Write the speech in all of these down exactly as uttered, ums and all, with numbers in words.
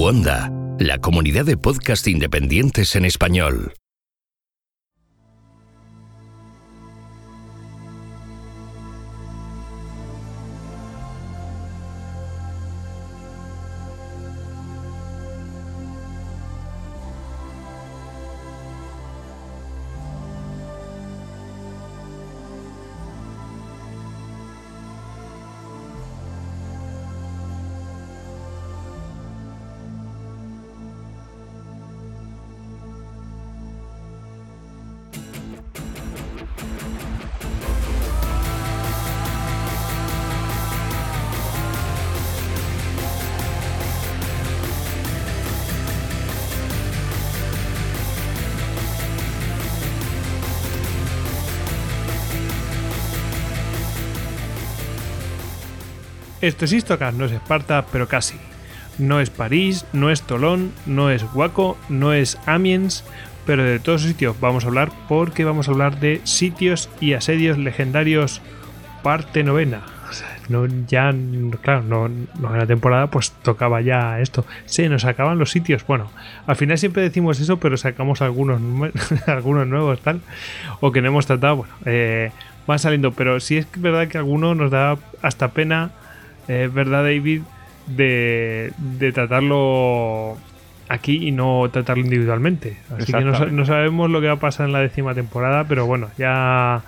Onda, la comunidad de podcast independientes en español. Esto es Istocast, no es Esparta, pero casi. No es París, no es Tolón, no es Waco, no es Amiens, pero de todos los sitios vamos a hablar porque vamos a hablar de sitios y asedios legendarios parte novena. O sea, no, ya, claro, no, no en la temporada pues tocaba ya esto. Se nos acaban los sitios. Bueno, al final siempre decimos eso, pero sacamos algunos, algunos nuevos, tal, o que no hemos tratado. Bueno, eh, van saliendo, pero sí es verdad que alguno nos da hasta pena. Es verdad, David, de, de tratarlo aquí y no tratarlo individualmente. Así que no, no sabemos lo que va a pasar en la décima temporada, pero bueno, ya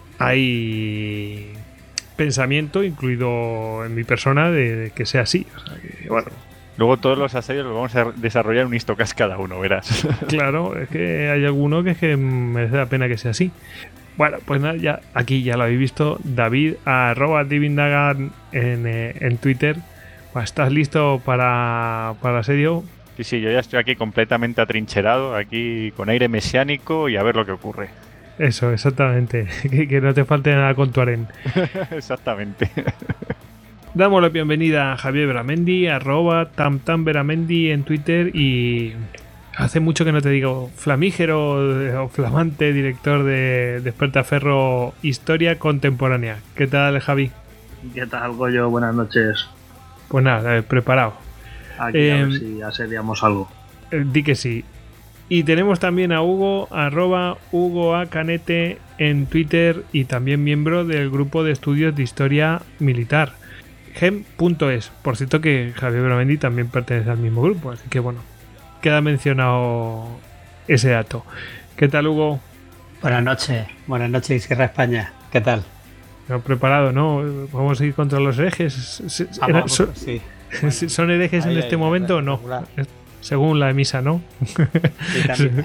hay pensamiento, incluido en mi persona, de, de que sea así. O sea, que, bueno. Luego todos los asedios los vamos a desarrollar un Istocast cada uno, verás. Claro, es que hay alguno que es que merece la pena que sea así. Bueno, pues nada, ya aquí ya lo habéis visto. David, arroba Divindagar en, eh, en Twitter. Pues, ¿estás listo para, para el asedio? Sí, sí, yo ya estoy aquí completamente atrincherado, aquí con aire mesiánico y a ver lo que ocurre. Eso, exactamente. Que, que no te falte nada con tu harén. Exactamente. Damos la bienvenida a Javier Beramendi, arroba tamtamberamendi en Twitter y... Hace mucho que no te digo flamígero o flamante director de Despertaferro Historia Contemporánea. ¿Qué tal, Javi? ¿Qué tal, Goyo? Buenas noches. Pues nada, eh, preparado. Aquí eh, a ver si asediamos algo. Eh, di que sí. Y tenemos también a Hugo, arroba Hugo A. Canete en Twitter y también miembro del grupo de estudios de historia militar, gem punto es. Por cierto que Javier Beramendi también pertenece al mismo grupo, así que bueno. Queda mencionado ese dato. ¿Qué tal, Hugo? Buenas noches, buenas noches, Sierra España. ¿Qué tal? No, preparado, ¿no? ¿Vamos a ir contra los herejes? Ah, ¿Era, vamos, son, sí. ¿Son herejes ahí, en este ahí, momento o no? Regular. Según la misa, ¿no? Sí, también.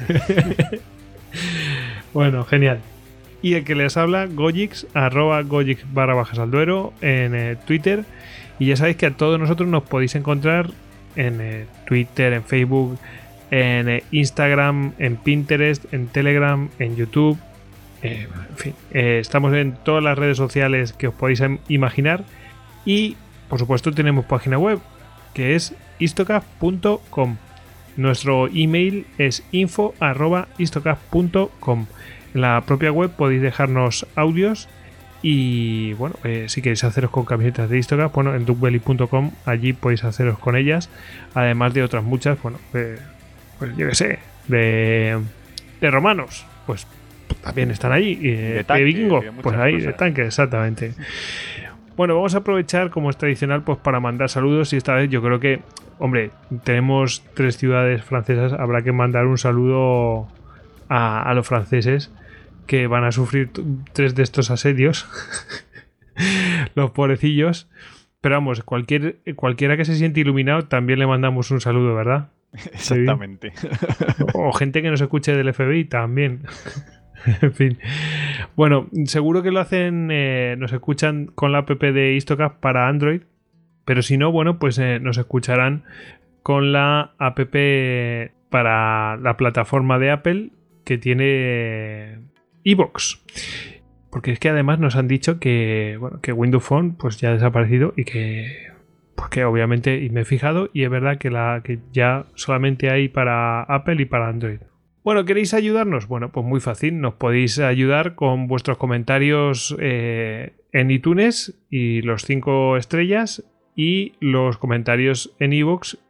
Bueno, genial. Y el que les habla, Gojix, arroba Gojix barra bajas al duero en eh, Twitter. Y ya sabéis que a todos nosotros nos podéis encontrar en eh, Twitter, en Facebook, en eh, Instagram, en Pinterest, en Telegram, en YouTube, eh, en fin, eh, estamos en todas las redes sociales que os podéis imaginar y por supuesto tenemos página web que es istocast punto com. Nuestro email es info arroba istocast punto com. En la propia web podéis dejarnos audios. Y bueno, eh, si queréis haceros con camisetas de Istocast, bueno, en duckbelly punto com, allí podéis haceros con ellas, además de otras muchas, bueno, eh, pues yo qué sé, de, de romanos, pues, pues también están allí, y, de, tanque, de vikingos, pues ahí, cosas. De tanque, exactamente. Bueno, vamos a aprovechar, como es tradicional, pues para mandar saludos y esta vez yo creo que, hombre, tenemos tres ciudades francesas, habrá que mandar un saludo a, a los franceses, que van a sufrir t- tres de estos asedios, los pobrecillos, pero vamos, cualquier, cualquiera que se siente iluminado también le mandamos un saludo, ¿verdad? Exactamente. O, o gente que nos escuche del F B I también. En fin. Bueno, seguro que lo hacen, eh, nos escuchan con la app de Istocast para Android, pero si no, bueno, pues eh, nos escucharán con la app para la plataforma de Apple que tiene iVoox, porque es que además nos han dicho que bueno que Windows Phone pues ya ha desaparecido y que porque obviamente y me he fijado y es verdad que la que ya solamente hay para Apple y para Android. Bueno, ¿queréis ayudarnos? Bueno, pues muy fácil, nos podéis ayudar con vuestros comentarios eh, en iTunes y los cinco estrellas y los comentarios en iVoox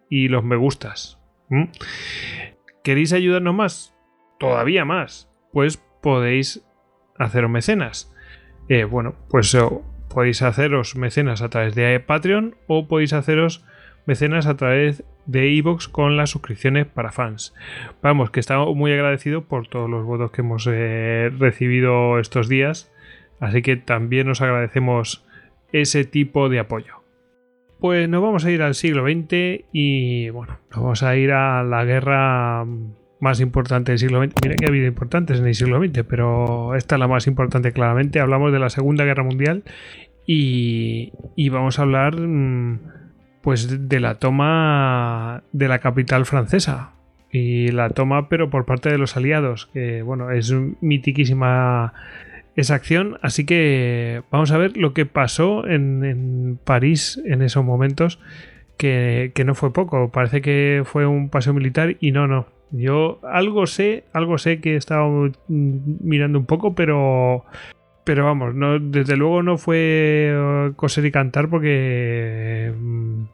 y los me gustas. ¿Mm? ¿Queréis ayudarnos más? Todavía más. Pues podéis haceros mecenas. Eh, bueno, pues eh, podéis haceros mecenas a través de Patreon o podéis haceros mecenas a través de iVoox con las suscripciones para fans. Vamos, que estamos muy agradecidos por todos los votos que hemos eh, recibido estos días, así que también os agradecemos ese tipo de apoyo. Pues nos vamos a ir al siglo veinte y bueno, nos vamos a ir a la guerra más importante del siglo veinte. Mira que ha habido importantes en el siglo veinte, pero esta es la más importante claramente. Hablamos de la Segunda Guerra Mundial y, y vamos a hablar pues de la toma de la capital francesa. Y la toma pero por parte de los aliados, que bueno, es mitiquísima esa acción, así que vamos a ver lo que pasó en, en París en esos momentos, que, que no fue poco, parece que fue un paseo militar y no, no. Yo algo sé, algo sé que he estado mirando un poco, pero pero vamos, no, desde luego no fue coser y cantar porque um,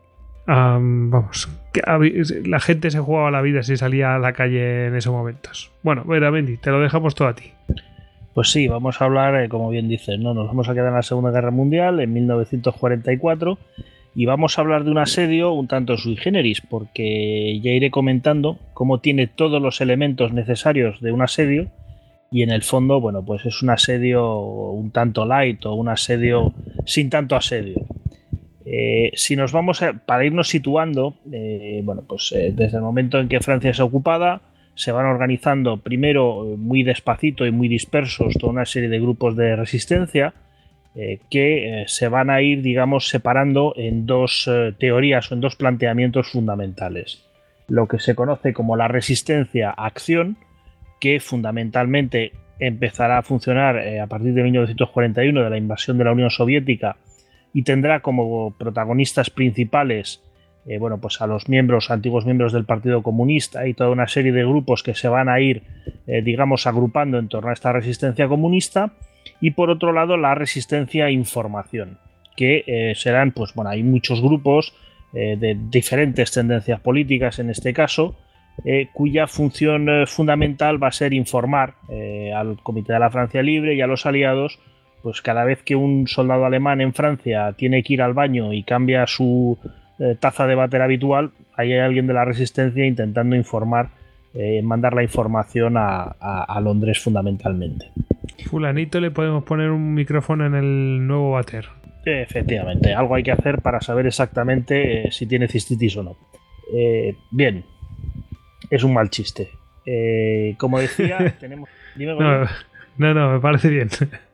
vamos, que la gente se jugaba la vida si salía a la calle en esos momentos. Bueno, mira, Bendy, te lo dejamos todo a ti. Pues sí, vamos a hablar, eh, como bien dices, ¿no? Nos vamos a quedar en la Segunda Guerra Mundial, en mil novecientos cuarenta y cuatro, y vamos a hablar de un asedio un tanto sui generis, porque ya iré comentando cómo tiene todos los elementos necesarios de un asedio, y en el fondo, bueno, pues es un asedio un tanto light o un asedio sin tanto asedio. Eh, si nos vamos a, para irnos situando, eh, bueno, pues eh, desde el momento en que Francia es ocupada, se van organizando primero muy despacito y muy dispersos toda una serie de grupos de resistencia eh, que eh, se van a ir, digamos, separando en dos eh, teorías o en dos planteamientos fundamentales. Lo que se conoce como la resistencia a acción, que fundamentalmente empezará a funcionar eh, a partir de mil novecientos cuarenta y uno, de la invasión de la Unión Soviética, y tendrá como protagonistas principales eh, bueno, pues a los miembros, antiguos miembros del Partido Comunista y toda una serie de grupos que se van a ir, eh, digamos, agrupando en torno a esta resistencia comunista. Y por otro lado, la resistencia a información, que eh, serán, pues bueno, hay muchos grupos eh, de diferentes tendencias políticas en este caso, eh, cuya función eh, fundamental va a ser informar eh, al Comité de la Francia Libre y a los aliados, pues cada vez que un soldado alemán en Francia tiene que ir al baño y cambia su eh, taza de váter habitual, ahí hay alguien de la resistencia intentando informar, eh, mandar la información a, a, a Londres fundamentalmente. Fulanito, le podemos poner un micrófono en el nuevo váter. Efectivamente, algo hay que hacer para saber exactamente eh, si tiene cistitis o no. Eh, bien, es un mal chiste. Eh, como decía, tenemos... Dime, no, no, no, me parece bien.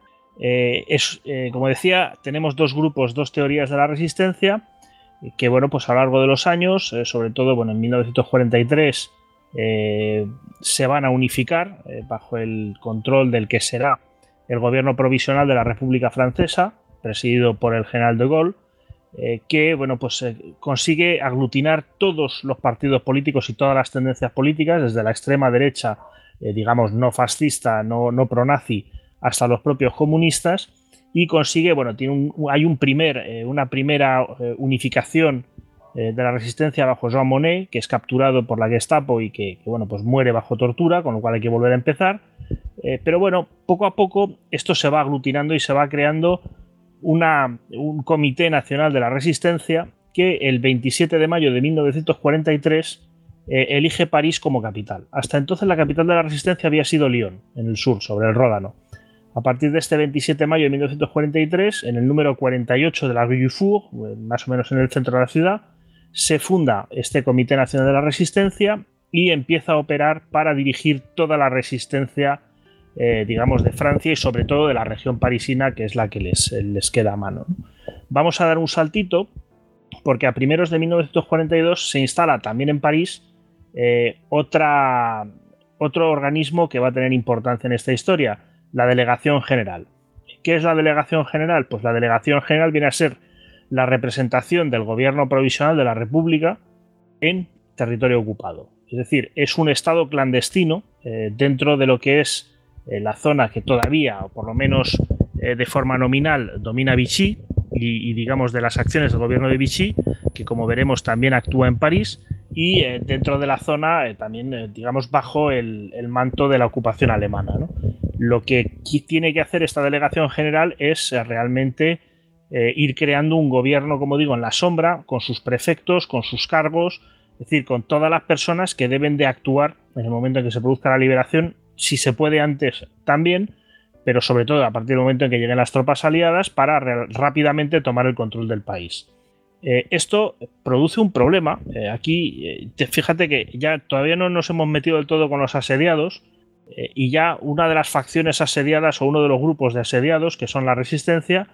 Eh, es, eh, como decía, tenemos dos grupos, dos teorías de la resistencia, que bueno, pues a lo largo de los años, eh, sobre todo bueno, en mil novecientos cuarenta y tres, eh, se van a unificar eh, bajo el control del que será el gobierno provisional de la República Francesa, presidido por el general de Gaulle, eh, que bueno, pues eh, consigue aglutinar todos los partidos políticos y todas las tendencias políticas, desde la extrema derecha, eh, digamos, no fascista, no, no pro-nazi, hasta los propios comunistas, y consigue, bueno, tiene un, hay un primer, eh, una primera eh, unificación eh, de la resistencia bajo Jean Monnet, que es capturado por la Gestapo y que, que bueno, pues muere bajo tortura, con lo cual hay que volver a empezar. Eh, pero bueno, poco a poco esto se va aglutinando y se va creando una, un Comité Nacional de la Resistencia que el veintisiete de mayo de mil novecientos cuarenta y tres eh, elige París como capital. Hasta entonces la capital de la Resistencia había sido Lyon, en el sur, sobre el Ródano. A partir de este veintisiete de mayo de mil novecientos cuarenta y tres, en el número cuarenta y ocho de la Rue du Four, más o menos en el centro de la ciudad, se funda este Comité Nacional de la Resistencia y empieza a operar para dirigir toda la resistencia, eh, digamos, de Francia y sobre todo de la región parisina, que es la que les, les queda a mano. Vamos a dar un saltito, porque a primeros de mil novecientos cuarenta y dos se instala también en París eh, otra, otro organismo que va a tener importancia en esta historia, la Delegación General. ¿Qué es la Delegación General? Pues la Delegación General viene a ser la representación del gobierno provisional de la República en territorio ocupado. Es decir, es un estado clandestino eh, dentro de lo que es eh, la zona que todavía, o por lo menos eh, de forma nominal, domina Vichy y, y digamos de las acciones del gobierno de Vichy, que como veremos también actúa en París, y eh, dentro de la zona eh, también, eh, digamos, bajo el, el manto de la ocupación alemana, ¿no? Lo que tiene que hacer esta delegación general es eh, realmente eh, ir creando un gobierno, como digo, en la sombra, con sus prefectos, con sus cargos, es decir, con todas las personas que deben de actuar en el momento en que se produzca la liberación, si se puede antes también, pero sobre todo a partir del momento en que lleguen las tropas aliadas para rápidamente tomar el control del país. Eh, esto produce un problema. Eh, aquí, eh, te, fíjate que ya todavía no nos hemos metido del todo con los asediados, eh, y ya una de las facciones asediadas o uno de los grupos de asediados, que son la resistencia,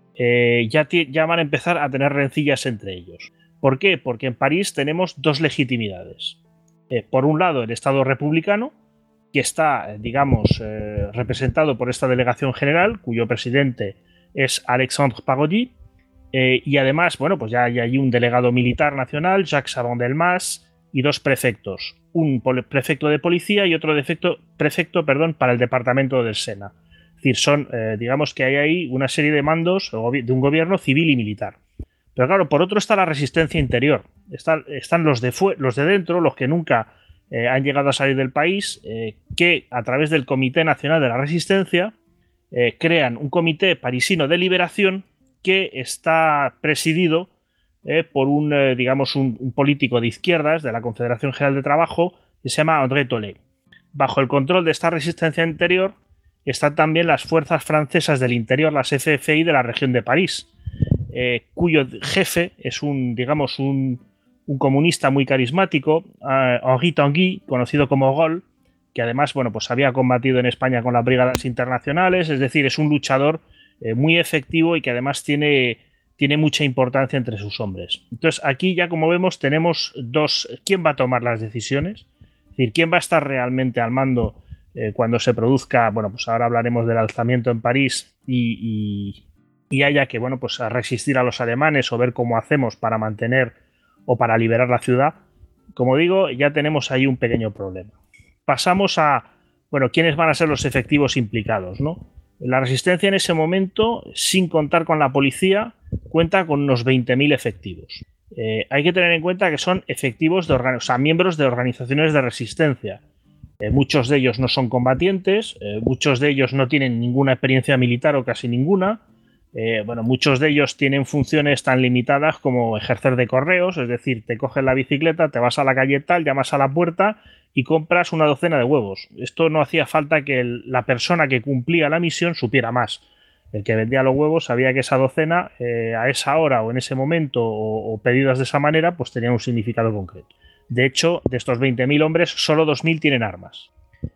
eh, ya, ya van a empezar a tener rencillas entre ellos. ¿Por qué? Porque en París tenemos dos legitimidades. Eh, por un lado, el Estado republicano, que está, digamos, eh, representado por esta delegación general, cuyo presidente es Alexandre Parodi, eh, y además, bueno, pues ya hay, hay un delegado militar nacional, Jacques Chaban-Delmas, y dos prefectos, un prefecto de policía y otro defecto, prefecto perdón, para el departamento del Sena. Es decir, son, eh, digamos que hay ahí una serie de mandos de un gobierno civil y militar. Pero claro, por otro está la resistencia interior. Están, están los, de los de dentro, los que nunca eh, han llegado a salir del país, eh, que a través del Comité Nacional de la Resistencia eh, crean un comité parisino de liberación que está presidido eh, por un, eh, digamos, un, un político de izquierdas de la Confederación General de Trabajo que se llama André Tollet. Bajo el control de esta resistencia interior están también las fuerzas francesas del interior, las F F I de la región de París, eh, cuyo jefe es un, digamos, un, un comunista muy carismático, eh, Henri Tanguy, conocido como Gaulle, que además, bueno, pues había combatido en España con las brigadas internacionales, es decir, es un luchador eh, muy efectivo y que además tiene, tiene mucha importancia entre sus hombres. Entonces, aquí ya como vemos tenemos dos, ¿quién va a tomar las decisiones? Es decir, ¿quién va a estar realmente al mando eh, cuando se produzca, bueno, pues ahora hablaremos del alzamiento en París y, y, y haya que, bueno, pues a resistir a los alemanes o ver cómo hacemos para mantener o para liberar la ciudad? Como digo, ya tenemos ahí un pequeño problema. Pasamos a, bueno, quiénes van a ser los efectivos implicados, ¿no? La resistencia en ese momento, sin contar con la policía, cuenta con unos veinte mil efectivos. Eh, hay que tener en cuenta que son efectivos de o sea, miembros de organizaciones de resistencia. Eh, muchos de ellos no son combatientes, eh, muchos de ellos no tienen ninguna experiencia militar o casi ninguna. Eh, bueno, muchos de ellos tienen funciones tan limitadas como ejercer de correos, es decir, te coges la bicicleta, te vas a la calle tal, llamas a la puerta y compras una docena de huevos. Esto no hacía falta que el, la persona que cumplía la misión supiera más. El que vendía los huevos sabía que esa docena eh, a esa hora o en ese momento o, o pedidas de esa manera pues tenían un significado concreto. De hecho, de estos veinte mil hombres, solo dos mil tienen armas.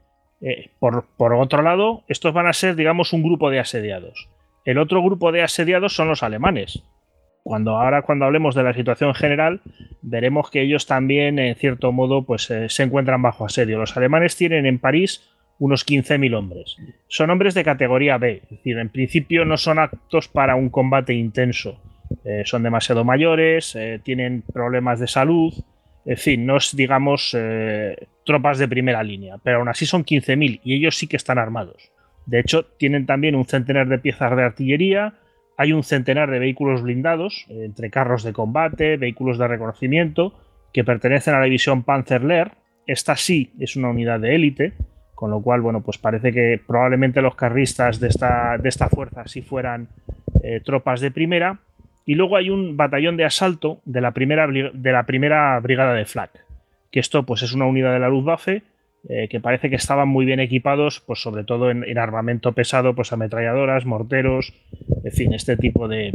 Eh, por, por otro lado, estos van a ser, digamos, un grupo de asediados. El otro grupo de asediados son los alemanes. Cuando ahora cuando hablemos de la situación general, veremos que ellos también, en cierto modo, pues eh, se encuentran bajo asedio. Los alemanes tienen en París unos quince mil hombres. Son hombres de categoría B, es decir, en principio no son aptos para un combate intenso. Eh, son demasiado mayores, eh, tienen problemas de salud, en fin, no es, digamos, eh, tropas de primera línea, pero aún así son quince mil y ellos sí que están armados. De hecho, tienen también un centenar de piezas de artillería, hay un centenar de vehículos blindados, entre carros de combate, vehículos de reconocimiento, que pertenecen a la división Panzerlehr. Esta sí es una unidad de élite, con lo cual, bueno, pues parece que probablemente los carristas de esta, de esta fuerza sí fueran eh, tropas de primera. Y luego hay un batallón de asalto de la primera, de la primera brigada de Flak, que esto pues es una unidad de la Luftwaffe, Eh, que parece que estaban muy bien equipados, pues sobre todo en, en armamento pesado, pues ametralladoras, morteros, en fin, este tipo de,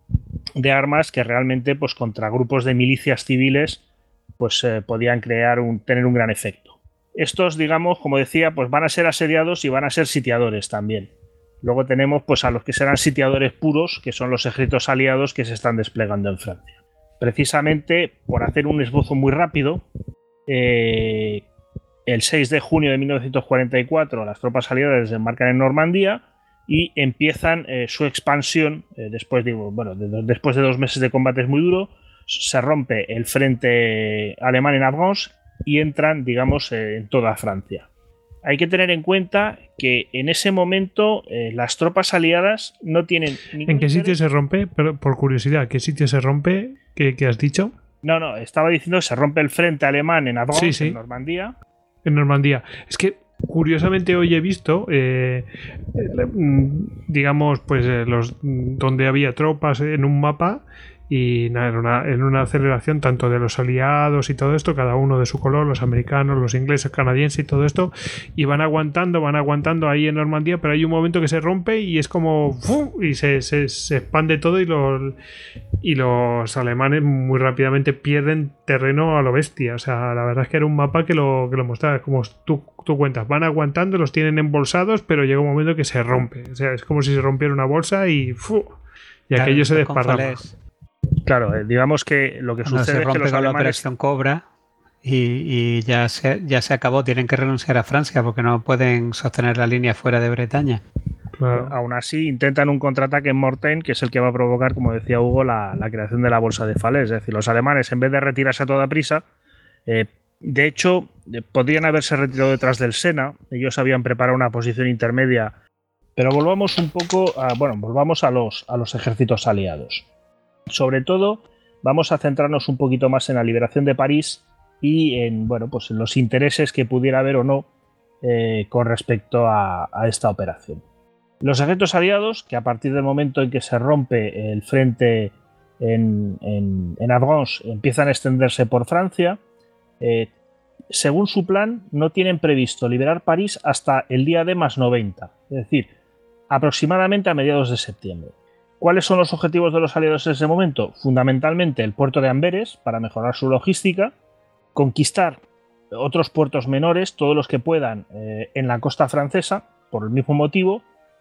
de armas que realmente pues contra grupos de milicias civiles pues eh, podían crear un, tener un gran efecto. Estos, digamos, como decía, pues van a ser asediados y van a ser sitiadores también. Luego tenemos pues a los que serán sitiadores puros, que son los ejércitos aliados que se están desplegando en Francia. Precisamente, por hacer un esbozo muy rápido, eh, el seis de junio de mil novecientos cuarenta y cuatro las tropas aliadas desembarcan en Normandía y empiezan eh, su expansión eh, después, de, bueno, de, después de dos meses de combates muy duro. Se rompe el frente alemán en Avranches y entran, digamos, eh, en toda Francia. hay que tener en cuenta que en ese momento eh, las tropas aliadas no tienen... ¿En qué sitio se rompe? Pero, por curiosidad, ¿qué sitio se rompe? ¿Qué, qué has dicho? No, no, estaba diciendo que se rompe el frente alemán en Argonne, sí, sí. en Normandía. En Normandía. Es que curiosamente hoy he visto, eh, digamos, pues eh, los donde había tropas en un mapa y nada, en, una, en una aceleración tanto de los aliados y todo esto, cada uno de su color, los americanos, los ingleses, canadienses y todo esto, y van aguantando, van aguantando ahí en Normandía, pero hay un momento que se rompe y es como ¡fu! Y se, se, se expande todo y los, y los alemanes muy rápidamente pierden terreno a lo bestia. O sea, la verdad es que era un mapa que lo, que lo mostraba, como tú, tú cuentas, van aguantando, los tienen embolsados, pero llega un momento que se rompe. O sea, es como si se rompiera una bolsa y ¡fu! Y claro, aquello se desparrama. Claro, eh, digamos que lo que Cuando sucede se rompe es que los con alemanes... la operación Cobra y, y ya, se, ya se acabó, tienen que renunciar a Francia porque no pueden sostener la línea fuera de Bretaña. Claro. Aún así, intentan un contraataque en Mortain, que es el que va a provocar, como decía Hugo, la, la creación de la bolsa de Falaise. Es decir, los alemanes, en vez de retirarse a toda prisa, eh, de hecho, eh, podrían haberse retirado detrás del Sena. Ellos habían preparado una posición intermedia. Pero volvamos un poco a, bueno, volvamos a los, a los ejércitos aliados. Sobre todo, vamos a centrarnos un poquito más en la liberación de París y en, bueno, pues en los intereses que pudiera haber o no eh, con respecto a, a esta operación. Los ejércitos aliados, que a partir del momento en que se rompe el frente en, en, en Argonne, empiezan a extenderse por Francia, eh, según su plan, no tienen previsto liberar París hasta el día D más noventa, es decir, aproximadamente a mediados de septiembre. ¿Cuáles son los objetivos de los aliados en ese momento? Fundamentalmente el puerto de Amberes, para mejorar su logística, conquistar otros puertos menores, todos los que puedan, eh, en la costa francesa, por el mismo motivo,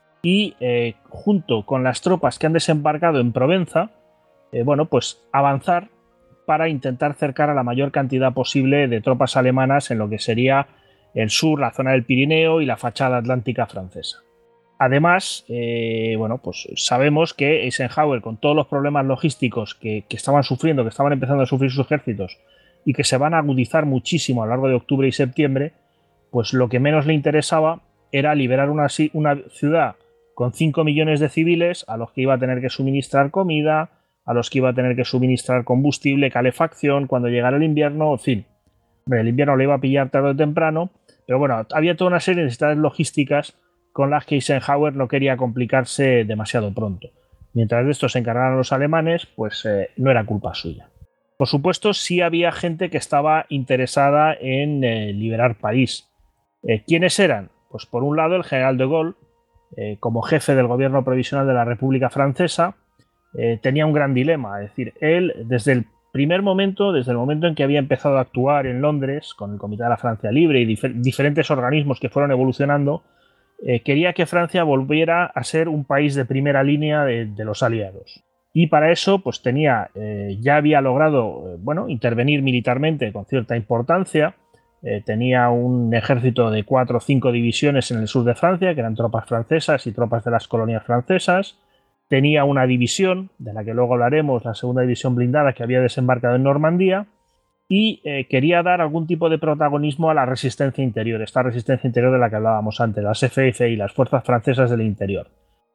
y eh, junto con las tropas que han desembarcado en Provenza, eh, bueno, pues avanzar para intentar cercar a la mayor cantidad posible de tropas alemanas en lo que sería el sur, la zona del Pirineo y la fachada atlántica francesa. Además, eh, bueno, pues sabemos que Eisenhower, con todos los problemas logísticos que, que estaban sufriendo, que estaban empezando a sufrir sus ejércitos y que se van a agudizar muchísimo a lo largo de octubre y septiembre, pues lo que menos le interesaba era liberar una, una ciudad con cinco millones de civiles a los que iba a tener que suministrar comida, a los que iba a tener que suministrar combustible, calefacción, cuando llegara el invierno, en fin. El invierno le iba a pillar tarde o temprano, pero bueno, había toda una serie de necesidades logísticas con las que Eisenhower no quería complicarse demasiado pronto. Mientras de esto se encargaran los alemanes, pues eh, no era culpa suya. Por supuesto, sí había gente que estaba interesada en eh, liberar París. Eh, ¿Quiénes eran? Pues por un lado el general de Gaulle, eh, como jefe del gobierno provisional de la República Francesa, eh, tenía un gran dilema. Es decir, él desde el primer momento, desde el momento en que había empezado a actuar en Londres con el Comité de la Francia Libre y difer- diferentes organismos que fueron evolucionando, Eh, quería que Francia volviera a ser un país de primera línea de, de los aliados. Y para eso, pues tenía, eh, ya había logrado, eh, bueno, intervenir militarmente con cierta importancia. Eh, tenía un ejército de cuatro o cinco divisiones en el sur de Francia, que eran tropas francesas y tropas de las colonias francesas. Tenía una división, de la que luego hablaremos, la segunda división blindada, que había desembarcado en Normandía. Y eh, quería dar algún tipo de protagonismo a la resistencia interior, esta resistencia interior de la que hablábamos antes, las F F I, las fuerzas francesas del interior.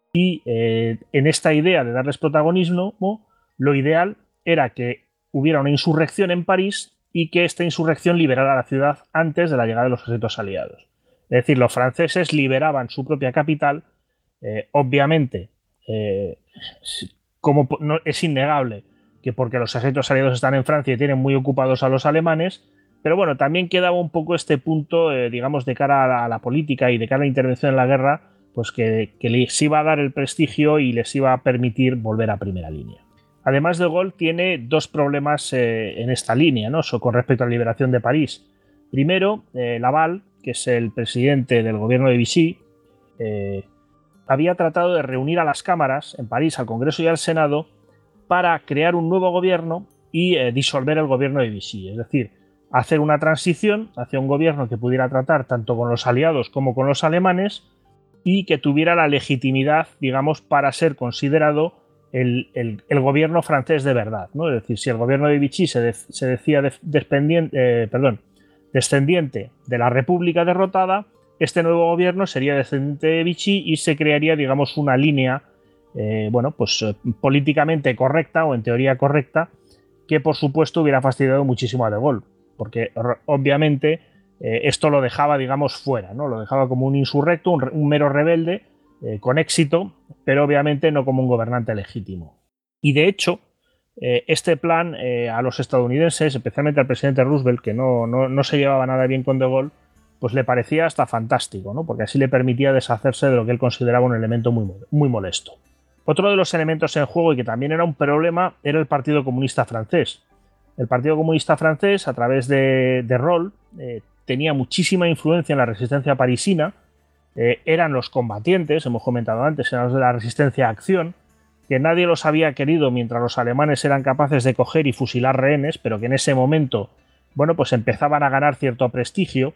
Y eh, en esta idea de darles protagonismo, lo ideal era que hubiera una insurrección en París y que esta insurrección liberara la ciudad antes de la llegada de los ejércitos aliados. Es decir, los franceses liberaban su propia capital, eh, obviamente, eh, como no, es innegable que porque los ejércitos aliados están en Francia y tienen muy ocupados a los alemanes, pero bueno, también quedaba un poco este punto, eh, digamos, de cara a la, a la política y de cara a la intervención en la guerra, pues que, que les iba a dar el prestigio y les iba a permitir volver a primera línea. Además, de Gaulle tiene dos problemas eh, en esta línea, ¿no? So, con respecto a la liberación de París. Primero, eh, Laval, que es el presidente del gobierno de Vichy, eh, había tratado de reunir a las cámaras en París, al Congreso y al Senado, para crear un nuevo gobierno y eh, disolver el gobierno de Vichy. Es decir, hacer una transición hacia un gobierno que pudiera tratar tanto con los aliados como con los alemanes y que tuviera la legitimidad, digamos, para ser considerado el, el, el gobierno francés de verdad, ¿no? Es decir, si el gobierno de Vichy se, de, se decía de, eh, perdón, descendiente de la República derrotada, Este nuevo gobierno sería descendiente de Vichy y se crearía, digamos, una línea, eh, bueno, pues eh, políticamente correcta o en teoría correcta, que por supuesto hubiera fastidiado muchísimo a De Gaulle, porque obviamente eh, esto lo dejaba, digamos, fuera, ¿no? Lo dejaba como un insurrecto, un, un mero rebelde, eh, con éxito, pero obviamente no como un gobernante legítimo. Y de hecho, eh, este plan eh, a los estadounidenses, especialmente al presidente Roosevelt, que no, no, no se llevaba nada bien con De Gaulle, pues le parecía hasta fantástico, ¿no? Porque así le permitía deshacerse de lo que él consideraba un elemento muy, muy molesto. Otro de los elementos en juego, y que también era un problema, era el Partido Comunista Francés. El Partido Comunista Francés, a través de, de Roll, eh, tenía muchísima influencia en la resistencia parisina. Eh, eran los combatientes, hemos comentado antes, eran los de la resistencia a acción, que nadie los había querido mientras los alemanes eran capaces de coger y fusilar rehenes, pero que en ese momento, bueno, pues empezaban a ganar cierto prestigio.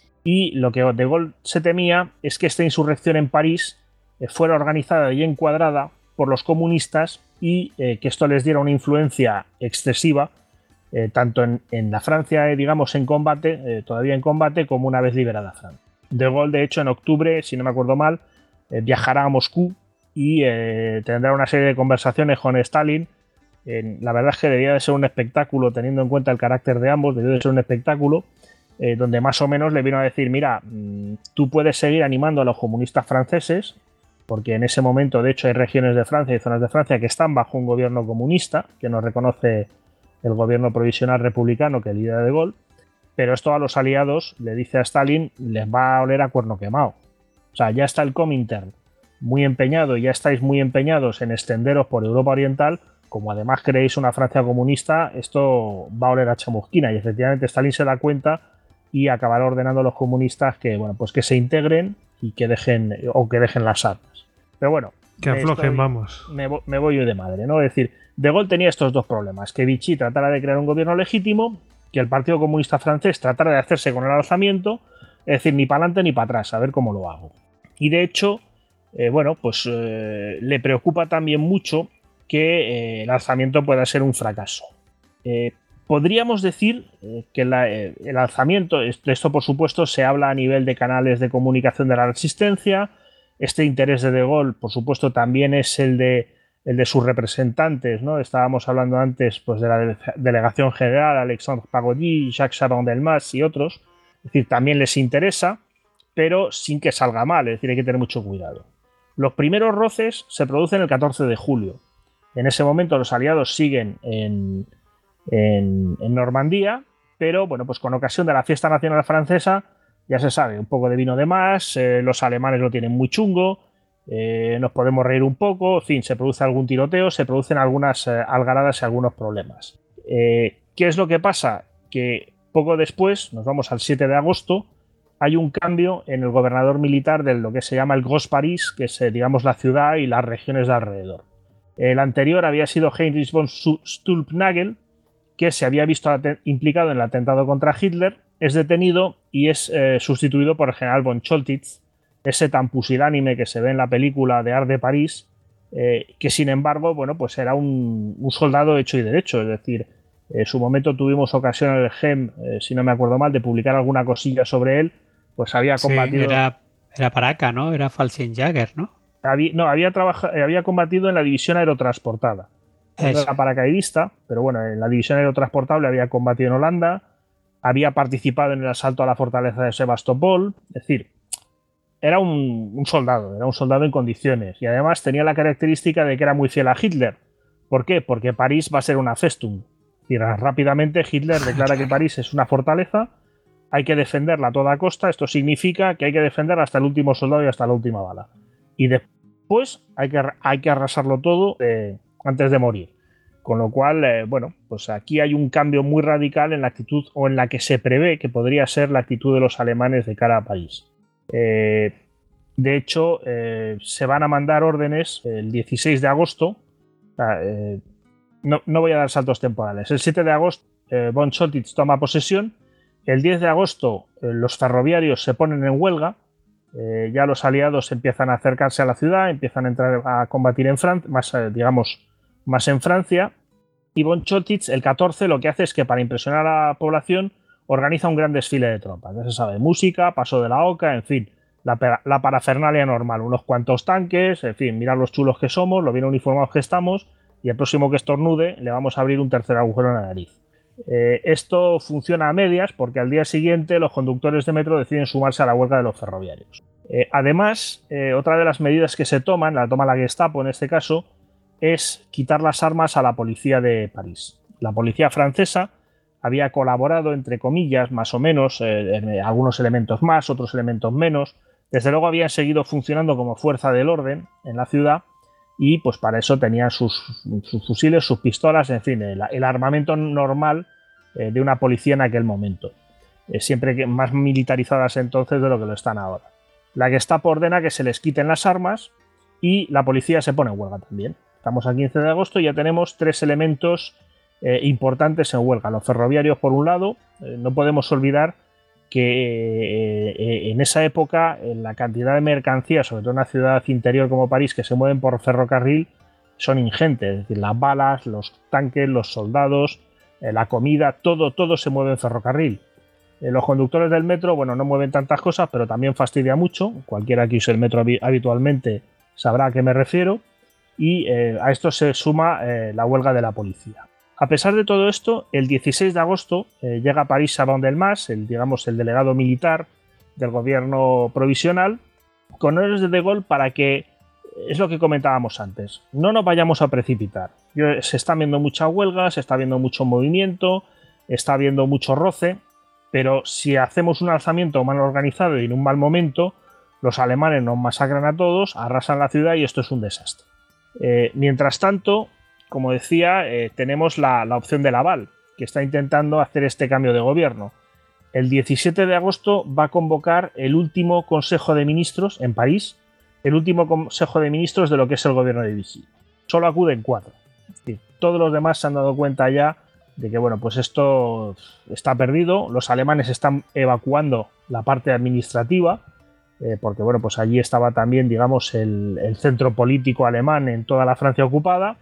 Y lo que De Gaulle se temía es que esta insurrección en París eh, fuera organizada y encuadrada por los comunistas y eh, que esto les diera una influencia excesiva, eh, tanto en, en la Francia, eh, digamos, en combate, eh, todavía en combate, como una vez liberada Francia. De Gaulle, de hecho, en octubre, si no me acuerdo mal, eh, viajará a Moscú y eh, tendrá una serie de conversaciones con Stalin. Eh, la verdad es que debía de ser un espectáculo, teniendo en cuenta el carácter de ambos, debía de ser un espectáculo. Eh, donde más o menos le vino a decir, mira, mmm, tú puedes seguir animando a los comunistas franceses, porque en ese momento, de hecho, hay regiones de Francia y zonas de Francia que están bajo un gobierno comunista, que no reconoce el gobierno provisional republicano que lidera De Gaulle, pero esto a los aliados, le dice a Stalin, les va a oler a cuerno quemado. O sea, ya está el Comintern muy empeñado, ya estáis muy empeñados en extenderos por Europa Oriental, como además queréis una Francia comunista, esto va a oler a chamusquina, y efectivamente Stalin se da cuenta y acabará ordenando a los comunistas que, bueno, pues que se integren y que dejen, o que dejen las armas. Pero bueno, que aflojen, estoy, vamos. Me, me voy yo de madre, ¿no? Es decir, De Gaulle tenía estos dos problemas: que Vichy tratara de crear un gobierno legítimo, que el Partido Comunista Francés tratara de hacerse con el alzamiento, es decir, ni para adelante ni para atrás, a ver cómo lo hago. Y de hecho, eh, bueno, pues eh, le preocupa también mucho que eh, el alzamiento pueda ser un fracaso. Eh, Podríamos decir que la, el alzamiento, de esto por supuesto se habla a nivel de canales de comunicación de la resistencia. Este interés de De Gaulle, por supuesto, también es el de, el de sus representantes, ¿no? Estábamos hablando antes, pues, de la delegación general, Alexandre Pagody, Jacques Chaban-Delmas y otros. Es decir, también les interesa, pero sin que salga mal, es decir, hay que tener mucho cuidado. Los primeros roces se producen el catorce de julio. En ese momento los aliados siguen en En, en Normandía, pero bueno, pues con ocasión de la fiesta nacional francesa, ya se sabe, un poco de vino de más, eh, los alemanes lo tienen muy chungo, eh, nos podemos reír un poco, en fin, se produce algún tiroteo, se producen algunas eh, algaradas y algunos problemas. Eh, ¿Qué es lo que pasa? Que poco después, nos vamos al siete de agosto, hay un cambio en el gobernador militar de lo que se llama el Gros Paris, que es, eh, digamos, la ciudad y las regiones de alrededor. El anterior había sido Heinrich von Stülpnagel, que se había visto implicado en el atentado contra Hitler, es detenido y es eh, sustituido por el general von Choltitz, ese tan pusilánime que se ve en la película de Art de París, eh, que sin embargo, bueno, pues era un, un soldado hecho y derecho, es decir, en su momento tuvimos ocasión en el G E M, eh, si no me acuerdo mal, de publicar alguna cosilla sobre él, pues había combatido... Sí, era, era para acá, ¿no? Era Fallschirmjäger, ¿no? Había, no, había, había combatido en la división aerotransportada. No era paracaidista, pero bueno, en la división aerotransportable había combatido en Holanda, había participado en el asalto a la fortaleza de Sebastopol, es decir, era un, un soldado, era un soldado en condiciones, y además tenía la característica de que era muy fiel a Hitler. ¿Por qué? Porque París va a ser una Festung. Es decir, rápidamente Hitler declara que París es una fortaleza, hay que defenderla a toda costa, esto significa que hay que defenderla hasta el último soldado y hasta la última bala. Y después hay que, hay que arrasarlo todo eh, antes de morir. Con lo cual, eh, bueno, pues aquí hay un cambio muy radical en la actitud, o en la que se prevé que podría ser la actitud de los alemanes de cara a París. Eh, de hecho, eh, se van a mandar órdenes el dieciséis de agosto. Eh, no, no voy a dar saltos temporales. El siete de agosto, eh, von Choltitz toma posesión. El diez de agosto, eh, los ferroviarios se ponen en huelga. Eh, ya los aliados empiezan a acercarse a la ciudad, empiezan a entrar a combatir en Francia, más, eh, digamos, más en Francia. Y von Choltitz, el catorce, lo que hace es que, para impresionar a la población, organiza un gran desfile de tropas. Ya se sabe, música, paso de la oca, en fin, la, la parafernalia normal, unos cuantos tanques, en fin, mirad los chulos que somos, lo bien uniformados que estamos, y el próximo que estornude le vamos a abrir un tercer agujero en la nariz. Eh, esto funciona a medias porque al día siguiente los conductores de metro deciden sumarse a la huelga de los ferroviarios. Eh, además, eh, otra de las medidas que se toman, la toma la Gestapo en este caso, es quitar las armas a la policía de París. La policía francesa había colaborado, entre comillas, más o menos, eh, en algunos elementos más, otros elementos menos. Desde luego habían seguido funcionando como fuerza del orden en la ciudad y pues para eso tenían sus, sus fusiles, sus pistolas, en fin, el, el armamento normal eh, de una policía en aquel momento. Eh, siempre que más militarizadas entonces de lo que lo están ahora. La Gestapo ordena que se les quiten las armas y la policía se pone en huelga también. Estamos a quince de agosto y ya tenemos tres elementos eh, importantes en huelga. Los ferroviarios, por un lado, eh, no podemos olvidar que eh, en esa época eh, la cantidad de mercancías, sobre todo en una ciudad interior como París, que se mueven por ferrocarril, son ingentes. Es decir, las balas, los tanques, los soldados, eh, la comida, todo, todo se mueve en ferrocarril. Eh, los conductores del metro, bueno, no mueven tantas cosas, pero también fastidia mucho. Cualquiera que use el metro habitualmente sabrá a qué me refiero. Y eh, a esto se suma eh, la huelga de la policía. A pesar de todo esto, el dieciséis de agosto eh, llega a París Savant Delmas, el, digamos, el delegado militar del gobierno provisional, con órdenes de De Gaulle para que, es lo que comentábamos antes, no nos vayamos a precipitar. Yo, se están viendo mucha huelga, se está viendo mucho movimiento, está habiendo mucho roce, pero si hacemos un alzamiento mal organizado y en un mal momento, los alemanes nos masacran a todos, arrasan la ciudad y esto es un desastre. Eh, mientras tanto, como decía, eh, tenemos la, la opción de Laval, que está intentando hacer este cambio de gobierno. El diecisiete de agosto va a convocar el último Consejo de Ministros en París, el último Consejo de Ministros de lo que es el gobierno de Vichy. Solo acuden cuatro. Es decir, todos los demás se han dado cuenta ya de que bueno, pues esto está perdido. Los alemanes están evacuando la parte administrativa, eh, porque bueno, pues allí estaba también, digamos, el, el centro político alemán en toda la Francia ocupada.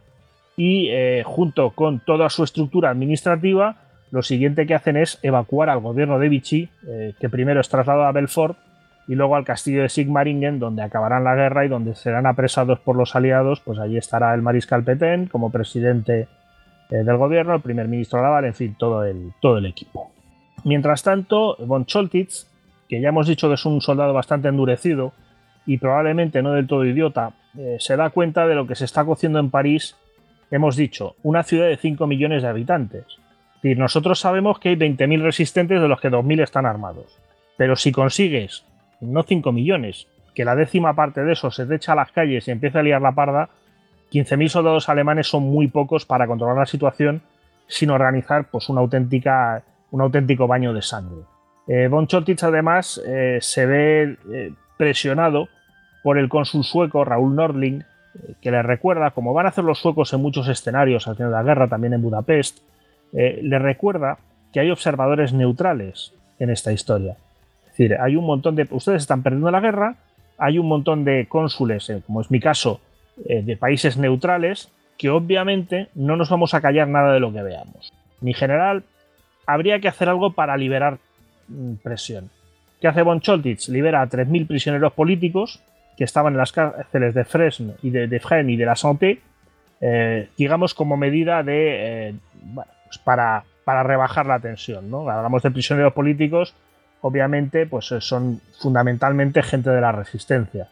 Y eh, junto con toda su estructura administrativa, lo siguiente que hacen es evacuar al gobierno de Vichy, eh, que primero es trasladado a Belfort y luego al castillo de Sigmaringen, donde acabarán la guerra y donde serán apresados por los aliados. Pues allí estará el mariscal Pétain como presidente eh, del gobierno, el primer ministro Laval, en fin, todo el, todo el equipo. Mientras tanto, von Choltitz, que ya hemos dicho que es un soldado bastante endurecido y probablemente no del todo idiota, eh, se da cuenta de lo que se está cociendo en París. Hemos dicho, una ciudad de cinco millones de habitantes. Es decir, nosotros sabemos que hay veinte mil resistentes, de los que dos mil están armados. Pero si consigues, no cinco millones, que la décima parte de eso se te echa a las calles y empieza a liar la parda, quince mil soldados alemanes son muy pocos para controlar la situación sin organizar pues, una auténtica, un auténtico baño de sangre. Eh, von Choltitz, además, eh, se ve eh, presionado por el cónsul sueco, Raúl Nordling, que le recuerda, como van a hacer los suecos en muchos escenarios al final de la guerra, también en Budapest, eh, le recuerda que hay observadores neutrales en esta historia. Es decir, hay un montón de... Ustedes están perdiendo la guerra, hay un montón de cónsules, eh, como es mi caso, eh, de países neutrales, que obviamente no nos vamos a callar nada de lo que veamos. Mi general, habría que hacer algo para liberar mm, presión. ¿Qué hace von Choltitz? Libera a tres mil prisioneros políticos que estaban en las cárceles de Fresnes y de, de Fresnes y de la Santé, eh, digamos como medida de eh, bueno, pues para, para rebajar la tensión, ¿no? Hablamos de prisioneros políticos, obviamente pues son fundamentalmente gente de la resistencia.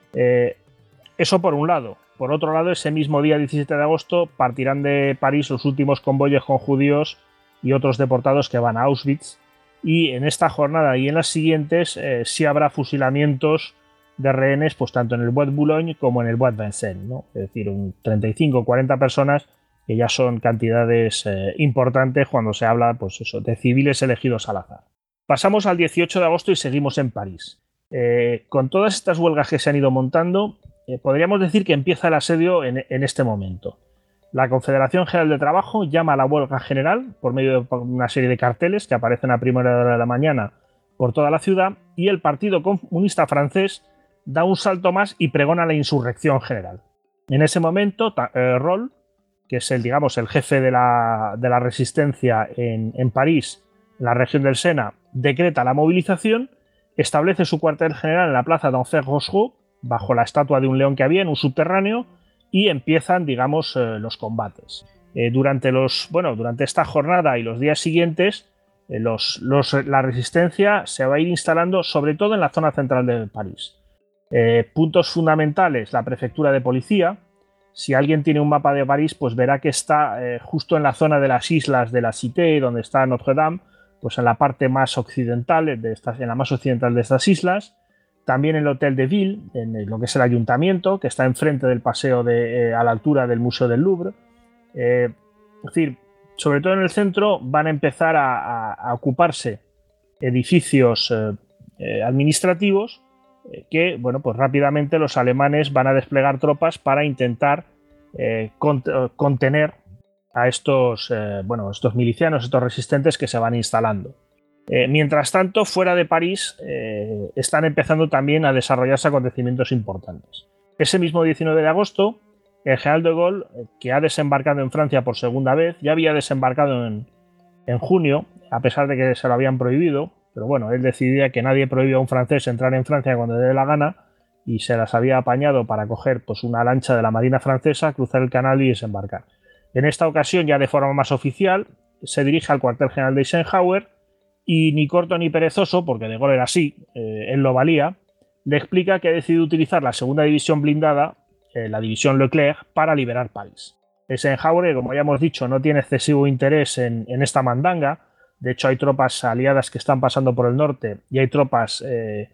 Eh, eso por un lado. Por otro lado, ese mismo día diecisiete de agosto partirán de París los últimos convoyes con judíos y otros deportados que van a Auschwitz, y en esta jornada y en las siguientes eh, sí habrá fusilamientos de rehenes, pues tanto en el Bois de Boulogne como en el Bois de Vincennes, ¿no? Es decir, un treinta y cinco o cuarenta personas, que ya son cantidades eh, importantes cuando se habla, pues eso, de civiles elegidos al azar. Pasamos al dieciocho de agosto y seguimos en París. Eh, con todas estas huelgas que se han ido montando, eh, podríamos decir que empieza el asedio en, en este momento. La Confederación General de Trabajo llama a la huelga general por medio de una serie de carteles que aparecen a primera hora de la mañana por toda la ciudad, y el Partido Comunista Francés da un salto más y pregona la insurrección general. En ese momento, eh, Roll, que es el, digamos, el jefe de la, de la resistencia en, en París, en la región del Sena, decreta la movilización, establece su cuartel general en la plaza d'Enfer Rochereau, bajo la estatua de un león que había en un subterráneo, y empiezan, digamos, eh, los combates. Eh, durante, los, bueno, durante esta jornada y los días siguientes, eh, los, los, la resistencia se va a ir instalando sobre todo en la zona central de París. Eh, puntos fundamentales, la prefectura de policía. Si alguien tiene un mapa de París, pues verá que está eh, justo en la zona de las islas de la Cité, donde está Notre Dame, pues en la parte más occidental, de estas, en la más occidental de estas islas. También el Hotel de Ville, en lo que es el ayuntamiento, que está enfrente del paseo de, eh, a la altura del Museo del Louvre. Eh, es decir, sobre todo en el centro van a empezar a, a, a ocuparse edificios eh, eh, administrativos eh, que, bueno, pues rápidamente los alemanes van a desplegar tropas para intentar eh, cont contener a estos, eh, bueno, estos milicianos, estos resistentes que se van instalando. Eh, mientras tanto, fuera de París eh, están empezando también a desarrollarse acontecimientos importantes. Ese mismo diecinueve de agosto, el general de Gaulle, eh, que ha desembarcado en Francia por segunda vez, ya había desembarcado en, en junio, a pesar de que se lo habían prohibido, pero bueno, él decidía que nadie prohíbe a un francés entrar en Francia cuando le dé la gana, y se las había apañado para coger pues, una lancha de la Marina francesa, cruzar el canal y desembarcar. En esta ocasión, ya de forma más oficial, se dirige al cuartel general de Eisenhower, y ni corto ni perezoso, porque de Gaulle era así, eh, él lo valía, le explica que ha decidido utilizar la segunda división blindada, eh, la división Leclerc, para liberar París. Eisenhower, como ya hemos dicho, no tiene excesivo interés en, en esta mandanga. De hecho, hay tropas aliadas que están pasando por el norte y hay tropas eh,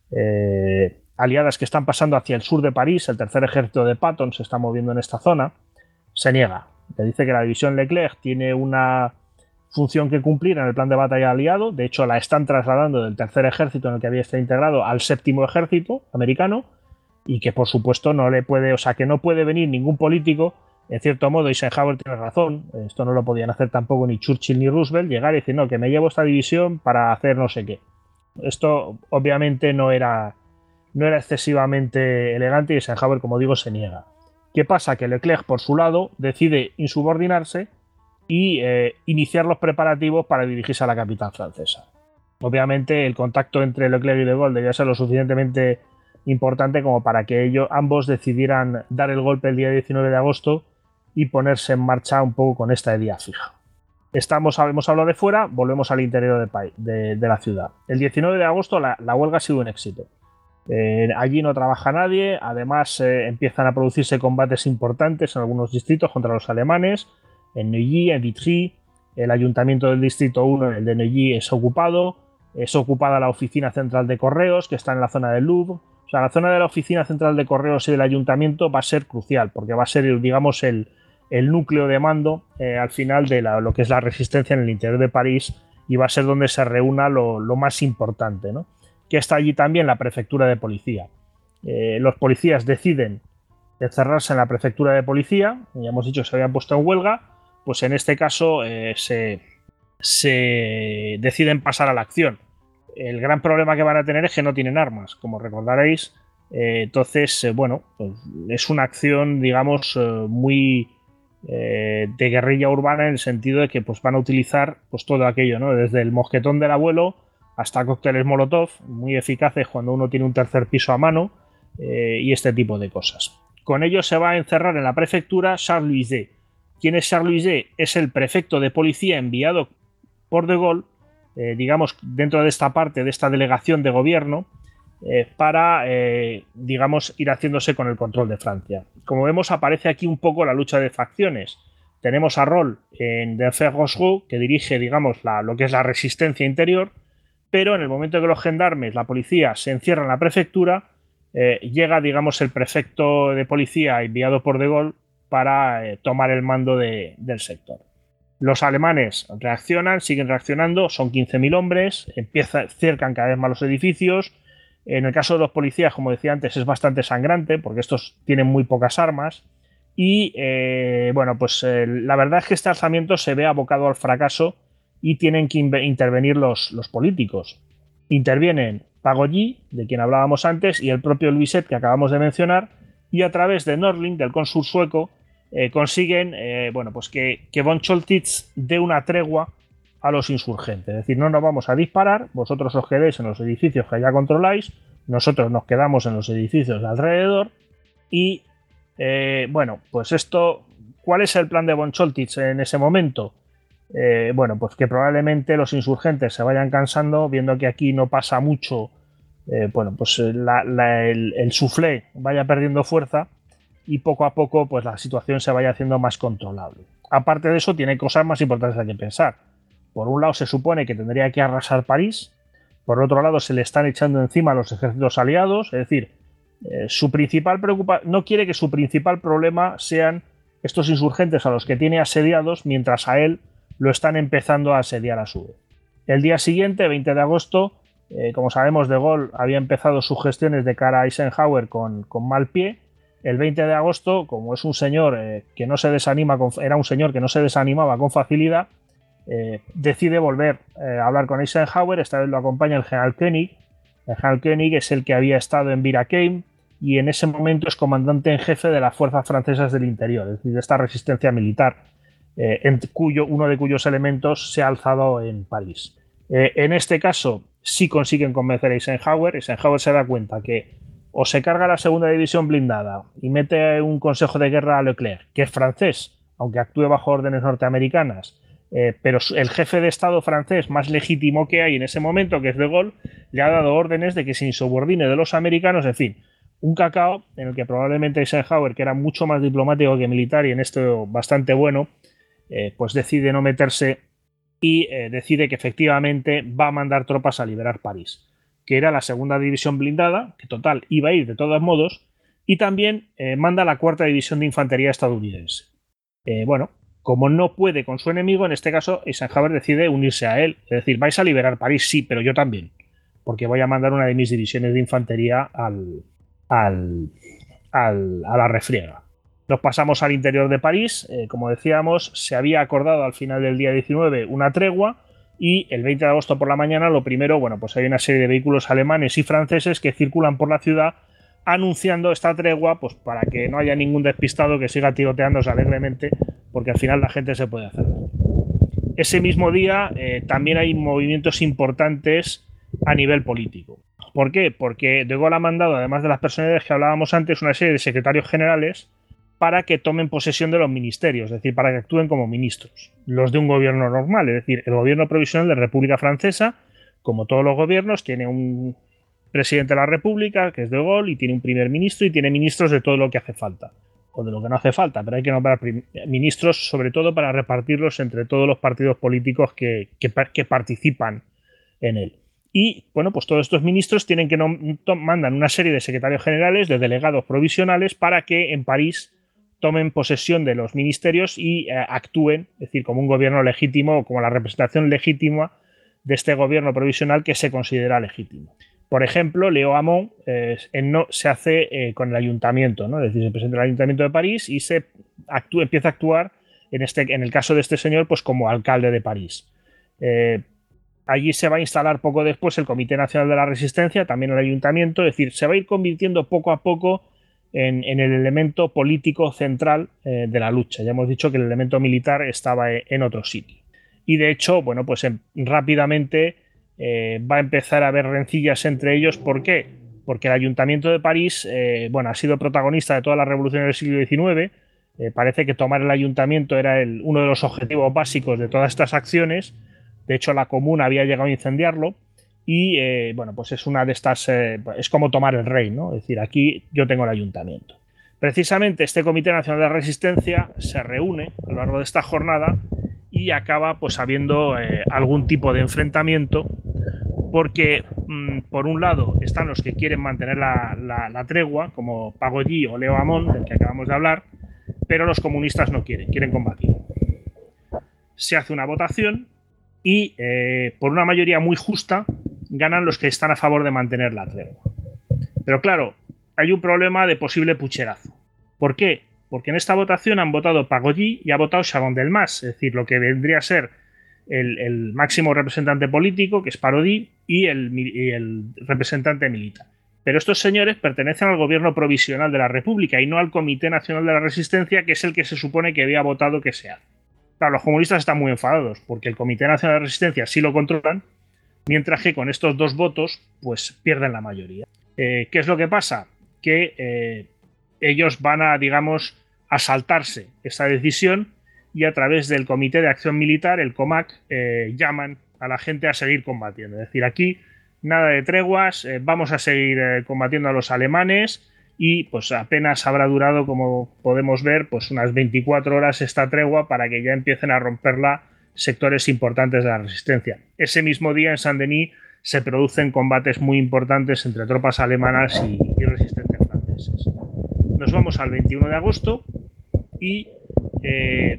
eh, aliadas que están pasando hacia el sur de París. El tercer ejército de Patton se está moviendo en esta zona. Se niega. Le dice que la división Leclerc tiene una función que cumplir en el plan de batalla aliado. De hecho, la están trasladando del tercer ejército en el que había estado integrado al séptimo ejército americano, y que por supuesto no le puede, o sea, que no puede venir ningún político. En cierto modo, Eisenhower tiene razón, esto no lo podían hacer tampoco ni Churchill ni Roosevelt, llegar y decir, no, que me llevo esta división para hacer no sé qué. Esto obviamente no era, no era excesivamente elegante, y Eisenhower, como digo, se niega. ¿Qué pasa? Que Leclerc, por su lado, decide insubordinarse y eh, iniciar los preparativos para dirigirse a la capital francesa. Obviamente el contacto entre Leclerc y de Gaulle debía ser lo suficientemente importante como para que ellos ambos decidieran dar el golpe el día diecinueve de agosto y ponerse en marcha un poco con esta idea fija. Estamos, hemos hablado de fuera, volvemos al interior de, de, de la ciudad. El diecinueve de agosto la, la huelga ha sido un éxito. Eh, allí no trabaja nadie, además eh, empiezan a producirse combates importantes en algunos distritos contra los alemanes. En Neuilly, en Vitry, el ayuntamiento del distrito uno, el de Neuilly, es ocupado. Es ocupada la oficina central de correos, que está en la zona del Louvre. O sea, la zona de la oficina central de correos y del ayuntamiento va a ser crucial, porque va a ser, digamos, el, el núcleo de mando eh, al final de la, lo que es la resistencia en el interior de París, y va a ser donde se reúna lo, lo más importante, ¿no? Que está allí también la prefectura de policía. Eh, los policías deciden encerrarse en la prefectura de policía, ya hemos dicho que se habían puesto en huelga, pues en este caso eh, se, se deciden pasar a la acción. El gran problema que van a tener es que no tienen armas, como recordaréis. Eh, entonces, eh, bueno, pues es una acción, digamos, eh, muy eh, de guerrilla urbana, en el sentido de que pues, van a utilizar pues, todo aquello, ¿no? Desde el mosquetón del abuelo hasta cócteles Molotov, muy eficaces cuando uno tiene un tercer piso a mano, eh, y este tipo de cosas. Con ello se va a encerrar en la prefectura Charles Luizet. ¿Quién es Charles Luizet? Es el prefecto de policía enviado por de Gaulle, eh, digamos, dentro de esta parte, de esta delegación de gobierno, eh, para, eh, digamos, ir haciéndose con el control de Francia. Como vemos, aparece aquí un poco la lucha de facciones. Tenemos a Roll en Denfert Rochereau, que dirige, digamos, la, lo que es la resistencia interior, pero en el momento que los gendarmes, la policía, se encierra en la prefectura, eh, llega, digamos, el prefecto de policía enviado por de Gaulle para eh, tomar el mando de, del sector. Los alemanes reaccionan, siguen reaccionando, son quince mil hombres, empieza, cercan cada vez más los edificios. En el caso de los policías, como decía antes, es bastante sangrante porque estos tienen muy pocas armas. Y eh, bueno, pues eh, la verdad es que este alzamiento se ve abocado al fracaso y tienen que intervenir los, los políticos. Intervienen Pagolli, de quien hablábamos antes, y el propio Luizet, que acabamos de mencionar, y a través de Nordling, del cónsul sueco, eh, consiguen eh, bueno, pues que, que von Choltitz dé una tregua a los insurgentes. Es decir, no nos vamos a disparar, vosotros os quedéis en los edificios que ya controláis, nosotros nos quedamos en los edificios de alrededor y, eh, bueno, pues esto, ¿cuál es el plan de von Scholtitz en ese momento? Eh, bueno, pues que probablemente los insurgentes se vayan cansando, viendo que aquí no pasa mucho, eh, bueno, pues la, la, el, el soufflé vaya perdiendo fuerza y poco a poco pues la situación se vaya haciendo más controlable. Aparte de eso, tiene cosas más importantes a que pensar. Por un lado, se supone que tendría que arrasar París. Por otro lado, se le están echando encima a los ejércitos aliados. Es decir, eh, su principal preocupa- no quiere que su principal problema sean estos insurgentes a los que tiene asediados, mientras a él lo están empezando a asediar a su vez. El día siguiente, veinte de agosto, eh, como sabemos, De Gaulle había empezado sus gestiones de cara a Eisenhower con, con mal pie. El veinte de agosto, como es un señor eh, que no se desanima, con, era un señor que no se desanimaba con facilidad, eh, decide volver eh, a hablar con Eisenhower. Esta vez lo acompaña el general Koenig. El general Koenig es el que había estado en Birakeim y en ese momento es comandante en jefe de las fuerzas francesas del interior, es decir, de esta resistencia militar, eh, en cuyo, uno de cuyos elementos se ha alzado en París. Eh, en este caso, sí consiguen convencer a Eisenhower. Eisenhower se da cuenta que o se carga la segunda división blindada y mete un consejo de guerra a Leclerc, que es francés, aunque actúe bajo órdenes norteamericanas, eh, pero el jefe de Estado francés más legítimo que hay en ese momento, que es De Gaulle, le ha dado órdenes de que se insubordine de los americanos, en fin, un cacao en el que probablemente Eisenhower, que era mucho más diplomático que militar y en esto bastante bueno, eh, pues decide no meterse y eh, decide que efectivamente va a mandar tropas a liberar París, que era la segunda división blindada, que total iba a ir de todos modos, y también eh, manda la cuarta división de infantería estadounidense. Eh, bueno, como no puede con su enemigo, en este caso Eisenhower decide unirse a él, es decir, vais a liberar París, sí, pero yo también, porque voy a mandar una de mis divisiones de infantería al, al, al, a la refriega. Nos pasamos al interior de París, eh, como decíamos, se había acordado al final del día diecinueve una tregua. Y el veinte de agosto por la mañana, lo primero, bueno, pues hay una serie de vehículos alemanes y franceses que circulan por la ciudad anunciando esta tregua, pues para que no haya ningún despistado que siga tiroteándose alegremente, porque al final la gente se puede hacer daño. Ese mismo día eh, también hay movimientos importantes a nivel político. ¿Por qué? Porque De Gaulle ha mandado, además de las personalidades que hablábamos antes, una serie de secretarios generales para que tomen posesión de los ministerios, es decir, para que actúen como ministros, los de un gobierno normal, es decir, el gobierno provisional de la República Francesa, como todos los gobiernos, tiene un presidente de la República, que es De Gaulle, y tiene un primer ministro, y tiene ministros de todo lo que hace falta, o de lo que no hace falta, pero hay que nombrar ministros, sobre todo para repartirlos entre todos los partidos políticos que, que, que participan en él. Y, bueno, pues todos estos ministros tienen que no, mandan una serie de secretarios generales, de delegados provisionales, para que en París tomen posesión de los ministerios y eh, actúen, es decir, como un gobierno legítimo, como la representación legítima de este gobierno provisional que se considera legítimo. Por ejemplo, Leo Hamon eh, en no, se hace eh, con el ayuntamiento, ¿no? Es decir, se presenta el ayuntamiento de París y se actúa, empieza a actuar, en, este, en el caso de este señor, pues como alcalde de París. Eh, allí se va a instalar poco después el Comité Nacional de la Resistencia, también el ayuntamiento, es decir, se va a ir convirtiendo poco a poco En, en el elemento político central eh, de la lucha. Ya hemos dicho que el elemento militar estaba en otro sitio. Y de hecho, bueno, pues en, rápidamente eh, va a empezar a haber rencillas entre ellos. ¿Por qué? Porque el Ayuntamiento de París, eh, bueno, ha sido protagonista de todas las revoluciones del siglo diecinueve. Eh, parece que tomar el ayuntamiento era el, uno de los objetivos básicos de todas estas acciones. De hecho, la Comuna había llegado a incendiarlo. Y eh, bueno, pues es una de estas, eh, es como tomar el rey, ¿no? Es decir, aquí yo tengo el ayuntamiento. Precisamente este Comité Nacional de la Resistencia se reúne a lo largo de esta jornada y acaba pues habiendo eh, algún tipo de enfrentamiento, porque mmm, por un lado están los que quieren mantener la, la, la tregua, como Pagolli o Leo Hamon, del que acabamos de hablar, pero los comunistas no quieren, quieren combatir. Se hace una votación y eh, por una mayoría muy justa ganan los que están a favor de mantener la tregua. Pero claro, hay un problema de posible pucherazo. ¿Por qué? Porque en esta votación han votado Pagolli y ha votado Chaban-Delmas, es decir, lo que vendría a ser el, el máximo representante político, que es Parodi, y el, y el representante militar. Pero estos señores pertenecen al gobierno provisional de la República y no al Comité Nacional de la Resistencia, que es el que se supone que había votado que se hace. Claro, los comunistas están muy enfadados porque el Comité Nacional de Resistencia sí lo controlan, mientras que con estos dos votos pues pierden la mayoría. Eh, ¿Qué es lo que pasa? Que eh, ellos van a, digamos, a saltarse esa decisión y a través del Comité de Acción Militar, el COMAC, eh, llaman a la gente a seguir combatiendo. Es decir, aquí nada de treguas, eh, vamos a seguir eh, combatiendo a los alemanes y pues apenas habrá durado, como podemos ver, pues unas veinticuatro horas esta tregua para que ya empiecen a romperla sectores importantes de la resistencia. Ese mismo día en Saint-Denis se producen combates muy importantes entre tropas alemanas y, y resistentes franceses. Nos vamos al veintiuno de agosto y eh,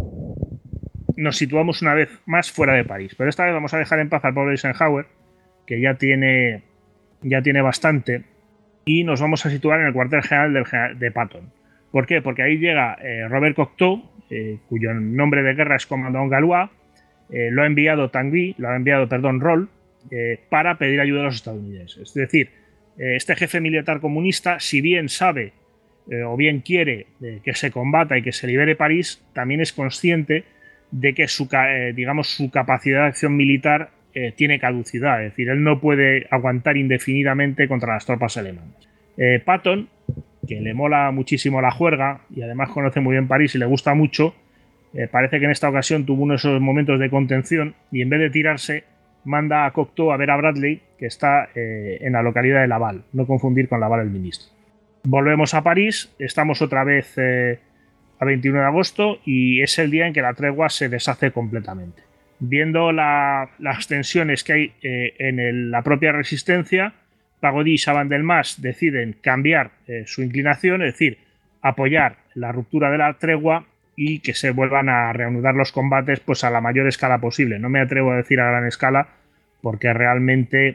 nos situamos una vez más fuera de París. Pero esta vez vamos a dejar en paz al pobre Eisenhower, que ya tiene, ya tiene bastante, y nos vamos a situar en el cuartel general del, de Patton. ¿Por qué? Porque ahí llega eh, Robert Cocteau, eh, cuyo nombre de guerra es Commandant Galois, eh, lo ha enviado Tanguy, lo ha enviado, perdón, Roll, eh, para pedir ayuda a los estadounidenses. Es decir, eh, este jefe militar comunista, si bien sabe eh, o bien quiere eh, que se combata y que se libere París, también es consciente de que su, eh, digamos, su capacidad de acción militar eh, tiene caducidad. Es decir, él no puede aguantar indefinidamente contra las tropas alemanas. Eh, Patton, que le mola muchísimo la juerga y además conoce muy bien París y le gusta mucho, eh, parece que en esta ocasión tuvo uno de esos momentos de contención y en vez de tirarse manda a Cocteau a ver a Bradley, que está eh, en la localidad de Laval, no confundir con Laval el ministro. Volvemos a París, estamos otra vez eh, a veintiuno de agosto y es el día en que la tregua se deshace completamente. Viendo la, las tensiones que hay eh, en el, la propia resistencia, Pagody y Chaban-Delmas deciden cambiar eh, su inclinación, es decir, apoyar la ruptura de la tregua y que se vuelvan a reanudar los combates pues a la mayor escala posible. No me atrevo a decir a gran escala porque realmente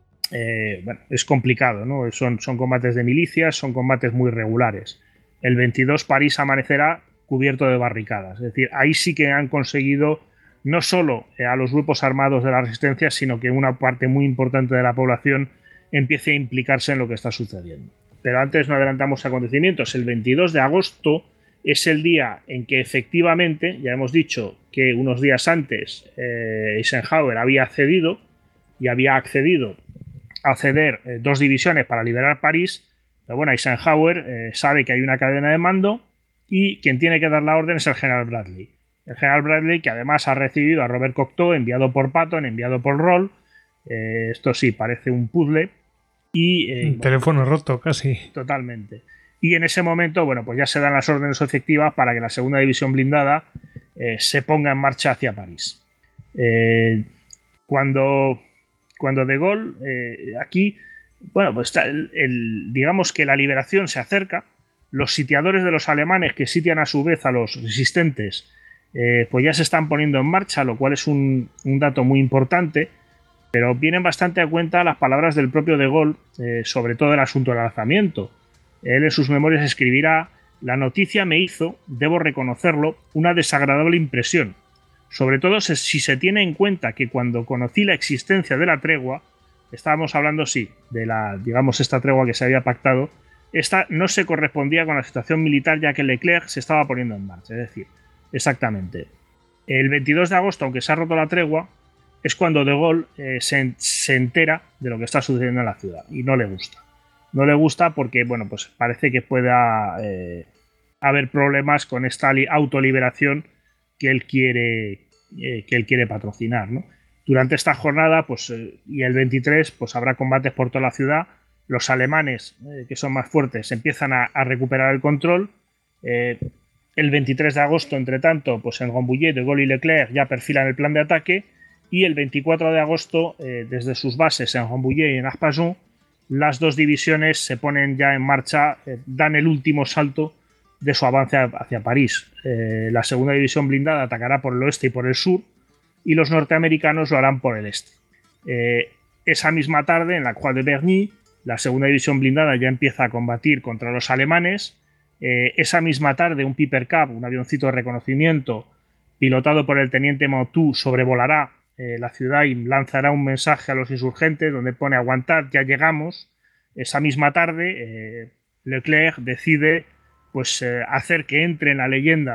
eh, bueno, es complicado, ¿no? Son, son combates de milicias, son combates muy regulares. El veintidós París amanecerá cubierto de barricadas. Es decir, ahí sí que han conseguido no solo eh, a los grupos armados de la resistencia, sino que una parte muy importante de la población empiece a implicarse en lo que está sucediendo. Pero antes no adelantamos acontecimientos. El veintidós de agosto es el día en que efectivamente, ya hemos dicho que unos días antes eh, Eisenhower había cedido y había accedido a ceder eh, dos divisiones para liberar París. Pero bueno, Eisenhower eh, sabe que hay una cadena de mando y quien tiene que dar la orden es el general Bradley. El general Bradley, que además ha recibido a Robert Cocteau, enviado por Patton, enviado por Roll. Eh, esto sí, parece un puzzle. Y, eh, un teléfono roto, casi. Totalmente. Y en ese momento, bueno, pues ya se dan las órdenes efectivas para que la segunda división blindada eh, se ponga en marcha hacia París. Eh, cuando, cuando De Gaulle, eh, aquí, bueno, pues está el, el, digamos que la liberación se acerca, los sitiadores de los alemanes que sitian a su vez a los resistentes, eh, pues ya se están poniendo en marcha, lo cual es un, un dato muy importante. Pero vienen bastante a cuenta las palabras del propio De Gaulle eh, sobre todo el asunto del alzamiento. Él en sus memorias escribirá: la noticia me hizo, debo reconocerlo, una desagradable impresión, sobre todo si se tiene en cuenta que cuando conocí la existencia de la tregua, estábamos hablando, sí, de la, digamos, esta tregua que se había pactado, esta no se correspondía con la situación militar ya que Leclerc se estaba poniendo en marcha. Es decir, exactamente, el veintidós de agosto, aunque se ha roto la tregua, es cuando De Gaulle eh, se, se entera de lo que está sucediendo en la ciudad y no le gusta. No le gusta porque, bueno, pues parece que pueda eh, haber problemas con esta autoliberación que él quiere, eh, que él quiere patrocinar, ¿no? Durante esta jornada, pues, eh, y el veintitrés, pues habrá combates por toda la ciudad. Los alemanes, eh, que son más fuertes, empiezan a, a recuperar el control. Eh, el veintitrés de agosto, entre tanto, pues en Rambouillet, De Gaulle y Leclerc ya perfilan el plan de ataque. Y el veinticuatro de agosto, eh, desde sus bases en Rambouillet y en Arpajon, las dos divisiones se ponen ya en marcha, eh, dan el último salto de su avance hacia París. Eh, la segunda división blindada atacará por el oeste y por el sur, y los norteamericanos lo harán por el este. Eh, esa misma tarde, en la Croix de Berny, la segunda división blindada ya empieza a combatir contra los alemanes. Eh, esa misma tarde, un Piper Cub, un avioncito de reconocimiento, pilotado por el teniente Mautou, sobrevolará Eh, la ciudad y lanzará un mensaje a los insurgentes donde pone: aguantad, ya llegamos. Esa misma tarde eh, Leclerc decide pues, eh, hacer que entre en la leyenda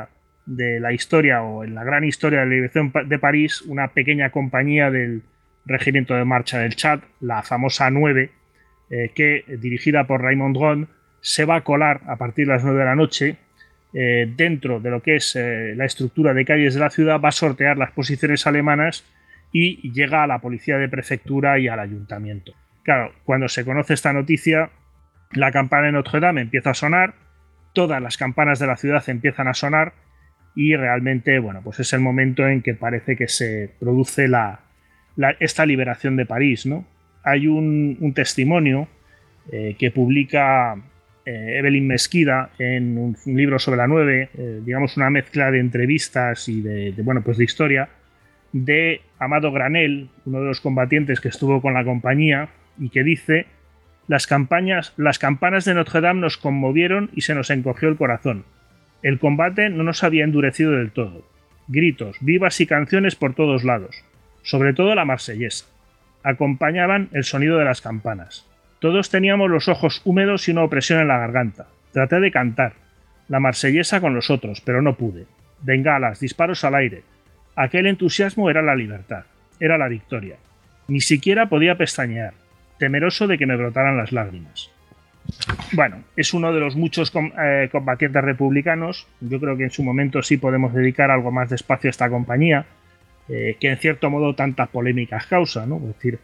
de la historia o en la gran historia de la liberación de París una pequeña compañía del Regimiento de Marcha del Chad, la famosa nueve, eh, que dirigida por Raymond Ron se va a colar a partir de las nueve de la noche eh, dentro de lo que es eh, la estructura de calles de la ciudad, va a sortear las posiciones alemanas y llega a la policía de prefectura y al ayuntamiento. Claro, cuando se conoce esta noticia, la campana de Notre Dame empieza a sonar, todas las campanas de la ciudad empiezan a sonar y realmente, bueno, pues es el momento en que parece que se produce la, la, esta liberación de París, ¿no? Hay un, un testimonio eh, que publica eh, Evelyn Mesquida en un, un libro sobre la nueve, eh, digamos una mezcla de entrevistas y de, de, bueno, pues de historia, de Amado Granel, uno de los combatientes que estuvo con la compañía, y que dice: las, campañas, las campanas de Notre Dame nos conmovieron y se nos encogió el corazón. El combate no nos había endurecido del todo. Gritos, vivas y canciones por todos lados, sobre todo la marsellesa. Acompañaban el sonido de las campanas. Todos teníamos los ojos húmedos y una opresión en la garganta. Traté de cantar la marsellesa con los otros, pero no pude. Bengalas, disparos al aire. Aquel entusiasmo era la libertad, era la victoria. Ni siquiera podía pestañear, temeroso de que me brotaran las lágrimas. Bueno, es uno de los muchos com eh, combatientes republicanos. Yo creo que en su momento sí podemos dedicar algo más de espacio a esta compañía, eh, que en cierto modo tantas polémicas causa, ¿no? Es decir,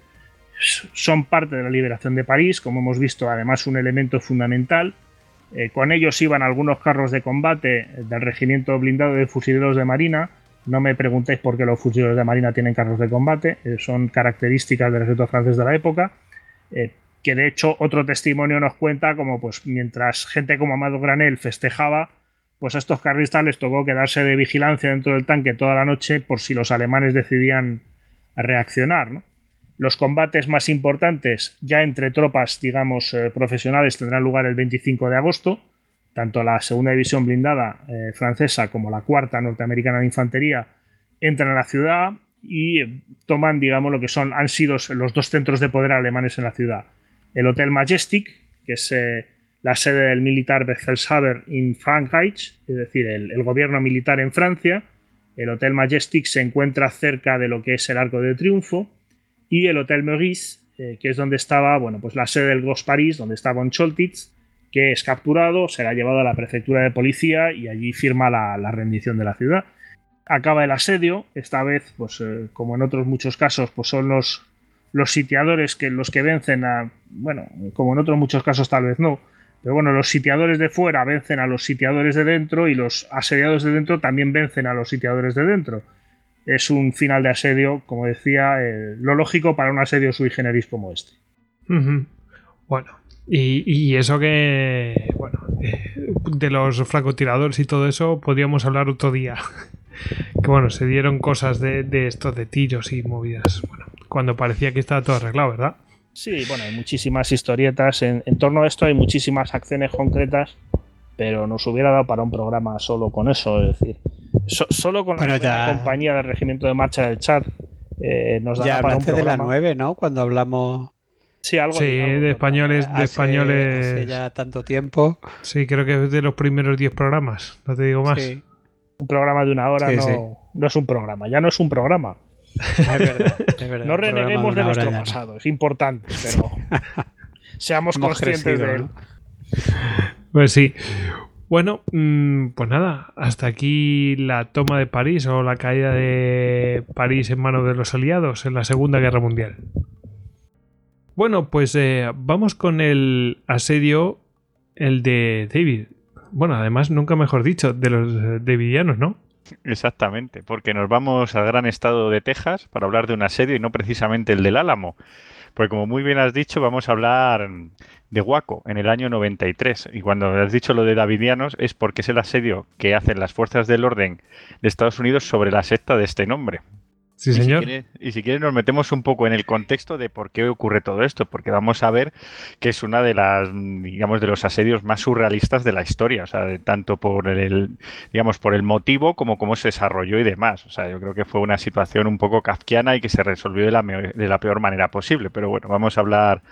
son parte de la liberación de París, como hemos visto, además un elemento fundamental. Eh, con ellos iban algunos carros de combate del regimiento blindado de fusileros de marina. No me preguntéis por qué los fusileros de marina tienen carros de combate, eh, son características del ejército francés de la época, eh, que de hecho otro testimonio nos cuenta como pues mientras gente como Amado Granel festejaba, pues a estos carristas les tocó quedarse de vigilancia dentro del tanque toda la noche por si los alemanes decidían reaccionar, ¿no? Los combates más importantes ya entre tropas, digamos, eh, profesionales tendrán lugar el veinticinco de agosto. Tanto la segunda división blindada eh, francesa como la cuarta norteamericana de infantería entran a la ciudad y eh, toman, digamos, lo que son, han sido los dos centros de poder alemanes en la ciudad. El Hotel Majestic, que es eh, la sede del militar Befehlshaber in Frankreich, es decir, el, el gobierno militar en Francia. El Hotel Majestic se encuentra cerca de lo que es el Arco de Triunfo. Y el Hotel Meurice, eh, que es donde estaba, bueno, pues la sede del Gros Paris, donde está von Choltitz, que es capturado, será llevado a la prefectura de policía y allí firma la, la rendición de la ciudad. Acaba el asedio, esta vez, pues eh, como en otros muchos casos, pues son los, los sitiadores que los que vencen a, bueno, como en otros muchos casos tal vez no, pero bueno, los sitiadores de fuera vencen a los sitiadores de dentro y los asediados de dentro también vencen a los sitiadores de dentro. Es un final de asedio, como decía, eh, lo lógico para un asedio sui generis como este. Uh-huh. Bueno, y, y eso que, bueno, eh, de los francotiradores y todo eso podríamos hablar otro día. Que bueno, se dieron cosas de, de estos de tiros y movidas, bueno, cuando parecía que estaba todo arreglado, ¿verdad? Sí, bueno, hay muchísimas historietas en, en torno a esto, hay muchísimas acciones concretas, pero nos hubiera dado para un programa solo con eso, es decir, so, solo con bueno, la ya... compañía del Regimiento de Marcha del Chad eh, nos da ya para un hablaste programa. De la nueve, ¿no? Cuando hablamos... Sí, algo sí, de, algo de españoles, de hace, españoles. Hace ya tanto tiempo. Sí, creo que es de los primeros diez programas, no te digo más. Sí. Un programa de una hora sí, no, sí. no es un programa, ya no es un programa. Es verdad, es verdad. No reneguemos de, de nuestro ya, pasado, ¿no? Es importante, pero seamos Hemos conscientes crecido, de él. ¿no? Pues sí. Bueno, mmm, pues nada, hasta aquí la toma de París o la caída de París en manos de los aliados en la Segunda Guerra Mundial. Bueno, pues eh, vamos con el asedio, el de David. Bueno, además, nunca mejor dicho, de los eh, davidianos, ¿no? Exactamente, porque nos vamos al gran estado de Texas para hablar de un asedio y no precisamente el del Álamo. Porque como muy bien has dicho, vamos a hablar de Waco en el año noventa y tres. Y cuando has dicho lo de davidianos es porque es el asedio que hacen las fuerzas del orden de Estados Unidos sobre la secta de este nombre. Sí, y señor. Si quieres, y si quieres nos metemos un poco en el contexto de por qué ocurre todo esto, porque vamos a ver que es una de las, digamos, de los asedios más surrealistas de la historia, o sea, de, tanto por el, digamos, por el motivo como cómo se desarrolló y demás. O sea, yo creo que fue una situación un poco kafkiana y que se resolvió de la, de la peor manera posible. Pero bueno, vamos a hablar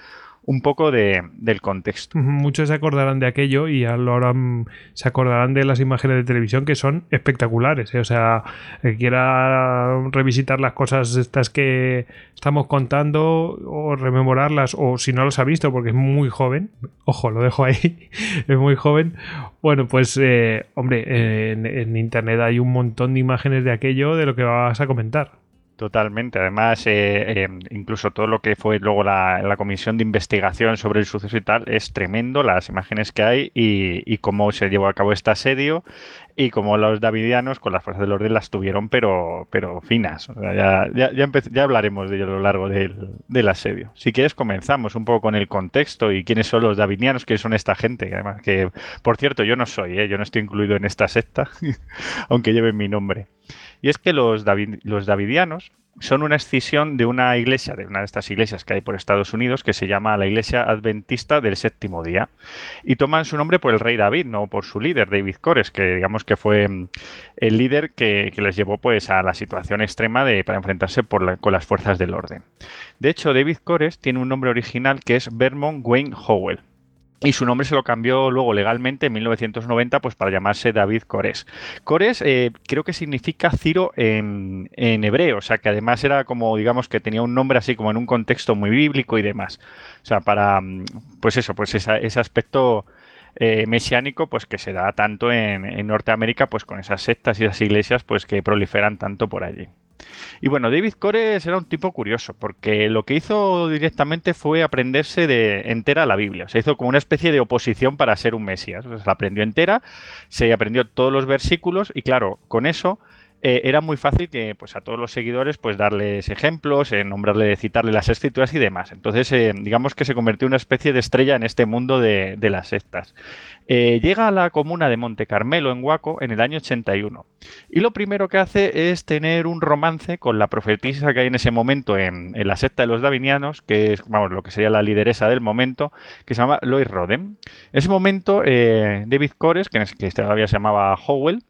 un poco de, del contexto. Muchos se acordarán de aquello y ahora se acordarán de las imágenes de televisión que son espectaculares, ¿eh? O sea, el que quiera revisitar las cosas estas que estamos contando o rememorarlas, o si no las ha visto porque es muy joven, ojo, lo dejo ahí, es muy joven, bueno, pues eh, hombre, eh, en, en internet hay un montón de imágenes de aquello de lo que vas a comentar. Totalmente. Además, eh, eh, incluso todo lo que fue luego la, la comisión de investigación sobre el suceso y tal, es tremendo las imágenes que hay y, y cómo se llevó a cabo este asedio y cómo los davidianos con las fuerzas del orden las tuvieron, pero, pero finas. O sea, ya, ya, ya, ya hablaremos de ello a lo largo del, del asedio. Si quieres, comenzamos un poco con el contexto y quiénes son los davidianos, quiénes son esta gente. Que además, que, por cierto, yo no soy, ¿eh? Yo no estoy incluido en esta secta, aunque lleven mi nombre. Y es que los, David, los davidianos son una escisión de una iglesia, de una de estas iglesias que hay por Estados Unidos, que se llama la Iglesia Adventista del Séptimo Día. Y toman su nombre por el rey David, no por su líder, David Kores, que digamos que fue el líder que, que les llevó pues a la situación extrema de, para enfrentarse por la, con las fuerzas del orden. De hecho, David Kores tiene un nombre original que es Vermont Wayne Howell. Y su nombre se lo cambió luego legalmente en mil novecientos noventa pues para llamarse David Kores. Kores eh, creo que significa Ciro en, en hebreo, o sea que además era como, digamos, que tenía un nombre así como en un contexto muy bíblico y demás. O sea, para, pues eso, pues esa, ese aspecto eh, mesiánico pues que se da tanto en, en Norteamérica pues con esas sectas y esas iglesias pues que proliferan tanto por allí. Y bueno, David Kores era un tipo curioso, porque lo que hizo directamente fue aprenderse de entera la Biblia. Se hizo como una especie de oposición para ser un Mesías. O sea, se la aprendió entera, se aprendió todos los versículos y claro, con eso eh, era muy fácil que pues a todos los seguidores pues darles ejemplos, eh, nombrarle, citarle las escrituras y demás. Entonces, eh, digamos que se convirtió en una especie de estrella en este mundo de, de las sectas. Eh, llega a la comuna de Monte Carmelo, en Waco, en el año ochenta y uno. Y lo primero que hace es tener un romance con la profetisa que hay en ese momento en, en la secta de los davinianos, que es, vamos, lo que sería la lideresa del momento, que se llama Lois Roden. En ese momento, eh, David Kores, que, que todavía se llamaba Howell,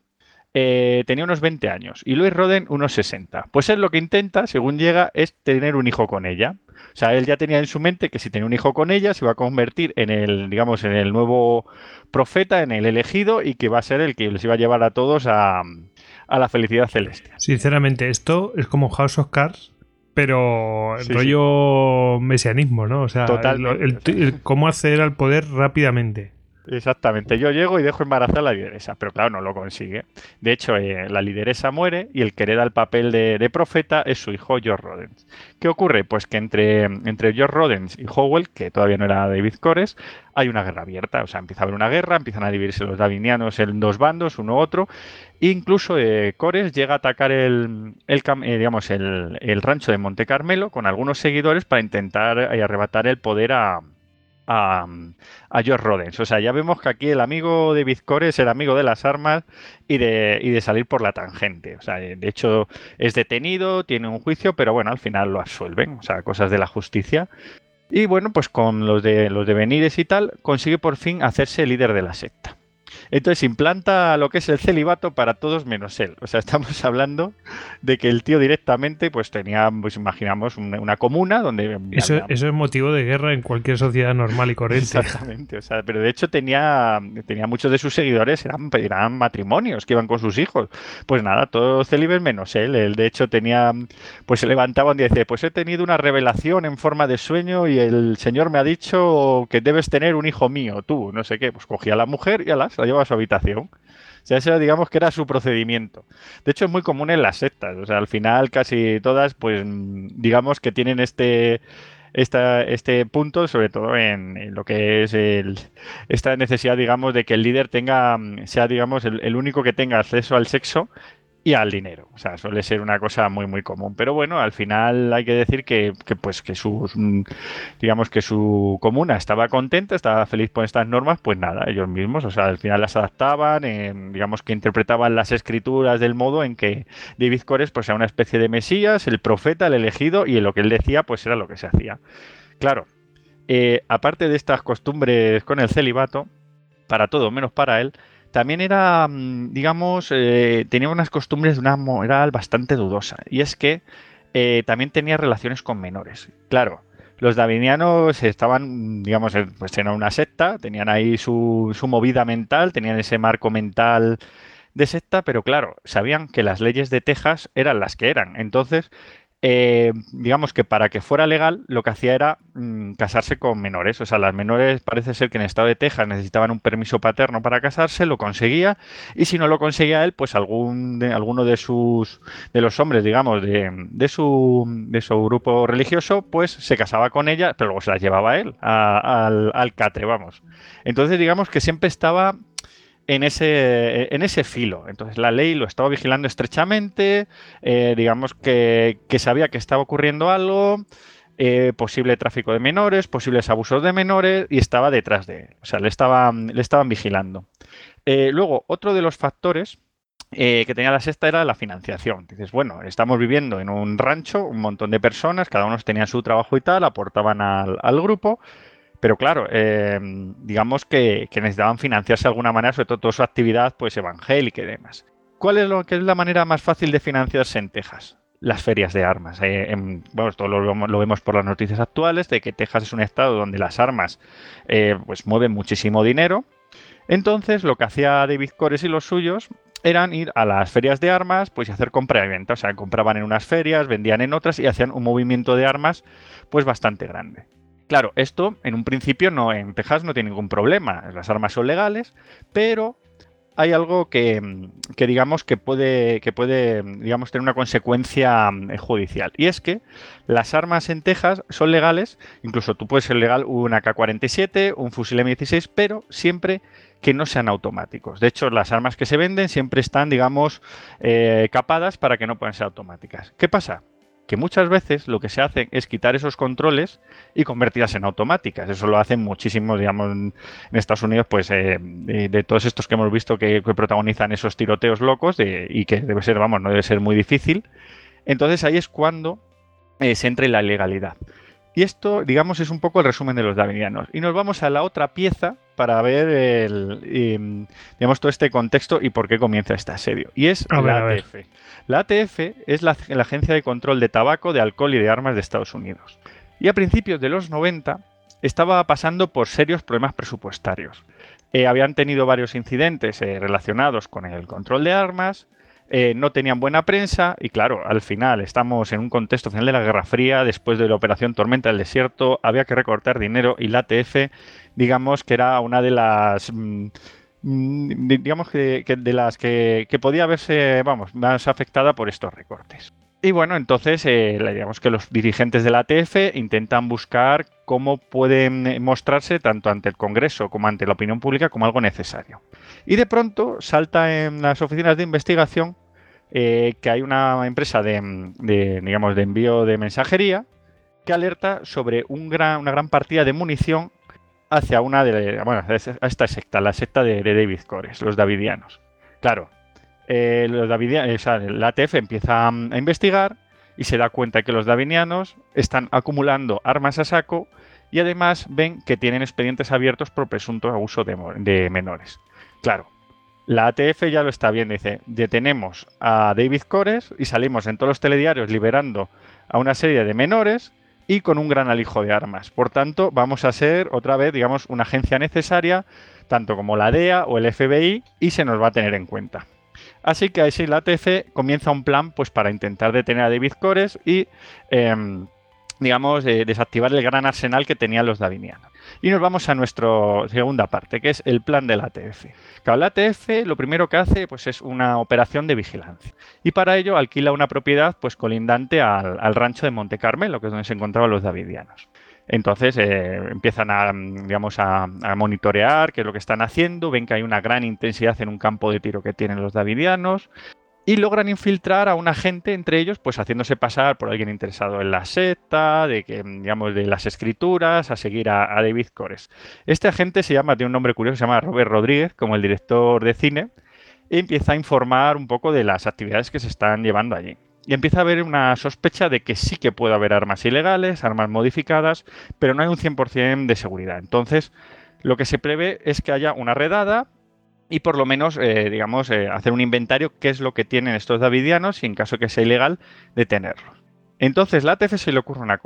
Eh, tenía unos veinte años y Lois Roden unos sesenta. Pues él lo que intenta, según llega, es tener un hijo con ella. O sea, él ya tenía en su mente que si tenía un hijo con ella se iba a convertir en el, digamos, en el nuevo profeta, en el elegido y que va a ser el que les iba a llevar a todos a, a la felicidad celestial. Sinceramente, esto es como House of Cards, pero el Sí, rollo sí. mesianismo, ¿no? O sea, el, el, el, cómo acceder al poder rápidamente. Exactamente, yo llego y dejo embarazar a la lideresa, pero claro, no lo consigue. De hecho, eh, la lideresa muere y el que hereda el papel de, de profeta es su hijo George Rodens. ¿Qué ocurre? Pues que entre, entre George Rodens y Howell, que todavía no era David Kores, hay una guerra abierta. O sea, empieza a haber una guerra, empiezan a dividirse los davinianos en dos bandos, uno u otro. E incluso eh, Kores llega a atacar el, el, eh, digamos, el, el rancho de Monte Carmelo con algunos seguidores para intentar eh, arrebatar el poder a... A, a George Rodens. O sea, ya vemos que aquí el amigo David Kores era amigo de las armas y de, y de salir por la tangente. O sea, de hecho es detenido, tiene un juicio, pero bueno, al final lo absuelven. O sea, cosas de la justicia. Y bueno, pues con los de los devenires y tal, consigue por fin hacerse líder de la secta. Entonces implanta lo que es el celibato para todos menos él. O sea, estamos hablando de que el tío directamente pues tenía, pues imaginamos, una, una comuna donde... Eso, había... eso es motivo de guerra en cualquier sociedad normal y corriente. Exactamente. O sea, pero de hecho tenía, tenía muchos de sus seguidores, eran, eran matrimonios que iban con sus hijos. Pues nada, todos célibes menos él. Él de hecho tenía, pues se levantaba un día y decía, pues he tenido una revelación en forma de sueño y el Señor me ha dicho que debes tener un hijo mío, tú, no sé qué. Pues cogía a la mujer y a la, se la llevaba a su habitación. O sea, ese digamos que era su procedimiento. De hecho, es muy común en las sectas. O sea, al final casi todas, pues digamos que tienen este esta, este punto, sobre todo en, en lo que es el, esta necesidad, digamos, de que el líder tenga, sea, digamos, el, el único que tenga acceso al sexo y al dinero. O sea, suele ser una cosa muy muy común. Pero bueno, al final hay que decir que, que pues que sus digamos que su comuna estaba contenta, estaba feliz por estas normas, pues nada, ellos mismos, o sea, al final las adaptaban, eh, digamos que interpretaban las escrituras del modo en que David Kores pues era una especie de mesías, el profeta, el elegido, y en lo que él decía pues era lo que se hacía. Claro, eh, aparte de estas costumbres con el celibato, para todo menos para él, también era, digamos, eh, tenía unas costumbres de una moral bastante dudosa. Y es que eh, también tenía relaciones con menores. Claro, los davidianos estaban, digamos, pues en una secta, tenían ahí su, su movida mental, tenían ese marco mental de secta, pero claro, sabían que las leyes de Texas eran las que eran. Entonces, eh, digamos que para que fuera legal, lo que hacía era mmm, casarse con menores. O sea, las menores parece ser que en el estado de Texas necesitaban un permiso paterno para casarse, lo conseguía, y si no lo conseguía él, pues algún de, alguno de sus de los hombres, digamos, de, de su de su grupo religioso, pues se casaba con ella, pero luego se las llevaba él a, al, al catre, vamos. Entonces, digamos que siempre estaba en ese, en ese filo. Entonces la ley lo estaba vigilando estrechamente, eh, digamos que, que sabía que estaba ocurriendo algo, eh, posible tráfico de menores, posibles abusos de menores, y estaba detrás de él. O sea, le estaban, le estaban vigilando. Eh, luego, otro de los factores eh, que tenía la secta era la financiación. Dices, bueno, estamos viviendo en un rancho, un montón de personas, cada uno tenía su trabajo y tal, aportaban al, al grupo. Pero claro, eh, digamos que, que necesitaban financiarse de alguna manera, sobre todo toda su actividad pues evangélica y demás. ¿Cuál es lo que es la manera más fácil de financiarse en Texas? Las ferias de armas. Eh, en, bueno, esto lo, lo vemos por las noticias actuales, de que Texas es un estado donde las armas eh, pues mueven muchísimo dinero. Entonces, lo que hacía David Koresh y los suyos eran ir a las ferias de armas pues y hacer compra y venta. O sea, compraban en unas ferias, vendían en otras y hacían un movimiento de armas pues bastante grande. Claro, esto en un principio no, en Texas no tiene ningún problema, las armas son legales, pero hay algo que, que digamos que puede, que puede digamos, tener una consecuencia judicial, y es que las armas en Texas son legales, incluso tú puedes ser legal un A K cuarenta y siete, un fusil eme dieciséis, pero siempre que no sean automáticos. De hecho, las armas que se venden siempre están, digamos, eh, capadas para que no puedan ser automáticas. ¿Qué pasa? Que muchas veces lo que se hace es quitar esos controles y convertirlas en automáticas. Eso lo hacen muchísimos, digamos, en Estados Unidos, pues eh, de, de todos estos que hemos visto que, que protagonizan esos tiroteos locos de, y que debe ser, vamos, no debe ser muy difícil. Entonces ahí es cuando eh, se entra en la ilegalidad. Y esto, digamos, es un poco el resumen de los davidianos. Y nos vamos a la otra pieza para ver el, eh, digamos, todo este contexto y por qué comienza este asedio. Y es a ver, la A T F. La A T F es la, la Agencia de Control de Tabaco, de Alcohol y de Armas de Estados Unidos. Y a principios de los noventa estaba pasando por serios problemas presupuestarios. Eh, habían tenido varios incidentes eh, relacionados con el control de armas, eh, no tenían buena prensa y claro, al final estamos en un contexto final de la Guerra Fría, después de la Operación Tormenta del Desierto, había que recortar dinero y la A T F, digamos que era una de las... Mmm, digamos que, que de las que, que podía verse, vamos, más afectada por estos recortes. Y bueno, entonces eh, digamos que los dirigentes de la A T F intentan buscar cómo pueden mostrarse tanto ante el Congreso como ante la opinión pública como algo necesario. Y de pronto salta en las oficinas de investigación eh, que hay una empresa de, de, digamos, de envío de mensajería que alerta sobre un gran, una gran partida de munición hacia una de, bueno, a esta secta, la secta de, de David Koresh, los davidianos. Claro, eh, los davidianos, o sea, la A T F empieza a, a investigar y se da cuenta que los davidianos están acumulando armas a saco y además ven que tienen expedientes abiertos por presunto abuso de, de menores. Claro, la A T F ya lo está viendo, dice, detenemos a David Koresh y salimos en todos los telediarios liberando a una serie de menores y con un gran alijo de armas. Por tanto, vamos a ser otra vez, digamos, una agencia necesaria, tanto como la D E A o el F B I, y se nos va a tener en cuenta. Así que así la A T F comienza un plan pues para intentar detener a David Koresh y, eh, digamos, eh, desactivar el gran arsenal que tenían los davidianos. Y nos vamos a nuestra segunda parte, que es el plan de la A T F. Claro, la A T F lo primero que hace pues, es una operación de vigilancia. Y para ello alquila una propiedad pues, colindante al, al rancho de Monte Carmelo, que es donde se encontraban los davidianos. Entonces eh, empiezan a, digamos, a, a monitorear qué es lo que están haciendo, ven que hay una gran intensidad en un campo de tiro que tienen los davidianos y logran infiltrar a un agente entre ellos, pues haciéndose pasar por alguien interesado en la secta, de que, digamos, de las escrituras, a seguir a, a David Koresh. Este agente se llama, tiene un nombre curioso, se llama Robert Rodríguez, como el director de cine, y empieza a informar un poco de las actividades que se están llevando allí. Y empieza a haber una sospecha de que sí que puede haber armas ilegales, armas modificadas, pero no hay un cien por ciento de seguridad. Entonces, lo que se prevé es que haya una redada y por lo menos, eh, digamos, eh, hacer un inventario qué es lo que tienen estos davidianos y en caso que sea ilegal, detenerlos. Entonces, la A T F se le ocurre una cosa.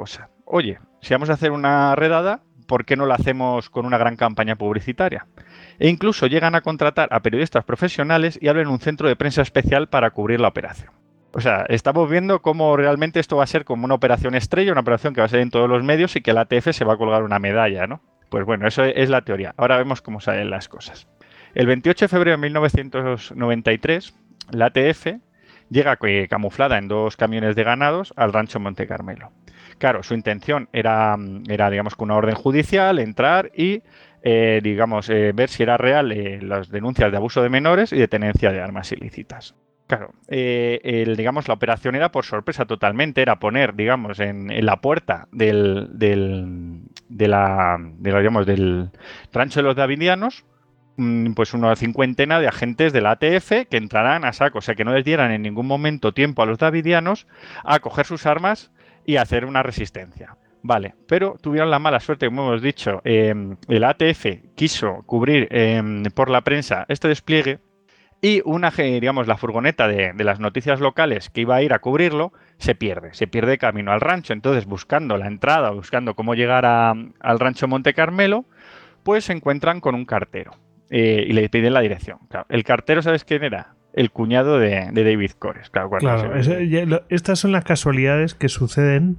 oye, si vamos a hacer una redada, ¿por qué no la hacemos con una gran campaña publicitaria? E incluso llegan a contratar a periodistas profesionales y abren un centro de prensa especial para cubrir la operación. O sea, estamos viendo cómo realmente esto va a ser como una operación estrella, una operación que va a ser en todos los medios y que la A T F se va a colgar una medalla, ¿no? Pues bueno, eso es la teoría. Ahora vemos cómo salen las cosas. El veintiocho de febrero de mil novecientos noventa y tres, la A T F llega camuflada en dos camiones de ganados al rancho Monte Carmelo. Claro, su intención era, era digamos, con una orden judicial, entrar y, eh, digamos, eh, ver si era real eh, las denuncias de abuso de menores y de tenencia de armas ilícitas. Claro, eh, el, digamos, la operación era por sorpresa totalmente, era poner, digamos, en, en la puerta del, del, de la, de la, digamos, del rancho de los davidianos, pues una cincuentena de agentes de la A T F que entrarán a saco, o sea, que no les dieran en ningún momento tiempo a los davidianos a coger sus armas y hacer una resistencia. Vale, pero tuvieron la mala suerte, como hemos dicho, eh, el A T F quiso cubrir eh, por la prensa este despliegue y una, digamos, la furgoneta de, de las noticias locales que iba a ir a cubrirlo se pierde, se pierde camino al rancho. Entonces, buscando la entrada, buscando cómo llegar a, al rancho Monte Carmelo, pues se encuentran con un cartero eh, y le piden la dirección. Claro, el cartero, ¿sabes quién era? El cuñado de, de David Cores. Claro, claro se... es, lo, estas son las casualidades que suceden,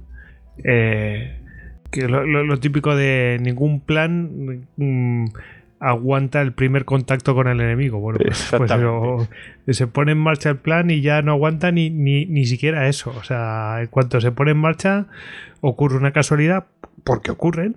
eh, que lo, lo, lo típico de ningún plan mmm, aguanta el primer contacto con el enemigo. Bueno, pues, pues lo, se pone en marcha el plan y ya no aguanta ni, ni, ni siquiera eso. O sea, en cuanto se pone en marcha ocurre una casualidad, porque ocurren.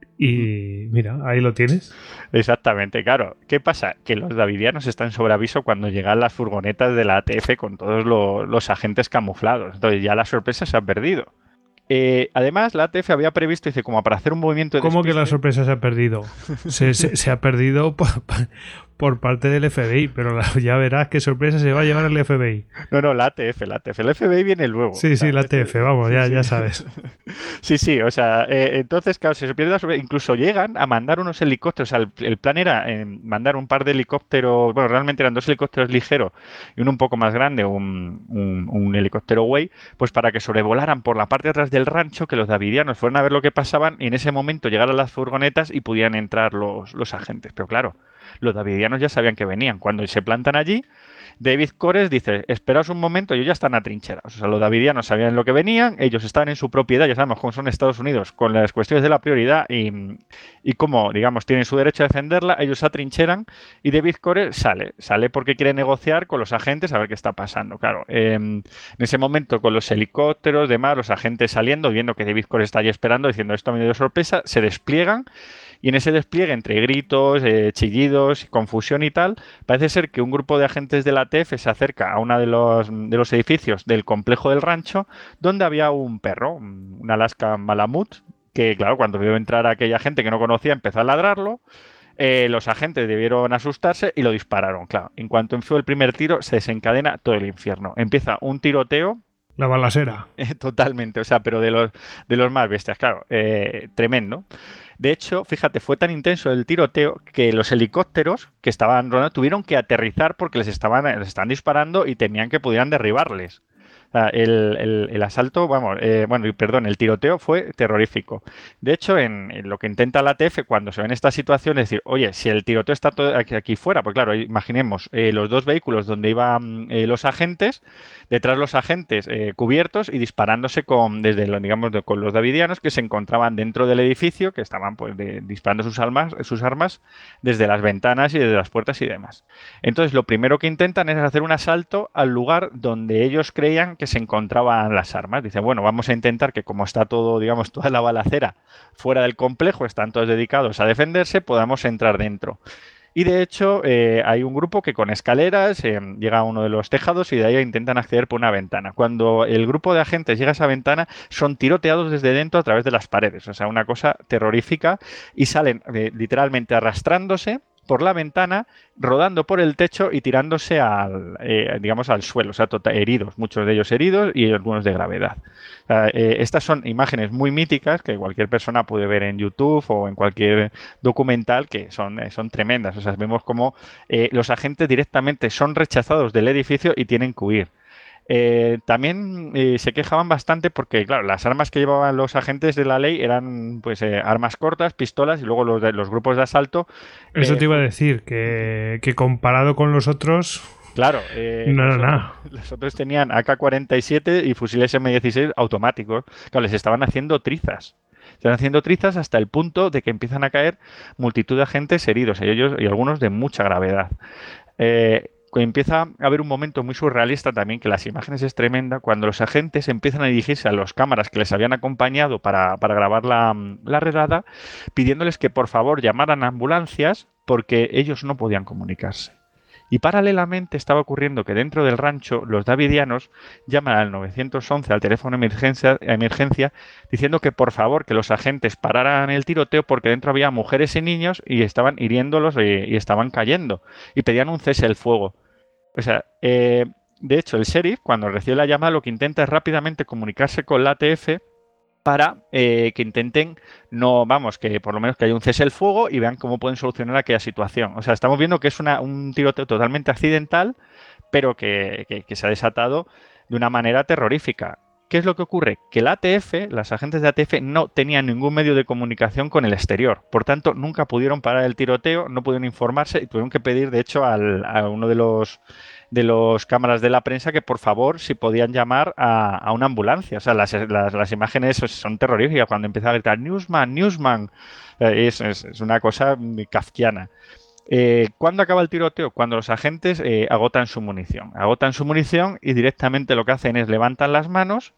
Y mira, ahí lo tienes. Exactamente, claro. ¿Qué pasa? Que los davidianos están sobre aviso cuando llegan las furgonetas de la A T F con todos los, los agentes camuflados. Entonces ya la sorpresa se ha perdido. Eh, además, la A T F había previsto, dice, como para hacer un movimiento de ¿Cómo despiste? Que la sorpresa se ha perdido? Se, se, se ha perdido por, por parte del F B I, pero la, ya verás qué sorpresa se va a llevar el F B I. No, no, la A T F, la A T F. El F B I viene luego. Sí, sí, la A T F, vamos, sí, ya, sí. ya sabes. Sí, sí, o sea, eh, entonces, claro, se pierde la sorpresa. Incluso llegan a mandar unos helicópteros. O sea, el, el plan era eh, mandar un par de helicópteros, bueno, realmente eran dos helicópteros ligeros y uno un poco más grande, un, un, un helicóptero Way, pues para que sobrevolaran por la parte de atrás del rancho, que los davidianos fueran a ver lo que pasaban y en ese momento llegaran las furgonetas y pudieran entrar los, los agentes. Pero claro, los davidianos ya sabían que venían. Cuando se plantan allí, David Cores dice, esperaos un momento, ellos ya están atrincherados. O sea, los davidianos sabían lo que venían, ellos estaban en su propiedad, ya sabemos cómo son Estados Unidos, con las cuestiones de la prioridad y, y cómo, digamos, tienen su derecho a defenderla, ellos se atrincheran y David Cores sale, sale porque quiere negociar con los agentes a ver qué está pasando. Claro, eh, en ese momento con los helicópteros, demás, los agentes saliendo, viendo que David Cores está allí esperando, diciendo esto me dio sorpresa, se despliegan. Y en ese despliegue, entre gritos, eh, chillidos, confusión y tal, parece ser que un grupo de agentes de la A T F se acerca a uno de los, de los edificios del complejo del rancho, donde había un perro, un Alaska Malamut, que, claro, cuando vio entrar a aquella gente que no conocía, empezó a ladrarlo. Eh, los agentes debieron asustarse y lo dispararon. Claro, en cuanto enfió el primer tiro, se desencadena todo el infierno. Empieza un tiroteo. La balacera. Eh, totalmente, o sea, pero de los, de los más bestias, claro, eh, tremendo. De hecho, fíjate, fue tan intenso el tiroteo que los helicópteros que estaban rodando tuvieron que aterrizar porque les estaban, les estaban disparando y temían que pudieran derribarles. O sea, el, el, el asalto, vamos, eh, bueno, perdón, el tiroteo fue terrorífico. De hecho, en, en lo que intenta la A T F cuando se ven estas situaciones, es decir, oye, si el tiroteo está todo aquí, aquí fuera, pues claro, imaginemos eh, los dos vehículos donde iban eh, los agentes, detrás los agentes eh, cubiertos y disparándose con, desde lo, digamos, de, con los davidianos que se encontraban dentro del edificio, que estaban pues de, disparando sus armas, sus armas desde las ventanas y desde las puertas y demás. Entonces, lo primero que intentan es hacer un asalto al lugar donde ellos creían que se encontraban las armas. Dicen, bueno, vamos a intentar que como está todo, digamos, toda la balacera fuera del complejo, están todos dedicados a defenderse, podamos entrar dentro. Y de hecho, eh, hay un grupo que con escaleras eh, llega a uno de los tejados y de ahí intentan acceder por una ventana. Cuando el grupo de agentes llega a esa ventana, son tiroteados desde dentro a través de las paredes. O sea, una cosa terrorífica y salen eh, literalmente arrastrándose por la ventana, rodando por el techo y tirándose al, eh, digamos, al suelo, o sea, total, heridos, muchos de ellos heridos y algunos de gravedad. O sea, eh, estas son imágenes muy míticas que cualquier persona puede ver en YouTube o en cualquier documental que son, eh, son tremendas. O sea, vemos como eh, los agentes directamente son rechazados del edificio y tienen que huir. Eh, también eh, se quejaban bastante porque, claro, las armas que llevaban los agentes de la ley eran pues eh, armas cortas, pistolas, y luego los, de, los grupos de asalto... Eso eh, te iba a decir, que, que comparado con los otros... Claro, eh, no, los, no, otros, no. los otros tenían A K cuarenta y siete y fusiles eme dieciséis automáticos. Claro, les estaban haciendo trizas. Están haciendo trizas hasta el punto de que empiezan a caer multitud de agentes heridos, y ellos y algunos de mucha gravedad. Eh, empieza a haber un momento muy surrealista también, que las imágenes es tremenda, cuando los agentes empiezan a dirigirse a las cámaras que les habían acompañado para, para grabar la, la redada, pidiéndoles que por favor llamaran a ambulancias porque ellos no podían comunicarse. Y paralelamente estaba ocurriendo que dentro del rancho los davidianos llaman al nueve once, al teléfono de emergencia, emergencia, diciendo que por favor que los agentes pararan el tiroteo porque dentro había mujeres y niños y estaban hiriéndolos y, y estaban cayendo. Y pedían un cese el fuego. O sea, eh, de hecho el sheriff cuando recibe la llamada lo que intenta es rápidamente comunicarse con la A T F para eh, que intenten, no, vamos, que por lo menos que haya un cese el fuego y vean cómo pueden solucionar aquella situación. O sea, estamos viendo que es una, un tiroteo totalmente accidental, pero que, que, que se ha desatado de una manera terrorífica. ¿Qué es lo que ocurre? Que la A T F, las agentes de A T F, no tenían ningún medio de comunicación con el exterior. Por tanto, nunca pudieron parar el tiroteo, no pudieron informarse y tuvieron que pedir, de hecho, al, a uno de los de los cámaras de la prensa que por favor si podían llamar a, a una ambulancia. O sea, las, las, las imágenes son terroríficas cuando empieza a gritar Newsman, Newsman. Eh, es, es, es una cosa kafkiana. Eh, ¿Cuándo acaba el tiroteo? Cuando los agentes eh, agotan su munición. Agotan su munición y directamente lo que hacen es levantan las manos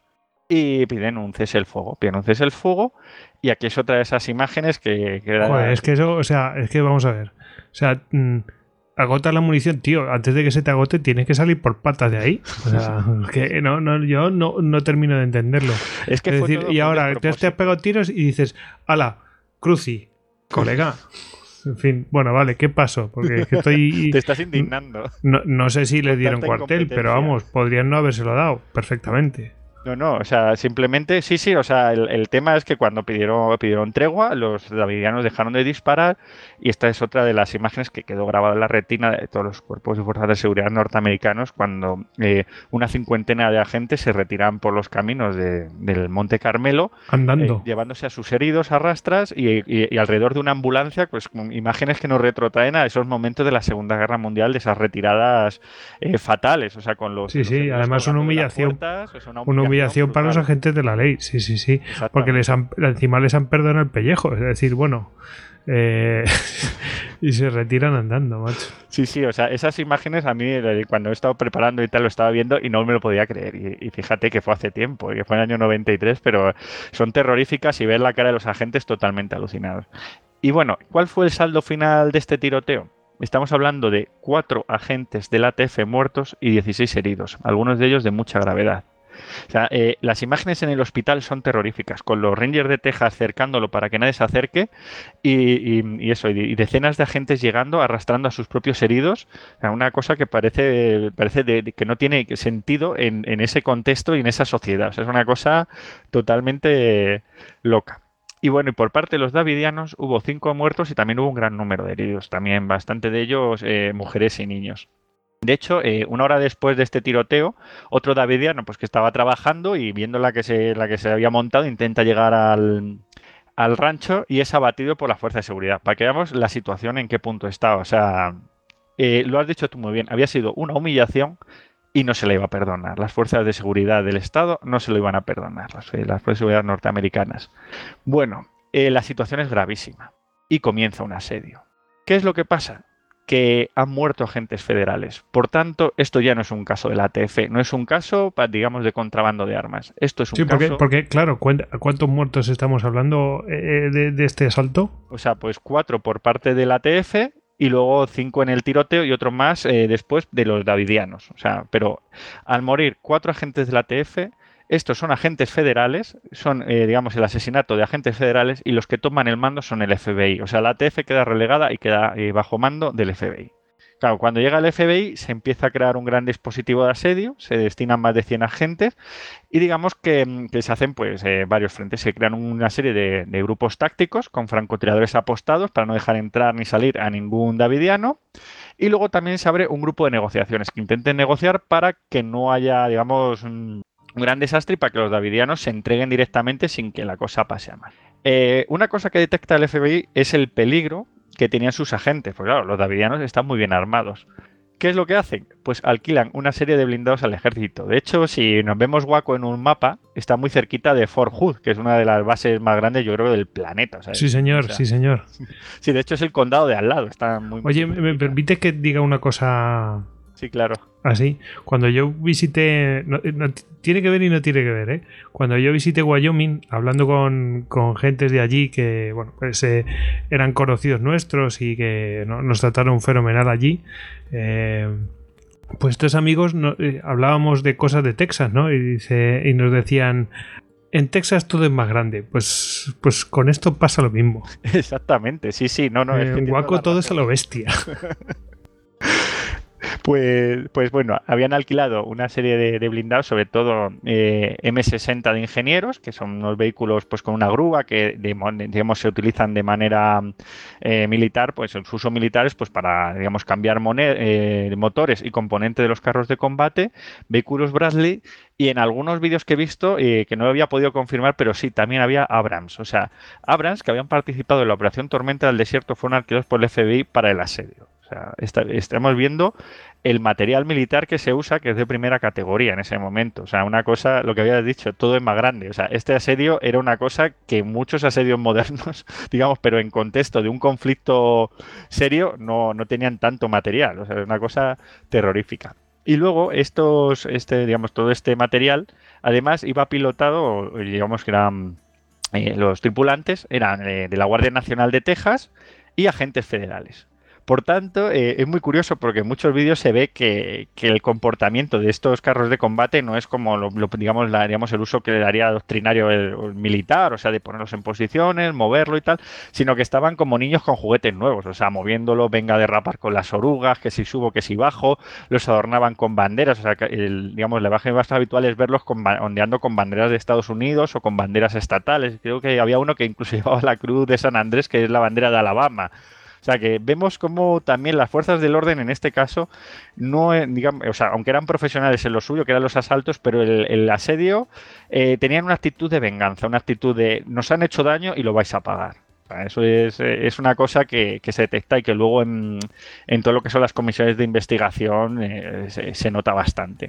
y piden un cese el fuego. Piden un cese el fuego y aquí es otra de esas imágenes que... que era... Joder, es que eso, o sea, es que vamos a ver. O sea... Mmm... agota la munición, tío. Antes de que se te agote, tienes que salir por patas de ahí. O sea, que no, no, yo no, no termino de entenderlo. Es que es fue decir, todo y por ahora te has pegado tiros y dices, ala, cruci, colega. En fin, bueno, vale, ¿qué pasó? Porque es que estoy. Te estás indignando. No, no sé si le Con dieron tanta cuartel, pero incompetencia. vamos, podrían no habérselo dado perfectamente. No, no, o sea, simplemente, sí, sí, o sea, el, el tema es que cuando pidieron, pidieron tregua, los davidianos dejaron de disparar y esta es otra de las imágenes que quedó grabada en la retina de todos los cuerpos y fuerzas de seguridad norteamericanos cuando eh, una cincuentena de agentes se retiran por los caminos de, del Monte Carmelo Andando. eh, llevándose a sus heridos a rastras y, y, y alrededor de una ambulancia, pues con imágenes que nos retrotraen a esos momentos de la Segunda Guerra Mundial, de esas retiradas eh, fatales, o sea, con los... Sí, los sí, heridos además una colgando de las humillación. puertas, o sea, una Una humillación para los brutal. agentes de la ley, sí, sí, sí. Porque les han, encima les han perdonado el pellejo. Es decir, bueno, eh, y se retiran andando, macho. Sí, sí, o sea, esas imágenes a mí eh, cuando he estado preparando y tal lo estaba viendo y no me lo podía creer. Y, y fíjate que fue hace tiempo, que fue en el año noventa y tres, pero son terroríficas y ver la cara de los agentes totalmente alucinados. Y bueno, ¿cuál fue el saldo final de este tiroteo? Estamos hablando de cuatro agentes del A T F muertos y dieciséis heridos, algunos de ellos de mucha gravedad. O sea, eh, las imágenes en el hospital son terroríficas, con los Rangers de Texas cercándolo para que nadie se acerque y, y, y eso, y, y decenas de agentes llegando, arrastrando a sus propios heridos. O sea, una cosa que parece, parece de, de que no tiene sentido en, en ese contexto y en esa sociedad. O sea, es una cosa totalmente loca. Y bueno, y por parte de los davidianos hubo cinco muertos y también hubo un gran número de heridos, también bastante de ellos eh, mujeres y niños. De hecho, eh, una hora después de este tiroteo, otro davidiano pues que estaba trabajando y viendo la que se, la que se había montado, intenta llegar al, al rancho y es abatido por la fuerza de seguridad. Para que veamos la situación en qué punto está. O sea, eh, lo has dicho tú muy bien, había sido una humillación y no se le iba a perdonar. Las fuerzas de seguridad del Estado no se lo iban a perdonar, las, las fuerzas de seguridad norteamericanas. Bueno, eh, la situación es gravísima y comienza un asedio. ¿Qué es lo que pasa? Que han muerto agentes federales. Por tanto, esto ya no es un caso de la A T F, no es un caso, digamos, de contrabando de armas. Esto es un Sí, porque, caso... porque claro, ¿cuántos muertos estamos hablando eh, de, de este asalto? O sea, pues cuatro por parte de la A T F y luego cinco en el tiroteo y otro más eh, después de los davidianos. O sea, pero al morir cuatro agentes de la A T F... Estos son agentes federales, son, eh, digamos, el asesinato de agentes federales y los que toman el mando son el F B I. O sea, la A T F queda relegada y queda eh, bajo mando del F B I. Claro, cuando llega el F B I se empieza a crear un gran dispositivo de asedio, se destinan más de cien agentes y digamos que, que se hacen pues eh, varios frentes. Se crean una serie de, de grupos tácticos con francotiradores apostados para no dejar entrar ni salir a ningún davidiano. Y luego también se abre un grupo de negociaciones que intenten negociar para que no haya, digamos, un gran desastre y para que los davidianos se entreguen directamente sin que la cosa pase a mal. Eh, una cosa que detecta el F B I es el peligro que tenían sus agentes. Pues claro, los davidianos están muy bien armados. ¿Qué es lo que hacen? Pues alquilan una serie de blindados al ejército. De hecho, si nos vemos Waco en un mapa, está muy cerquita de Fort Hood, que es una de las bases más grandes, yo creo, del planeta. ¿Sabes? Sí, señor, o sea, sí, señor. Sí, de hecho es el condado de al lado. Está muy, Oye, muy ¿me permite que diga una cosa? Sí, claro. Así. Cuando yo visité... No, no, tiene que ver y no tiene que ver, ¿eh? Cuando yo visité Wyoming, hablando con, con gentes de allí que, bueno, pues eh, eran conocidos nuestros y que no, nos trataron fenomenal allí, eh, pues estos amigos no, eh, hablábamos de cosas de Texas, ¿no? Y, dice, y nos decían... En Texas todo es más grande. Pues, pues con esto pasa lo mismo. Exactamente, sí, sí. No, no, eh, es que en Waco todo es a lo bestia. Pues, pues bueno, habían alquilado una serie de, de blindados, sobre todo eh, eme sesenta de ingenieros, que son unos vehículos pues con una grúa que digamos se utilizan de manera eh, militar, pues en su uso militares pues para digamos cambiar eh, motores y componentes de los carros de combate, vehículos Bradley. Y en algunos vídeos que he visto, eh, que no había podido confirmar, pero sí, también había Abrams. O sea, Abrams, que habían participado en la Operación Tormenta del Desierto, fueron alquilados por el F B I para el asedio. O sea, está, estamos viendo el material militar que se usa, que es de primera categoría en ese momento. O sea, una cosa, lo que habías dicho, todo es más grande. O sea, este asedio era una cosa que muchos asedios modernos, digamos, pero en contexto de un conflicto serio, no, no tenían tanto material. O sea, es una cosa terrorífica. Y luego estos, este, digamos, todo este material, además iba pilotado, digamos que eran eh, los tripulantes, eran eh, de la Guardia Nacional de Texas y agentes federales. Por tanto, eh, es muy curioso porque en muchos vídeos se ve que, que el comportamiento de estos carros de combate no es como lo, lo, digamos, la, digamos el uso que le daría doctrinario el, el militar, o sea, de ponerlos en posiciones, moverlo y tal, sino que estaban como niños con juguetes nuevos, o sea, moviéndolo, venga a derrapar con las orugas, que si subo, que si bajo, los adornaban con banderas, o sea, que el, digamos, la imagen más habitual es verlos con, ondeando con banderas de Estados Unidos o con banderas estatales. Creo que había uno que incluso llevaba la cruz de San Andrés, que es la bandera de Alabama. O sea que vemos cómo también las fuerzas del orden en este caso no, digamos, o sea, aunque eran profesionales en lo suyo, que eran los asaltos, pero el, el asedio eh, tenían una actitud de venganza, una actitud de nos han hecho daño y lo vais a pagar. O sea, eso es, es una cosa que, que se detecta y que luego en, en todo lo que son las comisiones de investigación eh, se, se nota bastante.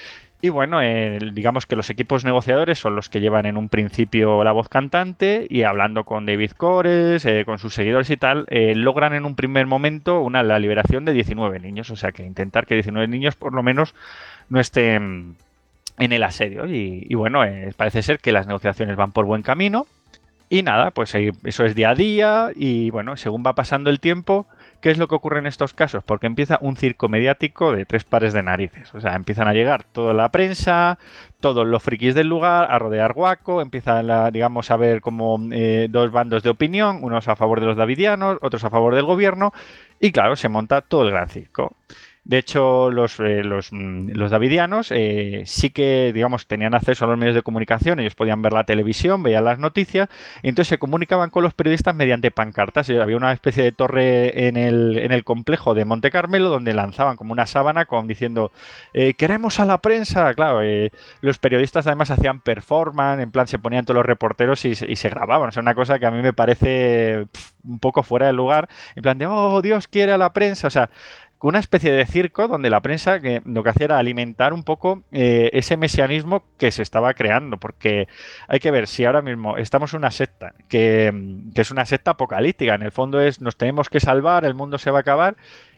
Y bueno, eh, digamos que los equipos negociadores son los que llevan en un principio la voz cantante y hablando con David Cores, eh, con sus seguidores y tal, eh, logran en un primer momento una, la liberación de diecinueve niños. O sea que intentar que diecinueve niños por lo menos no estén en el asedio. Y, y bueno, eh, parece ser que las negociaciones van por buen camino. Y nada, pues eh, eso es día a día y bueno, según va pasando el tiempo... ¿Qué es lo que ocurre en estos casos? Porque empieza un circo mediático de tres pares de narices. O sea, empiezan a llegar toda la prensa, todos los frikis del lugar, a rodear Waco, empiezan, a, digamos, a ver como eh, dos bandos de opinión, unos a favor de los davidianos, otros a favor del gobierno, y claro, se monta todo el gran circo. De hecho, los, eh, los, los davidianos eh, sí que, digamos, tenían acceso a los medios de comunicación, ellos podían ver la televisión, veían las noticias, y entonces se comunicaban con los periodistas mediante pancartas. Había una especie de torre en el, en el complejo de Monte Carmelo donde lanzaban como una sábana con, diciendo eh, queremos a la prensa. Claro, eh, los periodistas además hacían performance, en plan se ponían todos los reporteros y, y se grababan. O sea, una cosa que a mí me parece pff, un poco fuera de lugar, en plan de, oh, Dios quiere a la prensa. O sea, una especie de circo donde la prensa que lo que hacía era alimentar un poco eh, ese mesianismo que se estaba creando, porque hay que ver si ahora mismo estamos en una secta, que, que es una secta apocalíptica, en el fondo es nos tenemos que salvar, el mundo se va a acabar,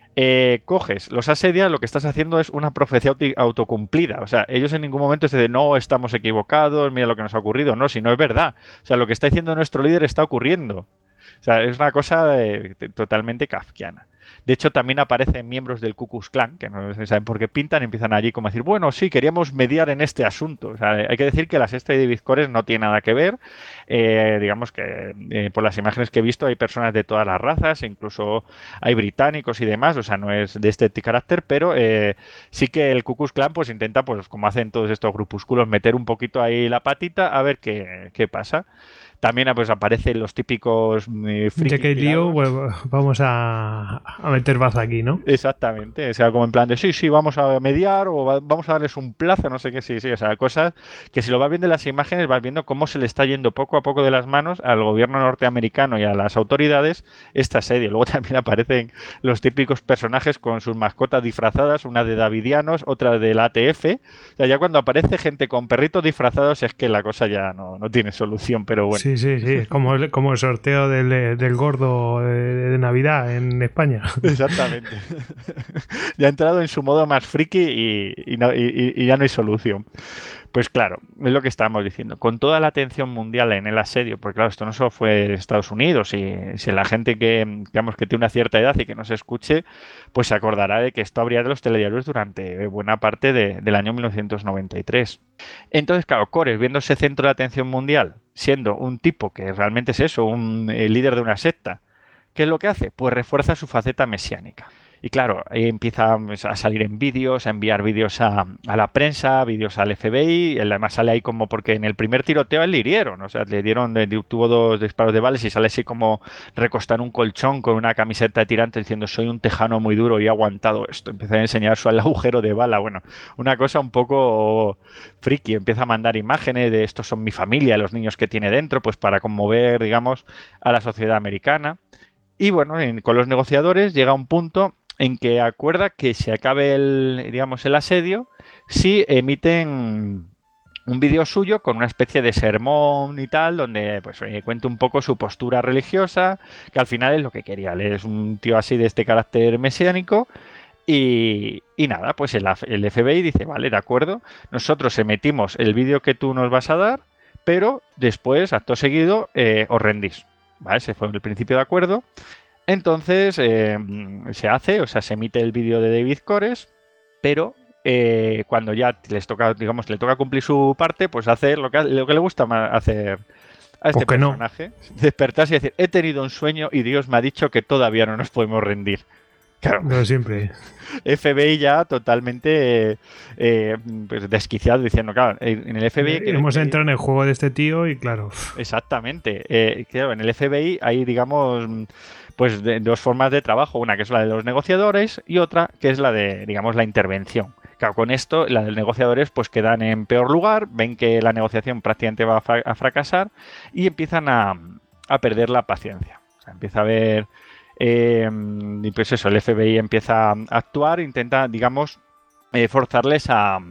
eh, coges, los asedias, lo que estás haciendo es una profecía autocumplida, o sea, ellos en ningún momento se dicen, no, estamos equivocados, mira lo que nos ha ocurrido, no, si no es verdad, o sea, lo que está diciendo nuestro líder está ocurriendo, o sea, es una cosa de, de, totalmente kafkiana. De hecho, también aparecen miembros del Ku Klux Klan, que no saben por qué pintan, empiezan allí como a decir, bueno, sí, queríamos mediar en este asunto. O sea, hay que decir que la secta de David Cores no tiene nada que ver. Eh, digamos que eh, por las imágenes que he visto hay personas de todas las razas, incluso hay británicos y demás, o sea, no es de este carácter, pero eh, sí que el Ku Klux Klan pues intenta, pues como hacen todos estos grupúsculos, meter un poquito ahí la patita a ver qué, qué pasa. También pues aparecen los típicos eh, frikis. Ya que hay lío, tirados. pues, vamos a, a meter baza aquí, ¿no? Exactamente, o sea, como en plan de sí, sí, vamos a mediar o va- vamos a darles un plazo, no sé qué, sí, sí, o sea, cosas que si lo vas viendo en las imágenes vas viendo cómo se le está yendo poco a poco de las manos al gobierno norteamericano y a las autoridades este asedio. Luego también aparecen los típicos personajes con sus mascotas disfrazadas, una de davidianos, otra del A T F. O sea, ya cuando aparece gente con perritos disfrazados es que la cosa ya no, no tiene solución, pero bueno. Sí, sí, sí. Como el, como el sorteo del, del gordo de, de Navidad en España. Exactamente. Ya ha entrado en su modo más friki y, y no- y- y ya no hay solución. Pues claro, es lo que estábamos diciendo. Con toda la atención mundial en el asedio, porque claro, esto no solo fue Estados Unidos, y si la gente que, digamos, que tiene una cierta edad y que no se escuche, pues se acordará de que esto habría de los telediarios durante buena parte de- del año mil novecientos noventa y tres. Entonces, claro, Cores, viendo ese centro de atención mundial, siendo un tipo que realmente es eso, un eh, líder de una secta, ¿qué es lo que hace? Pues refuerza su faceta mesiánica. Y claro, ahí empieza pues, a salir en vídeos, a enviar vídeos a, a la prensa, vídeos al F B I. Y además sale ahí como porque en el primer tiroteo a él le hirieron. O sea, le dieron, le- tuvo dos disparos de balas y sale así como recostado en un colchón con una camiseta de tirante diciendo soy un tejano muy duro y he aguantado esto. Empieza a enseñar su el agujero de bala. Bueno, una cosa un poco friki. Empieza a mandar imágenes de estos son mi familia, los niños que tiene dentro, pues para conmover, digamos, a la sociedad americana. Y bueno, en- con los negociadores llega un punto en que acuerda que se acabe el, digamos, el asedio si emiten un vídeo suyo con una especie de sermón y tal, donde pues eh, cuenta un poco su postura religiosa, que al final es lo que quería. Él es un tío así de este carácter mesiánico. Y, y nada, pues el, F- el F B I dice, vale, de acuerdo, nosotros emitimos el vídeo que tú nos vas a dar, pero después, acto seguido, eh, os rendís. ¿Vale? Ese fue el principio de acuerdo. Entonces eh, se hace, o sea, se emite el vídeo de David Cores, pero eh, cuando ya les toca, digamos, le toca cumplir su parte, pues hacer lo que, lo que le gusta más hacer a este Pues que no. personaje. Despertarse y decir, he tenido un sueño y Dios me ha dicho que todavía no nos podemos rendir. Claro, Pero siempre. F B I ya totalmente eh, pues desquiciado diciendo, claro, en el F B I... Eh, que- Hemos que- entrado en el juego de este tío y claro. Exactamente. Eh, claro, en el F B I hay, digamos, mm, pues de- dos formas de trabajo. Una que es la de los negociadores y otra que es la de, digamos, la intervención. Claro, con esto, la de los negociadores pues quedan en peor lugar, ven que la negociación prácticamente va a, fra- a fracasar y empiezan a, a perder la paciencia. O sea, empieza a haber... eh, y pues eso, el F B I empieza a actuar, intenta, digamos, eh, forzarles a,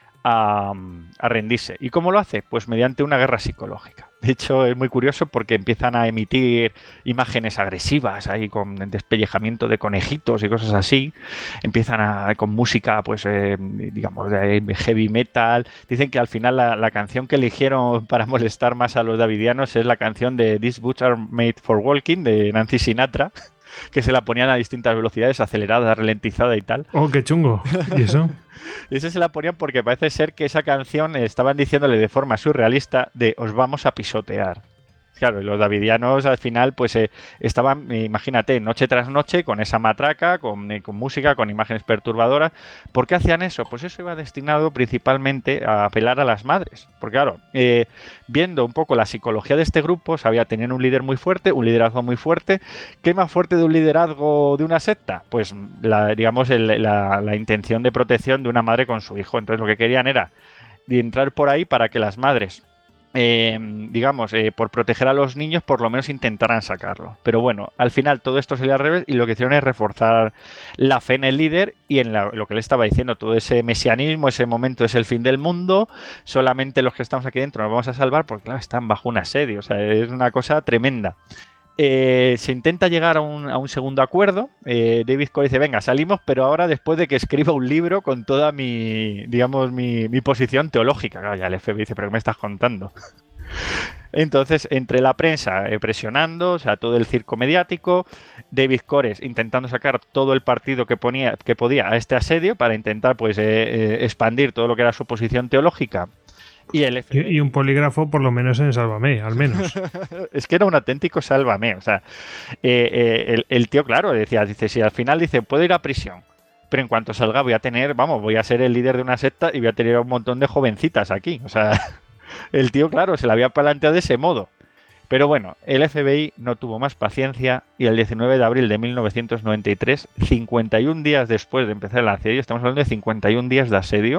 a, a rendirse. ¿Y cómo lo hace? Pues mediante una guerra psicológica. De hecho, es muy curioso porque empiezan a emitir imágenes agresivas ahí con despellejamiento de conejitos y cosas así. Empiezan a, con música, pues, eh, digamos, de heavy metal. Dicen que al final la, la canción que eligieron para molestar más a los davidianos es la canción de These Boots Are Made for Walking de Nancy Sinatra, que se la ponían a distintas velocidades, acelerada, ralentizada y tal. Oh, qué chungo. ¿Y eso? Y eso se la ponían porque parece ser que esa canción eh, estaban diciéndole de forma surrealista de os vamos a pisotear. Claro, y los davidianos al final pues eh, estaban, eh, imagínate, noche tras noche con esa matraca, con, eh, con música, con imágenes perturbadoras. ¿Por qué hacían eso? Pues eso iba destinado principalmente a apelar a las madres. Porque claro, eh, viendo un poco la psicología de este grupo, sabía tener un líder muy fuerte, un liderazgo muy fuerte. ¿Qué más fuerte de un liderazgo de una secta? Pues la, digamos el- la, la intención de protección de una madre con su hijo. Entonces lo que querían era de entrar por ahí para que las madres eh, digamos, eh, por proteger a los niños, por lo menos intentaran sacarlo. Pero bueno, al final todo esto salió al revés y lo que hicieron es reforzar la fe en el líder y en la- lo que le estaba diciendo, todo ese mesianismo, ese momento es el fin del mundo, solamente los que estamos aquí dentro nos vamos a salvar porque, claro, están bajo un asedio, o sea, es una cosa tremenda. Eh, se intenta llegar a un, a un segundo acuerdo. Eh, David Cole dice, venga, salimos, pero ahora después de que escriba un libro con toda mi, digamos, mi, mi posición teológica. Claro, ya el F B I dice, pero ¿qué me estás contando? Entonces, entre la prensa eh, presionando, o sea, todo el circo mediático, David Cores intentando sacar todo el partido que, ponía, que podía a este asedio para intentar pues eh, eh, expandir todo lo que era su posición teológica. Y el F Y, B I y un polígrafo por lo menos en Sálvame, al menos. es que era un auténtico sálvame. O sea, eh, eh, el, el tío, claro, decía, dice, si al final dice, puedo ir a prisión, pero en cuanto salga voy a tener, vamos, voy a ser el líder de una secta y voy a tener un montón de jovencitas aquí. O sea, el tío, claro, se la había planteado de ese modo. Pero bueno, el F B I no tuvo más paciencia y el diecinueve de abril de mil novecientos noventa y tres, cincuenta y un días después de empezar el asedio, estamos hablando de cincuenta y un días de asedio,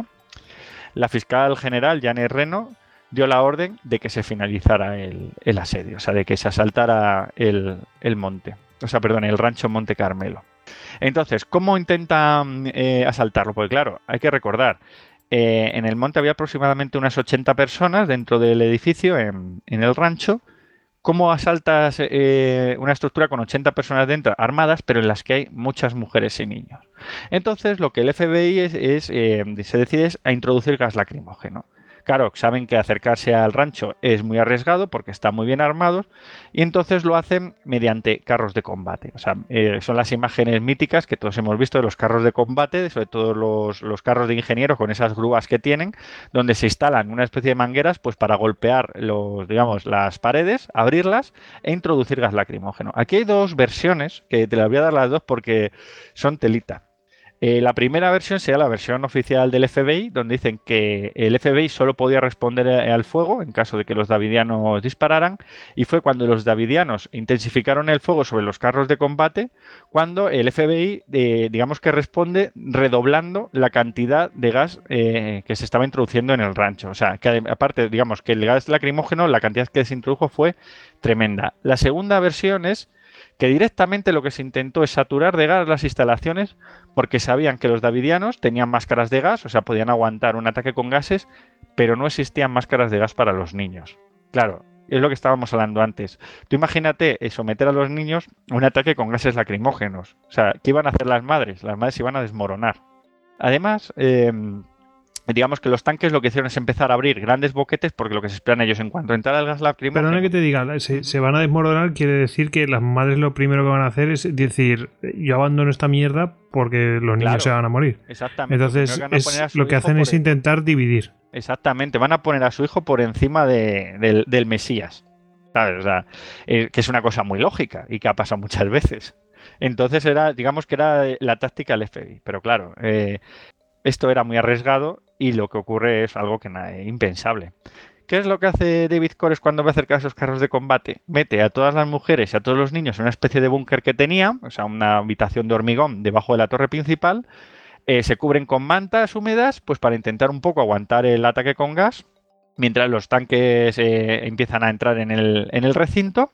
la fiscal general, Janet Reno, dio la orden de que se finalizara el, el asedio, o sea, de que se asaltara el, el monte, o sea, perdón, el rancho Monte Carmelo. Entonces, ¿cómo intentan eh, asaltarlo? Porque claro, hay que recordar, eh, en el monte había aproximadamente unas ochenta personas dentro del edificio, en, en el rancho. ¿Cómo asaltas eh, una estructura con ochenta personas dentro, armadas, pero en las que hay muchas mujeres y niños? Entonces, lo que el F B I es, es, eh, se decide es a introducir gas lacrimógeno. Claro, saben que acercarse al rancho es muy arriesgado porque están muy bien armados y entonces lo hacen mediante carros de combate. O sea, eh, son las imágenes míticas que todos hemos visto de los carros de combate, sobre todo los, los carros de ingenieros con esas grúas que tienen, donde se instalan una especie de mangueras pues para golpear los, digamos, las paredes, abrirlas e introducir gas lacrimógeno. Aquí hay dos versiones, que te las voy a dar las dos porque son telita. Eh, la primera versión sería la versión oficial del F B I, donde dicen que el F B I solo podía responder al fuego en caso de que los davidianos dispararan, y fue cuando los davidianos intensificaron el fuego sobre los carros de combate, cuando el F B I, eh, digamos que responde redoblando la cantidad de gas eh, que se estaba introduciendo en el rancho. O sea, que aparte, digamos que el gas lacrimógeno, la cantidad que se introdujo fue tremenda. La segunda versión es que directamente lo que se intentó es saturar de gas las instalaciones porque sabían que los davidianos tenían máscaras de gas, o sea, podían aguantar un ataque con gases, pero no existían máscaras de gas para los niños. Claro, es lo que estábamos hablando antes. Tú imagínate someter a los niños a un ataque con gases lacrimógenos. O sea, ¿qué iban a hacer las madres? Las madres se iban a desmoronar. Además, eh, digamos que los tanques lo que hicieron es empezar a abrir grandes boquetes porque lo que se esperan ellos en cuanto entrara el gas lacrimógeno... Perdona que te diga, se, se van a desmoronar, quiere decir que las madres lo primero que van a hacer es decir, yo abandono esta mierda porque los niños Claro, se van a morir. Exactamente. Entonces Lo que, es, lo que hacen es el... intentar dividir. Exactamente, van a poner a su hijo por encima de, del, del Mesías, ¿sabes? O sea, eh, que es una cosa muy lógica y que ha pasado muchas veces. Entonces era, digamos que era la táctica del F B I, pero claro, eh, esto era muy arriesgado y lo que ocurre es algo que nada, impensable. ¿Qué es lo que hace David Koresh cuando va a acercar a esos carros de combate? Mete a todas las mujeres y a todos los niños en una especie de búnker que tenía, o sea, una habitación de hormigón debajo de la torre principal, eh, se cubren con mantas húmedas pues para intentar un poco aguantar el ataque con gas, mientras los tanques eh, empiezan a entrar en el, en el recinto.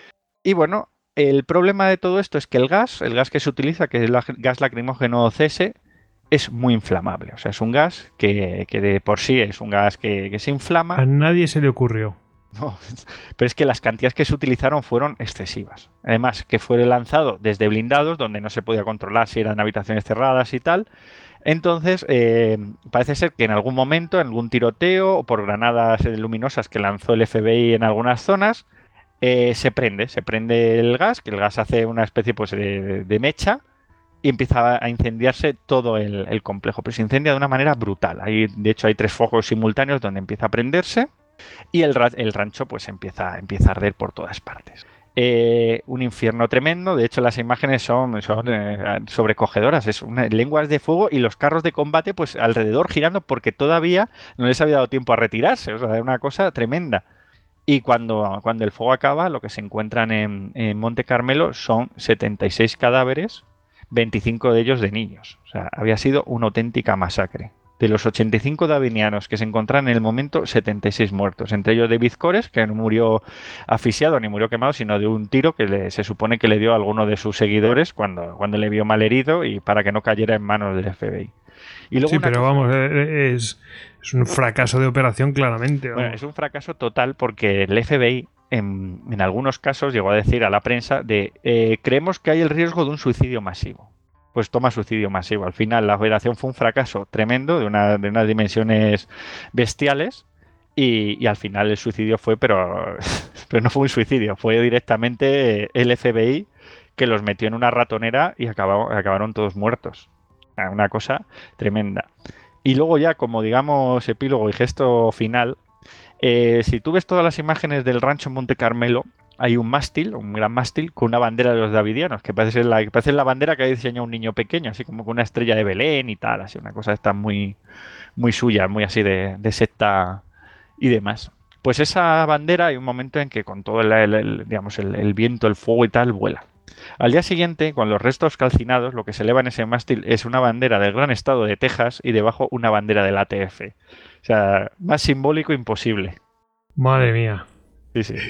Y bueno, el problema de todo esto es que el gas, el gas que se utiliza, que es el gas lacrimógeno C S, es muy inflamable. O sea, es un gas que, que de por sí es un gas que, que se inflama. A nadie se le ocurrió. No, pero es que las cantidades que se utilizaron fueron excesivas. Además, que fue lanzado desde blindados, donde no se podía controlar si eran habitaciones cerradas y tal. Entonces, eh, parece ser que en algún momento, en algún tiroteo o por granadas luminosas que lanzó el F B I en algunas zonas, eh, se prende, se prende el gas, que el gas hace una especie pues, de, de mecha, y empieza a incendiarse todo el, el complejo. Pero se incendia de una manera brutal. Hay, de hecho, hay tres focos simultáneos donde empieza a prenderse y el, el rancho pues empieza, empieza a arder por todas partes. Eh, un infierno tremendo. De hecho, las imágenes son, son eh, sobrecogedoras. Es una, lenguas de fuego y los carros de combate pues alrededor girando porque todavía no les había dado tiempo a retirarse. O sea, es una cosa tremenda. Y cuando, cuando el fuego acaba, lo que se encuentran en, en Monte Carmelo son setenta y seis cadáveres, veinticinco de ellos de niños. O sea, había sido una auténtica masacre. De los ochenta y cinco davidianos que se encontraban en el momento, setenta y seis muertos. Entre ellos David Koresh, que no murió asfixiado ni murió quemado, sino de un tiro que le, se supone que le dio a alguno de sus seguidores cuando, cuando le vio mal herido y para que no cayera en manos del F B I. Y luego sí, pero cosa... vamos, es, es un fracaso de operación claramente. Vamos. Bueno, es un fracaso total porque el F B I en, en algunos casos llegó a decir a la prensa de eh, creemos que hay el riesgo de un suicidio masivo. Pues toma suicidio masivo. Al final la operación fue un fracaso tremendo, de, una, de unas dimensiones bestiales, y, y al final el suicidio fue, pero, pero no fue un suicidio, fue directamente el F B I que los metió en una ratonera y acabó, acabaron todos muertos. Una cosa tremenda. Y luego ya, como digamos epílogo y gesto final, eh, si tú ves todas las imágenes del rancho Monte Carmelo, hay un mástil, un gran mástil, con una bandera de los davidianos, que parece la, que parece la bandera que ha diseñado un niño pequeño, así como con una estrella de Belén y tal, así una cosa esta muy, muy suya, muy así de, de secta y demás. Pues esa bandera hay un momento en que con todo el, el- el, digamos, el, el viento, el fuego y tal, vuela. Al día siguiente, con los restos calcinados, lo que se eleva en ese mástil es una bandera del gran estado de Texas y debajo una bandera del A T F. O sea, más simbólico imposible. Madre mía. Sí, sí.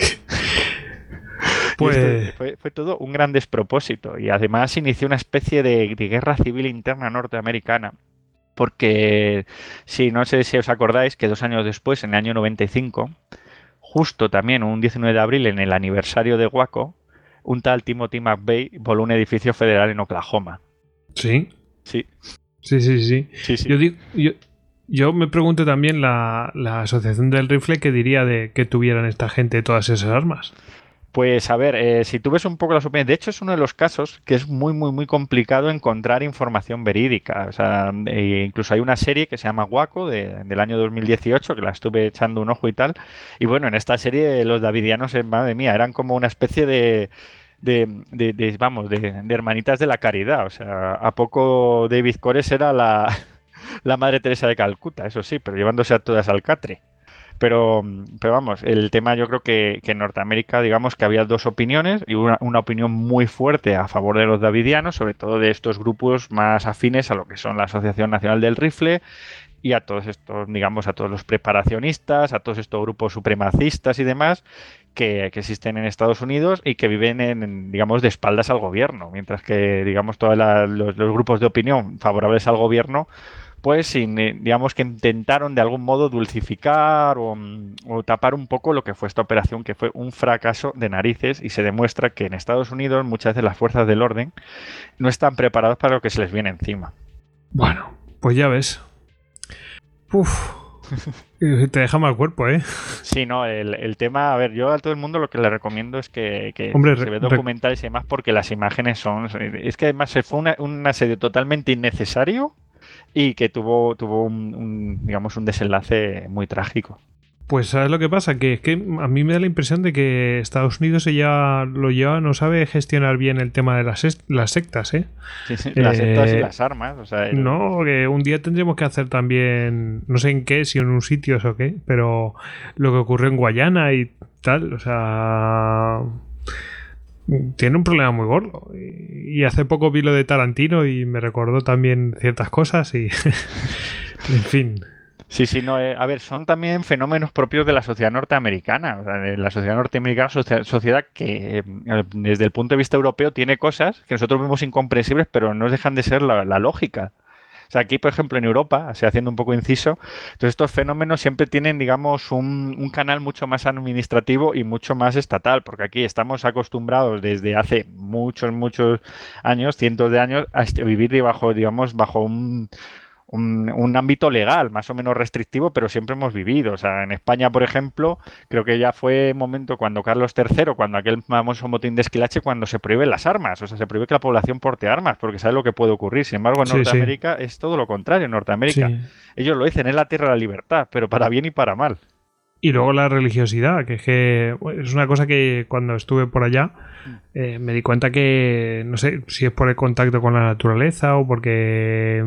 Pues- Y esto fue, fue todo un gran despropósito y además inició una especie de, de guerra civil interna norteamericana. Porque, sí, no sé si os acordáis que dos años después, en el año noventa y cinco, justo también un diecinueve de abril, en el aniversario de Waco, un tal Timothy McVeigh voló un edificio federal en Oklahoma. Sí. Sí, Sí, sí, sí. sí, sí. Yo, digo, yo, yo me pregunto también la, la asociación del rifle qué diría de que tuvieran esta gente todas esas armas. Pues a ver, eh, si tú ves un poco las opiniones, de hecho es uno de los casos que es muy, muy, muy complicado encontrar información verídica. O sea, e incluso hay una serie que se llama Waco de- del año dos mil dieciocho, que la estuve echando un ojo y tal. Y bueno, en esta serie los davidianos, eh, madre mía, eran como una especie de, de, de- de, vamos, de, de hermanitas de la caridad. O sea, a poco David Cores era la, la Madre Teresa de Calcuta, eso sí, pero llevándose a todas al catre. Pero, pero vamos, el tema yo creo que, que en Norteamérica, digamos que había dos opiniones y una, una opinión muy fuerte a favor de los davidianos, sobre todo de estos grupos más afines a lo que son la Asociación Nacional del Rifle y a todos estos, digamos, a todos los preparacionistas, a todos estos grupos supremacistas y demás que, que existen en Estados Unidos y que viven en, en, digamos, de espaldas al gobierno, mientras que, digamos, todos la- los, los grupos de opinión favorables al gobierno pues sin, eh, digamos que intentaron de algún modo dulcificar o, mm, o tapar un poco lo que fue esta operación, que fue un fracaso de narices y se demuestra que en Estados Unidos muchas veces las fuerzas del orden no están preparadas para lo que se les viene encima. Bueno, pues ya ves. Uf. Te deja mal cuerpo, ¿eh? Sí, no, el, el tema, a ver, yo a todo el mundo lo que le recomiendo es que, que Hombre, se re- ve re- documentales y demás porque las imágenes son... Es que además se fue una- un asedio totalmente innecesario y que tuvo, tuvo un, un, digamos, un desenlace muy trágico. Pues ¿sabes lo que pasa? Que es que a mí me da la impresión de que Estados Unidos ya lo lleva, no sabe gestionar bien el tema de las, est- las sectas, ¿eh? Sí, sí, las sectas y Eh, las armas. O sea, el- No, que un día tendremos que hacer también, no sé en qué, si en un sitio o qué, pero lo que ocurrió en Guayana y tal, o sea, tiene un problema muy gordo. Y, y hace poco vi lo de Tarantino y me recordó también ciertas cosas y, en fin. Sí, sí, no. eh, a ver, son también fenómenos propios de la sociedad norteamericana. O sea, de la sociedad norteamericana es una sociedad que, eh, desde el punto de vista europeo, tiene cosas que nosotros vemos incomprensibles, pero no dejan de ser la, la lógica. O sea, aquí, por ejemplo, en Europa, así haciendo un poco inciso, todos estos fenómenos siempre tienen, digamos, un, un canal mucho más administrativo y mucho más estatal, porque aquí estamos acostumbrados desde hace muchos, muchos años, cientos de años, a este- vivir bajo, digamos, bajo un, un, un ámbito legal más o menos restrictivo, pero siempre hemos vivido. O sea, en España, por ejemplo, creo que ya fue momento cuando Carlos tercero, cuando aquel famoso motín de Esquilache, cuando se prohíben las armas. O sea, se prohíbe que la población porte armas, porque sabe lo que puede ocurrir. Sin embargo, en Sí, sí. Norteamérica es todo lo contrario. En Norteamérica Sí. ellos lo dicen, es la tierra de la libertad, pero para bien y para mal. Y luego la religiosidad, que es que bueno, es una cosa que cuando estuve por allá eh, me di cuenta que, no sé, si es por el contacto con la naturaleza o porque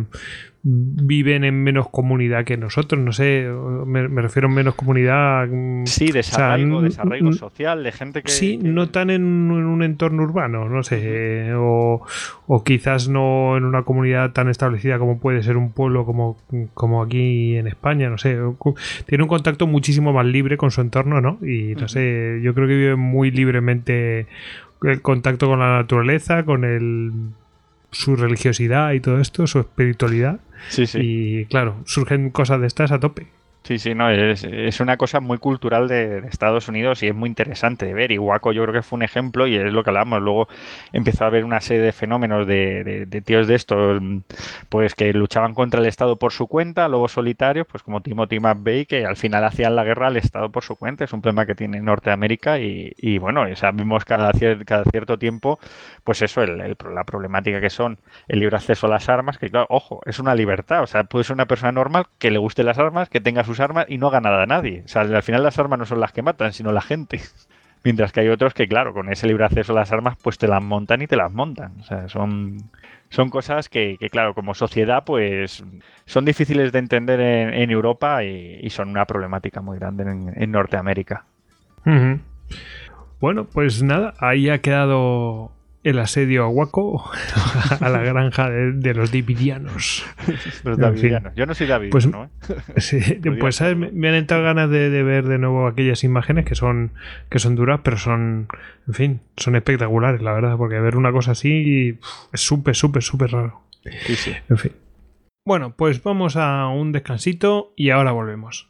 viven en menos comunidad que nosotros, no sé, me, me refiero a menos comunidad. mm, Sí, o sea, desarraigo, n- desarraigo n- social, de gente que... Sí, que- no tan en, en un entorno urbano, no sé, eh, o, o quizás no en una comunidad tan establecida como puede ser un pueblo como, como aquí en España, no sé. o cu- Tiene un contacto muchísimo más libre con su entorno, ¿no? Y no Ujú. sé, yo creo que vive muy libremente el contacto con la naturaleza, con el su religiosidad y todo esto, su espiritualidad. Sí, sí. Y claro, surgen cosas de estas a tope. Sí, sí, no, es, es una cosa muy cultural de, de Estados Unidos y es muy interesante de ver. Y Waco yo creo que fue un ejemplo y es lo que hablamos. Luego empezó a haber una serie de fenómenos de, de- de tíos de estos, mm, pues que luchaban contra el Estado por su cuenta, lobos solitarios, pues como Timothy McVeigh, que al final hacían la guerra al Estado por su cuenta. Es un problema que tiene Norteamérica y, y bueno, o sea, vimos cada, cier- cada cierto tiempo, pues eso, el- el- la problemática que son el libre acceso a las armas, que claro, ojo, es una libertad. O sea, puede ser una persona normal que le guste las armas, que tenga sus armas y no haga nada a nadie. O sea, al final las armas no son las que matan, sino la gente. Mientras que hay otros que, claro, con ese libre acceso a las armas, pues te las montan y te las montan. O sea, son, son cosas que, que, claro, como sociedad, pues son difíciles de entender en, en Europa y, y son una problemática muy grande en, en Norteamérica. Uh-huh. Bueno, pues nada, ahí ha quedado el asedio a Waco, a la granja de, de los davidianos. Los davidianos. Yo no soy davidiano, pues, ¿no? ¿eh? Sí, pues ¿sabes? Me, me han entrado ganas de, de ver de nuevo aquellas imágenes que son que son duras, pero son, en fin, son espectaculares, la verdad, porque ver una cosa así pff, es súper, súper, súper raro. Sí, sí. En fin. Bueno, pues vamos a un descansito y ahora volvemos.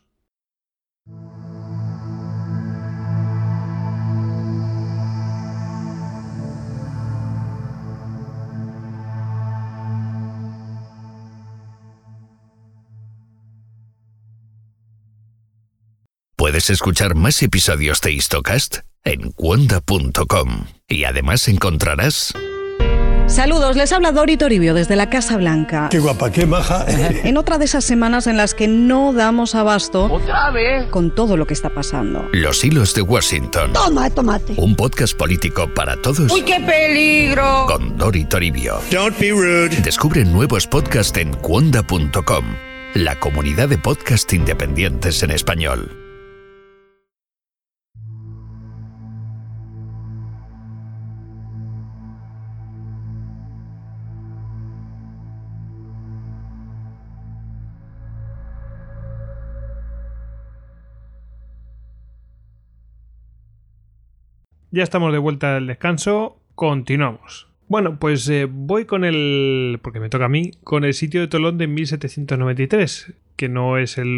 Puedes escuchar más episodios de Histocast en cuonda punto com y además encontrarás... Saludos, les habla Dori Toribio desde la Casa Blanca. Qué guapa, qué maja. En otra de esas semanas en las que no damos abasto ¿Otra vez? Con todo lo que está pasando. Los hilos de Washington. Toma, tomate. Un podcast político para todos. ¡Uy, qué peligro! Con Dori Toribio. Don't be rude. Descubre nuevos podcasts en cuonda punto com, la comunidad de podcast independientes en español. Ya estamos de vuelta del descanso, continuamos. Bueno, pues eh, voy con el, porque me toca a mí, con el sitio de Tolón de mil setecientos noventa y tres, que no es el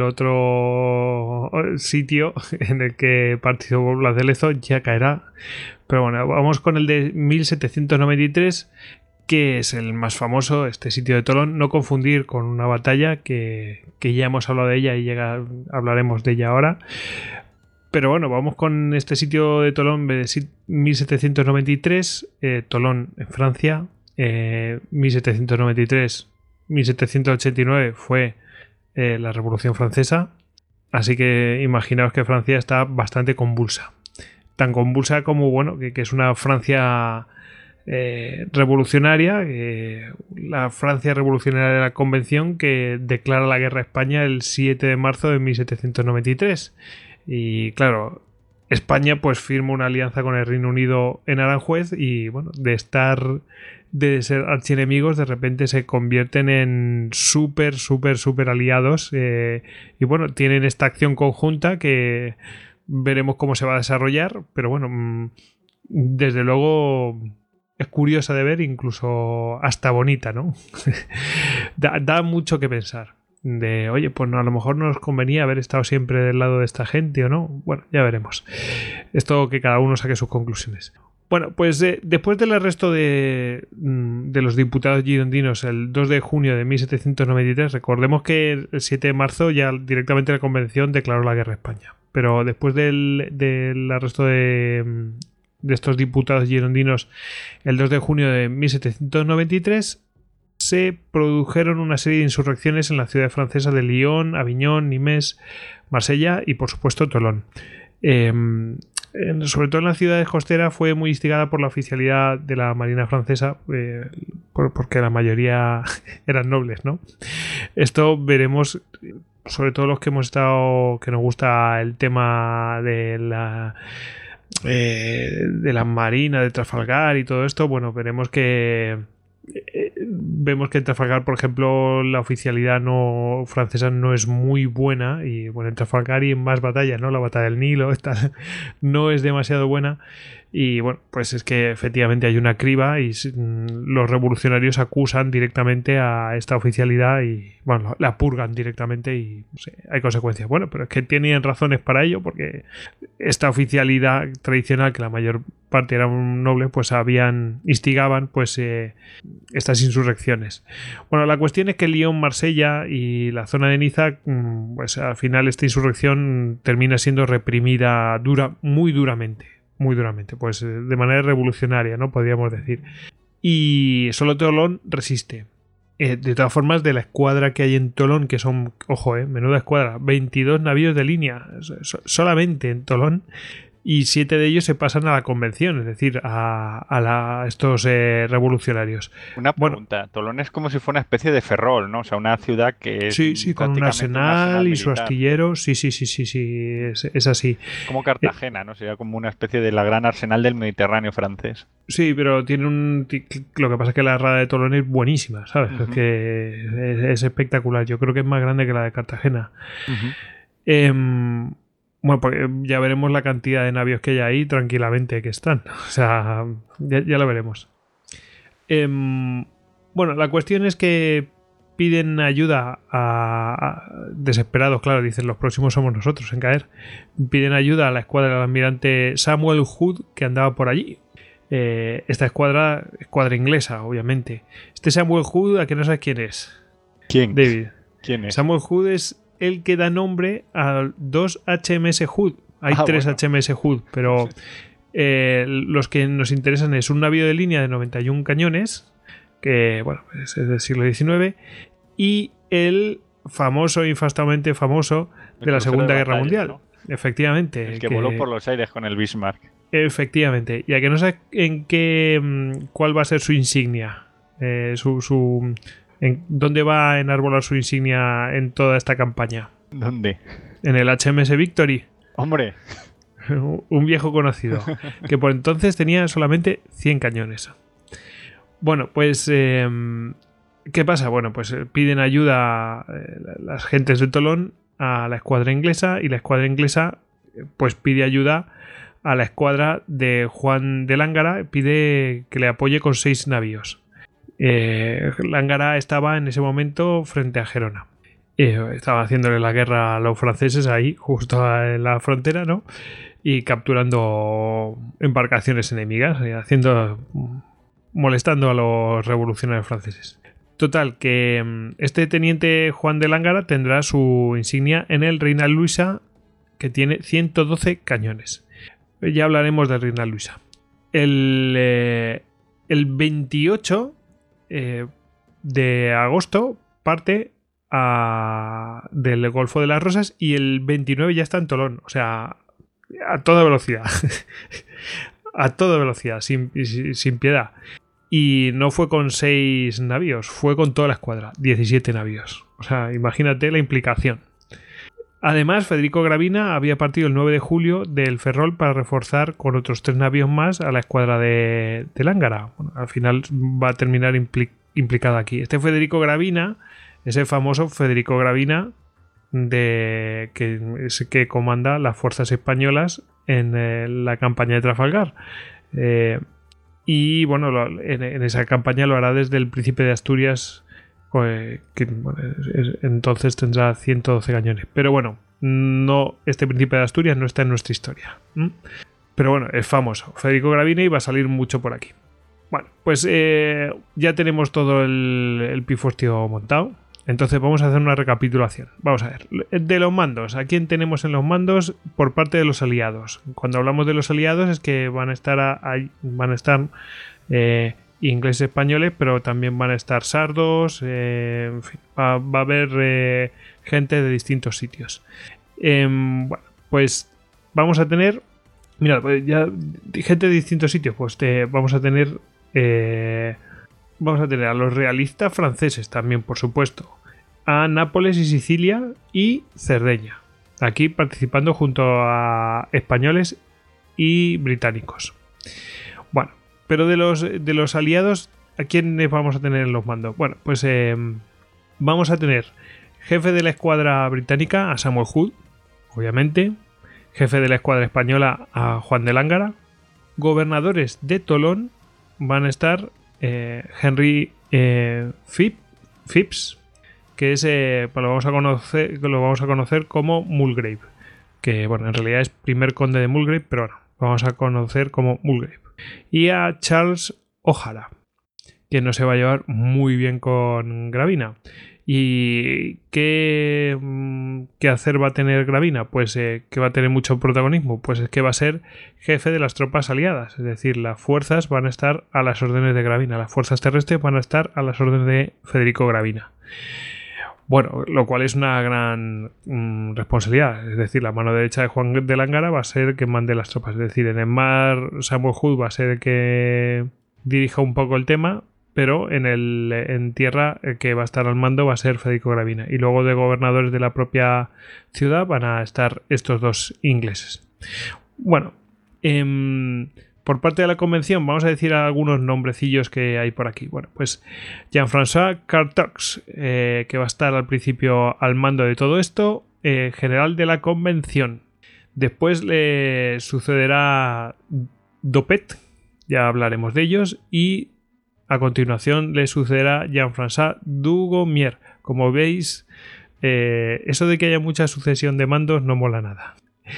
otro sitio en el que participó Blas de Lezo, ya caerá. Pero bueno, vamos con el de mil setecientos noventa y tres, que es el más famoso, este sitio de Tolón. No confundir con una batalla que, que ya hemos hablado de ella y llega, hablaremos de ella ahora. Pero bueno, vamos con este sitio de Tolón de mil setecientos noventa y tres, eh, Tolón en Francia, eh, mil setecientos noventa y tres a mil setecientos ochenta y nueve fue eh, la Revolución Francesa, así que imaginaos que Francia está bastante convulsa. Tan convulsa como, bueno, que, que es una Francia eh, revolucionaria, eh, la Francia revolucionaria de la Convención, que declara la guerra a España el siete de marzo de mil setecientos noventa y tres. Y claro, España pues firma una alianza con el Reino Unido en Aranjuez y bueno, de estar, de ser archienemigos, de repente se convierten en súper, súper, súper aliados eh, y bueno, tienen esta acción conjunta que veremos cómo se va a desarrollar, pero bueno, desde luego es curiosa de ver, incluso hasta bonita, ¿no? da, da mucho que pensar. De, oye, pues no, a lo mejor nos convenía haber estado siempre del lado de esta gente o no. Bueno, ya veremos. Esto que cada uno saque sus conclusiones. Bueno, pues eh, después del arresto de, de los diputados girondinos el dos de junio de mil setecientos noventa y tres, recordemos que el siete de marzo ya directamente la Convención declaró la guerra a España. Pero después del, del arresto de, de estos diputados girondinos el dos de junio de mil setecientos noventa y tres, se produjeron una serie de insurrecciones en la ciudad francesa de Lyon, Aviñón, Nimes, Marsella y por supuesto Tolón. Eh, sobre todo en las ciudades costeras fue muy instigada por la oficialidad de la Marina francesa, eh, por, porque la mayoría eran nobles, ¿no? Esto veremos, sobre todo los que hemos estado, que nos gusta el tema de la eh, de la Marina, de Trafalgar y todo esto. Bueno, veremos que Eh, vemos que en Trafalgar, por ejemplo, la oficialidad no francesa no es muy buena, y bueno, en Trafalgar y en más batallas, ¿no? La batalla del Nilo esta, no es demasiado buena, y bueno, pues es que efectivamente hay una criba y los revolucionarios acusan directamente a esta oficialidad y bueno, la purgan directamente y no sé, hay consecuencias. Bueno, pero es que tienen razones para ello, porque esta oficialidad tradicional, que la mayor parte era un noble, pues habían, instigaban pues eh, estas insurrecciones. Bueno, la cuestión es que Lyon, Marsella y la zona de Niza, pues al final esta insurrección termina siendo reprimida dura, muy duramente, muy duramente, pues de manera revolucionaria, ¿no? Podríamos decir. Y solo Tolón resiste. Eh, de todas formas, de la escuadra que hay en Tolón, que son, ojo, eh, menuda escuadra, veintidós navíos de línea, so, solamente en Tolón. y siete de ellos se pasan a la convención, es decir, a, a, la, a estos eh, revolucionarios. Una pregunta, bueno, Tolón es como si fuera una especie de Ferrol, ¿no? O sea, una ciudad que es sí, sí, con un arsenal, un arsenal y su astillero, sí, sí, sí, sí, sí, es, es así. Como Cartagena, ¿no? Sería como una especie de la gran arsenal del Mediterráneo francés. Sí, pero tiene un... Lo que pasa es que la rada de Tolón es buenísima, ¿sabes? Uh-huh. Es que es, es espectacular. Yo creo que es más grande que la de Cartagena. Uh-huh. Eh, bueno, pues ya veremos la cantidad de navíos que hay ahí tranquilamente que están. O sea, ya, ya lo veremos. Eh, bueno, la cuestión es que piden ayuda a, a desesperados, claro, dicen los próximos somos nosotros en caer. Piden ayuda a la escuadra del almirante Samuel Hood que andaba por allí. Eh, esta escuadra, escuadra inglesa, obviamente. Este Samuel Hood, ¿a que no sabes quién es? ¿Quién? David. ¿Quién es? Samuel Hood es el que da nombre a dos H M S Hood. Hay ah, tres bueno. H M S Hood, pero sí. eh, los que nos interesan es un navío de línea de noventa y uno cañones, que bueno, es del siglo diecinueve, y el famoso, infastamente famoso, de el la Segunda de Guerra batalla, Mundial. ¿No? Efectivamente. El que, que voló por los aires con el Bismarck. Efectivamente. Y a que no sé en qué cuál va a ser su insignia. Eh, su, su en, ¿Dónde va a enarbolar su insignia en toda esta campaña? ¿Dónde? En el H M S Victory. ¡Hombre! Un viejo conocido. Que por entonces tenía solamente cien cañones. Bueno, pues... Eh, ¿qué pasa? Bueno, pues piden ayuda eh, las gentes de Tolón a la escuadra inglesa, y la escuadra inglesa pues pide ayuda a la escuadra de Juan de Lángara, pide que le apoye con seis navíos. Eh, Lángara estaba en ese momento frente a Gerona. Eh, estaba haciéndole la guerra a los franceses ahí, justo en la frontera, ¿no? Y capturando embarcaciones enemigas, y haciendo, molestando a los revolucionarios franceses. Total, que este teniente Juan de Lángara tendrá su insignia en el Reina Luisa, que tiene ciento doce cañones. Ya hablaremos del Reina Luisa. El, eh, el veintiocho eh, de agosto parte a, del Golfo de las Rosas, y el veintinueve ya está en Tolón. O sea, a toda velocidad. A toda velocidad, sin, sin, sin piedad. Y no fue con seis navíos, fue con toda la escuadra, diecisiete navíos. O sea, imagínate la implicación. Además, Federico Gravina había partido el nueve de julio del Ferrol para reforzar con otros tres navíos más a la escuadra de, de Lángara. Bueno, al final va a terminar impli- implicado aquí. Este Federico Gravina es el famoso Federico Gravina de, que, es, que comanda las fuerzas españolas en eh, la campaña de Trafalgar. Eh, y bueno, lo, en, en esa campaña lo hará desde el Príncipe de Asturias, que bueno, es, es, entonces tendrá ciento doce cañones. Pero bueno, no, este Príncipe de Asturias no está en nuestra historia. ¿Mm? Pero bueno, es famoso. Federico Gravina, y va a salir mucho por aquí. Bueno, pues eh, ya tenemos todo el, el pifostio montado. Entonces vamos a hacer una recapitulación. Vamos a ver. De los mandos, ¿a quién tenemos en los mandos por parte de los aliados? Cuando hablamos de los aliados es que van a estar, a, a, van a estar eh, ingleses, españoles, pero también van a estar sardos, eh, en fin, va, va a haber eh, gente de distintos sitios. Eh, bueno, pues vamos a tener, mira, pues ya gente de distintos sitios, pues te, vamos a tener, eh, vamos a tener a los realistas franceses también, por supuesto, a Nápoles y Sicilia y Cerdeña, aquí participando junto a españoles y británicos. Bueno, pero de los, de los aliados, ¿a quiénes vamos a tener en los mandos? Bueno, pues eh, vamos a tener jefe de la escuadra británica a Samuel Hood, obviamente. Jefe de la escuadra española a Juan de Lángara. Gobernadores de Tolón van a estar eh, Henry eh, Phipps, que es, eh, pues lo, vamos a conocer, lo vamos a conocer como Mulgrave. Que bueno, en realidad es primer conde de Mulgrave, pero bueno, lo vamos a conocer como Mulgrave. Y a Charles O'Hara, que no se va a llevar muy bien con Gravina. ¿Y qué, qué hacer va a tener Gravina? Pues eh, que va a tener mucho protagonismo. Pues es que va a ser jefe de las tropas aliadas. Es decir, las fuerzas van a estar a las órdenes de Gravina. Las fuerzas terrestres van a estar a las órdenes de Federico Gravina. Bueno, lo cual es una gran mm, responsabilidad. Es decir, la mano derecha de Juan de Lángara va a ser el que mande las tropas. Es decir, en el mar Samuel Hood va a ser el que dirija un poco el tema, pero en, el, en tierra el que va a estar al mando va a ser Federico Gravina. Y luego de gobernadores de la propia ciudad van a estar estos dos ingleses. Bueno, eh, por parte de la convención vamos a decir algunos nombrecillos que hay por aquí. Bueno, pues Jean-François Cartox, eh, que va a estar al principio al mando de todo esto, eh, general de la convención. Después le sucederá Dopet, ya hablaremos de ellos, y a continuación le sucederá Jean-François Dugommier. Como veis, eh, eso de que haya mucha sucesión de mandos no mola nada.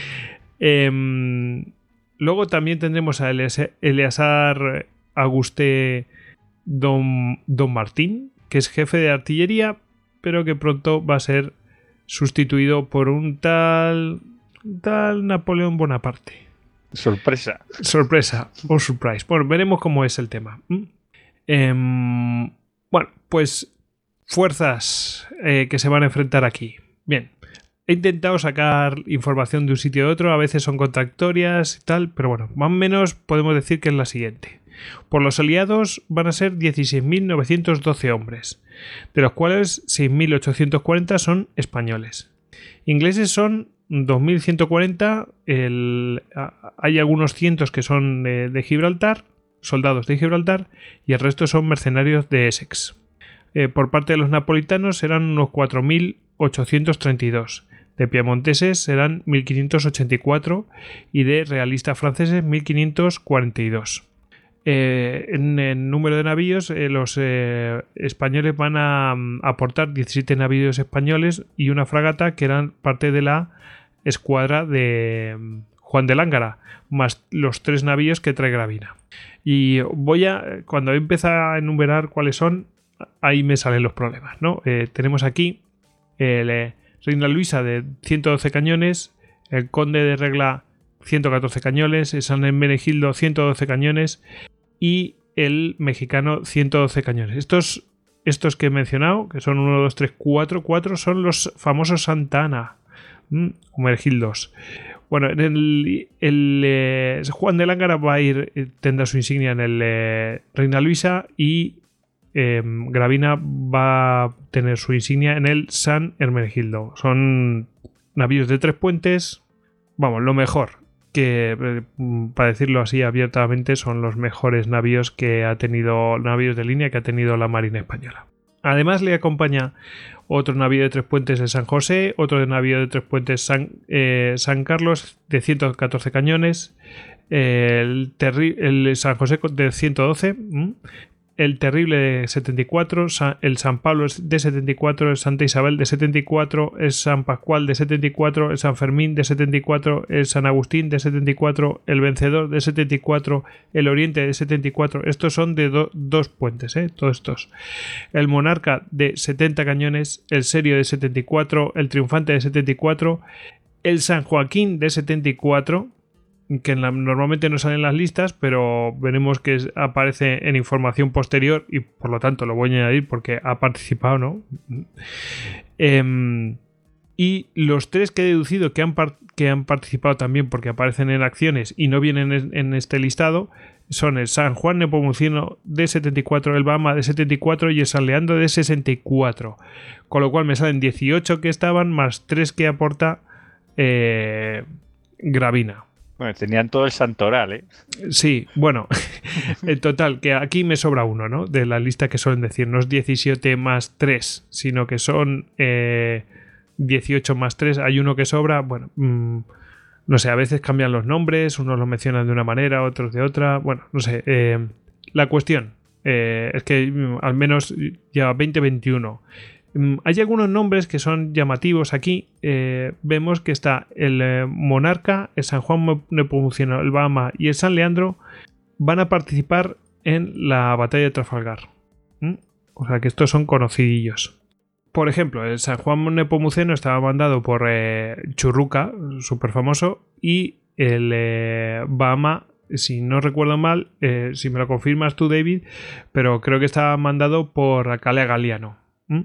Eh, luego también tendremos a Eleazar Auguste Don, Don Martín, que es jefe de artillería, pero que pronto va a ser sustituido por un tal, un tal Napoleón Bonaparte. Sorpresa. Sorpresa o surprise. Bueno, veremos cómo es el tema. ¿Mm? Eh, bueno, pues fuerzas eh, que se van a enfrentar aquí. Bien. He intentado sacar información de un sitio de otro, a veces son contradictorias y tal, pero bueno, más o menos podemos decir que es la siguiente. Por los aliados van a ser dieciséis mil novecientos doce hombres, de los cuales seis mil ochocientos cuarenta son españoles. Ingleses son dos mil ciento cuarenta, el, hay algunos cientos que son de, de Gibraltar, soldados de Gibraltar, y el resto son mercenarios de Essex. Eh, por parte de los napolitanos serán unos cuatro mil ochocientos treinta y dos. De piemonteses serán mil quinientos ochenta y cuatro y de realistas franceses mil quinientos cuarenta y dos. Eh, en el número de navíos, eh, los eh, españoles van a um, aportar diecisiete navíos españoles y una fragata que eran parte de la escuadra de um, Juan de Lángara, más los tres navíos que trae Gravina. Y voy a, cuando empieza a enumerar cuáles son, ahí me salen los problemas, ¿no? Eh, tenemos aquí el eh, Reina Luisa de ciento doce cañones, el Conde de Regla ciento catorce cañones, el San Hermenegildo ciento doce cañones y el mexicano ciento doce cañones. Estos, estos que he mencionado, que son uno, dos, tres, cuatro, cuatro, son los famosos Santa Ana, ¿m? o Hermenegildos. Bueno, en el, el eh, Juan de Lángara va a ir, tendrá su insignia en el eh, Reina Luisa y Eh, Gravina va a tener su insignia en el San Hermenegildo. Son navíos de tres puentes, vamos, lo mejor, que eh, para decirlo así abiertamente son los mejores navíos que ha tenido, navíos de línea que ha tenido la Marina Española. Además le acompaña otro navío de tres puentes de San José, otro de navío de tres puentes San, eh, San Carlos de ciento catorce cañones, eh, el, terri- el San José de ciento doce, ¿m? El Terrible de setenta y cuatro, el San Pablo de setenta y cuatro, el Santa Isabel de setenta y cuatro, el San Pascual de setenta y cuatro, el San Fermín de setenta y cuatro, el San Agustín de setenta y cuatro, el Vencedor de setenta y cuatro, el Oriente de setenta y cuatro. Estos son de do, dos puentes, ¿eh? Todos estos. El Monarca de setenta cañones, el Serio de setenta y cuatro, el Triunfante de setenta y cuatro, el San Joaquín de setenta y cuatro, que en la, normalmente no salen en las listas, pero veremos que es, aparece en información posterior y por lo tanto lo voy a añadir porque ha participado, ¿no? Eh, y los tres que he deducido que han, par- que han participado también porque aparecen en acciones y no vienen en, en este listado son el San Juan Nepomuceno de setenta y cuatro, el Bahama de setenta y cuatro y el San Leandro de sesenta y cuatro, con lo cual me salen dieciocho que estaban más tres que aporta eh, Gravina. Bueno, tenían todo el santoral, ¿eh? Sí, bueno, en total, que aquí me sobra uno, ¿no? De la lista que suelen decir, no es diecisiete más tres, sino que son eh, dieciocho más tres, hay uno que sobra, bueno, mmm, no sé, a veces cambian los nombres, unos los mencionan de una manera, otros de otra, bueno, no sé, eh, la cuestión eh, es que mm, al menos ya veinte veintiuno. Hay algunos nombres que son llamativos aquí. Eh, vemos que está el eh, Monarca, el San Juan Nepomuceno, el Bahama y el San Leandro van a participar en la batalla de Trafalgar. ¿Mm? O sea que estos son conocidillos. Por ejemplo, el San Juan Nepomuceno estaba mandado por eh, Churruca, súper famoso, y el eh, Bahama, si no recuerdo mal, eh, si me lo confirmas tú, David, pero creo que estaba mandado por Calea Galiano. ¿Mm?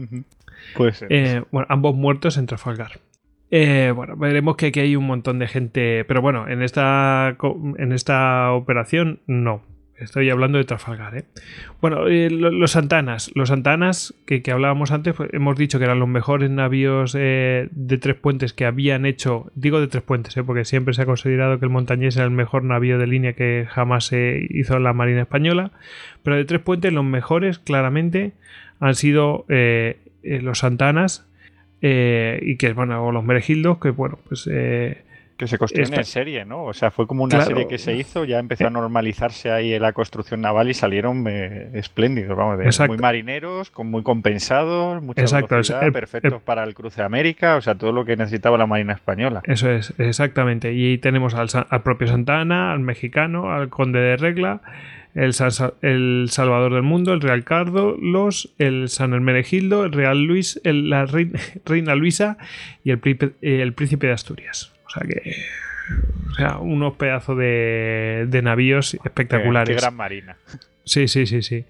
Puede ser. Eh, bueno, ambos muertos en Trafalgar. Eh, bueno, veremos que aquí hay un montón de gente, pero bueno, en esta, en esta operación no. Estoy hablando de Trafalgar, ¿eh? Bueno, eh, los Santanas. Los Santanas, que, que hablábamos antes, pues, hemos dicho que eran los mejores navíos eh, de tres puentes que habían hecho. Digo de tres puentes, ¿eh? Porque siempre se ha considerado que el Montañés era el mejor navío de línea que jamás se hizo en la Marina Española. Pero de tres puentes, los mejores, claramente, han sido eh, eh, los Santanas eh, y que, bueno, o los Meregildos, que, bueno, pues. Eh, Que se construyen Esta... en serie, ¿no? O sea, fue como una claro. serie que se hizo, ya empezó a normalizarse ahí la construcción naval y salieron eh, espléndidos, vamos, de muy marineros, con muy compensados, mucha Exacto. velocidad, el, perfectos el... para el cruce de América, o sea, todo lo que necesitaba la Marina Española. Eso es, exactamente. Y ahí tenemos al, al propio Santa Ana, al mexicano, al Conde de Regla, el, San, el Salvador del Mundo, el Real Carlos, el San Hermenegildo, el Real Luis, el, la Reina, Reina Luisa y el, el Príncipe de Asturias. O sea que. O sea, unos pedazos de, de navíos espectaculares. Eh, qué gran marina. Sí, sí, sí, sí.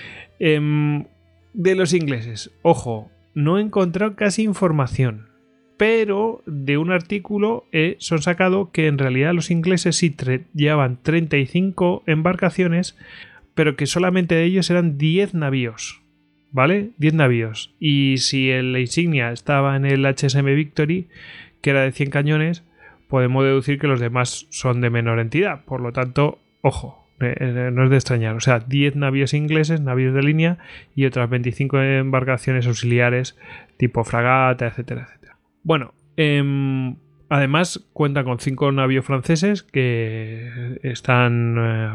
Eh, de los ingleses, ojo, no he encontrado casi información. Pero de un artículo he son sacado que en realidad los ingleses sí llevaban treinta y cinco embarcaciones, pero que solamente de ellos eran diez navíos. ¿Vale? diez navíos. Y si la insignia estaba en el H S M Victory, que era de cien cañones, podemos deducir que los demás son de menor entidad. Por lo tanto, ojo, eh, no es de extrañar. O sea, diez navíos ingleses, navíos de línea, y otras veinticinco embarcaciones auxiliares tipo fragata, etcétera, etcétera. Bueno, eh, además cuenta con cinco navíos franceses que están eh,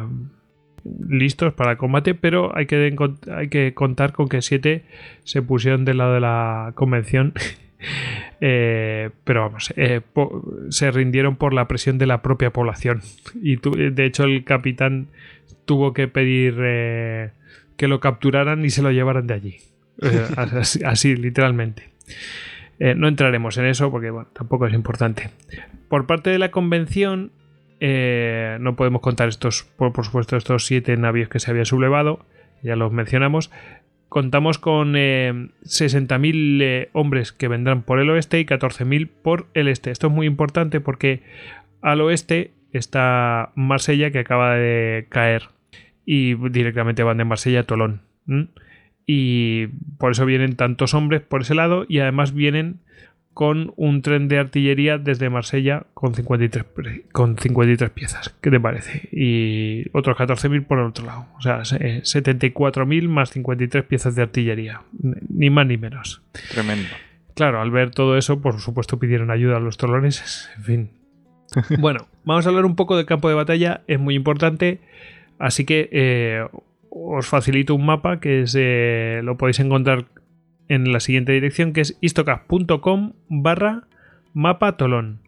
listos para el combate, pero hay que, hay que contar con que siete se pusieron del lado de la convención. Eh, pero vamos, eh, po- se rindieron por la presión de la propia población y tu- de hecho el capitán tuvo que pedir eh, que lo capturaran y se lo llevaran de allí, eh, así, así literalmente. Eh, no entraremos en eso porque bueno, tampoco es importante. Por parte de la convención eh, no podemos contar estos, por, por supuesto, estos siete navíos que se habían sublevado, ya los mencionamos. Contamos con eh, sesenta mil eh, hombres que vendrán por el oeste y catorce mil por el este. Esto es muy importante porque al oeste está Marsella, que acaba de caer, y directamente van de Marsella a Tolón. ¿Mm? Y por eso vienen tantos hombres por ese lado, y además vienen con un tren de artillería desde Marsella con cincuenta y tres, con cincuenta y tres piezas. ¿Qué te parece? Y otros catorce mil por el otro lado. O sea, setenta y cuatro mil más cincuenta y tres piezas de artillería. Ni más ni menos. Tremendo. Claro, al ver todo eso, por supuesto pidieron ayuda a los toloneses. En fin. Bueno, vamos a hablar un poco del campo de batalla. Es muy importante. Así que eh, os facilito un mapa que es, eh, lo podéis encontrar en la siguiente dirección, que es istocast.com barra mapa Tolón.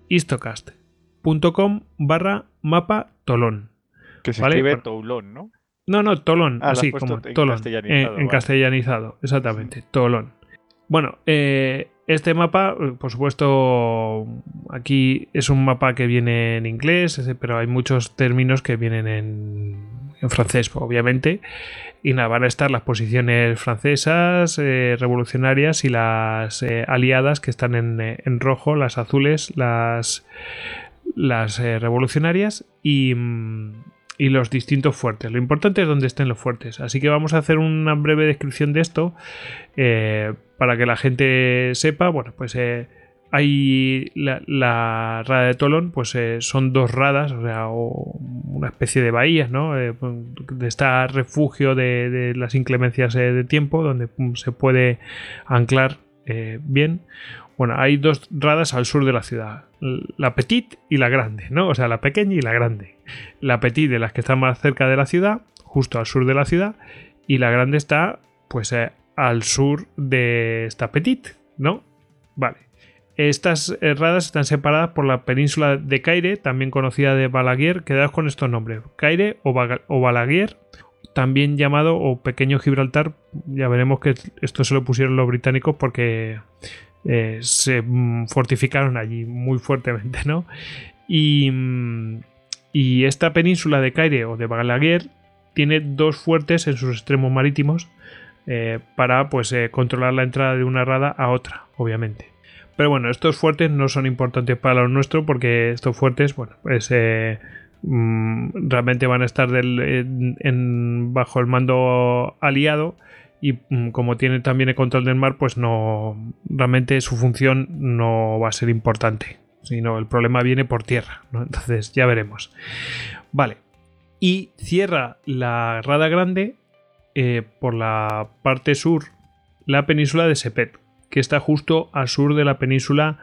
istocast.com barra mapa Tolón. Que se ¿vale? escribe Toulon, ¿no? No, no, Tolón, Ah, así como en Tolón. castellanizado, En, en vale. castellanizado, exactamente, Tolón. Bueno, eh, este mapa, por supuesto, aquí es un mapa que viene en inglés, pero hay muchos términos que vienen en, en francés, obviamente. Y nada, van a estar las posiciones francesas, eh, revolucionarias, y las eh, aliadas, que están en, eh, en rojo, las azules, las, las eh, revolucionarias, y, y los distintos fuertes. Lo importante es dónde estén los fuertes. Así que vamos a hacer una breve descripción de esto eh, para que la gente sepa. Bueno, pues eh, hay la, la rada de Tolón, pues eh, son dos radas, o sea, o una especie de bahías, ¿no? Eh, de este refugio de, de las inclemencias eh, de tiempo, donde pum, se puede anclar eh, bien. Bueno, hay dos radas al sur de la ciudad, la Petite y la Grande, ¿no? O sea, la pequeña y la grande. La Petite, de las que están más cerca de la ciudad, justo al sur de la ciudad, y la Grande está, pues, eh, al sur de esta Petite, ¿no? Vale. Estas radas están separadas por la península de Caire, también conocida de Balaguer. Quedaos con estos nombres: Caire o, Ba- o Balaguer, también llamado o Pequeño Gibraltar. Ya veremos que esto se lo pusieron los británicos porque eh, se mm, fortificaron allí muy fuertemente, ¿no? Y, mm, y esta península de Caire o de Balaguer tiene dos fuertes en sus extremos marítimos, eh, para pues eh, controlar la entrada de una rada a otra, obviamente. Pero bueno, estos fuertes no son importantes para lo nuestro porque estos fuertes, bueno, pues eh, mmm, realmente van a estar del, en, en, bajo el mando aliado y mmm, como tienen también el control del mar, pues no, realmente su función no va a ser importante, sino el problema viene por tierra, ¿no? Entonces ya veremos. Vale, y cierra la rada grande eh, por la parte sur la península de Sepet, que está justo al sur de la península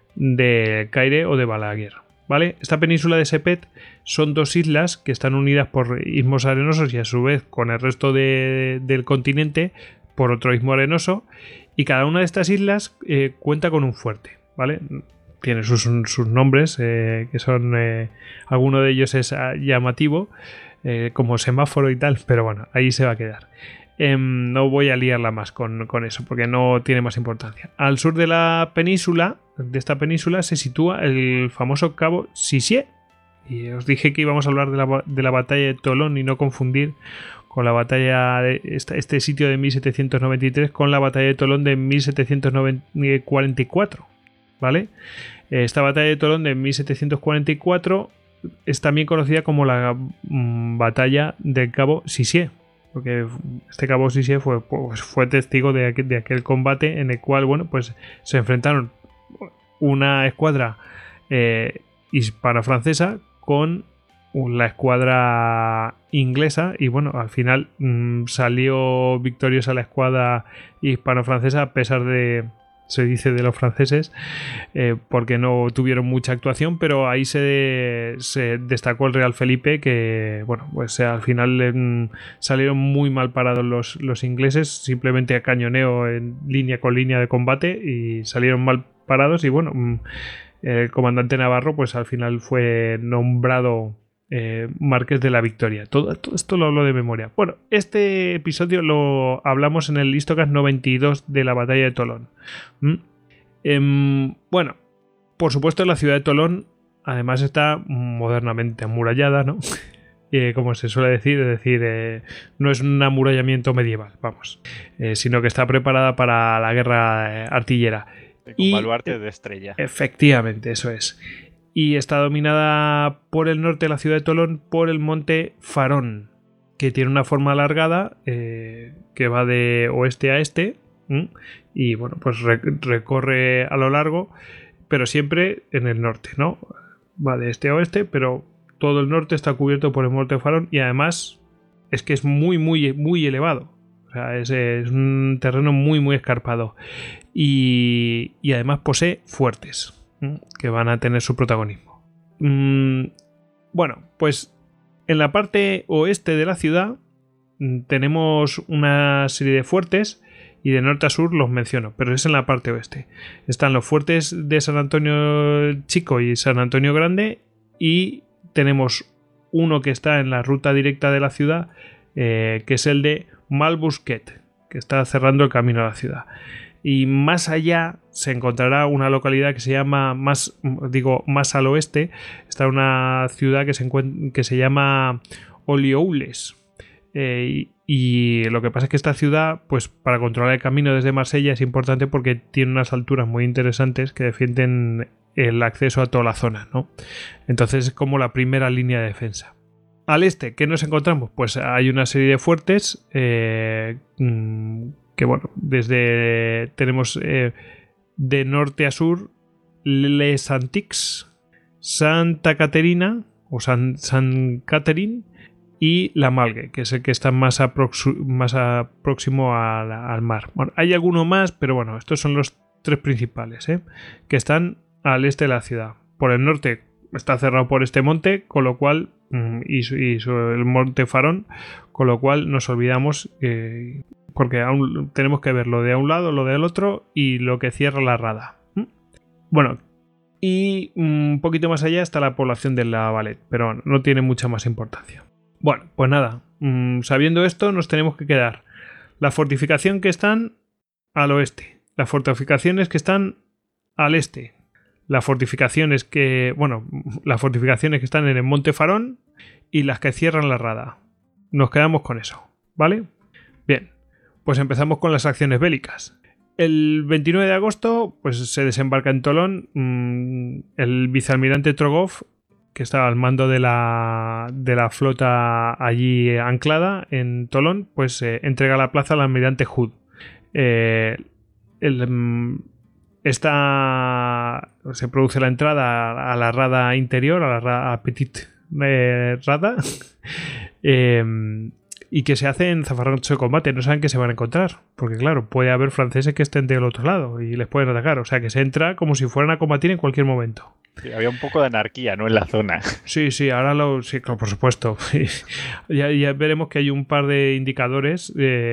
de Caire o de Balaguer, ¿vale? Esta península de Sepet son dos islas que están unidas por istmos arenosos y a su vez con el resto de, del continente por otro istmo arenoso, y cada una de estas islas eh, cuenta con un fuerte, ¿vale? Tiene sus, sus nombres, eh, que son eh, alguno de ellos es llamativo, eh, como semáforo y tal, pero bueno, ahí se va a quedar. Eh, no voy a liarla más con, con eso porque no tiene más importancia. Al sur de la península, de esta península, se sitúa el famoso cabo Sissier. Y os dije que íbamos a hablar de la, de la batalla de Tolón y no confundir con la batalla de esta, este sitio de mil setecientos noventa y tres con la batalla de Tolón de mil setecientos cuarenta y cuatro, ¿vale? Esta batalla de Tolón de mil setecientos cuarenta y cuatro es también conocida como la mm, batalla del cabo Sissier, porque este cabo Sissier fue, pues, fue testigo de aquel, de aquel combate en el cual, bueno, pues se enfrentaron una escuadra eh, hispano-francesa con la escuadra inglesa y bueno, al final mmm, salió victoriosa la escuadra hispano-francesa a pesar de, se dice de los franceses, eh, porque no tuvieron mucha actuación, pero ahí se, se destacó el Real Felipe, que bueno, pues eh, al final eh, salieron muy mal parados los, los ingleses, simplemente a cañoneo en línea con línea de combate y salieron mal parados y bueno, el comandante Navarro pues al final fue nombrado eh, Marqués de la Victoria. Todo, todo esto lo hablo de memoria. Bueno, este episodio lo hablamos en el Histocast noventa y dos de la batalla de Tolón. ¿Mm? Eh, bueno, por supuesto la ciudad de Tolón además está modernamente amurallada, ¿no? Eh, como se suele decir, es decir, eh, no es un amurallamiento medieval, vamos, eh, sino que está preparada para la guerra eh, artillera. Con y, baluarte de estrella. Efectivamente, eso es. Y está dominada por el norte de la ciudad de Tolón por el monte Farón, que tiene una forma alargada eh, que va de oeste a este ¿m? y bueno, pues re- recorre a lo largo, pero siempre en el norte, ¿no? Va de este a oeste, pero todo el norte está cubierto por el monte Farón y además es que es muy, muy, muy elevado. O sea, es, es un terreno muy, muy escarpado. Y, y además posee fuertes, ¿eh? Que van a tener su protagonismo. Mm, bueno, pues en la parte oeste de la ciudad mm, tenemos una serie de fuertes y de norte a sur los menciono, pero es en la parte oeste. Están los fuertes de San Antonio Chico y San Antonio Grande y tenemos uno que está en la ruta directa de la ciudad, eh, que es el de Malbusquet, que está cerrando el camino a la ciudad. Y más allá se encontrará una localidad que se llama, más digo más al oeste, está una ciudad que se, encuent- que se llama Olioules. Eh, y, y lo que pasa es que esta ciudad, pues para controlar el camino desde Marsella es importante porque tiene unas alturas muy interesantes que defienden el acceso a toda la zona, ¿no? Entonces es como la primera línea de defensa. Al este, ¿qué nos encontramos? Pues hay una serie de fuertes eh, que, bueno, desde tenemos eh, de norte a sur Les Antiques, Santa Caterina o San, San Catherine y La Malgue, que es el que está más, aprox- más a, próximo al, al mar. Bueno, hay alguno más, pero bueno, estos son los tres principales, ¿eh? Que están al este de la ciudad. Por el norte está cerrado por este monte, con lo cual y, y sobre el monte Farón, con lo cual nos olvidamos eh, porque aún tenemos que ver lo de un lado, lo del otro y lo que cierra la rada. ¿Mm? Bueno, y un poquito más allá está la población de la Valette, pero no tiene mucha más importancia. Bueno, pues nada, mmm, sabiendo esto nos tenemos que quedar la fortificación que están al oeste, las fortificaciones que están al este, las fortificaciones que, bueno, las fortificaciones que están en el Monte Farón y las que cierran la rada. Nos quedamos con eso, ¿vale? Bien, Pues empezamos con las acciones bélicas. El veintinueve de agosto pues, se desembarca en Tolón mmm, el vicealmirante Trogov, que estaba al mando de la, de la flota allí anclada en Tolón, pues eh, entrega la plaza al almirante Hood. Eh, el, esta, se produce la entrada a la rada interior, a la rada, a Petit eh, Rada, eh, y que se hace en zafarrancho de combate. No saben qué se van a encontrar, porque claro, puede haber franceses que estén del otro lado y les pueden atacar. O sea que se entra como si fueran a combatir en cualquier momento. Sí, había un poco de anarquía, ¿no? En la zona. Sí, sí, ahora lo... Sí, claro, por supuesto. ya, ya veremos que hay un par de indicadores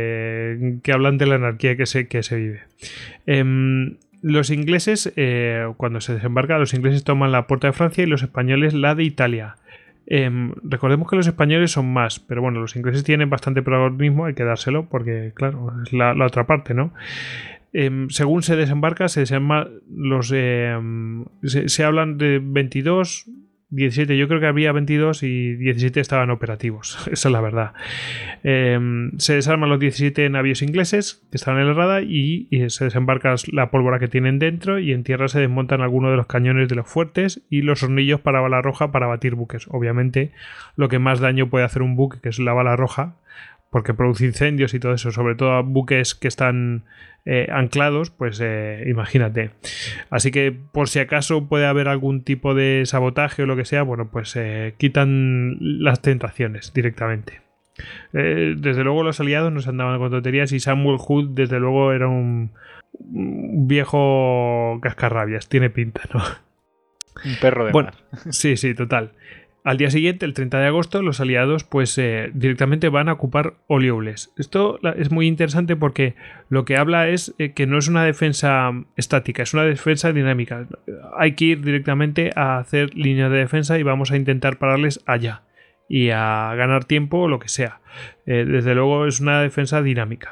eh, que hablan de la anarquía que se, que se vive. Eh, los ingleses, eh, cuando se desembarca, los ingleses toman la puerta de Francia y los españoles la de Italia. Eh, recordemos que los españoles son más, pero bueno, los ingleses tienen bastante protagonismo, hay que dárselo, porque claro, es la, la otra parte, ¿no? Eh, según se desembarca, se desembarca los eh, se, se hablan de veintidós, diecisiete, yo creo que había veintidós y diecisiete estaban operativos, esa es la verdad. Eh, se desarman los diecisiete navíos ingleses que estaban en la rada y, y se desembarca la pólvora que tienen dentro, y en tierra se desmontan algunos de los cañones de los fuertes y los hornillos para bala roja para batir buques. Obviamente lo que más daño puede hacer un buque, que es la bala roja, porque produce incendios y todo eso, sobre todo a buques que están eh, anclados, pues eh, imagínate. Así que por si acaso puede haber algún tipo de sabotaje o lo que sea, bueno, pues eh, quitan las tentaciones directamente. Eh, desde luego los aliados no se andaban con tonterías y Samuel Hood desde luego era un, un viejo cascarrabias, tiene pinta, ¿no? Un perro de bueno, mar. Sí, sí, total. Al día siguiente, el treinta de agosto, los aliados pues eh, directamente van a ocupar Oliobles. Esto es muy interesante porque lo que habla es eh, que no es una defensa estática, es una defensa dinámica. Hay que ir directamente a hacer líneas de defensa y vamos a intentar pararles allá y a ganar tiempo o lo que sea. Eh, desde luego es una defensa dinámica.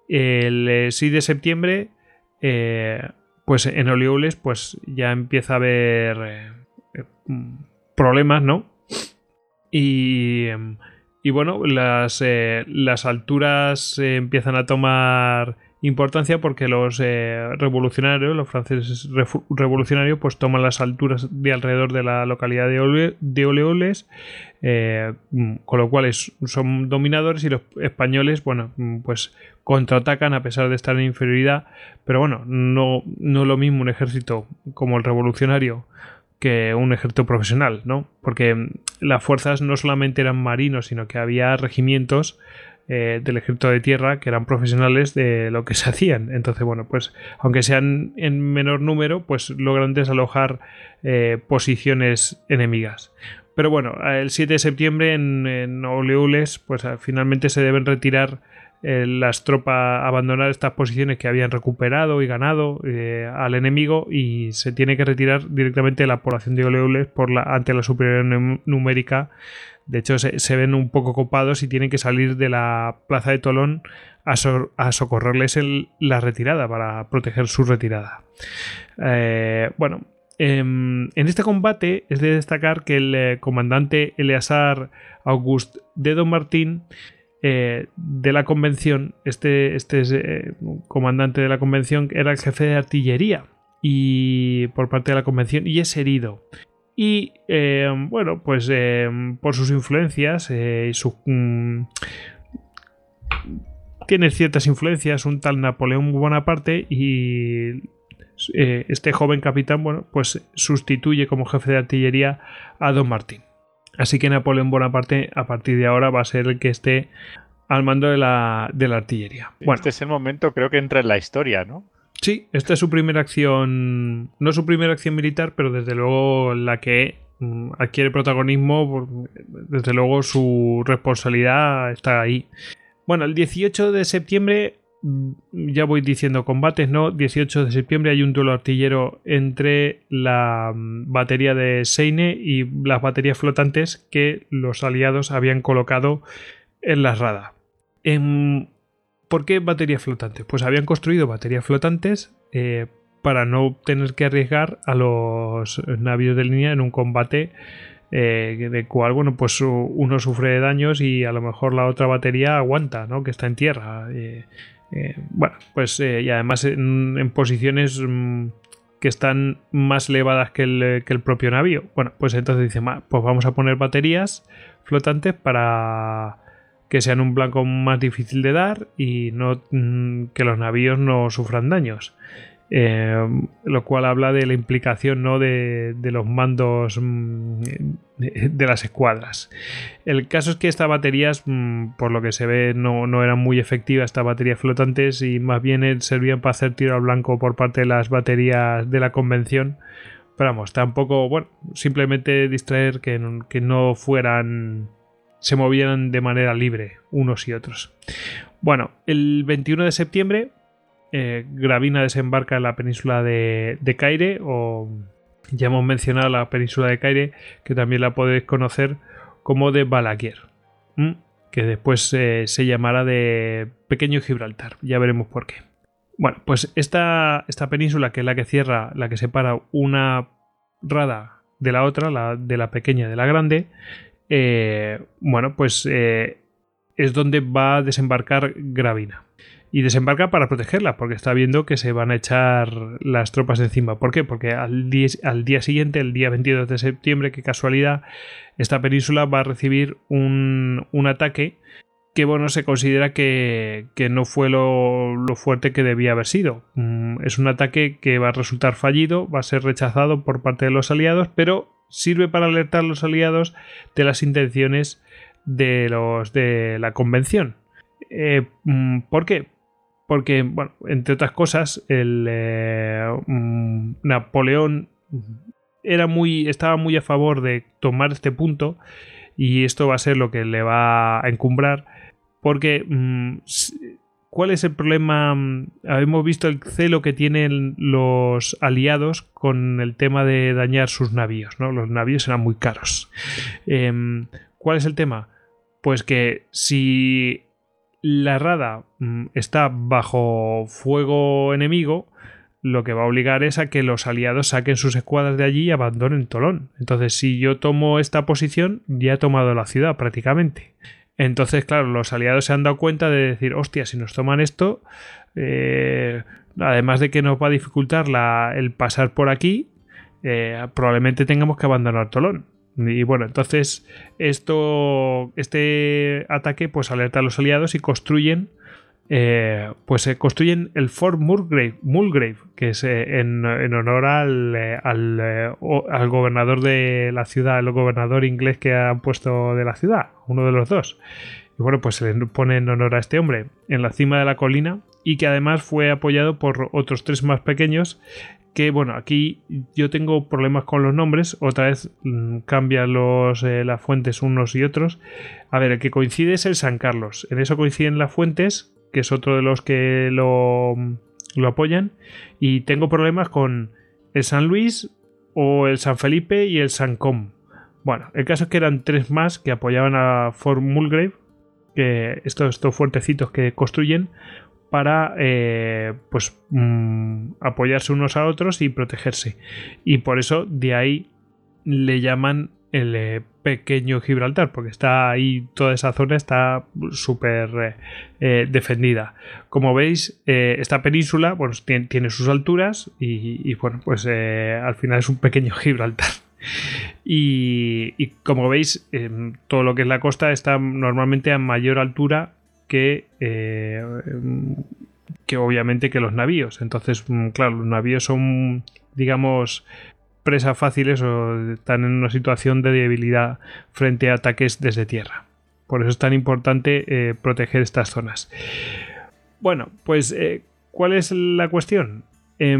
El eh, seis de septiembre, eh, pues en Oliobles pues ya empieza a haber eh, eh, problemas, ¿no? Y, y bueno, las, eh, las alturas eh, empiezan a tomar importancia porque los eh, revolucionarios, los franceses revolucionarios, pues toman las alturas de alrededor de la localidad de, Ole, de Oliobles, eh, con lo cual es, son dominadores, y los españoles, bueno, pues contraatacan a pesar de estar en inferioridad, pero bueno, no, no lo mismo un ejército como el revolucionario que un ejército profesional, ¿no? Porque las fuerzas no solamente eran marinos, sino que había regimientos eh, del ejército de tierra que eran profesionales de lo que se hacían. Entonces, bueno, pues aunque sean en menor número, pues logran desalojar eh, posiciones enemigas. Pero bueno, el siete de septiembre en, en Oliobles, pues finalmente se deben retirar eh, las tropas, abandonar estas posiciones que habían recuperado y ganado eh, al enemigo, y se tiene que retirar directamente la población de Oliobles por la, ante la superioridad numérica. De hecho, se, se ven un poco copados y tienen que salir de la plaza de Tolón a, so, a socorrerles el, la retirada, para proteger su retirada. Eh, bueno, eh, en este combate es de destacar que el eh, comandante Eleazar Auguste de Don Martín eh, de la convención, este, este eh, comandante de la convención era el jefe de artillería y por parte de la convención, y es herido. Y eh, bueno, pues eh, por sus influencias eh, y su, mm, tiene ciertas influencias un tal Napoleón Bonaparte, y eh, este joven capitán, bueno, pues sustituye como jefe de artillería a Don Martín. Así que Napoleón Bonaparte a partir de ahora va a ser el que esté al mando de la, de la artillería. Bueno, este es el momento, creo que entra en la historia, ¿no? Sí, esta es su primera acción, no su primera acción militar, pero desde luego la que mm, adquiere protagonismo, desde luego su responsabilidad está ahí. Bueno, el dieciocho de septiembre, ya voy diciendo combates, ¿no? dieciocho de septiembre hay un duelo artillero entre la batería de Seine y las baterías flotantes que los aliados habían colocado en las radas. En ¿Por qué baterías flotantes? Pues habían construido baterías flotantes eh, para no tener que arriesgar a los navíos de línea en un combate eh, de cual, bueno, pues uno sufre daños y a lo mejor la otra batería aguanta, ¿no? Que está en tierra. Eh, Eh, bueno, pues eh, y además en, en posiciones mmm, que están más elevadas que el, que el propio navío. Bueno, pues entonces dicen, pues vamos a poner baterías flotantes para que sean un blanco más difícil de dar y no mmm, que los navíos no sufran daños. Eh, lo cual habla de la implicación, ¿no?, de, de los mandos mmm, de, de las escuadras. El caso es que estas baterías, mmm, por lo que se ve, no, no eran muy efectivas, estas baterías flotantes, y más bien servían para hacer tiro al blanco por parte de las baterías de la convención. Pero vamos, tampoco, bueno, simplemente distraer que, que no fueran, se movieran de manera libre unos y otros. Bueno, el veintiuno de septiembre Eh, Gravina desembarca en la península de, de Caire, o ya hemos mencionado la península de Caire, que también la podéis conocer como de Balaguer, ¿m? que después eh, se llamará de Pequeño Gibraltar, ya veremos por qué. Bueno, pues esta, esta península, que es la que cierra, la que separa una rada de la otra, la de la pequeña de la grande, eh, bueno, pues eh, es donde va a desembarcar Gravina. Y desembarca para protegerla, porque está viendo que se van a echar las tropas encima. ¿Por qué? Porque al día, al día siguiente, el día veintidós de septiembre, qué casualidad, esta península va a recibir un, un ataque que, bueno, se considera que, que no fue lo, lo fuerte que debía haber sido. Mm, es un ataque que va a resultar fallido, va a ser rechazado por parte de los aliados, pero sirve para alertar a los aliados de las intenciones de los de la convención. Eh, ¿Por qué? Porque, bueno, entre otras cosas, el eh, Napoleón era muy, estaba muy a favor de tomar este punto, y esto va a ser lo que le va a encumbrar, porque ¿cuál es el problema? Hemos visto el celo que tienen los aliados con el tema de dañar sus navíos, ¿no? Los navíos eran muy caros. Eh, ¿Cuál es el tema? Pues que si la rada mm, está bajo fuego enemigo, lo que va a obligar es a que los aliados saquen sus escuadras de allí y abandonen Tolón. Entonces, si yo tomo esta posición, ya he tomado la ciudad prácticamente. Entonces, claro, los aliados se han dado cuenta de decir, hostia, si nos toman esto, eh, además de que nos va a dificultar la, el pasar por aquí, eh, probablemente tengamos que abandonar Tolón. Y bueno, entonces esto, este ataque pues alerta a los aliados y construyen eh, pues eh, construyen el Fort Mulgrave, Mulgrave que es eh, en, en honor al, eh, al, eh, al gobernador de la ciudad, el gobernador inglés que han puesto de la ciudad, uno de los dos. Y bueno, pues se le pone en honor a este hombre en la cima de la colina, y que además fue apoyado por otros tres más pequeños. Que bueno, aquí yo tengo problemas con los nombres, otra vez mmm, cambian los, eh, las fuentes unos y otros. A ver, el que coincide es el San Carlos, en eso coinciden las fuentes, que es otro de los que lo, lo apoyan, y tengo problemas con el San Luis o el San Felipe y el San Com. Bueno, el caso es que eran tres más que apoyaban a Fort Mulgrave, que estos, estos fuertecitos que construyen para eh, pues mmm, apoyarse unos a otros y protegerse, y por eso de ahí le llaman el eh, Pequeño Gibraltar, porque está ahí, toda esa zona está súper eh, eh, defendida. Como veis, eh, esta península, bueno, tiene, tiene sus alturas y, y bueno, pues eh, al final es un pequeño Gibraltar. Y, y como veis, eh, todo lo que es la costa está normalmente a mayor altura que, eh, que obviamente que los navíos. Entonces, claro, los navíos son, digamos, presas fáciles o están en una situación de debilidad frente a ataques desde tierra. Por eso es tan importante eh, proteger estas zonas. Bueno, pues eh, ¿cuál es la cuestión? Eh,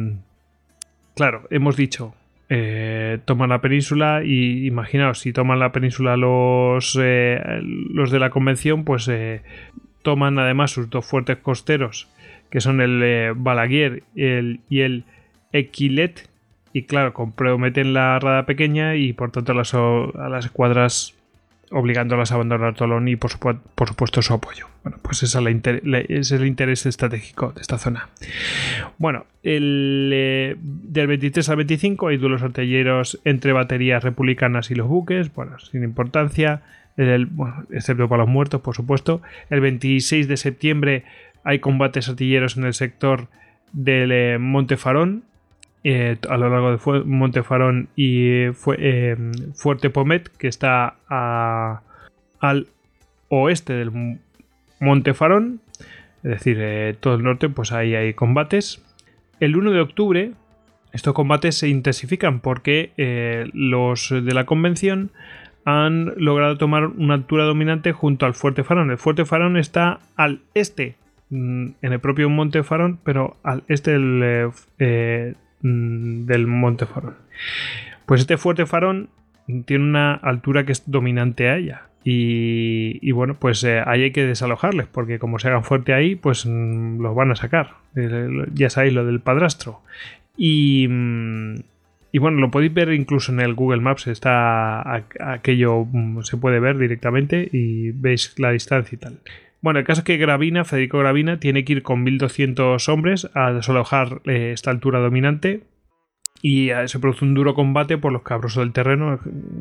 claro, hemos dicho Eh, toman la península, y imaginaos, si toman la península los, eh, los de la convención, pues eh, toman además sus dos fuertes costeros, que son el eh, Balaguer el, y el Equilet, y claro, comprometen la rada pequeña y por tanto las, a las escuadras, obligándolas a abandonar Tolón y por, supu- por supuesto su apoyo. Bueno, pues esa es la inter- la, ese es el interés estratégico de esta zona. Bueno, el, eh, del veintitrés al veinticinco hay duelos artilleros entre baterías republicanas y los buques, bueno, sin importancia, el, bueno, excepto para los muertos, por supuesto. El veintiséis de septiembre hay combates artilleros en el sector del eh, Monte Farón, eh, a lo largo de Fu- Monte Farón y Fu- eh, Fuerte Pomet, que está a, al oeste del Monte Farón, es decir, eh, todo el norte, pues ahí hay combates. El uno de octubre estos combates se intensifican porque eh, los de la convención han logrado tomar una altura dominante junto al Fuerte Farón. El Fuerte Farón está al este, en el propio Monte Farón, pero al este del, eh, eh, del Monte Farón. Pues este Fuerte Farón tiene una altura que es dominante a ella. Y, y bueno, pues eh, ahí hay que desalojarles, porque como se hagan fuerte ahí, pues mmm, los van a sacar. Eh, ya sabéis lo del padrastro. Y, mmm, y bueno, lo podéis ver incluso en el Google Maps, está a, a aquello mmm, se puede ver directamente y veis la distancia y tal. Bueno, el caso es que Gravina, Federico Gravina, tiene que ir con mil doscientos hombres a desalojar eh, esta altura dominante. Y se produce un duro combate por los cabrosos del terreno.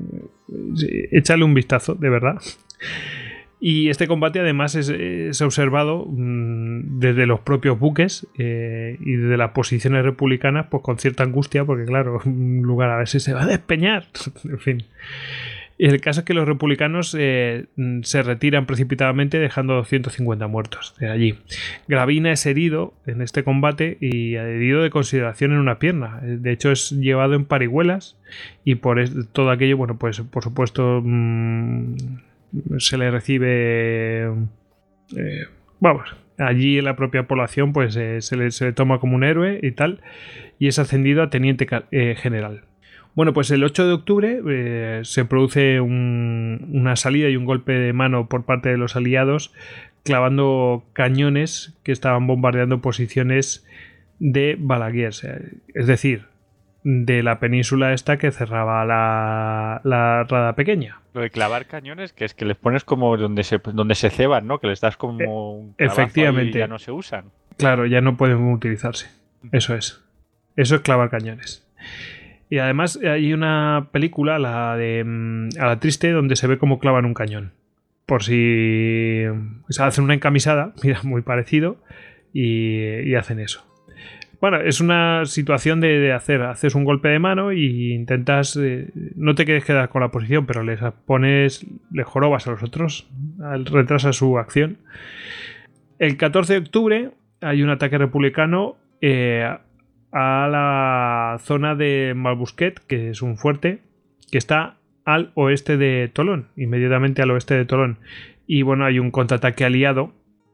Échale un vistazo, de verdad. Y este combate además es, es observado mmm, desde los propios buques eh, y desde las posiciones republicanas, pues con cierta angustia, porque claro, un lugar a ver si se va a despeñar. En fin. Y el caso es que los republicanos eh, se retiran precipitadamente, dejando doscientos cincuenta muertos de allí. Gravina es herido en este combate y herido de consideración en una pierna. De hecho, es llevado en parihuelas y por es, todo aquello, bueno, pues por supuesto mmm, se le recibe... Eh, vamos, allí en la propia población pues eh, se, le, se le toma como un héroe y tal, y es ascendido a teniente eh, general. Bueno, pues el ocho de octubre eh, se produce un, una salida y un golpe de mano por parte de los aliados, clavando cañones que estaban bombardeando posiciones de Balaguer, es decir, de la península esta que cerraba la, la rada pequeña. Lo de clavar cañones, que es que les pones como donde se, donde se ceban, ¿no? Que les das como un clavazo efectivamente. Y ya no se usan. Claro, ya no pueden utilizarse. Eso es. Eso es clavar cañones. Y además hay una película, la de A la Triste, donde se ve cómo clavan un cañón. Por si... O sea, hacen una encamisada, mira, muy parecido, y, y hacen eso. Bueno, es una situación de, de hacer, haces un golpe de mano y intentas... Eh, no te quedes quedar con la posición, pero les pones... Les jorobas a los otros, retrasas su acción. El catorce de octubre hay un ataque republicano... Eh, a la zona de Malbusquet, que es un fuerte que está al oeste de Tolón, inmediatamente al oeste de Tolón. Y bueno, hay un contraataque aliado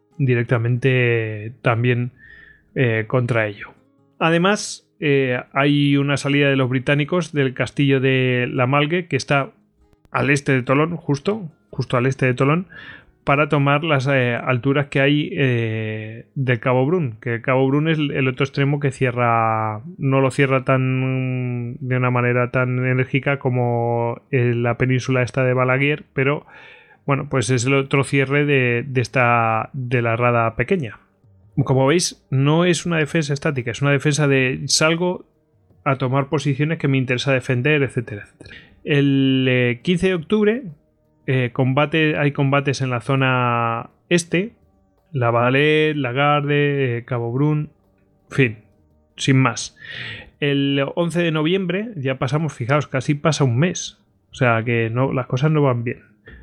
directamente también eh, contra ello. Además, eh, hay una salida de los británicos del castillo de La Malgue, que está al este de Tolón, justo, justo al este de Tolón, para tomar las eh, alturas que hay eh, del Cabo Brún, que el Cabo Brún es el otro extremo que cierra, no lo cierra tan de una manera tan enérgica como en la península esta de Balaguer, pero bueno, pues es el otro cierre de, de esta de la rada pequeña. Como veis, no es una defensa estática, es una defensa de salgo a tomar posiciones que me interesa defender, etcétera, etcétera. El eh, quince de octubre Eh, combate, hay combates en la zona este, La Valette, Lagarde, eh, Cabo Brún, en fin, sin más. El once de noviembre ya pasamos, fijaos, casi pasa un mes, o sea que no, las cosas no van bien.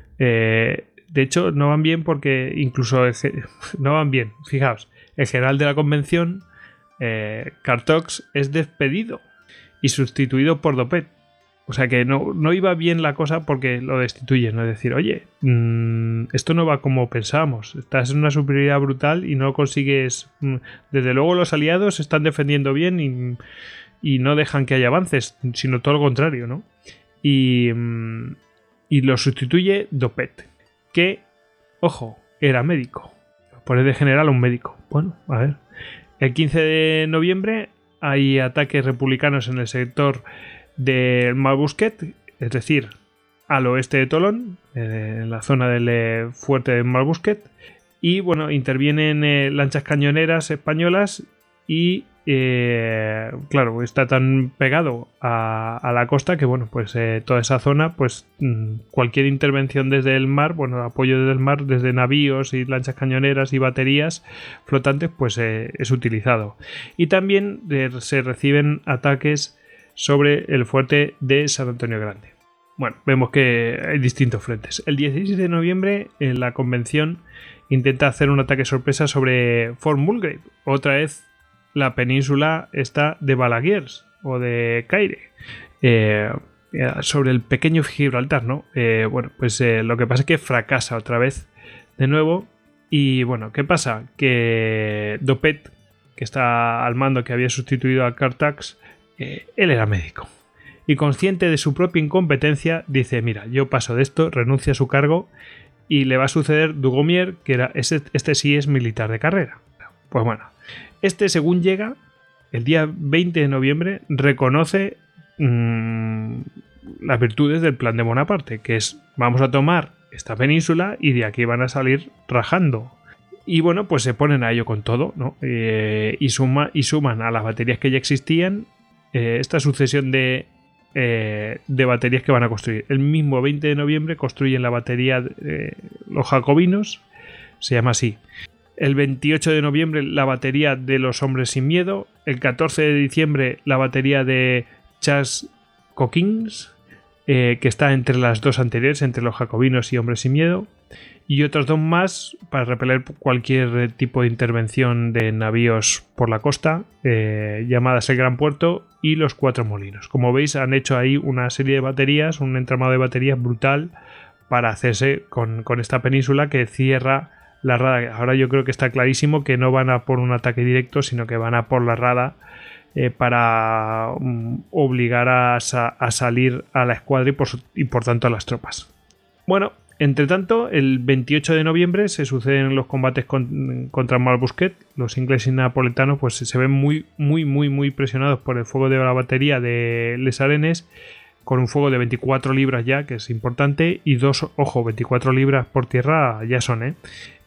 Eh, de hecho, no van bien porque incluso el, no van bien, fijaos, el general de la convención, eh, Cartox, es despedido y sustituido por Dopet. O sea que no, no iba bien la cosa porque lo destituyen, ¿no? Es decir, oye, mmm, esto no va como pensábamos. Estás en una superioridad brutal y no consigues... Mmm, desde luego los aliados se están defendiendo bien y, y no dejan que haya avances, sino todo lo contrario, ¿no? Y, mmm, y lo sustituye Dopet, que, ojo, era médico. Poner de general a un médico. Bueno, a ver. El quince de noviembre hay ataques republicanos en el sector del Malbusquet, es decir, al oeste de Tolón, eh, en la zona del eh, fuerte de Malbusquet, y bueno, intervienen eh, lanchas cañoneras españolas y eh, claro, está tan pegado a, a la costa que bueno, pues eh, toda esa zona, pues mmm, cualquier intervención desde el mar, bueno, apoyo desde el mar, desde navíos y lanchas cañoneras y baterías flotantes, pues eh, es utilizado. Y también eh, se reciben ataques sobre el fuerte de San Antonio Grande. Bueno, vemos que hay distintos frentes. El dieciséis de noviembre, en la convención intenta hacer un ataque sorpresa sobre Fort Mulgrave. Otra vez la península está de Balaguers o de Caire, eh, sobre el pequeño Gibraltar, ¿no? Eh, bueno, pues eh, lo que pasa es que fracasa otra vez de nuevo. Y bueno, ¿qué pasa? Que Dopet, que está al mando, que había sustituido a Cartax, eh, él era médico. Y consciente de su propia incompetencia, dice, mira, yo paso de esto, renuncia a su cargo y le va a suceder Dugomier, que era este, este sí es militar de carrera. Pues bueno, este según llega, el día veinte de noviembre, reconoce mmm, las virtudes del plan de Bonaparte, que es, vamos a tomar esta península y de aquí van a salir rajando. Y bueno, pues se ponen a ello con todo, ¿no? Eh, y, suma, y suman a las baterías que ya existían eh, esta sucesión de Eh, de baterías que van a construir. El mismo veinte de noviembre construyen la batería de eh, los jacobinos, se llama así. El veintiocho de noviembre la batería de los hombres sin miedo. El catorce de diciembre la batería de Charles Cockins, eh, que está entre las dos anteriores, entre los jacobinos y hombres sin miedo. Y otros dos más para repeler cualquier tipo de intervención de navíos por la costa, eh, llamadas el Gran Puerto y los Cuatro Molinos. Como veis, han hecho ahí una serie de baterías, un entramado de baterías brutal para hacerse con, con esta península que cierra la rada. Ahora yo creo que está clarísimo que no van a por un ataque directo, sino que van a por la rada eh, para um, obligar a, sa- a salir a la escuadra y por, su- y por tanto a las tropas. Bueno, entre tanto, el veintiocho de noviembre se suceden los combates con, contra Malbusquet. Los ingleses y napolitanos pues, se ven muy, muy, muy, muy presionados por el fuego de la batería de Les Arenes, con un fuego de veinticuatro libras ya, que es importante, y dos, ojo, veinticuatro libras por tierra ya son, ¿eh?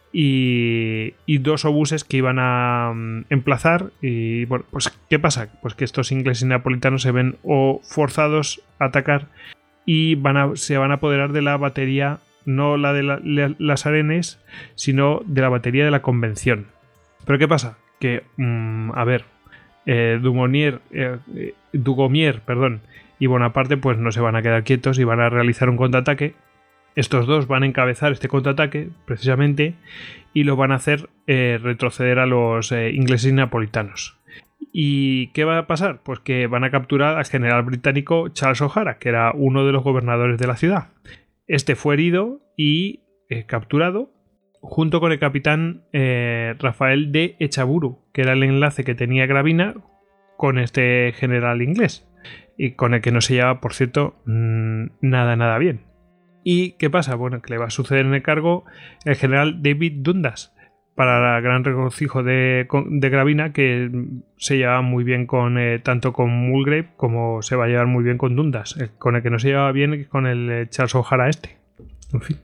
Y, y dos obuses que iban a um, emplazar. Y bueno, pues ¿qué pasa? Pues que estos ingleses y napolitanos se ven o forzados a atacar y van a, se van a apoderar de la batería, no la de la, la, las Arenes, sino de la batería de la Convención. Pero ¿qué pasa? Que, mmm, a ver, eh, Dumonier, eh, Dugomier, perdón, y Bonaparte pues no se van a quedar quietos y van a realizar un contraataque. Estos dos van a encabezar este contraataque, precisamente, y lo van a hacer eh, retroceder a los eh, ingleses y napolitanos. ¿Y qué va a pasar? Pues que van a capturar al general británico Charles O'Hara, que era uno de los gobernadores de la ciudad. Este fue herido y eh, capturado junto con el capitán eh, Rafael de Echaburu, que era el enlace que tenía Gravina con este general inglés y con el que no se llevaba, por cierto, mmm, nada, nada bien. ¿Y qué pasa? Bueno, que le va a suceder en el cargo el general David Dundas, para el gran regocijo de, de Gravina, que se llevaba muy bien con eh, tanto con Mulgrave como se va a llevar muy bien con Dundas. Eh, con el que no se llevaba bien con el eh, Charles O'Hara este. En fin.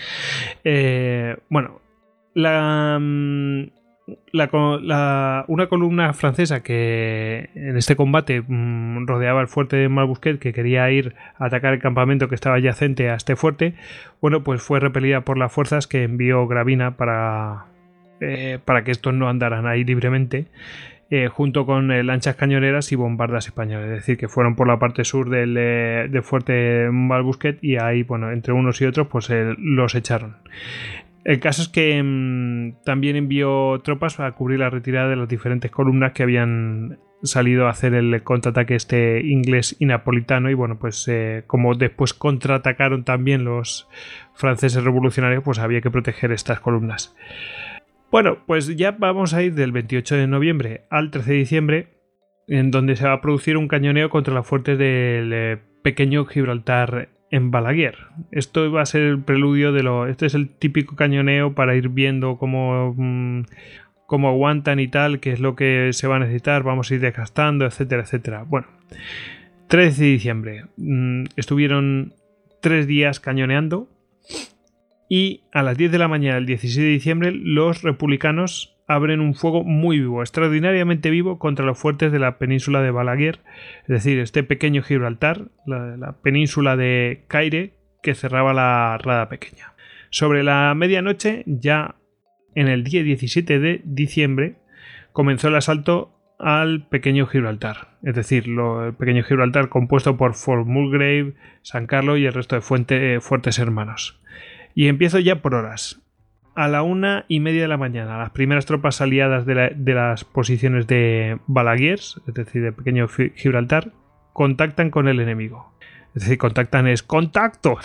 Eh, bueno, la, la, la, una columna francesa que en este combate mmm, rodeaba el fuerte de Malbusquet, que quería ir a atacar el campamento que estaba adyacente a este fuerte, bueno, pues fue repelida por las fuerzas que envió Gravina para... Eh, para que estos no andaran ahí libremente, eh, junto con eh, lanchas cañoneras y bombardas españolas. Es decir, que fueron por la parte sur del, eh, del fuerte Malbusquet y ahí, bueno, entre unos y otros, pues eh, los echaron. El caso es que mmm, también envió tropas para cubrir la retirada de las diferentes columnas que habían salido a hacer el contraataque este inglés y napolitano. Y bueno, pues eh, como después contraatacaron también los franceses revolucionarios, pues había que proteger estas columnas. Bueno, pues ya vamos a ir del veintiocho de noviembre al trece de diciembre, en donde se va a producir un cañoneo contra las fuertes del eh, pequeño Gibraltar en Balaguer. Esto va a ser el preludio de lo... Este es el típico cañoneo para ir viendo cómo, mmm, cómo aguantan y tal, qué es lo que se va a necesitar, vamos a ir desgastando, etcétera, etcétera. Bueno, trece de diciembre. Mmm, estuvieron tres días cañoneando. y a las diez de la mañana del dieciséis de diciembre los republicanos abren un fuego muy vivo, extraordinariamente vivo, contra los fuertes de la península de Balaguer, es decir, este pequeño Gibraltar, la, la península de Caire que cerraba la rada pequeña. Sobre la medianoche, ya en el día diecisiete de diciembre, comenzó el asalto al pequeño Gibraltar, es decir, lo, el pequeño Gibraltar compuesto por Fort Mulgrave, San Carlos y el resto de fuente, eh, fuertes hermanos. Y empiezo ya por horas. A la una y media de la mañana, las primeras tropas aliadas de, la, de las posiciones de Balaguer, es decir, de pequeño Gibraltar, contactan con el enemigo. Es decir, contactan es contacto.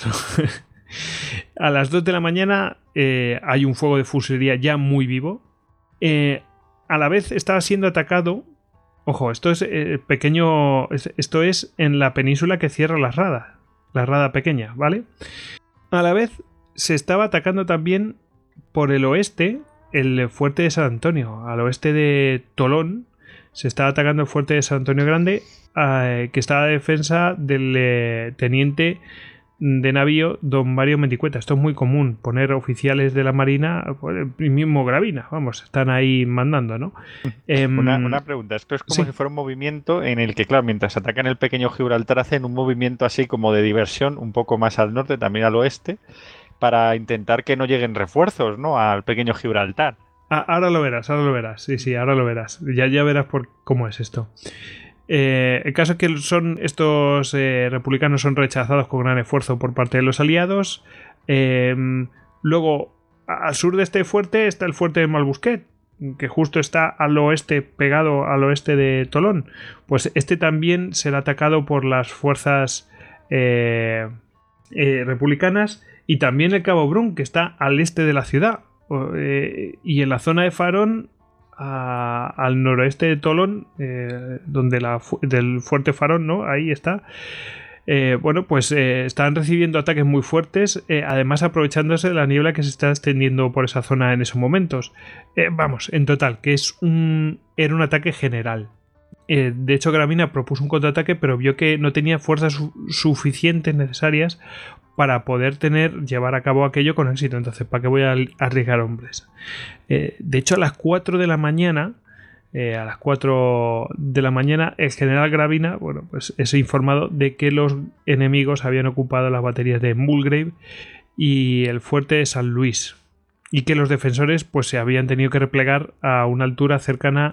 A las dos de la mañana eh, hay un fuego de fusilería ya muy vivo. Eh, a la vez estaba siendo atacado. Ojo, esto es eh, pequeño. Esto es en la península que cierra la rada. La rada pequeña, ¿vale? A la vez se estaba atacando también por el oeste el fuerte de San Antonio. Al oeste de Tolón se estaba atacando el fuerte de San Antonio Grande, eh, que estaba a defensa del eh, teniente de navío don Mario Mendicueta. Esto es muy común, poner oficiales de la Marina, el mismo Gravina, vamos, están ahí mandando, ¿no? Una, una pregunta, esto es como sí. si fuera un movimiento en el que, claro, mientras atacan el pequeño Gibraltar hacen un movimiento así como de diversión, un poco más al norte, también al oeste, para intentar que no lleguen refuerzos, ¿no?, al pequeño Gibraltar. Ah, ahora lo verás, ahora lo verás, sí, sí, ahora lo verás, ya, ya verás por cómo es esto. Eh, el caso es que son estos eh, republicanos son rechazados con gran esfuerzo por parte de los aliados. Eh, luego, al sur de este fuerte está el fuerte de Malbusquet, que justo está al oeste, pegado al oeste de Tolón. Pues este también será atacado por las fuerzas eh, eh, republicanas, y también el Cabo Brun, que está al este de la ciudad. Eh, y en la zona de Farón, A, al noroeste de Tolón, eh, donde la fu del fuerte Farón, ¿no? Ahí está. Eh, bueno, pues eh, están recibiendo ataques muy fuertes, eh, además aprovechándose de la niebla que se está extendiendo por esa zona en esos momentos. Eh, vamos, en total, que es un era un ataque general. Eh, de hecho, Gravina propuso un contraataque, pero vio que no tenía fuerzas su suficientes necesarias para poder tener, llevar a cabo aquello con éxito. Entonces, ¿para qué voy a arriesgar hombres? Eh, de hecho, a las cuatro de la mañana, eh, a las cuatro de la mañana, el general Gravina, bueno, pues es informado de que los enemigos habían ocupado las baterías de Mulgrave y el fuerte de San Luis, y que los defensores pues se habían tenido que replegar a una altura cercana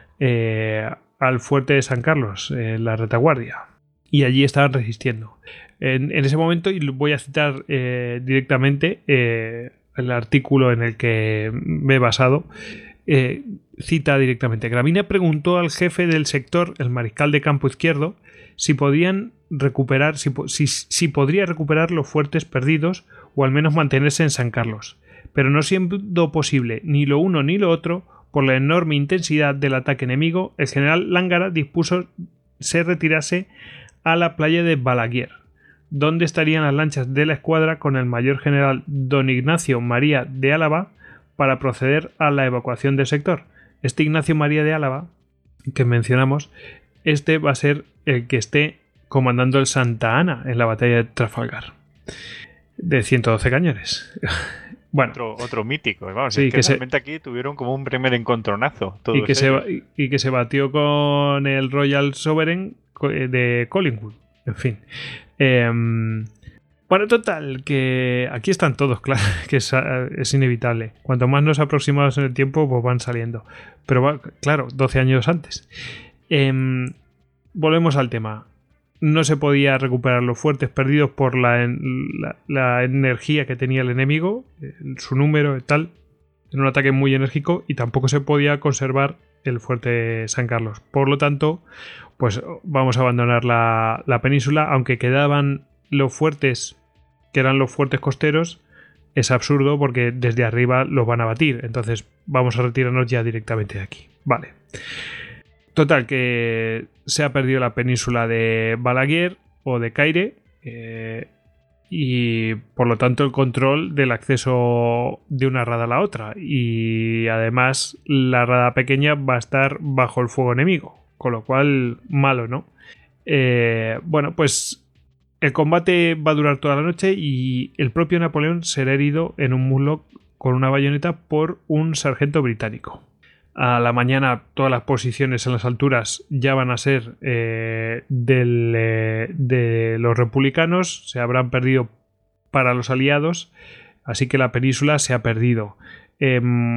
eh, al fuerte de San Carlos, en eh, la retaguardia, y allí estaban resistiendo. En, en ese momento, y voy a citar eh, directamente eh, el artículo en el que me he basado, eh, cita directamente: Gravina preguntó al jefe del sector, el mariscal de campo izquierdo, si podían recuperar, si, si, si podría recuperar los fuertes perdidos o al menos mantenerse en San Carlos, pero no siendo posible ni lo uno ni lo otro por la enorme intensidad del ataque enemigo, el general Lángara dispuso se retirase a la playa de Balaguer, donde estarían las lanchas de la escuadra con el mayor general don Ignacio María de Álava para proceder a la evacuación del sector. Este Ignacio María de Álava, que mencionamos, este va a ser el que esté comandando el Santa Ana en la batalla de Trafalgar, de ciento doce cañones. Bueno, otro, otro mítico, vamos, sí, es que, que realmente se, aquí tuvieron como un primer encontronazo. Y que, se, y que se batió con el Royal Sovereign de Collingwood. En fin. Eh, bueno, total, que aquí están todos, claro, que es, es inevitable. Cuanto más nos aproximamos en el tiempo, pues van saliendo. Pero va, claro, doce años antes. Eh, volvemos al tema. No se podía recuperar los fuertes perdidos por la, la, la energía que tenía el enemigo, su número y tal. Era un ataque muy enérgico, y tampoco se podía conservar el fuerte San Carlos. Por lo tanto, pues vamos a abandonar la, la península, aunque quedaban los fuertes, que eran los fuertes costeros. Es absurdo porque desde arriba los van a batir. Entonces vamos a retirarnos ya directamente de aquí. Vale. Total, que se ha perdido la península de Balaguer o de Caire, eh, y por lo tanto el control del acceso de una rada a la otra, y además la rada pequeña va a estar bajo el fuego enemigo, con lo cual malo, ¿no? Eh, bueno, pues el combate va a durar toda la noche y el propio Napoleón será herido en un muslo con una bayoneta por un sargento británico. A la mañana todas las posiciones en las alturas ya van a ser eh, del, eh, de los republicanos, se habrán perdido para los aliados, así que la península se ha perdido. Eh,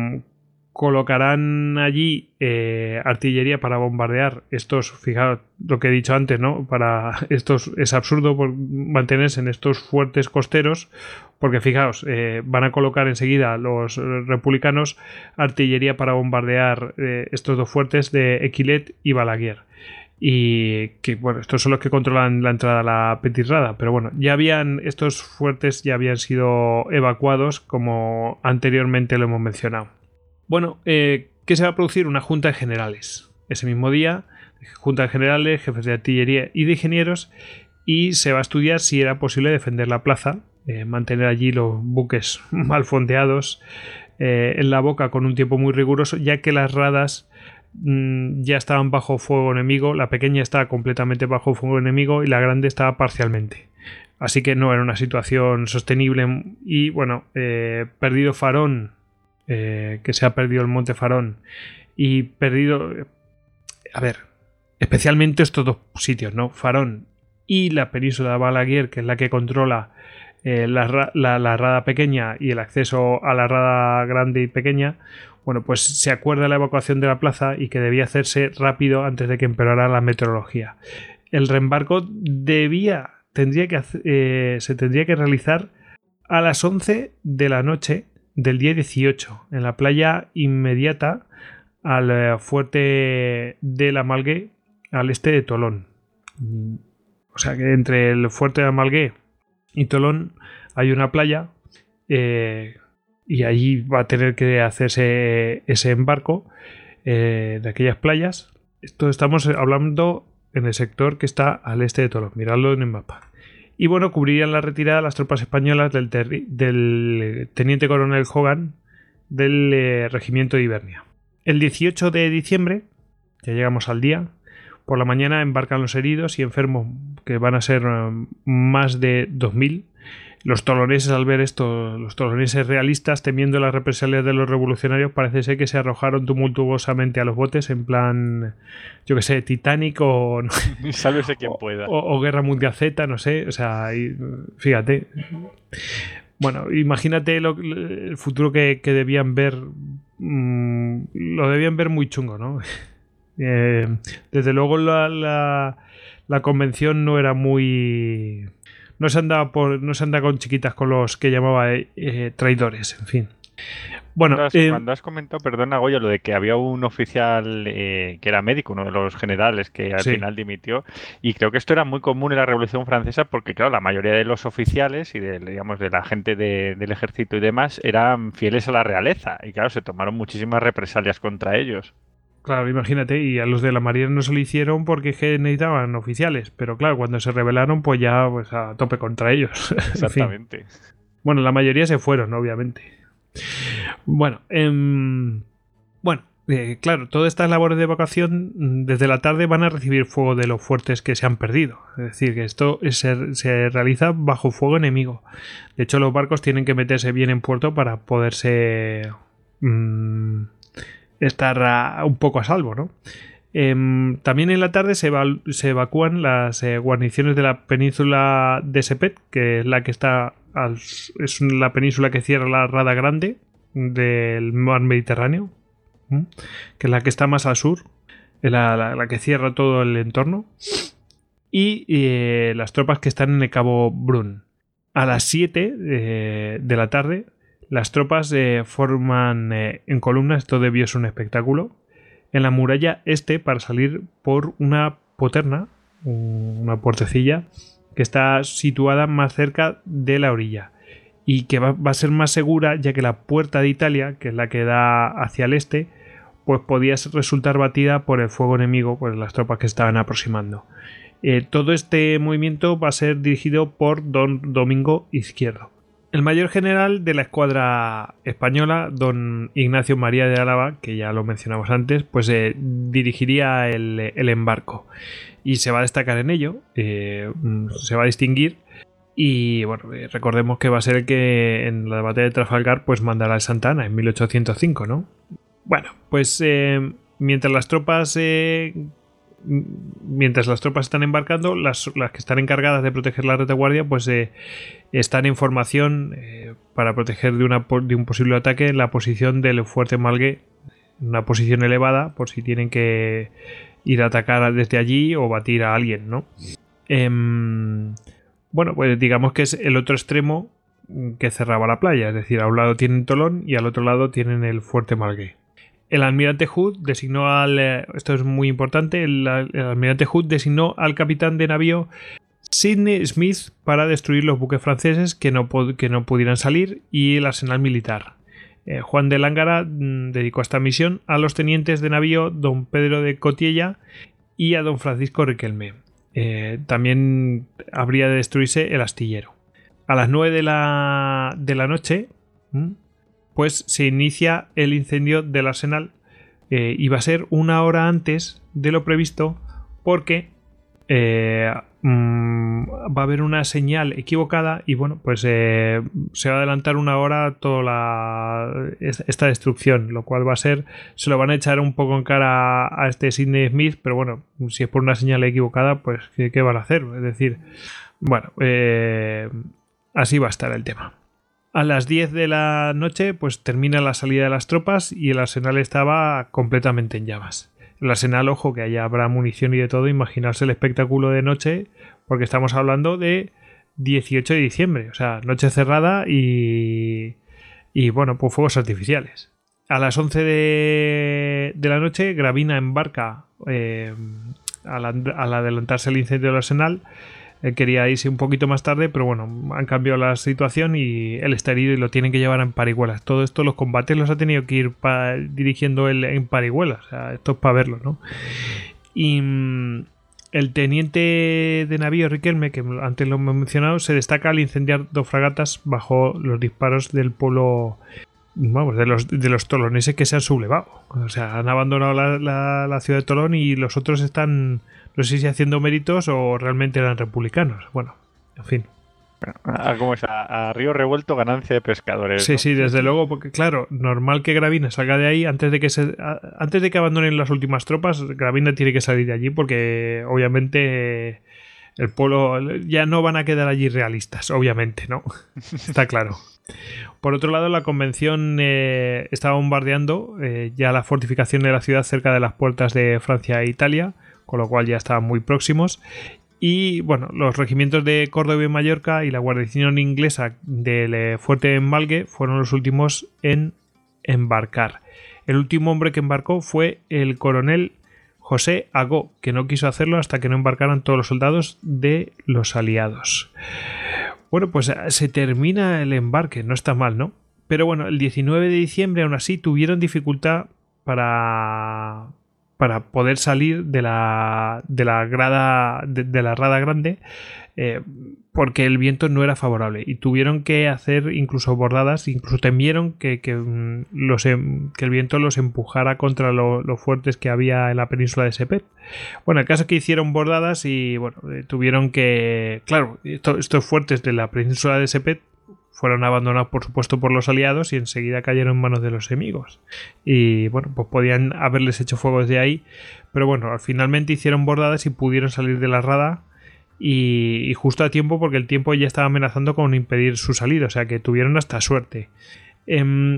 colocarán allí eh, artillería para bombardear estos, fijaos lo que he dicho antes, ¿no? Para estos es absurdo por mantenerse en estos fuertes costeros, porque fijaos, eh, van a colocar enseguida los republicanos artillería para bombardear eh, estos dos fuertes de Equilet y Balaguer. Y que bueno, estos son los que controlan la entrada a la Petite Rada, pero bueno, ya habían, estos fuertes ya habían sido evacuados, como anteriormente lo hemos mencionado. Bueno, eh, ¿qué se va a producir? Una junta de generales. Ese mismo día, junta de generales, jefes de artillería y de ingenieros, y se va a estudiar si era posible defender la plaza, eh, mantener allí los buques mal fondeados eh, en la boca con un tiempo muy riguroso, ya que las radas mmm, ya estaban bajo fuego enemigo, la pequeña estaba completamente bajo fuego enemigo y la grande estaba parcialmente. Así que no era una situación sostenible y bueno, eh, perdido Farón, Eh, que se ha perdido el Monte Farón y perdido, a ver, especialmente estos dos sitios, ¿no? Farón y la península de Balaguer, que es la que controla eh, la, la, la rada pequeña y el acceso a la rada grande y pequeña. Bueno, pues se acuerda la evacuación de la plaza y que debía hacerse rápido antes de que empeorara la meteorología. El reembarco debía, tendría que eh, se tendría que realizar a las once de la noche del día dieciocho, en la playa inmediata al fuerte de la Malgué, al este de Tolón. O sea que entre el fuerte de la Malgué y Tolón hay una playa eh, y allí va a tener que hacerse ese embarco eh, de aquellas playas. Esto estamos hablando en el sector que está al este de Tolón, miradlo en el mapa. Y bueno, cubrirían la retirada las tropas españolas del, del teniente coronel Hogan del eh, regimiento de Ibernia. El dieciocho de diciembre, ya llegamos al día, por la mañana embarcan los heridos y enfermos, que van a ser um, más de dos mil. Los toloneses, al ver esto, los toloneses realistas, temiendo las represalias de los revolucionarios, parece ser que se arrojaron tumultuosamente a los botes en plan, yo que sé, Titanic o... Sálvese quien pueda. O, o Guerra Mundial Z, no sé, o sea, y, fíjate. Bueno, imagínate lo, el futuro que, que debían ver, mmm, lo debían ver muy chungo, ¿no? Eh, desde luego la, la, la convención no era muy... No se andaba por, no se anda con chiquitas con los que llamaba eh, traidores, en fin. Bueno, cuando has, eh, cuando has comentado, perdona Goyo, lo de que había un oficial eh, que era médico, uno de los generales que al sí. final dimitió, y creo que esto era muy común en la Revolución Francesa porque, claro, la mayoría de los oficiales y de, digamos, de la gente de, del ejército y demás eran fieles a la realeza, y claro, se tomaron muchísimas represalias contra ellos. Claro, imagínate, y a los de la Marina no se lo hicieron porque necesitaban oficiales, pero claro, cuando se rebelaron, pues ya pues a tope contra ellos. Exactamente. En fin. Bueno, la mayoría se fueron, obviamente. Bueno, eh, bueno, eh, claro, todas estas labores de evacuación desde la tarde van a recibir fuego de los fuertes que se han perdido. Es decir, que esto se, se realiza bajo fuego enemigo. De hecho, los barcos tienen que meterse bien en puerto para poderse... Mmm, estar a, un poco a salvo, ¿no? Eh, también en la tarde se, eva se evacúan las eh, guarniciones de la península de Sepet, que es la que está al, es la península que cierra la rada grande del mar Mediterráneo, ¿eh? Que es la que está más al sur, es la, la, la que cierra todo el entorno, y eh, las tropas que están en el Cabo Brun. A las siete eh, de la tarde las tropas eh, forman eh, en columna, esto debió ser un espectáculo, en la muralla este para salir por una poterna, una puertecilla, que está situada más cerca de la orilla y que va, va a ser más segura ya que la puerta de Italia, que es la que da hacia el este, pues podía resultar batida por el fuego enemigo, por las tropas que estaban aproximando. Eh, todo este movimiento va a ser dirigido por Don Domingo Izquierdo. El mayor general de la escuadra española, don Ignacio María de Álava, que ya lo mencionamos antes, pues eh, dirigiría el, el embarco y se va a destacar en ello, eh, se va a distinguir y bueno, eh, recordemos que va a ser el que en la batalla de Trafalgar pues mandará el Santa Ana en mil ochocientos cinco, ¿no? Bueno, pues eh, mientras las tropas... Eh, Mientras las tropas están embarcando, las, las que están encargadas de proteger la retaguardia, pues eh, están en formación eh, para proteger de, una, de un posible ataque en la posición del fuerte Malgué, una posición elevada, por si tienen que ir a atacar desde allí o batir a alguien, ¿no? Eh, bueno, pues digamos que es el otro extremo que cerraba la playa, es decir, a un lado tienen Tolón y al otro lado tienen el fuerte Malgué. El almirante Hood designó al... Esto es muy importante. El, el almirante Hood designó al capitán de navío Sidney Smith para destruir los buques franceses que no, que no pudieran salir y el arsenal militar. Eh, Juan de Lángara mmm, dedicó esta misión a los tenientes de navío don Pedro de Cotiella y a don Francisco Riquelme. Eh, también habría de destruirse el astillero. A las nueve de la, de la noche... ¿m? Pues se inicia el incendio del arsenal eh, y va a ser una hora antes de lo previsto porque eh, mmm, va a haber una señal equivocada y bueno, pues eh, se va a adelantar una hora toda la, esta destrucción, lo cual va a ser, se lo van a echar un poco en cara a este Sidney Smith, pero bueno, si es por una señal equivocada, pues ¿qué, qué van a hacer? Es decir, bueno, eh, así va a estar el tema. A las diez de la noche pues termina la salida de las tropas y el arsenal estaba completamente en llamas. El arsenal, ojo, que allá habrá munición y de todo, imaginarse el espectáculo de noche, porque estamos hablando de dieciocho de diciembre, o sea, noche cerrada y, y bueno, pues fuegos artificiales. A las once de, de la noche Gravina embarca eh, al, al adelantarse el incendio del arsenal. Él quería irse un poquito más tarde, pero bueno, han cambiado la situación y él está herido y lo tienen que llevar en parihuelas. Todo esto, los combates los ha tenido que ir pa- dirigiendo él en parihuelas. O sea, esto es para verlo, ¿no? Y mmm, el teniente de navío Riquelme, que antes lo hemos mencionado, se destaca al incendiar dos fragatas bajo los disparos del pueblo, vamos, de los, de los toloneses que se han sublevado. O sea, han abandonado la, la, la ciudad de Tolón y los otros están... No sé si haciendo méritos o realmente eran republicanos. Bueno, en fin. Ah, ¿cómo es? A, a río revuelto, ganancia de pescadores. Sí, ¿no? sí, desde luego, porque claro, normal que Gravina salga de ahí antes de que se, a, antes de que abandonen las últimas tropas. Gravina tiene que salir de allí porque obviamente el pueblo ya no van a quedar allí realistas, obviamente, ¿no? Está claro. Por otro lado, la convención eh, estaba bombardeando eh, ya la fortificación de la ciudad cerca de las puertas de Francia e Italia, con lo cual ya estaban muy próximos. Y bueno, los regimientos de Córdoba y Mallorca y la guarnición inglesa del eh, fuerte en Malgué fueron los últimos en embarcar. El último hombre que embarcó fue el coronel José Agó, que no quiso hacerlo hasta que no embarcaran todos los soldados de los aliados. Bueno, pues se termina el embarque, no está mal, ¿no? Pero bueno, el diecinueve de diciembre aún así tuvieron dificultad para... para poder salir de la de la grada de, de la rada grande eh, porque el viento no era favorable y tuvieron que hacer incluso bordadas, incluso temieron que, que, los, que el viento los empujara contra lo, los fuertes que había en la península de Sepet. Bueno, el caso es que hicieron bordadas y bueno, tuvieron que, claro, esto, estos fuertes de la península de Sepet fueron abandonados, por supuesto, por los aliados y enseguida cayeron en manos de los enemigos. Y bueno, pues podían haberles hecho fuego desde ahí, pero bueno, finalmente hicieron bordadas y pudieron salir de la rada y, y justo a tiempo porque el tiempo ya estaba amenazando con impedir su salida, o sea que tuvieron hasta suerte. Eh,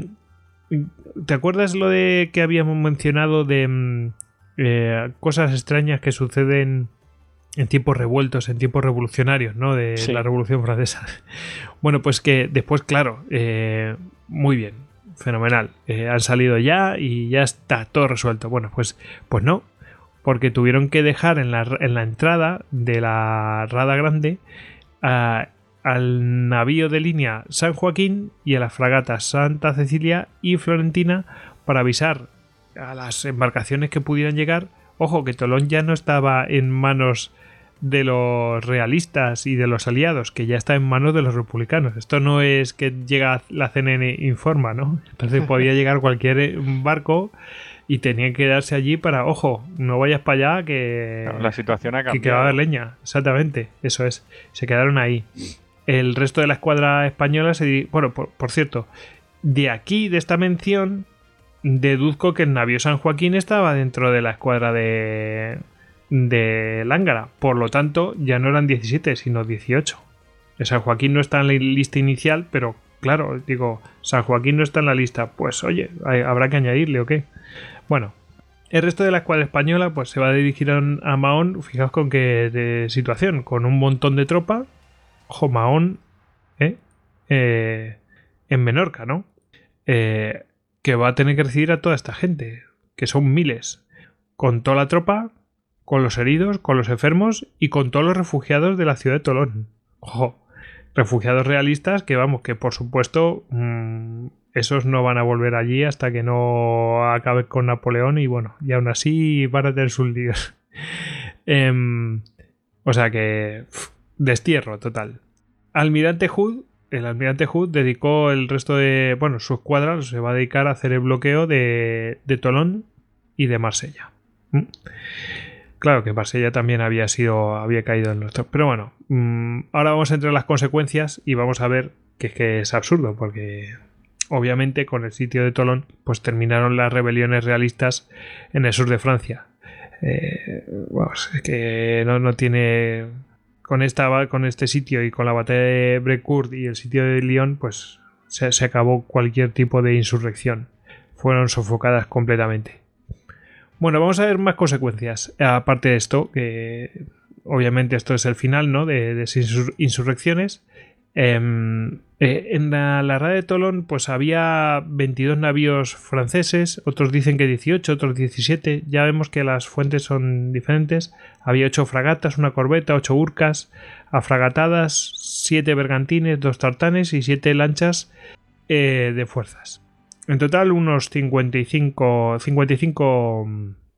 ¿Te acuerdas lo de que habíamos mencionado de eh, cosas extrañas que suceden en tiempos revueltos, en tiempos revolucionarios, ¿no? De sí. La Revolución Francesa. Bueno, pues que después, claro, eh, muy bien, fenomenal. Eh, han salido ya y ya está todo resuelto. Bueno, pues, pues no, porque tuvieron que dejar en la, en la entrada de la Rada Grande a, al navío de línea San Joaquín y a las fragatas Santa Cecilia y Florentina para avisar a las embarcaciones que pudieran llegar. Ojo, que Tolón ya no estaba en manos de los realistas y de los aliados, que ya está en manos de los republicanos. Esto no es que llega la C N N informa, ¿no? Entonces podía llegar cualquier barco y tenían que quedarse allí para, ojo, no vayas para allá que la situación ha cambiado. Que, que va a haber leña. Exactamente, eso es. Se quedaron ahí. El resto de la escuadra española se... Bueno, por, por cierto, de aquí, de esta mención, deduzco que el navío San Joaquín estaba dentro de la escuadra de... de Lángara, por lo tanto ya no eran diecisiete sino dieciocho. El San Joaquín no está en la lista inicial, pero claro, digo, San Joaquín no está en la lista, pues oye, hay, habrá que añadirle o qué. Bueno, el resto de la escuadra española pues se va a dirigir a, a Mahón, fijaos con qué de situación, con un montón de tropa. Ojo, Mahón ¿eh? Eh, en Menorca, ¿no? Eh, que va a tener que recibir a toda esta gente, que son miles, con toda la tropa, con los heridos, con los enfermos y con todos los refugiados de la ciudad de Tolón. Ojo, refugiados realistas que vamos, que por supuesto mmm, esos no van a volver allí hasta que no acabe con Napoleón y bueno, y aún así van a tener sus líos. eh, o sea que pff, destierro total. Almirante Hood, el almirante Hood dedicó el resto de, bueno, su escuadra se va a dedicar a hacer el bloqueo de, de Tolón y de Marsella. ¿Mm? Claro que Marsella también había sido había caído en nuestro. Pero bueno, mmm, ahora vamos a entrar en las consecuencias y vamos a ver que, que es absurdo, porque obviamente con el sitio de Tolón pues terminaron las rebeliones realistas en el sur de Francia. Eh, bueno, es que no, no tiene... Con, esta, con este sitio y con la batalla de Brécourt y el sitio de Lyon, pues se, se acabó cualquier tipo de insurrección. Fueron sofocadas completamente. Bueno, vamos a ver más consecuencias. Aparte de esto, que obviamente esto es el final, ¿no? de, de esas insurrecciones. Eh, eh, en la, la rada de Tolón pues había veintidós navíos franceses, otros dicen que dieciocho, otros diecisiete. Ya vemos que las fuentes son diferentes. Había ocho fragatas, una corbeta, ocho urcas afragatadas, siete bergantines, dos tartanes y siete lanchas eh, de fuerzas. En total unos cincuenta y cinco, cincuenta y cinco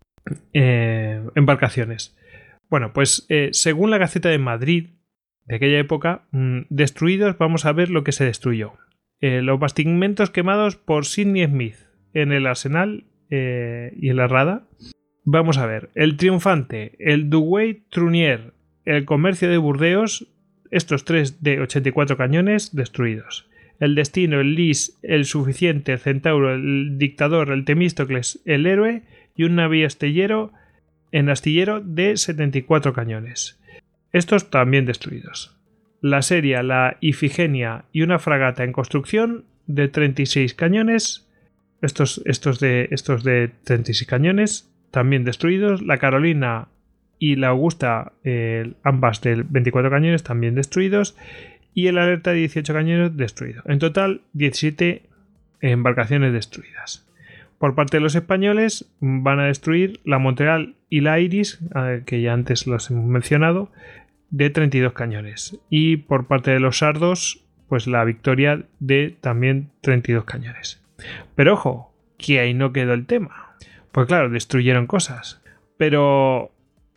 eh, embarcaciones. Bueno, pues eh, según la Gaceta de Madrid de aquella época, mmm, destruidos, vamos a ver lo que se destruyó. Eh, los bastimentos quemados por Sidney Smith en el Arsenal eh, y en la Rada. Vamos a ver, el Triunfante, el Douai Trunier, el Comercio de Burdeos, estos tres de ochenta y cuatro cañones destruidos. El Destino, el Lis, el Suficiente, el Centauro, el Dictador, el Temístocles, el Héroe y un navío astillero en astillero de setenta y cuatro cañones. Estos también destruidos. La Seria, la Ifigenia y una fragata en construcción de treinta y seis cañones. Estos, estos, de, estos de treinta y seis cañones también destruidos. La Carolina y la Augusta, eh, ambas de veinticuatro cañones también destruidos. Y el Alerta de dieciocho cañones destruido. En total, diecisiete embarcaciones destruidas. Por parte de los españoles van a destruir la Montreal y la Iris, que ya antes los hemos mencionado, de treinta y dos cañones. Y por parte de los sardos, pues la Victoria de también treinta y dos cañones. Pero ojo, que ahí no quedó el tema. Pues claro, destruyeron cosas. Pero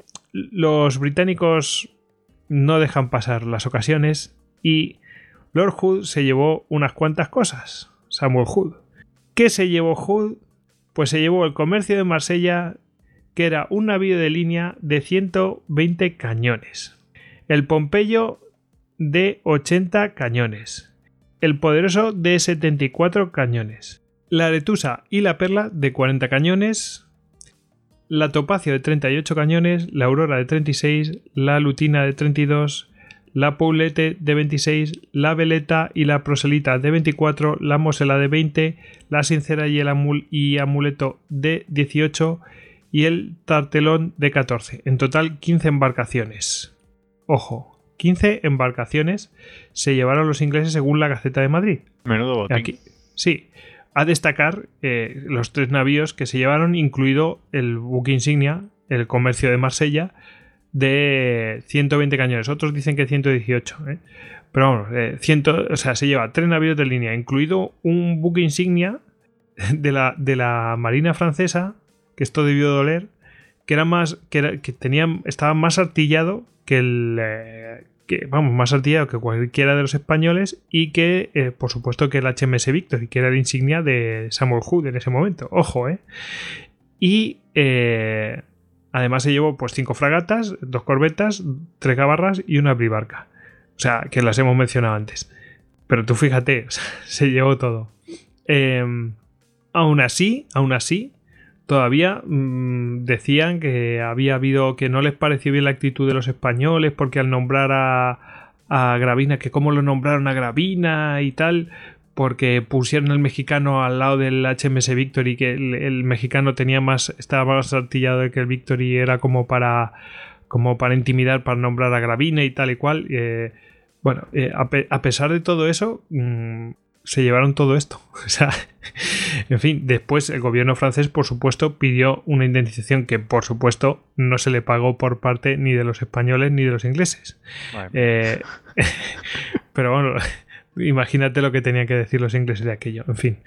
los británicos no dejan pasar las ocasiones y Lord Hood se llevó unas cuantas cosas. Samuel Hood. ¿Qué se llevó Hood? Pues se llevó el Comercio de Marsella, que era un navío de línea de ciento veinte cañones. El Pompeyo de ochenta cañones. El Poderoso de setenta y cuatro cañones. La Aretusa y la Perla de cuarenta cañones. La Topacio de treinta y ocho cañones. La Aurora de treinta y seis. La Lutina de treinta y dos. La Poulete de veintiséis, la Veleta y la Proselita de veinticuatro, la Mosela de veinte, la Sincera y el Amul y Amuleto de dieciocho y el Tartelón de catorce. En total quince embarcaciones. Ojo, quince embarcaciones se llevaron los ingleses según la Gaceta de Madrid. Menudo botín. Aquí, sí, a destacar eh, los tres navíos que se llevaron, incluido el buque insignia, el Comercio de Marsella, de ciento veinte cañones. Otros dicen que ciento dieciocho, ¿eh? Pero vamos, eh, cien, o sea, se lleva tres navíos de línea, incluido un buque insignia de la, de la Marina francesa, que esto debió doler, que era más que, era, que tenían, estaba más artillado que que el... Eh, que, vamos, más artillado que cualquiera de los españoles y que, eh, por supuesto, que el H M S Victory, que era la insignia de Samuel Hood en ese momento. Ojo, ¿eh? Y eh, además se llevó pues cinco fragatas, dos corbetas, tres gabarras y una bribarca. O sea, que las hemos mencionado antes. Pero tú fíjate, o sea, se llevó todo. Eh, aún así, aún así, todavía mmm, decían que había habido, que no les pareció bien la actitud de los españoles porque al nombrar a, a Gravina, que cómo lo nombraron a Gravina y tal, porque pusieron el mexicano al lado del H M S Victory, que el, el mexicano tenía más, estaba más artillado que el Victory, era como para, como para intimidar, para nombrar a Gravina y tal y cual. Eh, bueno, eh, a, pe a pesar de todo eso, mmm, se llevaron todo esto. O sea, en fin, después el gobierno francés, por supuesto, pidió una indemnización que, por supuesto, no se le pagó por parte ni de los españoles ni de los ingleses. Bueno. Eh, pero bueno, imagínate lo que tenían que decir los ingleses de aquello. En fin.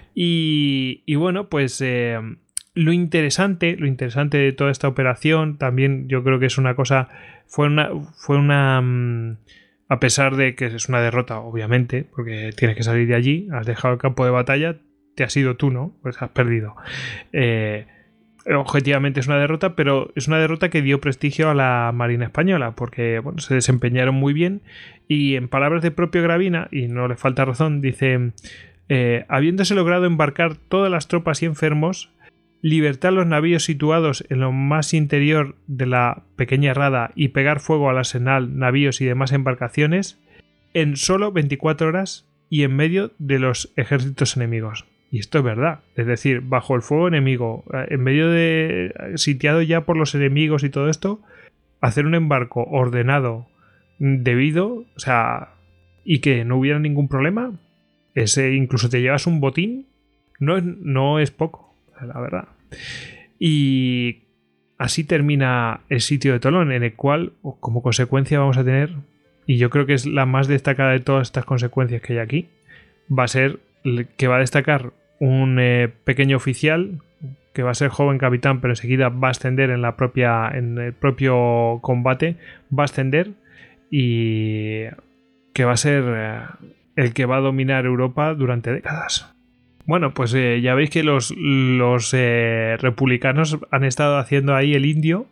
Y, y bueno, pues eh, lo interesante, lo interesante de toda esta operación, también yo creo que es una cosa, fue una, fue una um, a pesar de que es una derrota, obviamente, porque tienes que salir de allí, has dejado el campo de batalla, te has ido tú, ¿no? Pues has perdido. Eh, objetivamente es una derrota, pero es una derrota que dio prestigio a la Marina Española, porque bueno, se desempeñaron muy bien y en palabras de propio Gravina, y no le falta razón, dice, eh, habiéndose logrado embarcar todas las tropas y enfermos, libertar los navíos situados en lo más interior de la pequeña rada y pegar fuego al arsenal, navíos y demás embarcaciones en solo veinticuatro horas y en medio de los ejércitos enemigos. Y esto es verdad, es decir, bajo el fuego enemigo, en medio de sitiado ya por los enemigos y todo esto, hacer un embarco ordenado, debido, o sea, y que no hubiera ningún problema, ese incluso te llevas un botín, no es, no es poco. La verdad. Y así termina el sitio de Tolón, en el cual, como consecuencia, vamos a tener, y yo creo que es la más destacada de todas estas consecuencias que hay aquí, va a ser que va a destacar un eh, pequeño oficial que va a ser joven capitán, pero enseguida va a ascender en la propia, en el propio combate, va a ascender y que va a ser eh, el que va a dominar Europa durante décadas. Bueno, pues eh, ya veis que los, los eh, republicanos han estado haciendo ahí el indio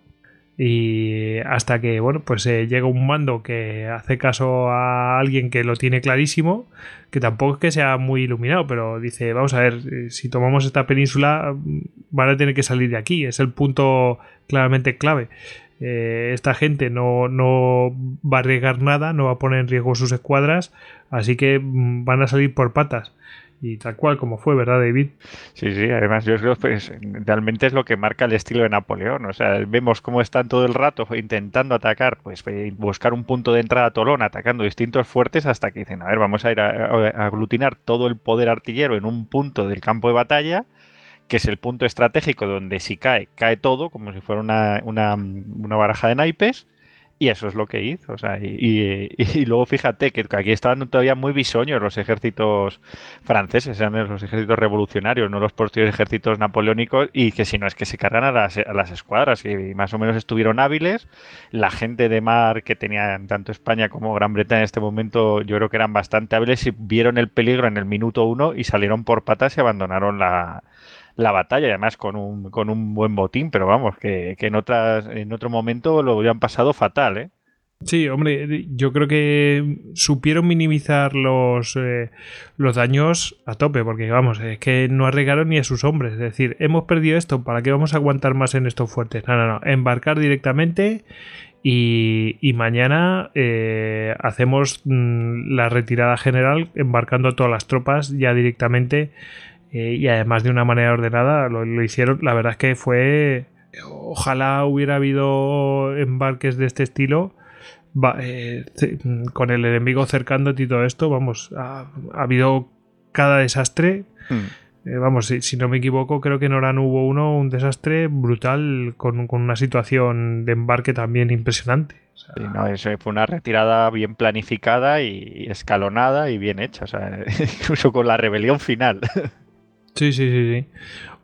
y hasta que, bueno, pues eh, llega un mando que hace caso a alguien que lo tiene clarísimo, que tampoco es que sea muy iluminado, pero dice, vamos a ver, si tomamos esta península van a tener que salir de aquí, es el punto claramente clave. Eh, esta gente no, no va a arriesgar nada, no va a poner en riesgo sus escuadras, así que van a salir por patas. Y tal cual como fue, ¿verdad, David? Sí, sí, además yo creo que pues, realmente es lo que marca el estilo de Napoleón. O sea, vemos cómo están todo el rato intentando atacar, pues buscar un punto de entrada a Tolón, atacando distintos fuertes hasta que dicen, a ver, vamos a ir a, a aglutinar todo el poder artillero en un punto del campo de batalla, que es el punto estratégico donde si cae, cae todo, como si fuera una, una, una baraja de naipes. Y eso es lo que hizo, o sea, y, y, y luego fíjate que aquí estaban todavía muy bisoños los ejércitos franceses, eran los ejércitos revolucionarios, no los posteriores ejércitos napoleónicos, y que si no es que se cargan a las, a las escuadras, y más o menos estuvieron hábiles. La gente de mar que tenían tanto España como Gran Bretaña en este momento, yo creo que eran bastante hábiles y vieron el peligro en el minuto uno y salieron por patas y abandonaron la... la batalla, además con un, con un buen botín, pero vamos, que, que en otras en otro momento lo hubieran pasado fatal, ¿eh? Sí, hombre, yo creo que supieron minimizar los, eh, los daños a tope, porque vamos, es que no arriesgaron ni a sus hombres, es decir, hemos perdido esto, ¿para qué vamos a aguantar más en estos fuertes? No, no, no, embarcar directamente y, y mañana eh, hacemos mmm, la retirada general, embarcando todas las tropas ya directamente. Eh, y además de una manera ordenada lo, lo hicieron. La verdad es que fue, ojalá hubiera habido embarques de este estilo, va, eh, con el enemigo cercándote y todo esto, vamos, ha, ha habido cada desastre. mm. eh, vamos, si, si no me equivoco, creo que en Orán hubo uno, un desastre brutal con, con una situación de embarque también impresionante. O sea, sí, no, eso fue una retirada bien planificada y escalonada y bien hecha, o sea, incluso con la rebelión final. Sí, sí, sí, sí.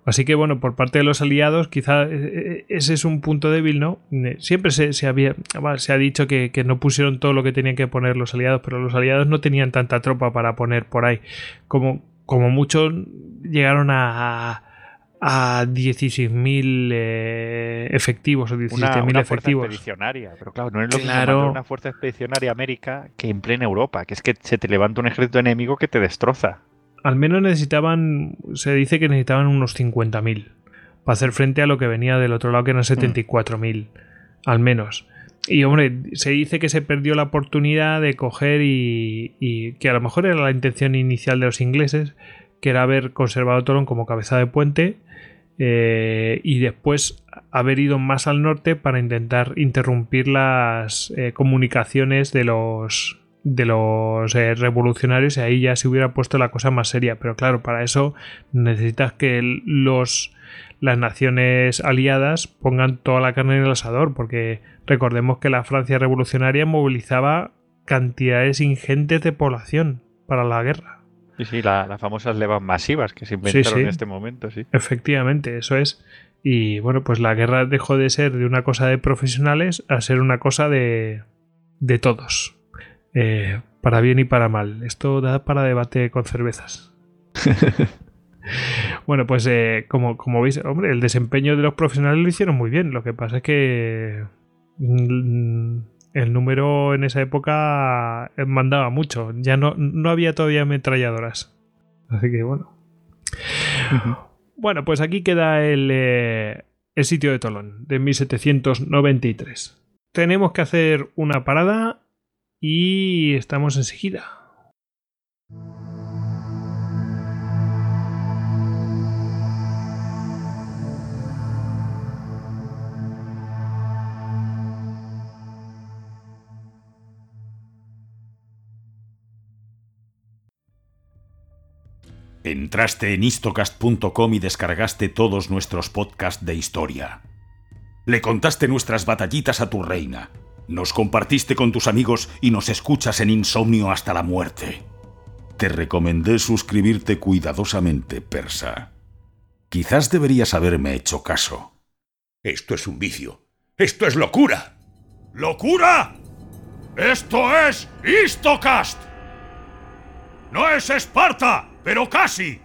Así que bueno, por parte de los aliados, quizá ese es un punto débil, ¿no? Siempre se, se, había, se ha dicho que, que no pusieron todo lo que tenían que poner los aliados, pero los aliados no tenían tanta tropa para poner por ahí. Como, como muchos llegaron a, a dieciséis mil eh, efectivos o diecisiete mil efectivos. Fuerza expedicionaria, pero claro, no es lo claro. mismo una fuerza expedicionaria a América que en plena Europa, que es que se te levanta un ejército enemigo que te destroza. Al menos necesitaban, se dice que necesitaban unos cincuenta mil para hacer frente a lo que venía del otro lado, que eran setenta y cuatro mil, mm. al menos. Y hombre, se dice que se perdió la oportunidad de coger y, y que a lo mejor era la intención inicial de los ingleses, que era haber conservado Tolón como cabeza de puente eh, y después haber ido más al norte para intentar interrumpir las eh, comunicaciones de los... de los eh, revolucionarios, y ahí ya se hubiera puesto la cosa más seria. Pero claro, para eso necesitas que los las naciones aliadas pongan toda la carne en el asador, porque recordemos que la Francia revolucionaria movilizaba cantidades ingentes de población para la guerra. Sí, sí, la, las famosas levas masivas que se inventaron sí, sí. en este momento, sí. Efectivamente, eso es. Y bueno, pues la guerra dejó de ser de una cosa de profesionales a ser una cosa de, de todos. Eh, para bien y para mal. Esto da para debate con cervezas. Bueno, pues eh, como, como veis, hombre, el desempeño de los profesionales lo hicieron muy bien. Lo que pasa es que mm, el número en esa época mandaba mucho. Ya no, no había todavía ametralladoras. Así que bueno. Uh-huh. Bueno, pues aquí queda el, eh, el sitio de Tolón de mil setecientos noventa y tres. Tenemos que hacer una parada y estamos enseguida. Entraste en histocast punto com y descargaste todos nuestros podcasts de historia. Le contaste nuestras batallitas a tu reina. Nos compartiste con tus amigos y nos escuchas en insomnio hasta la muerte. Te recomendé suscribirte cuidadosamente, persa. Quizás deberías haberme hecho caso. Esto es un vicio. ¡Esto es locura! ¡Locura! ¡Esto es Histocast! ¡No es Esparta, pero casi!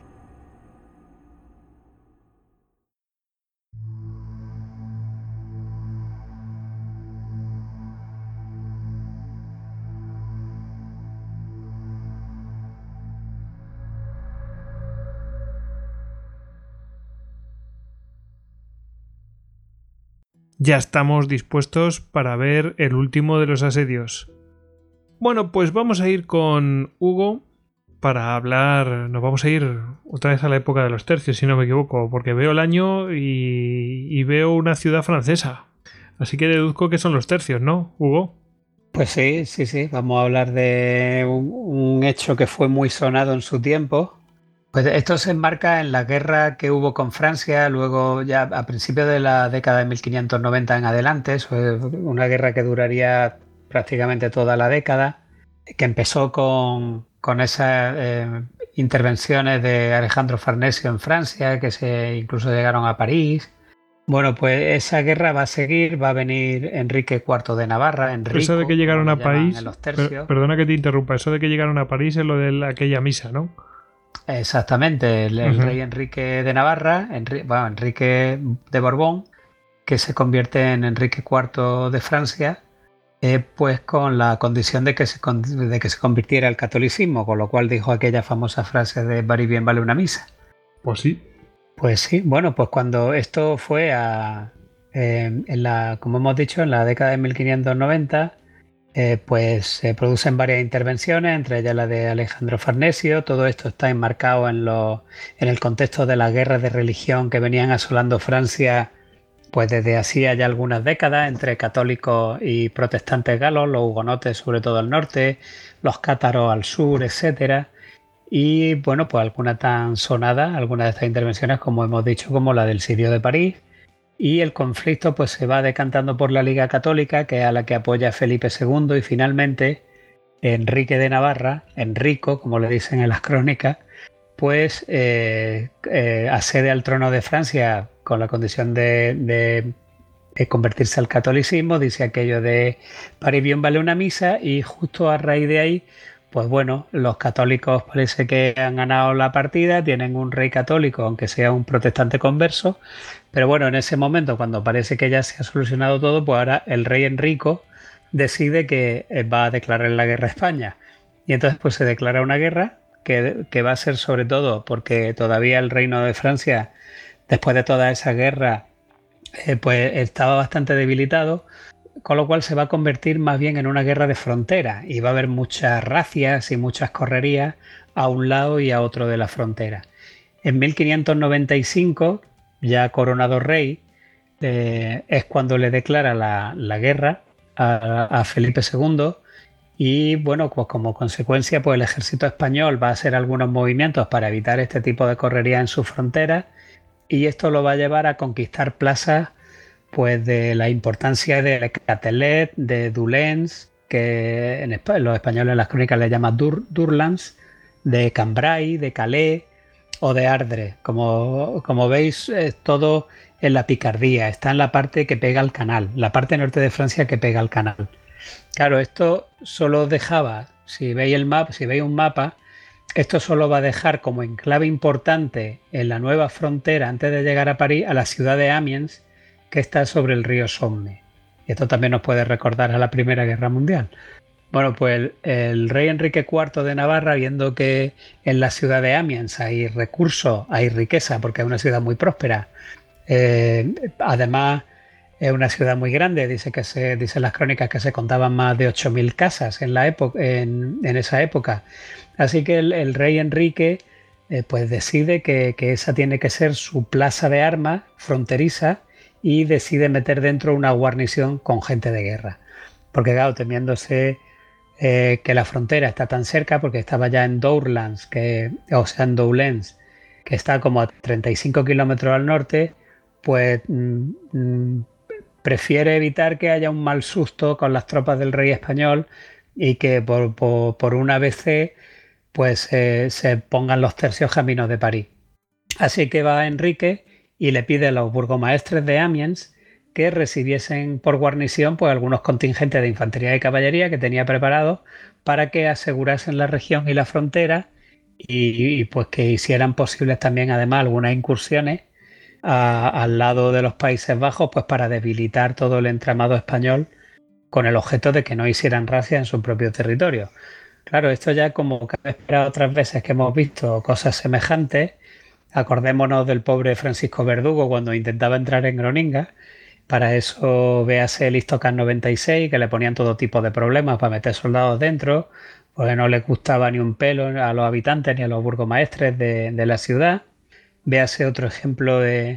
Ya estamos dispuestos para ver el último de los asedios. Bueno, pues vamos a ir con Hugo para hablar. Nos vamos a ir otra vez a la época de los tercios, si no me equivoco, porque veo el año y, y veo una ciudad francesa. Así que deduzco que son los tercios, ¿no, Hugo? Pues sí, sí, sí. Vamos a hablar de un, un hecho que fue muy sonado en su tiempo. Pues esto se enmarca en la guerra que hubo con Francia, luego ya a principios de la década de mil quinientos noventa en adelante. Eso es una guerra que duraría prácticamente toda la década, que empezó con, con esas eh, intervenciones de Alejandro Farnesio en Francia, que se incluso llegaron a París. Bueno, pues esa guerra va a seguir, va a venir Enrique cuarto de Navarra, Enrico, eso de que llegaron a París, per, perdona que te interrumpa, eso de que llegaron a París es lo de aquella misa, ¿no? Exactamente, el, el uh-huh. rey Enrique de Navarra, Enri, bueno, Enrique de Borbón, que se convierte en Enrique cuarto de Francia, eh, pues con la condición de que, se, de que se convirtiera al catolicismo, con lo cual dijo aquella famosa frase de "Vale bien vale una misa". Pues sí. Pues sí, bueno, pues cuando esto fue a, eh, en la, como hemos dicho, en la década de mil quinientos noventa, Eh, pues se producen varias intervenciones, entre ellas la de Alejandro Farnesio. Todo esto está enmarcado en, lo, en el contexto de las guerras de religión que venían asolando Francia pues desde hacía ya algunas décadas entre católicos y protestantes galos, los hugonotes sobre todo al norte, los cátaros al sur, etcétera. Y bueno, pues alguna tan sonada, algunas de estas intervenciones, como hemos dicho, como la del Sirio de París. Y el conflicto pues se va decantando por la Liga Católica, que es a la que apoya Felipe segundo, y finalmente Enrique de Navarra, Enrico, como le dicen en las crónicas, pues eh, eh, accede al trono de Francia con la condición de, de, de convertirse al catolicismo, dice aquello de París bien vale una misa, y justo a raíz de ahí, pues bueno, los católicos parece que han ganado la partida, tienen un rey católico, aunque sea un protestante converso, pero bueno, en ese momento, cuando parece que ya se ha solucionado todo, pues ahora el rey Enrico decide que va a declarar la guerra a España. Y entonces pues se declara una guerra que, que va a ser sobre todo porque todavía el reino de Francia, después de toda esa guerra, eh, pues estaba bastante debilitado, con lo cual se va a convertir más bien en una guerra de frontera y va a haber muchas racias y muchas correrías a un lado y a otro de la frontera. En mil quinientos noventa y cinco, ya coronado rey, eh, es cuando le declara la, la guerra a, a Felipe segundo, y bueno, pues como consecuencia, pues el ejército español va a hacer algunos movimientos para evitar este tipo de correría en sus fronteras, y esto lo va a llevar a conquistar plazas pues de la importancia de Le Catelet, de Doullens, que en España, los españoles en las crónicas le llaman Dur, Durlans, de Cambrai, de Calais o de Ardres. Como, como veis, es todo en la Picardía, está en la parte que pega al canal, la parte norte de Francia que pega al canal. Claro, esto solo dejaba, si veis el mapa, si veis un mapa, esto solo va a dejar como enclave importante en la nueva frontera antes de llegar a París a la ciudad de Amiens, que está sobre el río Somme. Y esto también nos puede recordar a la Primera Guerra Mundial. Bueno, pues el, el rey Enrique cuarto de Navarra, viendo que en la ciudad de Amiens hay recursos, hay riqueza, porque es una ciudad muy próspera, eh, además es una ciudad muy grande, dice que se, dicen las crónicas que se contaban más de ocho mil casas en, la época, en, en esa época. Así que el, el rey Enrique eh, pues decide que, que esa tiene que ser su plaza de armas fronteriza, y decide meter dentro una guarnición con gente de guerra. Porque claro, temiéndose eh, que la frontera está tan cerca, porque estaba ya en Dourlans, que, o sea, en Doullens, que está como a treinta y cinco kilómetros al norte, pues mm, mm, prefiere evitar que haya un mal susto con las tropas del rey español y que por, por, por una A B C pues eh, se pongan los tercios caminos de París. Así que va Enrique y le pide a los burgomaestres de Amiens que recibiesen por guarnición pues algunos contingentes de infantería y caballería que tenía preparados para que asegurasen la región y la frontera, y, y pues que hicieran posibles también además algunas incursiones a, al lado de los Países Bajos, pues para debilitar todo el entramado español con el objeto de que no hicieran racia en su propio territorio. Claro, esto ya, como cabe esperar otras veces que hemos visto cosas semejantes, acordémonos del pobre Francisco Verdugo cuando intentaba entrar en Groninga. Para eso véase el Istocast noventa y seis, que le ponían todo tipo de problemas para meter soldados dentro, porque no les gustaba ni un pelo a los habitantes ni a los burgomaestres de, de la ciudad. Véase otro ejemplo de,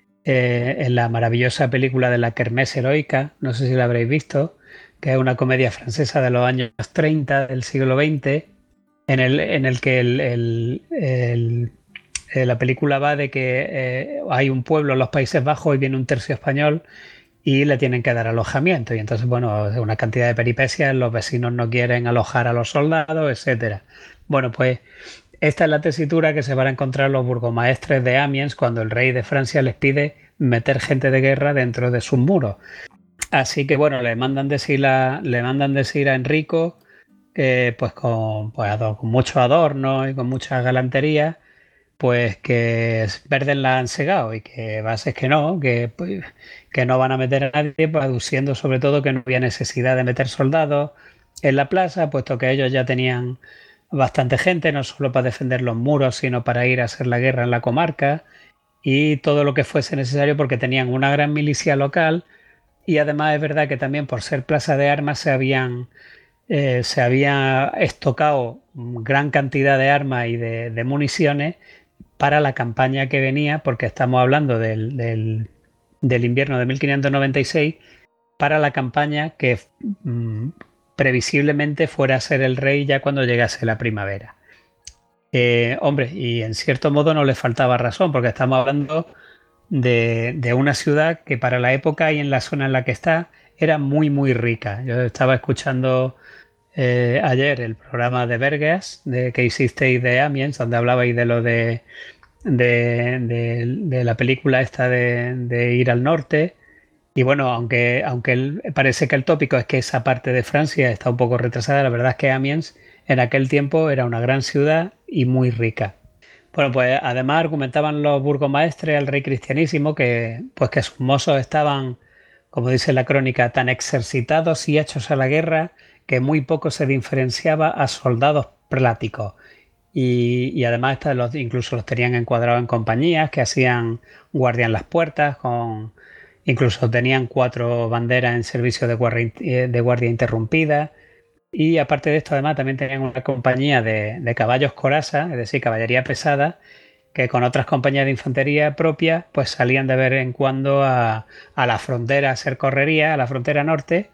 eh, en la maravillosa película de la Kermés Heroica, no sé si la habréis visto, que es una comedia francesa de los años treinta del siglo veinte, en el, en el que el, el, el la película va de que eh, hay un pueblo en los Países Bajos y viene un tercio español y le tienen que dar alojamiento, y entonces bueno, una cantidad de peripecias, los vecinos no quieren alojar a los soldados, etcétera. Bueno, pues esta es la tesitura que se van a encontrar los burgomaestres de Amiens cuando el rey de Francia les pide meter gente de guerra dentro de sus muros. Así que bueno, le mandan decir a, le mandan decir a Enrico eh, pues con, pues, con mucho adorno y con mucha galantería, pues que Verden la han cegado, y que va a ser que no, que, pues, que no van a meter a nadie, pues, aduciendo sobre todo que no había necesidad de meter soldados en la plaza, puesto que ellos ya tenían bastante gente, no solo para defender los muros, sino para ir a hacer la guerra en la comarca y todo lo que fuese necesario, porque tenían una gran milicia local, y además es verdad que también por ser plaza de armas se habían, eh, se había estocado gran cantidad de armas y de, de municiones para la campaña que venía, porque estamos hablando del, del, del invierno de mil quinientos noventa y seis, para la campaña que mmm, previsiblemente fuera a ser el rey ya cuando llegase la primavera. Eh, hombre, y en cierto modo no le faltaba razón, porque estamos hablando de, de una ciudad que para la época y en la zona en la que está era muy muy rica. Yo estaba escuchando eh, ayer el programa de Vergas de, que hicisteis de Amiens, donde hablabais de lo de, de, de, de la película esta de, de ir al norte. Y bueno, aunque, aunque el, parece que el tópico es que esa parte de Francia está un poco retrasada, la verdad es que Amiens en aquel tiempo era una gran ciudad y muy rica. Bueno, pues además argumentaban los burgomaestres al rey cristianísimo que, pues que sus mozos estaban, como dice la crónica, tan exercitados y hechos a la guerra que muy poco se diferenciaba a soldados pláticos. Y, y además los, incluso los tenían encuadrados en compañías que hacían guardia en las puertas, con, incluso tenían cuatro banderas en servicio de guardia, de guardia interrumpida. Y aparte de esto, además, también tenían una compañía de, de caballos coraza, es decir, caballería pesada, que con otras compañías de infantería propias, pues salían de vez en cuando a, a la frontera a hacer correría, a la frontera norte,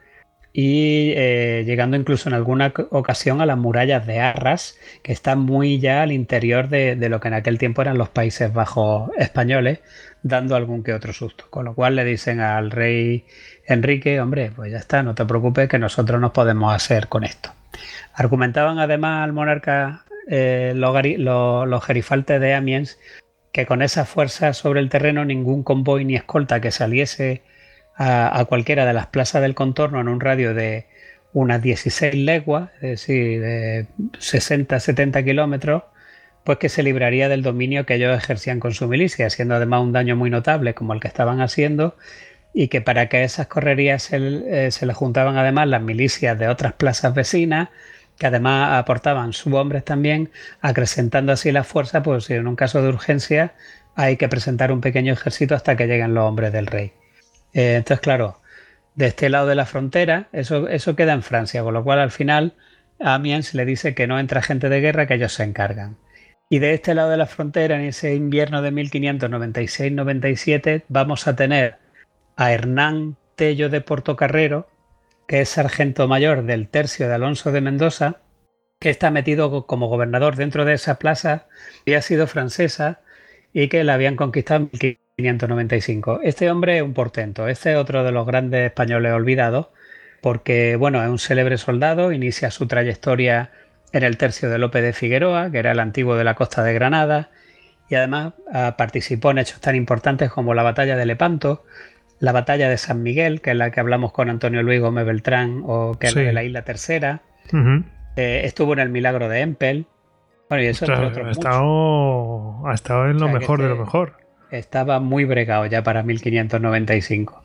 y eh, llegando incluso en alguna ocasión a las murallas de Arras, que están muy ya al interior de, de lo que en aquel tiempo eran los Países Bajos españoles, dando algún que otro susto. Con lo cual le dicen al rey Enrique, hombre, pues ya está, no te preocupes que nosotros nos podemos hacer con esto. Argumentaban además al monarca eh, los, los, los gerifaltes de Amiens que con esa fuerza sobre el terreno ningún convoy ni escolta que saliese a, a cualquiera de las plazas del contorno en un radio de unas dieciséis leguas, es decir, de sesenta a setenta kilómetros, pues que se libraría del dominio que ellos ejercían con su milicia, haciendo además un daño muy notable como el que estaban haciendo, y que para que esas correrías se, eh, se le juntaban además las milicias de otras plazas vecinas, que además aportaban sus hombres también, acrecentando así la fuerza, pues si en un caso de urgencia hay que presentar un pequeño ejército hasta que lleguen los hombres del rey. Eh, entonces, claro, de este lado de la frontera, eso, eso queda en Francia, con lo cual al final a Amiens le dice que no entra gente de guerra, que ellos se encargan. Y de este lado de la frontera, en ese invierno de mil quinientos noventa y seis noventa y siete, vamos a tener a Hernán Tello de Portocarrero, que es sargento mayor del tercio de Alonso de Mendoza, que está metido como gobernador dentro de esa plaza y ha sido francesa y que la habían conquistado en mil quinientos noventa y cinco. Este hombre es un portento, este es otro de los grandes españoles olvidados, porque bueno, es un célebre soldado, inicia su trayectoria en el tercio de Lope de Figueroa, que era el antiguo de la Costa de Granada, y además uh, participó en hechos tan importantes como la batalla de Lepanto, la batalla de San Miguel, que es la que hablamos con Antonio Luis Gómez Beltrán, o que sí. es de la Isla Tercera. Uh-huh. Eh, estuvo en el Milagro de Empel. Bueno, y eso Ostras, entre otros ha, estado, ha estado en lo o sea, mejor este de lo mejor. Estaba muy bregado ya para mil quinientos noventa y cinco.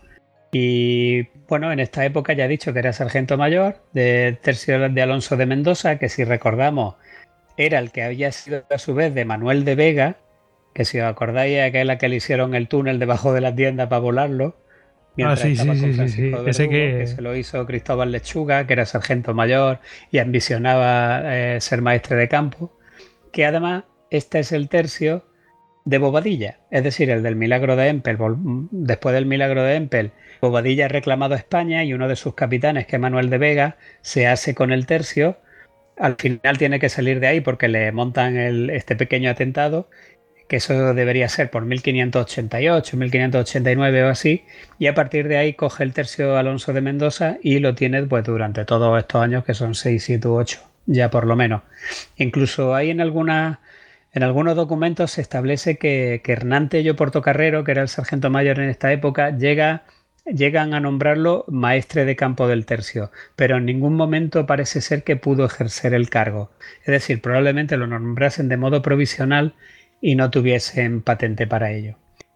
Y bueno, en esta época ya he dicho que era sargento mayor del tercio de Alonso de Mendoza, que si recordamos era el que había sido a su vez de Manuel de Vega, que si os acordáis aquel a que le hicieron el túnel debajo de la tienda para volarlo. Ah, sí, sí, sí, sí, sí. Ese que... que se lo hizo Cristóbal Lechuga, que era sargento mayor y ambicionaba eh, ser maestre de campo, que además este es el tercio de Bobadilla, es decir, el del Milagro de Empel. Después del Milagro de Empel, Bobadilla ha reclamado a España y uno de sus capitanes, que es Manuel de Vega, se hace con el tercio. Al final tiene que salir de ahí porque le montan el, este pequeño atentado, que eso debería ser por mil quinientos ochenta y ocho, mil quinientos ochenta y nueve o así, y a partir de ahí coge el tercio Alonso de Mendoza y lo tiene pues durante todos estos años, que son seis, siete u ocho, ya por lo menos. Incluso hay en algunas en algunos documentos se establece que, que Hernán Tello Portocarrero, que era el sargento mayor en esta época, llega, llegan a nombrarlo maestre de campo del tercio, pero en ningún momento parece ser que pudo ejercer el cargo. Es decir, probablemente lo nombrasen de modo provisional y no tuviesen patente para ello.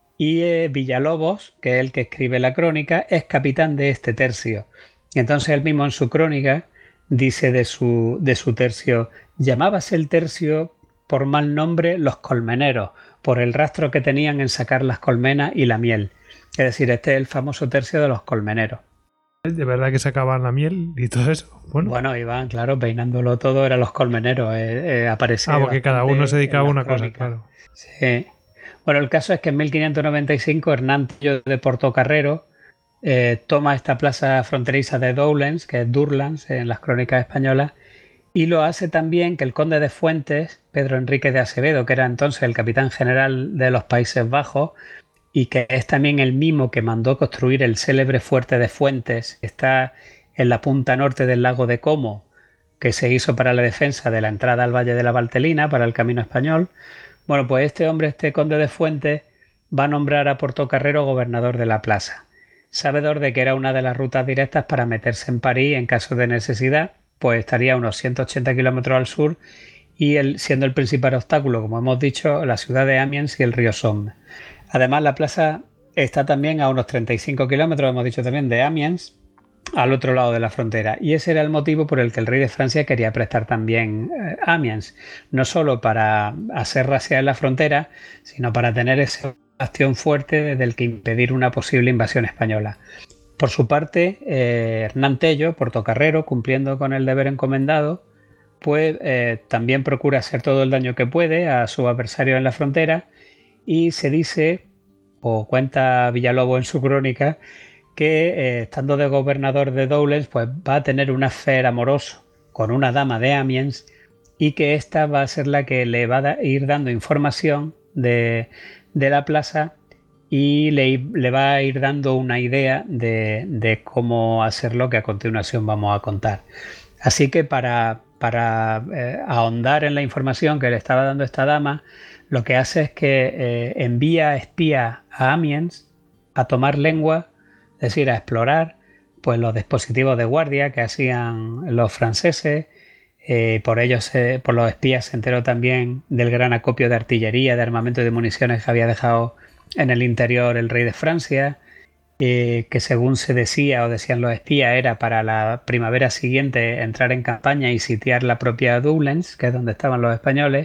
Y eh, Villalobos, que es el que escribe la crónica, es capitán de este tercio. Y entonces él mismo en su crónica dice de su, de su tercio: llamábase el tercio por mal nombre los colmeneros, por el rastro que tenían en sacar las colmenas y la miel. Es decir, este es el famoso tercio de los colmeneros. ¿De verdad que sacaban la miel y todo eso? Bueno, bueno iban, claro, peinándolo todo, eran los colmeneros. Eh, eh, aparecía ah, porque cada uno se dedicaba a una cosa, claro. Sí. Bueno, el caso es que en mil quinientos noventa y cinco Hernán Tello de Portocarrero eh, toma esta plaza fronteriza de Doullens, que es Durlans en las crónicas españolas, y lo hace también que el conde de Fuentes, Pedro Enrique de Acevedo, que era entonces el capitán general de los Países Bajos, y que es también el mismo que mandó construir el célebre fuerte de Fuentes, que está en la punta norte del lago de Como, que se hizo para la defensa de la entrada al Valle de la Valtelina, para el Camino Español. Bueno, pues este hombre, este conde de Fuentes, va a nombrar a Portocarrero gobernador de la plaza, sabedor de que era una de las rutas directas para meterse en París en caso de necesidad, pues estaría a unos ciento ochenta kilómetros al sur y el, siendo el principal obstáculo, como hemos dicho, la ciudad de Amiens y el río Somme. Además, la plaza está también a unos treinta y cinco kilómetros, hemos dicho también, de Amiens, al otro lado de la frontera. Y ese era el motivo por el que el rey de Francia quería prestar también eh, Amiens, no solo para hacer raciar en la frontera, sino para tener ese bastión fuerte desde el que impedir una posible invasión española. Por su parte, eh, Hernán Tello, Portocarrero, cumpliendo con el deber encomendado, pues eh, también procura hacer todo el daño que puede a su adversario en la frontera, y se dice, o cuenta Villalobos en su crónica, que eh, estando de gobernador de Doullens, pues va a tener un affair amoroso con una dama de Amiens y que esta va a ser la que le va a ir dando información de, de la plaza y le, le va a ir dando una idea de, de cómo hacer lo que a continuación vamos a contar. Así que para, para eh, ahondar en la información que le estaba dando esta dama, lo que hace es que eh, envía espías a Amiens a tomar lengua, es decir, a explorar pues, los dispositivos de guardia que hacían los franceses. Eh, por ellos, eh, por los espías, se enteró también del gran acopio de artillería, de armamento y de municiones que había dejado en el interior el rey de Francia, eh, que según se decía o decían los espías era para la primavera siguiente entrar en campaña y sitiar la propia Doullens, que es donde estaban los españoles.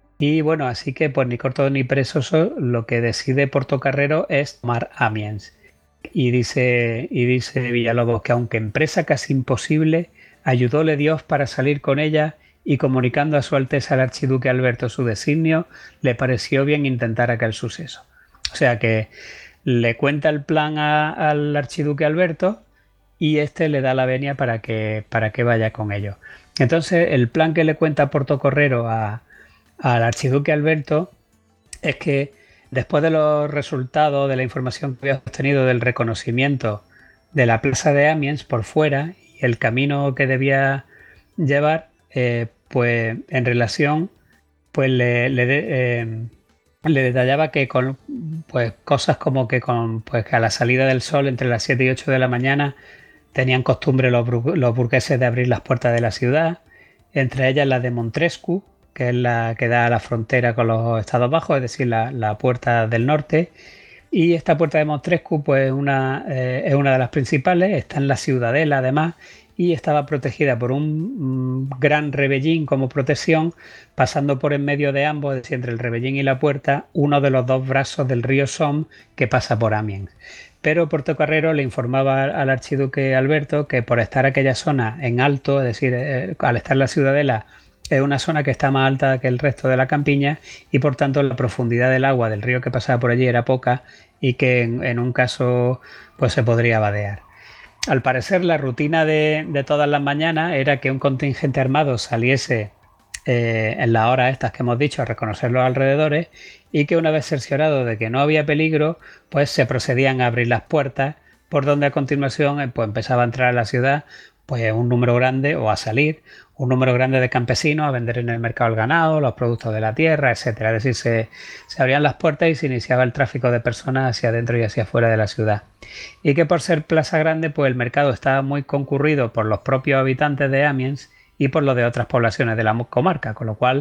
Y bueno, así que pues ni corto ni perezoso, lo que decide Portocarrero es tomar Amiens. Y dice, y dice Villalobos que aunque empresa casi imposible, ayudóle Dios para salir con ella y comunicando a su Alteza el Archiduque Alberto su designio, le pareció bien intentar aquel suceso. O sea que le cuenta el plan a, al Archiduque Alberto y este le da la venia para que, para que vaya con ellos. Entonces el plan que le cuenta Portocarrero a al Archiduque Alberto es que después de los resultados de la información que había obtenido del reconocimiento de la plaza de Amiens por fuera y el camino que debía llevar, eh, pues en relación, pues le, le, eh, le detallaba que con pues, cosas como que, con, pues, que a la salida del sol entre las siete y ocho de la mañana tenían costumbre los, los burgueses de abrir las puertas de la ciudad, entre ellas la de Montrescu, que es la que da a la frontera con los Estados Bajos, es decir, la, la puerta del norte. Y esta puerta de Montrescu pues, una, eh, es una de las principales, está en la ciudadela además, y estaba protegida por un mm, gran rebellín como protección, pasando por en medio de ambos, es decir, entre el rebellín y la puerta, uno de los dos brazos del río Somme que pasa por Amiens. Pero Portocarrero le informaba al archiduque Alberto que por estar aquella zona en alto, es decir, eh, al estar la ciudadela, es una zona que está más alta que el resto de la campiña y por tanto la profundidad del agua del río que pasaba por allí era poca y que en, en un caso pues se podría vadear. Al parecer la rutina de, de todas las mañanas era que un contingente armado saliese eh, en las horas estas que hemos dicho a reconocer los alrededores y que una vez cerciorado de que no había peligro pues se procedían a abrir las puertas por donde a continuación pues empezaba a entrar a la ciudad pues un número grande o a salir un número grande de campesinos a vender en el mercado el ganado, los productos de la tierra, etcétera. Es decir, se, se abrían las puertas y se iniciaba el tráfico de personas hacia adentro y hacia afuera de la ciudad. Y que por ser plaza grande, pues el mercado estaba muy concurrido por los propios habitantes de Amiens y por los de otras poblaciones de la comarca, con lo cual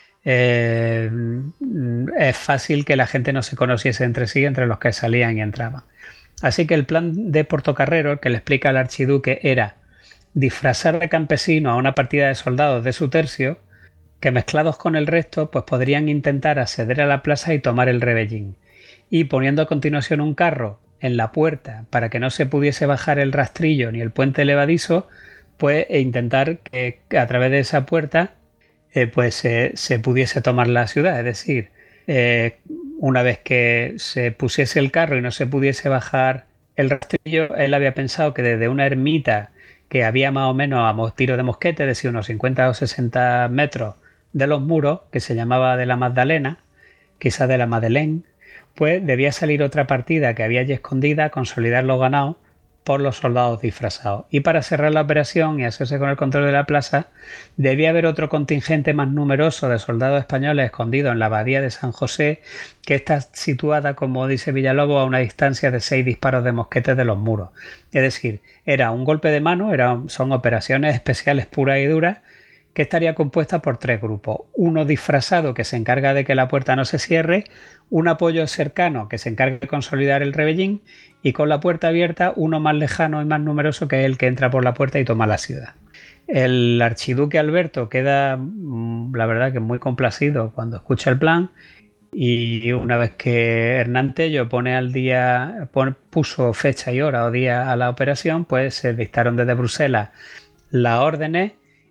eh, es fácil que la gente no se conociese entre sí, entre los que salían y entraban. Así que el plan de Portocarrero, que le explica al archiduque, era disfrazar de campesino a una partida de soldados de su tercio que mezclados con el resto pues podrían intentar acceder a la plaza y tomar el rebellín, y poniendo a continuación un carro en la puerta para que no se pudiese bajar el rastrillo ni el puente levadizo, pues e intentar que a través de esa puerta eh, pues eh, se pudiese tomar la ciudad. Es decir, eh, una vez que se pusiese el carro y no se pudiese bajar el rastrillo, él había pensado que desde una ermita que había más o menos a tiro de mosquete, es decir, unos cincuenta o sesenta metros de los muros, que se llamaba de la Magdalena, quizás de la Madeleine, pues debía salir otra partida que había allí escondida, consolidar los ganados por los soldados disfrazados. Y para cerrar la operación y hacerse con el control de la plaza, debía haber otro contingente más numeroso de soldados españoles escondidos en la abadía de San José, que está situada, como dice Villalobos, a una distancia de seis disparos de mosquetes de los muros. Es decir, era un golpe de mano, era, son operaciones especiales puras y duras, que estaría compuesta por tres grupos. Uno disfrazado que se encarga de que la puerta no se cierre, un apoyo cercano que se encarga de consolidar el rebellín y con la puerta abierta uno más lejano y más numeroso que es el que entra por la puerta y toma la ciudad. El archiduque Alberto queda, la verdad, que muy complacido cuando escucha el plan y una vez que Hernán Tello pone al día, pone, puso fecha y hora o día a la operación, pues se dictaron desde Bruselas las órdenes.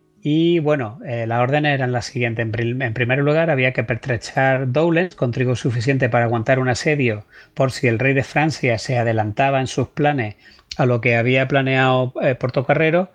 Y bueno, eh, las órdenes eran las siguientes. En, prim en primer lugar, había que pertrechar Doullens con trigo suficiente para aguantar un asedio por si el rey de Francia se adelantaba en sus planes a lo que había planeado eh, Portocarrero.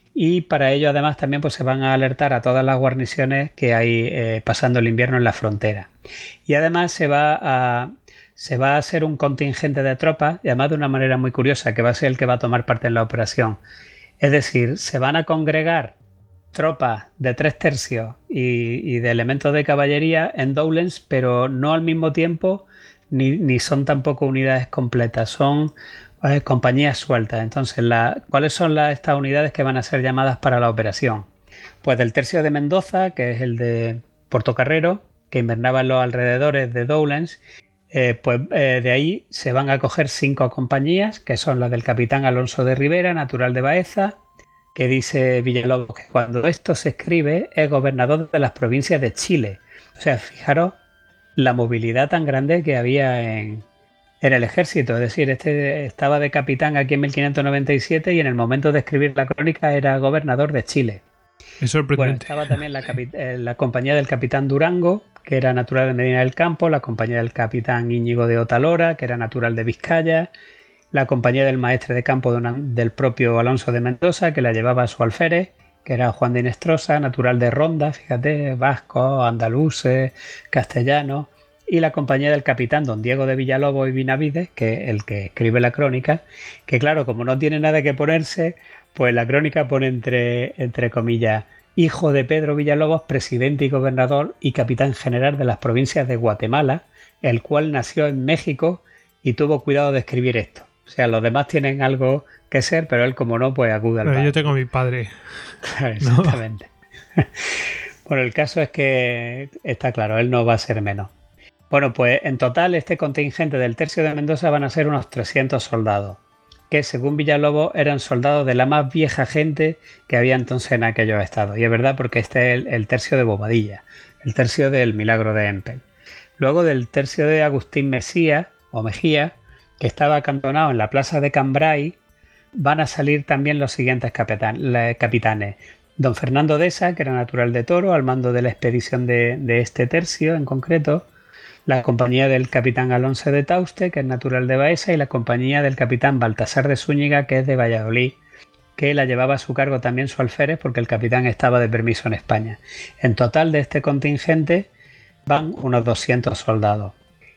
Y para ello, además, también pues, se van a alertar a todas las guarniciones que hay eh, pasando el invierno en la frontera. Y además se va a... Se va a hacer un contingente de tropas, y además de una manera muy curiosa, que va a ser el que va a tomar parte en la operación. Es decir, se van a congregar tropas de tres tercios y, y de elementos de caballería en Doullens, pero no al mismo tiempo ni, ni son tampoco unidades completas, son eh, compañías sueltas. Entonces, la, ¿cuáles son las, estas unidades que van a ser llamadas para la operación? Pues del tercio de Mendoza, que es el de Portocarrero, que invernaba en los alrededores de Doullens, eh, pues eh, de ahí se van a coger cinco compañías, que son las del capitán Alonso de Rivera, natural de Baeza, que dice Villalobos que cuando esto se escribe es gobernador de las provincias de Chile. O sea, fijaros la movilidad tan grande que había en, en el ejército. Es decir, este estaba de capitán aquí en mil quinientos noventa y siete y en el momento de escribir la crónica era gobernador de Chile. Es sorprendente. Bueno, estaba también la, la compañía del capitán Durango, que era natural de Medina del Campo, la compañía del capitán Íñigo de Otalora, que era natural de Vizcaya, la compañía del maestre de campo de una, del propio Alonso de Mendoza, que la llevaba a su alférez, que era Juan de Inestrosa, natural de Ronda, fíjate, vascos, andaluces, castellanos, y la compañía del capitán don Diego de Villalobos y Benavides, que es el que escribe la crónica, que claro, como no tiene nada que ponerse, pues la crónica pone entre, entre comillas, hijo de Pedro Villalobos, presidente y gobernador y capitán general de las provincias de Guatemala, el cual nació en México y tuvo cuidado de escribir esto. O sea, los demás tienen algo que ser, pero él, como no, pues acude al pero padre. Yo tengo a mi padre. Exactamente. No. Bueno, el caso es que está claro, él no va a ser menos. Bueno, pues en total este contingente del tercio de Mendoza van a ser unos trescientos soldados, que según Villalobos eran soldados de la más vieja gente que había entonces en aquellos estados. Y es verdad porque este es el, el tercio de Bobadilla, el tercio del Milagro de Empel. Luego del tercio de Agustín Mesía o Mejía, que estaba acantonado en la plaza de Cambrai, van a salir también los siguientes capitán, capitanes. Don Fernando Deza, que era natural de Toro, al mando de la expedición de, de este tercio en concreto, la compañía del capitán Alonso de Tauste, que es natural de Baeza, y la compañía del capitán Baltasar de Zúñiga, que es de Valladolid, que la llevaba a su cargo también su alférez porque el capitán estaba de permiso en España. En total de este contingente van unos doscientos soldados.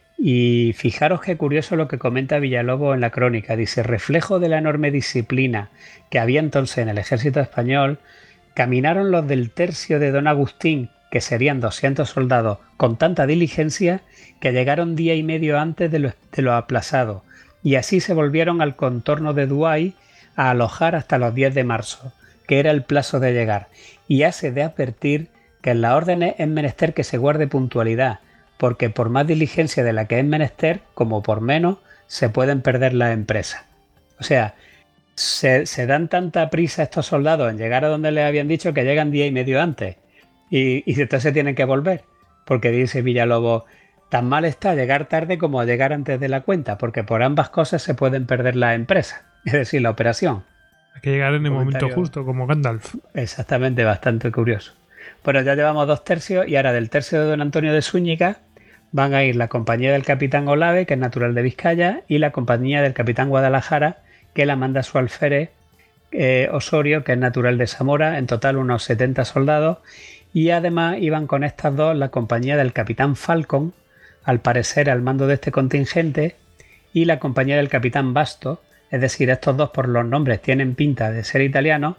Y fijaros qué curioso lo que comenta Villalobos en la crónica. Dice, reflejo de la enorme disciplina que había entonces en el ejército español, caminaron los del tercio de Don Agustín, que serían doscientos soldados, con tanta diligencia que llegaron día y medio antes de lo, de lo aplazado, y así se volvieron al contorno de Dubái a alojar hasta los diez de marzo, que era el plazo de llegar, y hace de advertir que en las órdenes es menester que se guarde puntualidad, porque por más diligencia de la que es menester, como por menos, se pueden perder las empresas. O sea, se, se dan tanta prisa estos soldados en llegar a donde les habían dicho que llegan día y medio antes, y, y entonces tienen que volver, porque dice Villalobos, tan mal está llegar tarde como llegar antes de la cuenta, porque por ambas cosas se pueden perder las empresas, es decir, la operación. Hay que llegar en el momento justo, como Gandalf. Exactamente, bastante curioso. Bueno, ya llevamos dos tercios y ahora del tercio de Don Antonio de Zúñiga van a ir la compañía del capitán Olave, que es natural de Vizcaya, y la compañía del capitán Guadalajara, que la manda su alférez eh, Osorio, que es natural de Zamora, en total unos setenta soldados, y además iban con estas dos la compañía del capitán Falcon, al parecer al mando de este contingente, y la compañía del capitán Basto, Es decir, estos dos por los nombres tienen pinta de ser italianos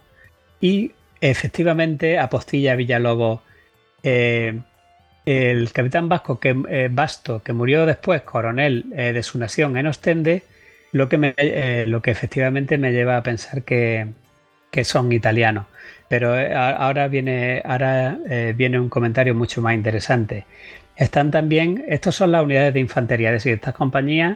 y efectivamente apostilla Villalobos. Eh, el capitán vasco que, eh, Basto, que murió después coronel eh, de su nación en Ostende, lo que, me, eh, lo que efectivamente me lleva a pensar que, que son italianos. Pero eh, ahora, viene, ahora eh, viene un comentario mucho más interesante. Están también, estos son las unidades de infantería, es decir, estas compañías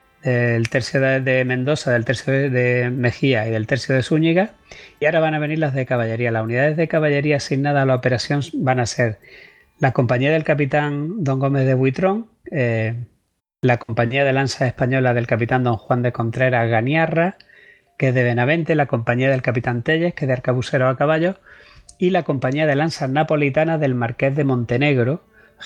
del tercio de, de Mendoza, del tercio de, de Mejía y del tercio de Zúñiga, y ahora van a venir las de caballería. Las unidades de caballería asignadas a la operación van a ser la compañía del capitán Don Gómez de Buitrón, eh, la compañía de lanzas española del capitán Don Juan de Contreras Ganiarra, que es de Benavente, la compañía del capitán Telles, que es de arcabuceros a caballo, y la compañía de lanzas napolitanas del marqués de Montenegro,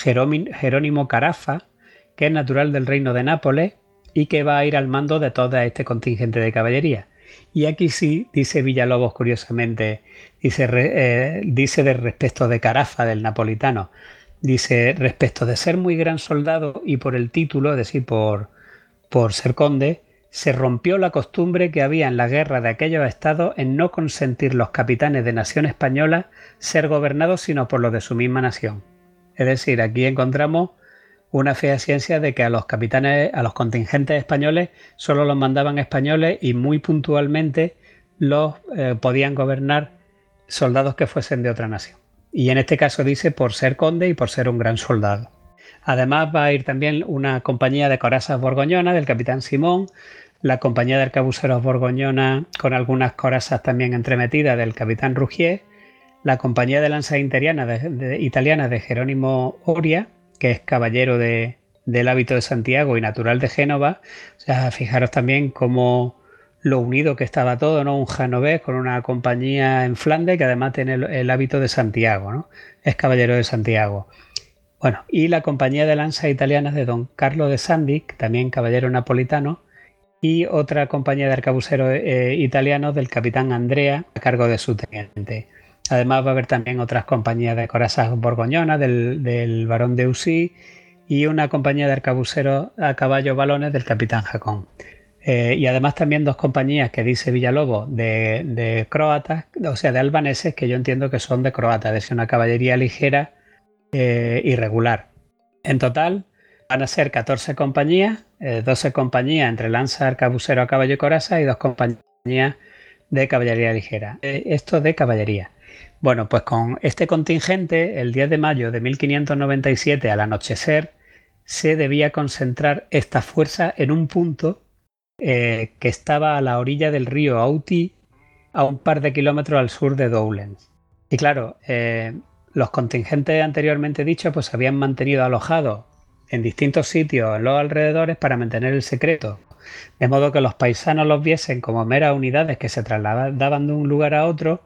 Jerónimo Carafa, que es natural del reino de Nápoles y que va a ir al mando de todo este contingente de caballería. Y aquí sí, dice Villalobos curiosamente, dice, eh, dice de respecto de Carafa, del napolitano, dice respecto de ser muy gran soldado y por el título, es decir, por, por ser conde, se rompió la costumbre que había en la guerra de aquellos estados en no consentir los capitanes de nación española ser gobernados sino por los de su misma nación. Es decir, aquí encontramos una fehaciencia de que a los capitanes, a los contingentes españoles, solo los mandaban españoles y muy puntualmente los eh, podían gobernar soldados que fuesen de otra nación. Y en este caso dice por ser conde y por ser un gran soldado. Además va a ir también una compañía de corazas borgoñonas del capitán Simón, la compañía de arcabuceros borgoñona con algunas corazas también entremetidas del capitán Rugier, la compañía de lanzas italianas de, de, italiana de Jerónimo Oria, que es caballero de, del hábito de Santiago y natural de Génova. O sea, fijaros también cómo lo unido que estaba todo, ¿no? Un genovés con una compañía en Flandes que además tiene el, el hábito de Santiago, ¿no? Es caballero de Santiago. Bueno, y la compañía de lanzas italianas de don Carlo de Sandi, también caballero napolitano, y otra compañía de arcabuceros eh, italianos del capitán Andrea a cargo de su teniente. Además va a haber también otras compañías de corazas borgoñonas del, del barón de Usí y una compañía de arcabuceros a caballo balones del capitán Jacón. Eh, y además también dos compañías que dice Villalobos de, de croatas, o sea, de albaneses, que yo entiendo que son de croatas, es decir, una caballería ligera eh, irregular. En total van a ser catorce compañías, eh, doce compañías entre lanza, arcabucero a caballo y coraza y dos compañías de caballería ligera. Eh, esto de caballería. Bueno, pues con este contingente, el diez de mayo de mil quinientos noventa y siete al anochecer, se debía concentrar esta fuerza en un punto eh, que estaba a la orilla del río Auti, a un par de kilómetros al sur de Doullens. Y claro, eh, los contingentes anteriormente dichos pues se habían mantenido alojados en distintos sitios en los alrededores para mantener el secreto, de modo que los paisanos los viesen como meras unidades que se trasladaban de un lugar a otro.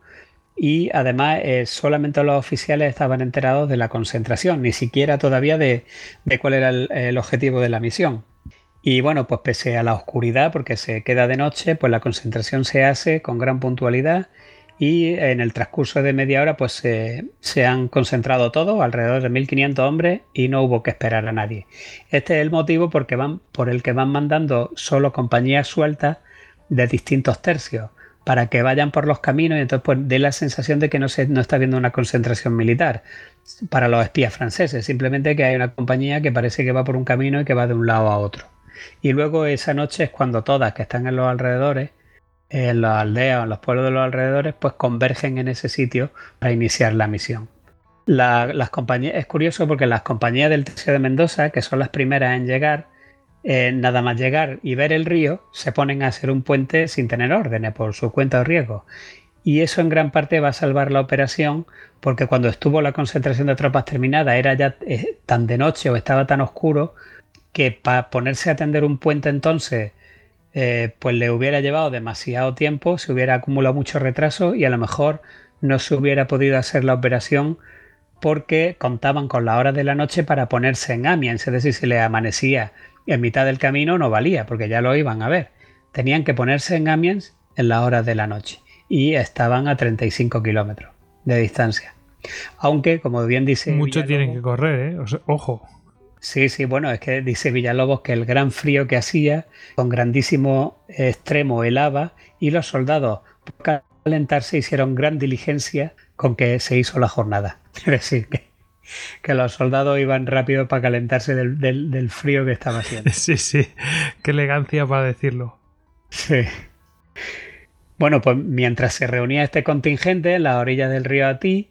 Y además eh, solamente los oficiales estaban enterados de la concentración, ni siquiera todavía de, de cuál era el, el objetivo de la misión. Y bueno, pues pese a la oscuridad, porque se queda de noche, pues la concentración se hace con gran puntualidad y en el transcurso de media hora pues se, se han concentrado todos, alrededor de mil quinientos hombres, y no hubo que esperar a nadie. Este es el motivo porque van, por el que van mandando solo compañías sueltas de distintos tercios, para que vayan por los caminos y entonces pues dé la sensación de que no, se, no está habiendo una concentración militar para los espías franceses, simplemente que hay una compañía que parece que va por un camino y que va de un lado a otro. Y luego esa noche es cuando todas que están en los alrededores, en las aldeas o en los pueblos de los alrededores, pues convergen en ese sitio para iniciar la misión. La, las compañías, es curioso porque las compañías del tercio de Mendoza, que son las primeras en llegar, Eh, nada más llegar y ver el río, se ponen a hacer un puente sin tener órdenes por su cuenta o riesgo. Y eso en gran parte va a salvar la operación, porque cuando estuvo la concentración de tropas terminada era ya eh, tan de noche o estaba tan oscuro que para ponerse a tender un puente entonces eh, pues le hubiera llevado demasiado tiempo, se hubiera acumulado mucho retraso y a lo mejor no se hubiera podido hacer la operación porque contaban con la hora de la noche para ponerse en Amiens, es decir, si les amanecía en mitad del camino no valía, porque ya lo iban a ver. Tenían que ponerse en Amiens en las horas de la noche y estaban a treinta y cinco kilómetros de distancia. Aunque, como bien dice... Muchos Villalobos, tienen que correr, ¿eh? O sea, ojo. Sí, sí, bueno, es que dice Villalobos que el gran frío que hacía con grandísimo extremo helaba y los soldados por calentarse hicieron gran diligencia con que se hizo la jornada. Es decir, que, que los soldados iban rápido para calentarse del, del, del frío que estaba haciendo. Sí, sí, qué elegancia para decirlo. Sí. Bueno, pues mientras se reunía este contingente en las orillas del río Atí,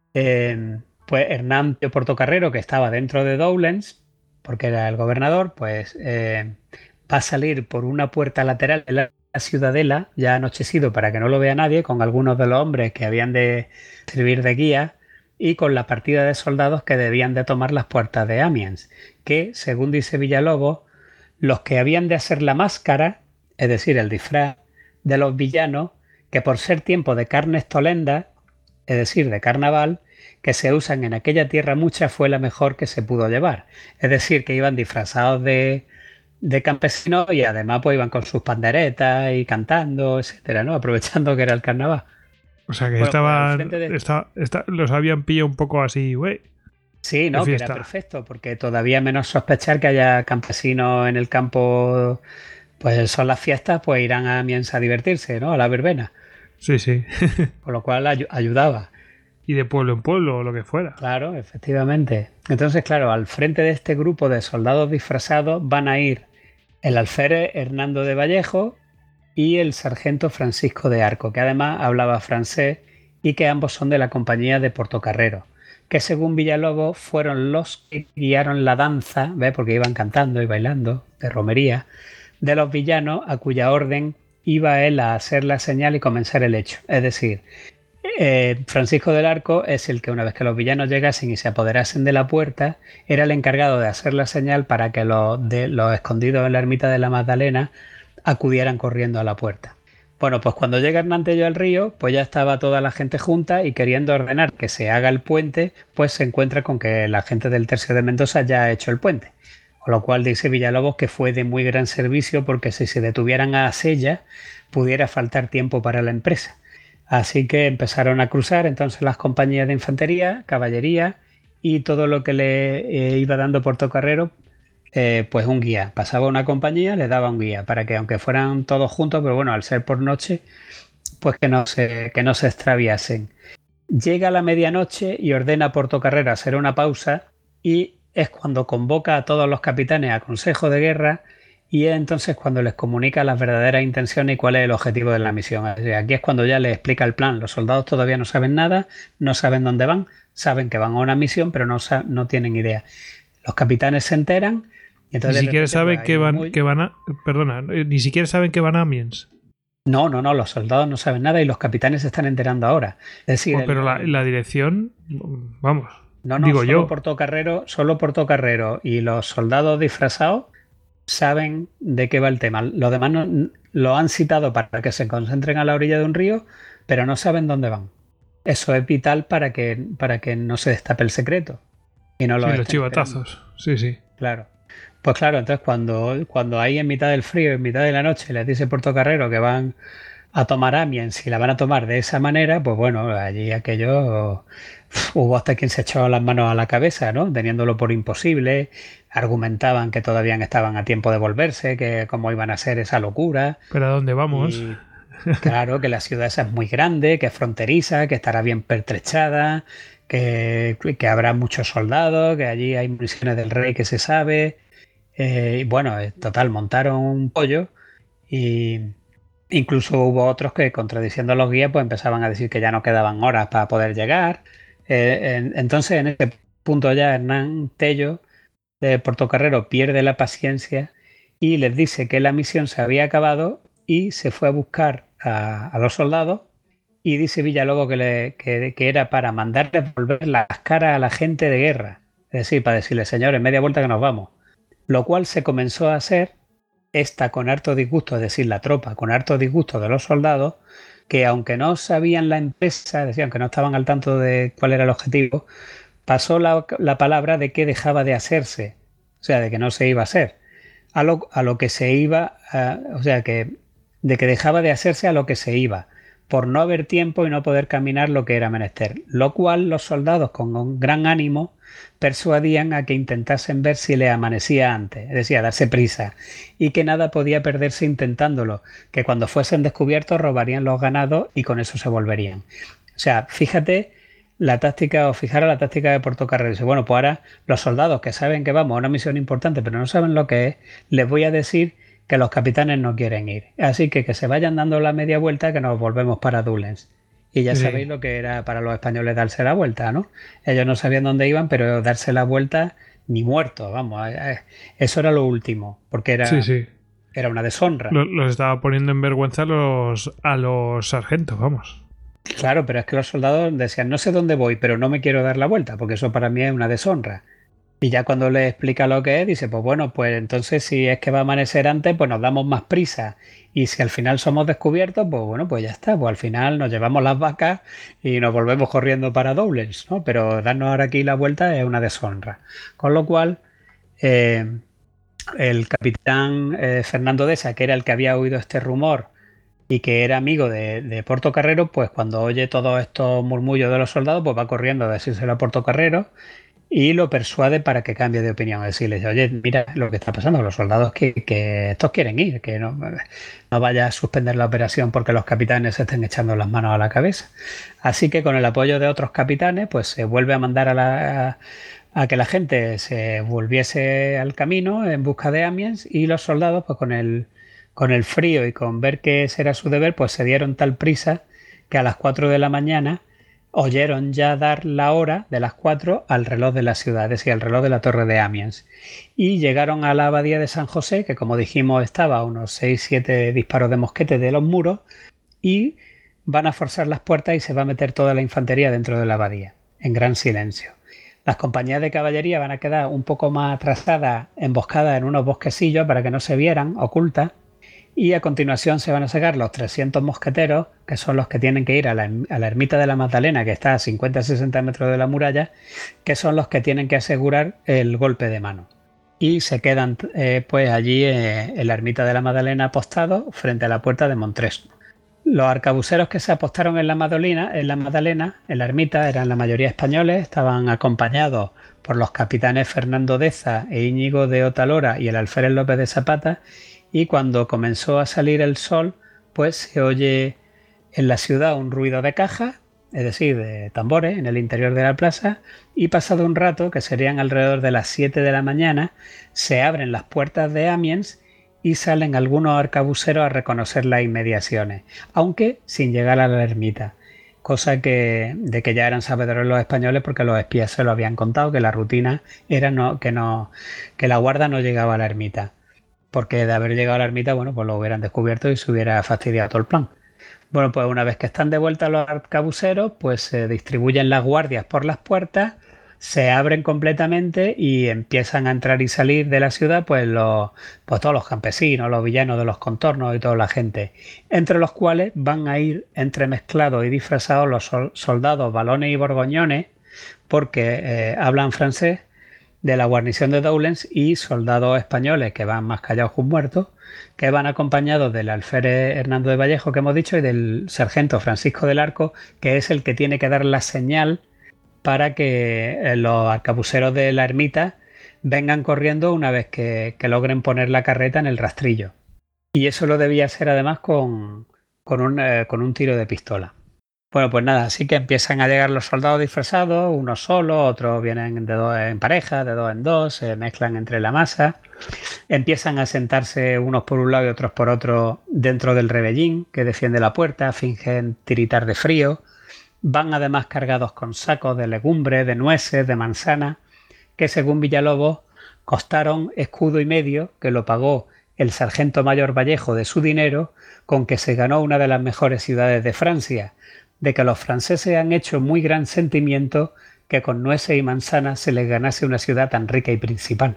eh, pues Hernán de Portocarrero, que estaba dentro de Doullens, porque era el gobernador, pues eh, va a salir por una puerta lateral de la ciudadela, ya anochecido para que no lo vea nadie, con algunos de los hombres que habían de servir de guía y con la partida de soldados que debían de tomar las puertas de Amiens, que, según dice Villalobos, los que habían de hacer la máscara, es decir, el disfraz de los villanos, que por ser tiempo de carnes tolendas, es decir, de carnaval, que se usan en aquella tierra mucha, fue la mejor que se pudo llevar. Es decir, que iban disfrazados de, de campesinos y además pues iban con sus panderetas y cantando, etcétera, ¿no? Aprovechando que era el carnaval. O sea que Bueno, estaban, pues, de... está, está, los habían pillado un poco así, güey. Sí, no, que era perfecto, porque todavía menos sospechar que haya campesinos en el campo, pues son las fiestas, pues irán a Amiens a divertirse, ¿no? A la verbena. Sí, sí. Con lo cual ay ayudaba. Y de pueblo en pueblo, o lo que fuera. Claro, efectivamente. Entonces, claro, al frente de este grupo de soldados disfrazados van a ir el alférez Hernando de Vallejo y el sargento Francisco de Arco, que además hablaba francés y que ambos son de la compañía de Portocarrero, que según Villalobos fueron los que guiaron la danza, ¿ves? Porque iban cantando y bailando de romería, de los villanos a cuya orden iba él a hacer la señal y comenzar el hecho. Es decir, eh, Francisco del Arco es el que una vez que los villanos llegasen y se apoderasen de la puerta, era el encargado de hacer la señal para que los, de, los escondidos en la ermita de la Magdalena acudieran corriendo a la puerta. Bueno, pues cuando llega Hernán Tello al río, pues ya estaba toda la gente junta y queriendo ordenar que se haga el puente, pues se encuentra con que la gente del Tercio de Mendoza ya ha hecho el puente. Con lo cual dice Villalobos que fue de muy gran servicio porque si se detuvieran a Sella pudiera faltar tiempo para la empresa. Así que empezaron a cruzar entonces las compañías de infantería, caballería y todo lo que le eh, iba dando Portocarrero, eh, pues un guía. Pasaba una compañía, le daba un guía para que aunque fueran todos juntos, pero bueno, al ser por noche, pues que no se, que no se extraviasen. Llega la medianoche y ordena a Portocarrero hacer una pausa y es cuando convoca a todos los capitanes a consejo de guerra y es entonces cuando les comunica las verdaderas intenciones y cuál es el objetivo de la misión. Aquí es cuando ya les explica el plan. Los soldados todavía no saben nada, no saben dónde van, saben que van a una misión, pero no, no tienen idea. Los capitanes se enteran y entonces... Ni siquiera repente, saben pues, que van, muy... que van a... Perdona, ni siquiera saben que van a Amiens. No, no, no, los soldados no saben nada y los capitanes se están enterando ahora. Es decir, oh, pero el, la, la dirección, vamos, no, no, digo solo yo. Portocarrero, solo Portocarrero y los soldados disfrazados saben de qué va el tema. Los demás no, lo han citado para que se concentren a la orilla de un río, pero no saben dónde van. Eso es vital para que, para que no se destape el secreto. Y no lo sí, los chivatazos, esperando. Sí, sí. Claro. Pues claro, entonces cuando, cuando ahí en mitad del frío, en mitad de la noche, les dice Portocarrero que van a tomar Amiens y la van a tomar de esa manera, pues bueno, allí aquello... Hubo hasta quien se echó las manos a la cabeza, ¿no? Teniéndolo por imposible, argumentaban que todavía estaban a tiempo de volverse, que cómo iban a hacer esa locura. ¿Pero a dónde vamos? Y, claro, que la ciudad esa es muy grande, que es fronteriza, que estará bien pertrechada, que, que habrá muchos soldados, que allí hay municiones del rey que se sabe. Eh, y bueno, total, montaron un pollo y... Incluso hubo otros que, contradiciendo a los guías, pues empezaban a decir que ya no quedaban horas para poder llegar. Eh, en, entonces, en ese punto ya Hernán Tello de Portocarrero pierde la paciencia y les dice que la misión se había acabado y se fue a buscar a, a los soldados y dice Villalobos que, le, que, que era para mandar devolver las caras a la gente de guerra. Es decir, para decirle, señores, media vuelta que nos vamos. Lo cual se comenzó a hacer esta con harto disgusto, es decir, la tropa con harto disgusto de los soldados, que aunque no sabían la empresa, es decir, aunque no estaban al tanto de cuál era el objetivo, pasó la, la palabra de que dejaba de hacerse, o sea, de que no se iba a hacer, a lo, a lo que se iba, a, o sea, que de que dejaba de hacerse a lo que se iba, por no haber tiempo y no poder caminar lo que era menester, lo cual los soldados con un gran ánimo persuadían a que intentasen ver si le amanecía antes, es decir, a darse prisa, y que nada podía perderse intentándolo, que cuando fuesen descubiertos robarían los ganados y con eso se volverían. O sea, fíjate la táctica, o fijaros la táctica de Portocarrero. Dice, bueno, pues ahora los soldados que saben que vamos a una misión importante, pero no saben lo que es, les voy a decir que los capitanes no quieren ir. Así que que se vayan dando la media vuelta, que nos volvemos para Doullens. Y ya sí. Sabéis lo que era para los españoles darse la vuelta, ¿no? Ellos no sabían dónde iban, pero darse la vuelta ni muerto, vamos. Eso era lo último, porque era, sí, sí. era una deshonra. Los, los estaba poniendo en vergüenza a los, a los sargentos, vamos. Claro, pero es que los soldados decían, no sé dónde voy, pero no me quiero dar la vuelta, porque eso para mí es una deshonra. Y ya cuando le explica lo que es, dice, pues bueno, pues entonces si es que va a amanecer antes, pues nos damos más prisa. Y si al final somos descubiertos, pues bueno, pues ya está. Pues al final nos llevamos las vacas y nos volvemos corriendo para Doullens, ¿no? Pero darnos ahora aquí la vuelta es una deshonra. Con lo cual, eh, el capitán eh, Fernando Deza, que era el que había oído este rumor y que era amigo de, de Portocarrero, pues cuando oye todos estos murmullos de los soldados, pues va corriendo a decírselo a Portocarrero y lo persuade para que cambie de opinión. Es decir, le dice, oye, mira lo que está pasando, los soldados que, que estos quieren ir, que no, no vaya a suspender la operación porque los capitanes se estén echando las manos a la cabeza. Así que con el apoyo de otros capitanes, pues se vuelve a mandar a, la, a, a que la gente se volviese al camino en busca de Amiens, y los soldados, pues con el, con el frío y con ver que ese era su deber, pues se dieron tal prisa que a las cuatro de la mañana oyeron ya dar la hora de las cuatro al reloj de la ciudad, es decir, al reloj de la torre de Amiens. Y llegaron a la abadía de San José, que como dijimos estaba a unos seis siete disparos de mosquete de los muros, y van a forzar las puertas y se va a meter toda la infantería dentro de la abadía, en gran silencio. Las compañías de caballería van a quedar un poco más atrasadas, emboscadas en unos bosquecillos para que no se vieran, ocultas. Y a continuación se van a sacar los trescientos mosqueteros, que son los que tienen que ir a la, a la ermita de la Magdalena, que está a cincuenta a sesenta metros de la muralla, que son los que tienen que asegurar el golpe de mano. Y se quedan eh, pues allí eh, en la ermita de la Magdalena apostados frente a la puerta de Montrés. Los arcabuceros que se apostaron en la Magdalena, en la Magdalena, en la ermita, eran la mayoría españoles, estaban acompañados por los capitanes Fernando Deza e Íñigo de Otalora y el alférez López de Zapata. Y cuando comenzó a salir el sol, pues se oye en la ciudad un ruido de cajas, es decir, de tambores en el interior de la plaza, y pasado un rato, que serían alrededor de las siete de la mañana, se abren las puertas de Amiens y salen algunos arcabuceros a reconocer las inmediaciones, aunque sin llegar a la ermita, cosa que, de que ya eran sabedores los españoles porque los espías se lo habían contado, que la rutina era no, que, no, que la guarda no llegaba a la ermita. Porque de haber llegado a la ermita, bueno, pues lo hubieran descubierto y se hubiera fastidiado todo el plan. Bueno, pues una vez que están de vuelta los arcabuceros, pues se distribuyen las guardias por las puertas, se abren completamente y empiezan a entrar y salir de la ciudad, pues, los, pues todos los campesinos, los villanos de los contornos y toda la gente, entre los cuales van a ir entremezclados y disfrazados los soldados valones y borgoñones, porque eh, hablan francés, de la guarnición de Doullens, y soldados españoles que van más callados que un muerto, que van acompañados del alférez Hernando de Vallejo, que hemos dicho, y del sargento Francisco del Arco, que es el que tiene que dar la señal para que los arcabuceros de la ermita vengan corriendo una vez que, que logren poner la carreta en el rastrillo. Y eso lo debía hacer además con, con, un, eh, con un tiro de pistola. Bueno, pues nada, así que empiezan a llegar los soldados disfrazados, unos solos, otros vienen de dos en pareja, de dos en dos, se mezclan entre la masa, empiezan a sentarse unos por un lado y otros por otro dentro del rebellín que defiende la puerta, fingen tiritar de frío, van además cargados con sacos de legumbres, de nueces, de manzana, que según Villalobos costaron escudo y medio, que lo pagó el sargento mayor Vallejo de su dinero, con que se ganó una de las mejores ciudades de Francia, de que los franceses han hecho muy gran sentimiento que con nueces y manzanas se les ganase una ciudad tan rica y principal.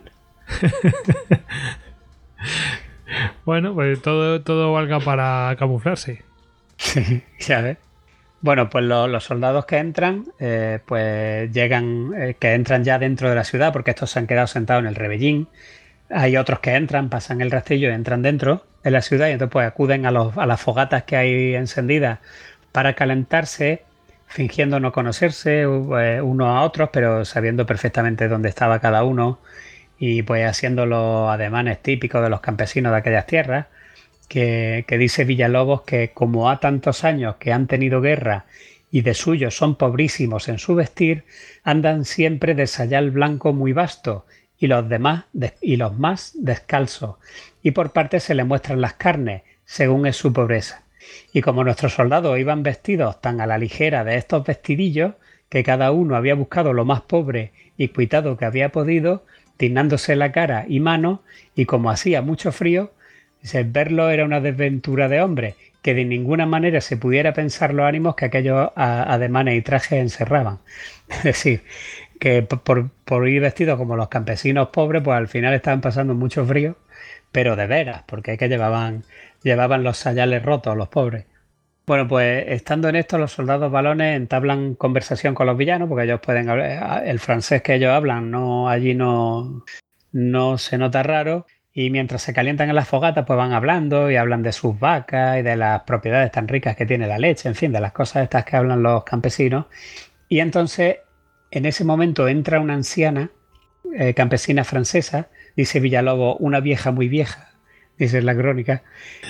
Bueno, pues todo, todo valga para camuflarse. Sí, ya ves. Bueno, pues lo, los soldados que entran, eh, pues llegan, eh, que entran ya dentro de la ciudad, porque estos se han quedado sentados en el rebellín. Hay otros que entran, pasan el rastrillo y entran dentro de la ciudad, y entonces pues acuden a, los, a las fogatas que hay encendidas para calentarse, fingiendo no conocerse eh, unos a otros, pero sabiendo perfectamente dónde estaba cada uno y pues haciendo los ademanes típicos de los campesinos de aquellas tierras, que, que dice Villalobos que como ha tantos años que han tenido guerra y de suyo son pobrísimos en su vestir, andan siempre de sayal blanco muy vasto y los demás de, y los más descalzos, y por parte se le muestran las carnes, según es su pobreza. Y como nuestros soldados iban vestidos tan a la ligera de estos vestidillos, que cada uno había buscado lo más pobre y cuitado que había podido, tinándose la cara y manos, y como hacía mucho frío, dice, verlo era una desventura de hombre, que de ninguna manera se pudiera pensar los ánimos que aquellos ademanes y trajes encerraban. Es decir, que por, por ir vestidos como los campesinos pobres, pues al final estaban pasando mucho frío, pero de veras, porque es que llevaban, llevaban los sayales rotos los pobres. Bueno, pues estando en esto, los soldados valones entablan conversación con los villanos, porque ellos pueden hablar, el francés que ellos hablan, no, allí no, no se nota raro, y mientras se calientan en las fogatas, pues van hablando y hablan de sus vacas y de las propiedades tan ricas que tiene la leche, en fin, de las cosas estas que hablan los campesinos. Y entonces, en ese momento entra una anciana eh, campesina francesa, dice Villalobos, una vieja muy vieja, dice la crónica,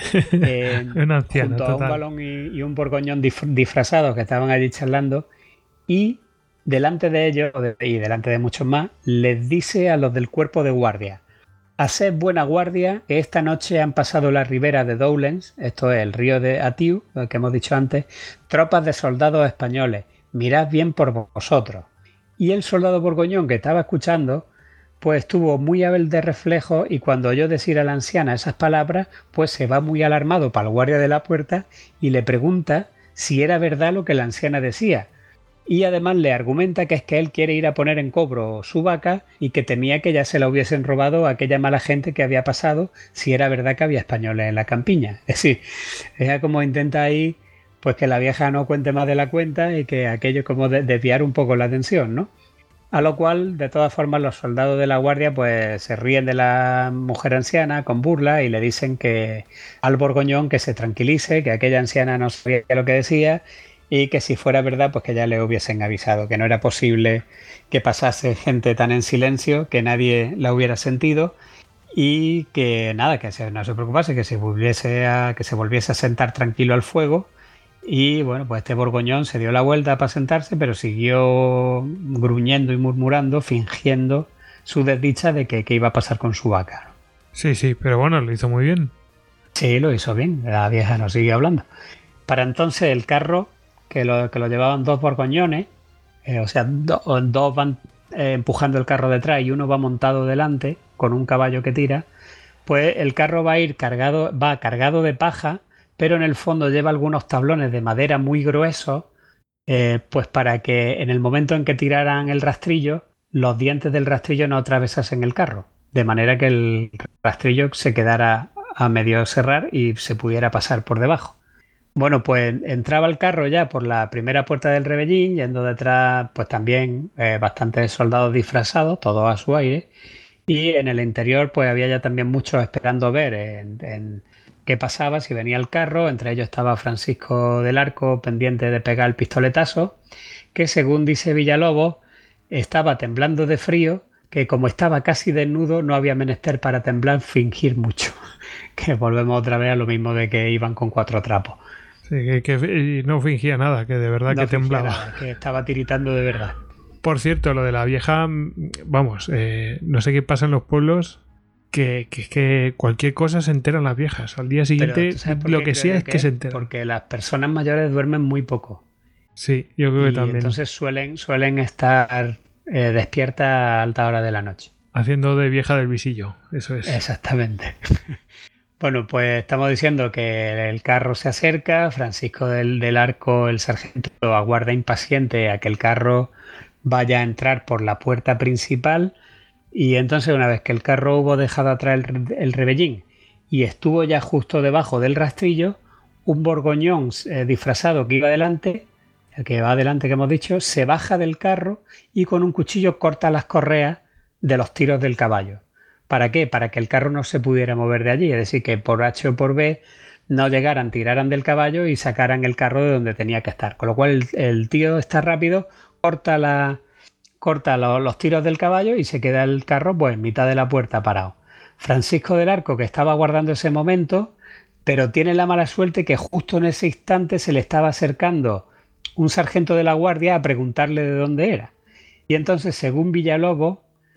eh, una anciana, junto a total. un balón y, y un borgoñón dif disfrazados que estaban allí charlando, y delante de ellos y delante de muchos más, les dice a los del cuerpo de guardia: haced buena guardia, que esta noche han pasado la ribera de Doullens, esto es el río de Atiu, el que hemos dicho antes, tropas de soldados españoles, mirad bien por vosotros. Y el soldado borgoñón que estaba escuchando, pues estuvo muy hábil de reflejo, y cuando oyó decir a la anciana esas palabras, pues se va muy alarmado para el guardia de la puerta y le pregunta si era verdad lo que la anciana decía. Y además le argumenta que es que él quiere ir a poner en cobro su vaca y que temía que ya se la hubiesen robado a aquella mala gente que había pasado, si era verdad que había españoles en la campiña. Es decir, ella como intenta ahí pues que la vieja no cuente más de la cuenta y que aquello como de desviar un poco la atención, ¿no? A lo cual, de todas formas, los soldados de la guardia pues se ríen de la mujer anciana con burla y le dicen que al borgoñón que se tranquilice, que aquella anciana no sabía lo que decía y que si fuera verdad, pues que ya le hubiesen avisado, que no era posible que pasase gente tan en silencio, que nadie la hubiera sentido y que nada, que no se preocupase, que se volviese a, que se volviese a sentar tranquilo al fuego. Y bueno, pues este borgoñón se dio la vuelta para sentarse, pero siguió gruñendo y murmurando, fingiendo su desdicha de que, que iba a pasar con su vaca. Sí, sí, pero bueno, lo hizo muy bien. Sí, lo hizo bien, la vieja no sigue hablando. Para entonces el carro, que lo, que lo llevaban dos borgoñones, eh, o sea, do, dos van eh, empujando el carro detrás y uno va montado delante con un caballo que tira, pues el carro va a ir cargado, va cargado de paja, pero en el fondo lleva algunos tablones de madera muy gruesos, eh, pues para que en el momento en que tiraran el rastrillo, los dientes del rastrillo no atravesasen el carro, de manera que el rastrillo se quedara a medio cerrar y se pudiera pasar por debajo. Bueno, pues entraba el carro ya por la primera puerta del Rebellín, yendo detrás pues también eh, bastantes soldados disfrazados, todos a su aire, y en el interior pues había ya también muchos esperando ver en, en qué pasaba, si venía el carro. Entre ellos estaba Francisco del Arco, pendiente de pegar el pistoletazo, que según dice Villalobos, estaba temblando de frío, que como estaba casi desnudo no había menester para temblar, fingir mucho. Que volvemos otra vez a lo mismo de que iban con cuatro trapos. Sí, que, que no fingía nada, que de verdad no que temblaba. Nada, que estaba tiritando de verdad. Por cierto, lo de la vieja, vamos, eh, no sé qué pasa en los pueblos, que, que, que cualquier cosa se enteran las viejas. Al día siguiente lo que sea es que, que se enteran. Porque las personas mayores duermen muy poco. Sí, yo creo que y también. Entonces suelen, suelen estar eh, despiertas a alta hora de la noche. Haciendo de vieja del visillo, eso es. Exactamente. Bueno, pues estamos diciendo que el carro se acerca, Francisco del, del Arco, el sargento, aguarda impaciente a que el carro vaya a entrar por la puerta principal, y entonces una vez que el carro hubo dejado atrás el, el Rebellín y estuvo ya justo debajo del rastrillo, un borgoñón eh, disfrazado que iba adelante, el que va adelante que hemos dicho, se baja del carro y con un cuchillo corta las correas de los tiros del caballo. ¿Para qué? Para que el carro no se pudiera mover de allí, es decir, que por H o por B no llegaran, tiraran del caballo y sacaran el carro de donde tenía que estar. Con lo cual el, el tío está rápido, corta, la, corta lo, los tiros del caballo y se queda el carro pues en mitad de la puerta parado. Francisco del Arco, que estaba guardando ese momento, pero tiene la mala suerte que justo en ese instante se le estaba acercando un sargento de la guardia a preguntarle de dónde era. Y entonces, según Villalobos,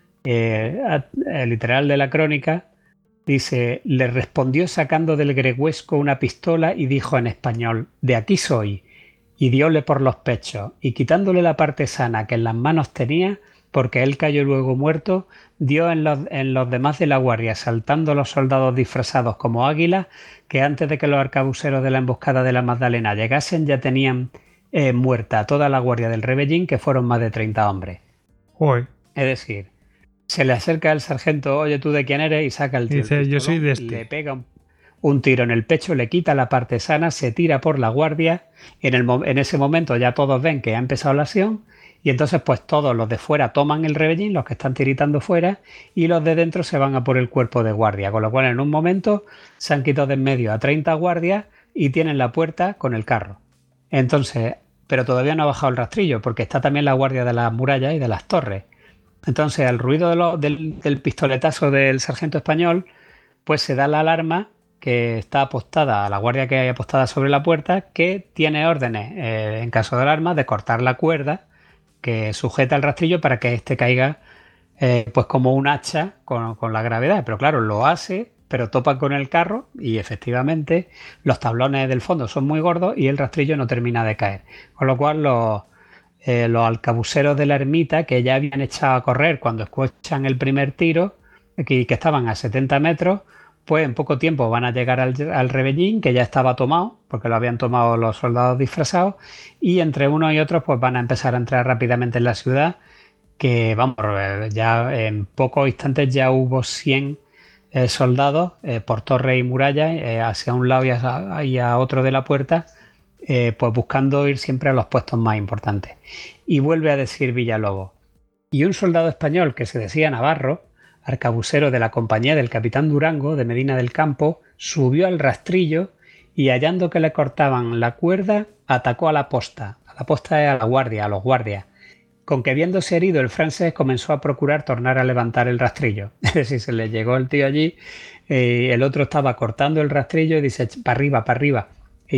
eh, el literal de la crónica, dice, le respondió sacando del gregüesco una pistola y dijo en español, de aquí soy, y dióle por los pechos, y quitándole la parte sana que en las manos tenía, porque él cayó luego muerto, dio en los, en los demás de la guardia, saltando los soldados disfrazados como águilas, que antes de que los arcabuceros de la emboscada de la Magdalena llegasen ya tenían eh, muerta a toda la guardia del Rebellín, que fueron más de treinta hombres. Uy. Es decir, se le acerca el sargento, oye, ¿tú de quién eres? Y saca el tío. Dice, el yo soy de este. Le pega un, un tiro en el pecho, le quita la parte sana, se tira por la guardia. En, el, en ese momento ya todos ven que ha empezado la acción. Y entonces pues todos los de fuera toman el Rebellín, los que están tiritando fuera, y los de dentro se van a por el cuerpo de guardia. Con lo cual en un momento se han quitado de en medio a treinta guardias y tienen la puerta con el carro. Entonces, pero todavía no ha bajado el rastrillo porque está también la guardia de las murallas y de las torres. Entonces al ruido de lo, del, del pistoletazo del sargento español, pues se da la alarma que está apostada a la guardia que hay apostada sobre la puerta, que tiene órdenes, eh, en caso de alarma, de cortar la cuerda que sujeta el rastrillo para que éste caiga eh, pues como un hacha con, con la gravedad. Pero claro, lo hace, pero topa con el carro y efectivamente los tablones del fondo son muy gordos y el rastrillo no termina de caer. Con lo cual los, eh, los alcabuceros de la ermita, que ya habían echado a correr cuando escuchan el primer tiro, que, que estaban a setenta metros, pues en poco tiempo van a llegar al, al Rebellín, que ya estaba tomado, porque lo habían tomado los soldados disfrazados, y entre unos y otros pues van a empezar a entrar rápidamente en la ciudad, que vamos, ya en pocos instantes ya hubo cien eh, soldados eh, por torre y muralla, eh, hacia un lado y a, y a otro de la puerta, eh, pues buscando ir siempre a los puestos más importantes. Y vuelve a decir Villalobos, y un soldado español que se decía Navarro, arcabucero de la compañía del capitán Durango de Medina del Campo, subió al rastrillo y hallando que le cortaban la cuerda, atacó a la posta. A la posta es a la guardia, a los guardias. Con que viéndose herido el francés comenzó a procurar tornar a levantar el rastrillo. Es decir, se le llegó el tío allí, eh, el otro estaba cortando el rastrillo y dice, para arriba, para arriba.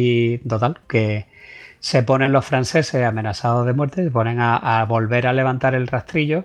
Y total, que se ponen los franceses amenazados de muerte, se ponen a, a volver a levantar el rastrillo.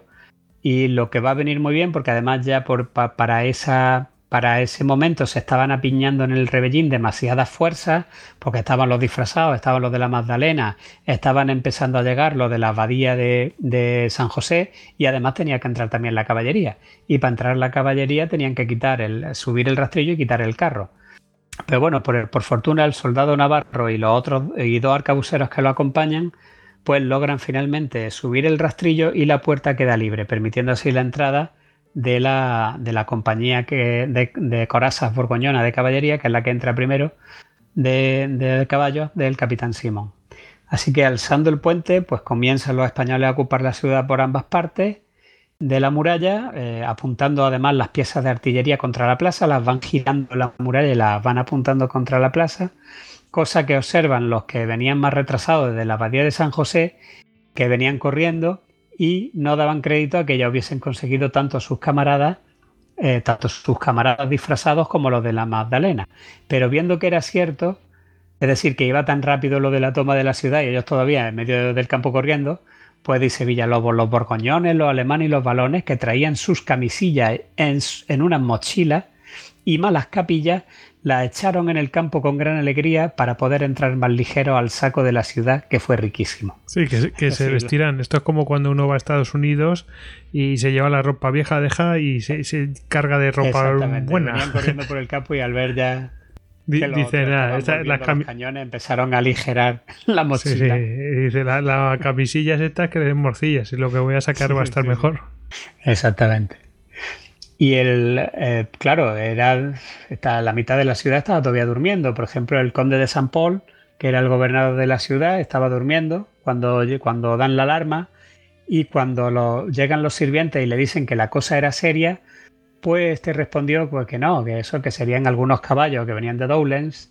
Y lo que va a venir muy bien, porque además ya por, pa, para, esa, para ese momento se estaban apiñando en el Rebellín demasiadas fuerzas, porque estaban los disfrazados, estaban los de la Magdalena, estaban empezando a llegar los de la abadía de, de San José, y además tenía que entrar también la caballería. Y para entrar la caballería tenían que quitar el, subir el rastrillo y quitar el carro. Pero bueno, por, por fortuna el soldado Navarro y los otros y dos arcabuceros que lo acompañan, pues logran finalmente subir el rastrillo y la puerta queda libre, permitiendo así la entrada de la, de la compañía que, de, de corazas borgoñona de caballería, que es la que entra primero, de, de caballos del capitán Simón. Así que alzando el puente, pues comienzan los españoles a ocupar la ciudad por ambas partes de la muralla, eh, apuntando además las piezas de artillería contra la plaza, las van girando la muralla y las van apuntando contra la plaza, cosa que observan los que venían más retrasados desde la abadía de San José, que venían corriendo y no daban crédito a que ya hubiesen conseguido tanto sus camaradas, eh, tanto sus camaradas disfrazados como los de la Magdalena. Pero viendo que era cierto, es decir, que iba tan rápido lo de la toma de la ciudad y ellos todavía en medio del campo corriendo, pues dice Villalobos, los borgoñones, los alemanes y los valones que traían sus camisillas en, en unas mochilas y malas capillas, la echaron en el campo con gran alegría para poder entrar más ligero al saco de la ciudad, que fue riquísimo. Sí, que, que se vestirán. Esto es como cuando uno va a Estados Unidos y se lleva la ropa vieja, deja y se, se carga de ropa buena. Venían corriendo por el campo y al ver ya que los, dice nada, esta, las cam... cañones empezaron a aligerar la mochila. Sí, sí. Dice la, la camisilla es esta que den morcillas y lo que voy a sacar sí, va a estar sí, mejor. Exactamente. Y el eh, claro, era está, la mitad de la ciudad estaba todavía durmiendo. Por ejemplo, el conde de San Paul, que era el gobernador de la ciudad, estaba durmiendo cuando, cuando dan la alarma, y cuando lo, llegan los sirvientes y le dicen que la cosa era seria, pues este respondió pues que no, que eso, que serían algunos caballos que venían de Doullens,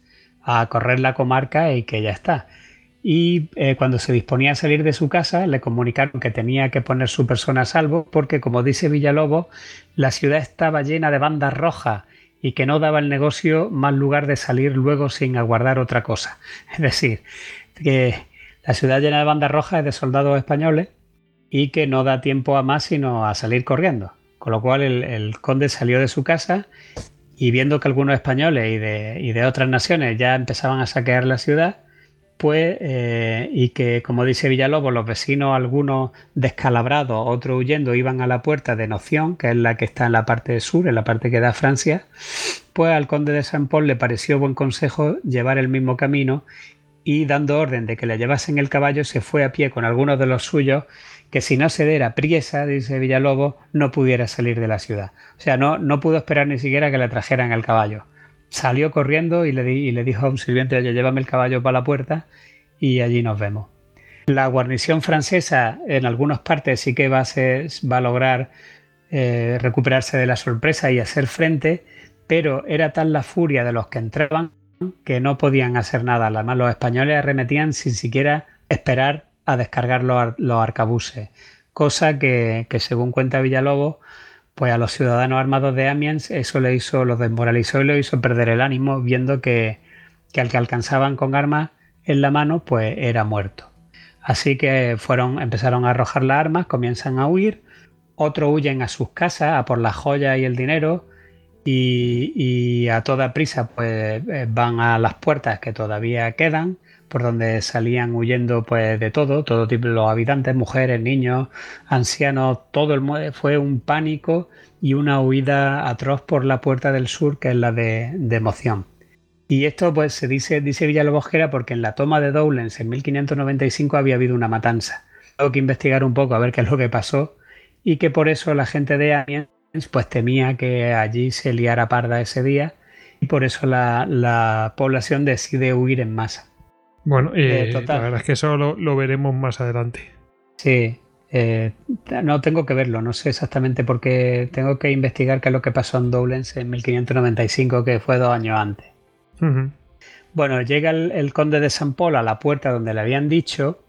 a correr la comarca y que ya está. Y eh, cuando se disponía a salir de su casa, le comunicaron que tenía que poner su persona a salvo porque, como dice Villalobos, la ciudad estaba llena de bandas rojas y que no daba el negocio más lugar de salir luego sin aguardar otra cosa. Es decir, que la ciudad llena de bandas rojas es de soldados españoles y que no da tiempo a más sino a salir corriendo. Con lo cual el, el conde salió de su casa y viendo que algunos españoles y de, y de otras naciones ya empezaban a saquear la ciudad, pues, eh, y que, como dice Villalobos, los vecinos, algunos descalabrados, otros huyendo, iban a la puerta de Noción, que es la que está en la parte sur, en la parte que da a Francia, pues al conde de Saint Pol le pareció buen consejo llevar el mismo camino y, dando orden de que le llevasen el caballo, se fue a pie con algunos de los suyos, que si no se diera priesa, dice Villalobos, no pudiera salir de la ciudad. O sea, no, no pudo esperar ni siquiera que le trajeran el caballo. Salió corriendo y le, di, y le dijo a un sirviente, oye, llévame el caballo para la puerta y allí nos vemos. La guarnición francesa en algunas partes sí que va a, ser, va a lograr eh, recuperarse de la sorpresa y hacer frente, pero era tal la furia de los que entraban que no podían hacer nada. Además, los españoles arremetían sin siquiera esperar a descargar los, los arcabuces, cosa que, que según cuenta Villalobos, pues a los ciudadanos armados de Amiens eso le hizo, los desmoralizó y lo hizo perder el ánimo, viendo que, que al que alcanzaban con armas en la mano, pues era muerto. Así que fueron, empezaron a arrojar las armas, comienzan a huir, otros huyen a sus casas, a por las joyas y el dinero, y, y a toda prisa pues van a las puertas que todavía quedan, por donde salían huyendo pues de todo, todo tipo de los habitantes, mujeres, niños, ancianos, todo el fue un pánico y una huida atroz por la puerta del sur, que es la de, de Moción. Y esto pues se dice, dice Villalobos que era porque en la toma de Doullens en mil quinientos noventa y cinco había habido una matanza. Tengo que investigar un poco a ver qué es lo que pasó y que por eso la gente de Amiens pues temía que allí se liara parda ese día y por eso la, la población decide huir en masa. Bueno, eh, eh, la verdad es que eso lo, lo veremos más adelante. Sí, eh, no tengo que verlo, no sé exactamente porque tengo que investigar qué es lo que pasó en Doullens en mil quinientos noventa y cinco, que fue dos años antes. Uh-huh. Bueno, llega el, el conde de Saint Pol a la puerta donde le habían dicho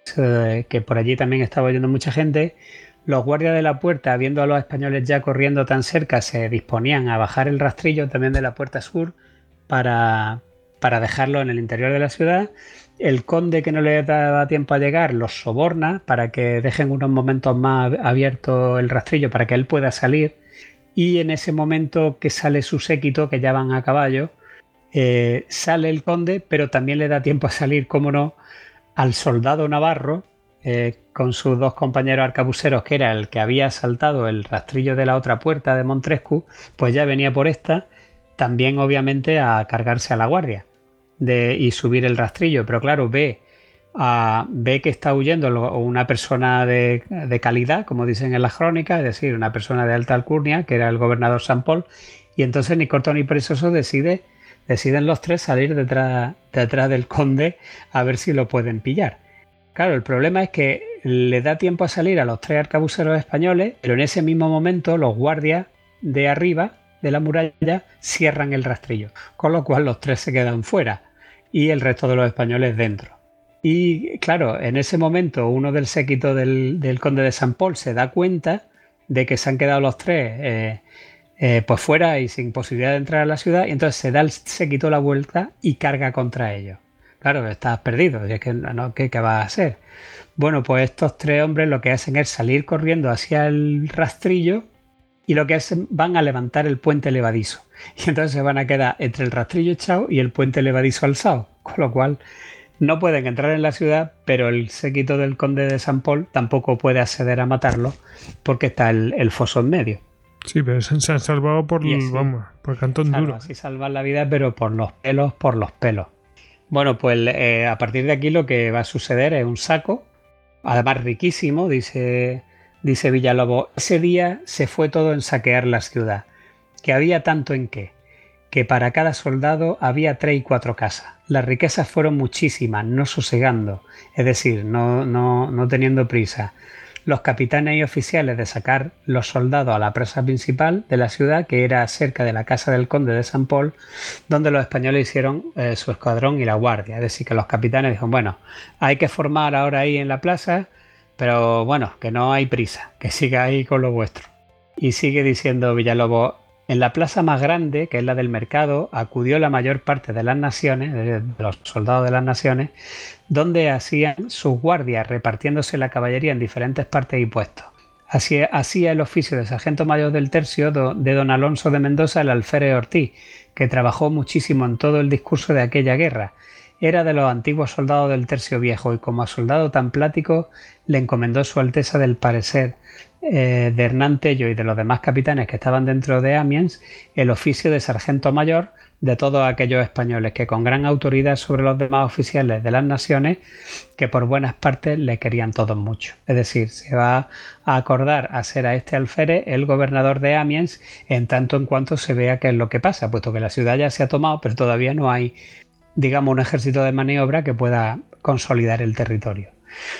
eh, que por allí también estaba oyendo mucha gente. Los guardias de la puerta, viendo a los españoles ya corriendo tan cerca, se disponían a bajar el rastrillo también de la puerta sur para... para dejarlo en el interior de la ciudad. El conde, que no le daba tiempo a llegar, los soborna para que dejen unos momentos más abierto el rastrillo para que él pueda salir, y en ese momento que sale su séquito, que ya van a caballo, eh, sale el conde, pero también le da tiempo a salir, cómo no, al soldado navarro eh, con sus dos compañeros arcabuceros, que era el que había asaltado el rastrillo de la otra puerta de Montrescu, pues ya venía por esta, también obviamente a cargarse a la guardia de, y subir el rastrillo, pero claro, ve, a, ve que está huyendo una persona de, de calidad, como dicen en las crónicas, es decir, una persona de alta alcurnia, que era el gobernador Saint Pol, y entonces ni corto ni perezoso decide, deciden los tres salir detrás, detrás del conde a ver si lo pueden pillar. Claro, el problema es que le da tiempo a salir a los tres arcabuceros españoles, pero en ese mismo momento los guardias de arriba de la muralla cierran el rastrillo, con lo cual los tres se quedan fuera y el resto de los españoles dentro. Y claro, en ese momento uno del séquito del, del conde de Saint Pol se da cuenta de que se han quedado los tres eh, eh, pues fuera y sin posibilidad de entrar a la ciudad, y entonces se da el séquito la vuelta y carga contra ellos. Claro, estás perdido, y es que no, ¿qué, qué vas a hacer? Bueno, pues estos tres hombres lo que hacen es salir corriendo hacia el rastrillo y lo que hacen, van a levantar el puente levadizo. Y entonces se van a quedar entre el rastrillo echado y el puente levadizo alzado. Con lo cual no pueden entrar en la ciudad, pero el séquito del conde de Saint Pol tampoco puede acceder a matarlo porque está el, el foso en medio. Sí, pero se han salvado por, así, vamos, por cantón duro. Así salvan la vida, pero por los pelos, por los pelos. Bueno, pues eh, a partir de aquí lo que va a suceder es un saco, además riquísimo, dice... Dice Villalobos, ese día se fue todo en saquear la ciudad, que había tanto en qué, que para cada soldado había tres y cuatro casas. Las riquezas fueron muchísimas, no sosegando, es decir, no, no, no teniendo prisa. los capitanes y oficiales de sacar los soldados a la plaza principal de la ciudad, que era cerca de la casa del conde de San Paul, donde los españoles hicieron eh, su escuadrón y la guardia. Es decir, que los capitanes dijeron, bueno, hay que formar ahora ahí en la plaza, pero bueno, que no hay prisa, que siga ahí con lo vuestro. Y sigue diciendo Villalobos, en la plaza más grande, que es la del mercado, acudió la mayor parte de las naciones, de los soldados de las naciones, donde hacían sus guardias, repartiéndose la caballería en diferentes partes y puestos. Hacía, hacía el oficio de sargento mayor del tercio de don Alonso de Mendoza, el alférez Ortiz, que trabajó muchísimo en todo el discurso de aquella guerra. Era de los antiguos soldados del tercio viejo y como a soldado tan plático le encomendó su alteza del parecer eh, de Hernán Tello y de los demás capitanes que estaban dentro de Amiens el oficio de sargento mayor de todos aquellos españoles que con gran autoridad sobre los demás oficiales de las naciones que por buenas partes le querían todos mucho. Es decir, se va a acordar hacer a este alférez el gobernador de Amiens en tanto en cuanto se vea qué es lo que pasa, puesto que la ciudad ya se ha tomado, pero todavía no hay, digamos, un ejército de maniobra que pueda consolidar el territorio.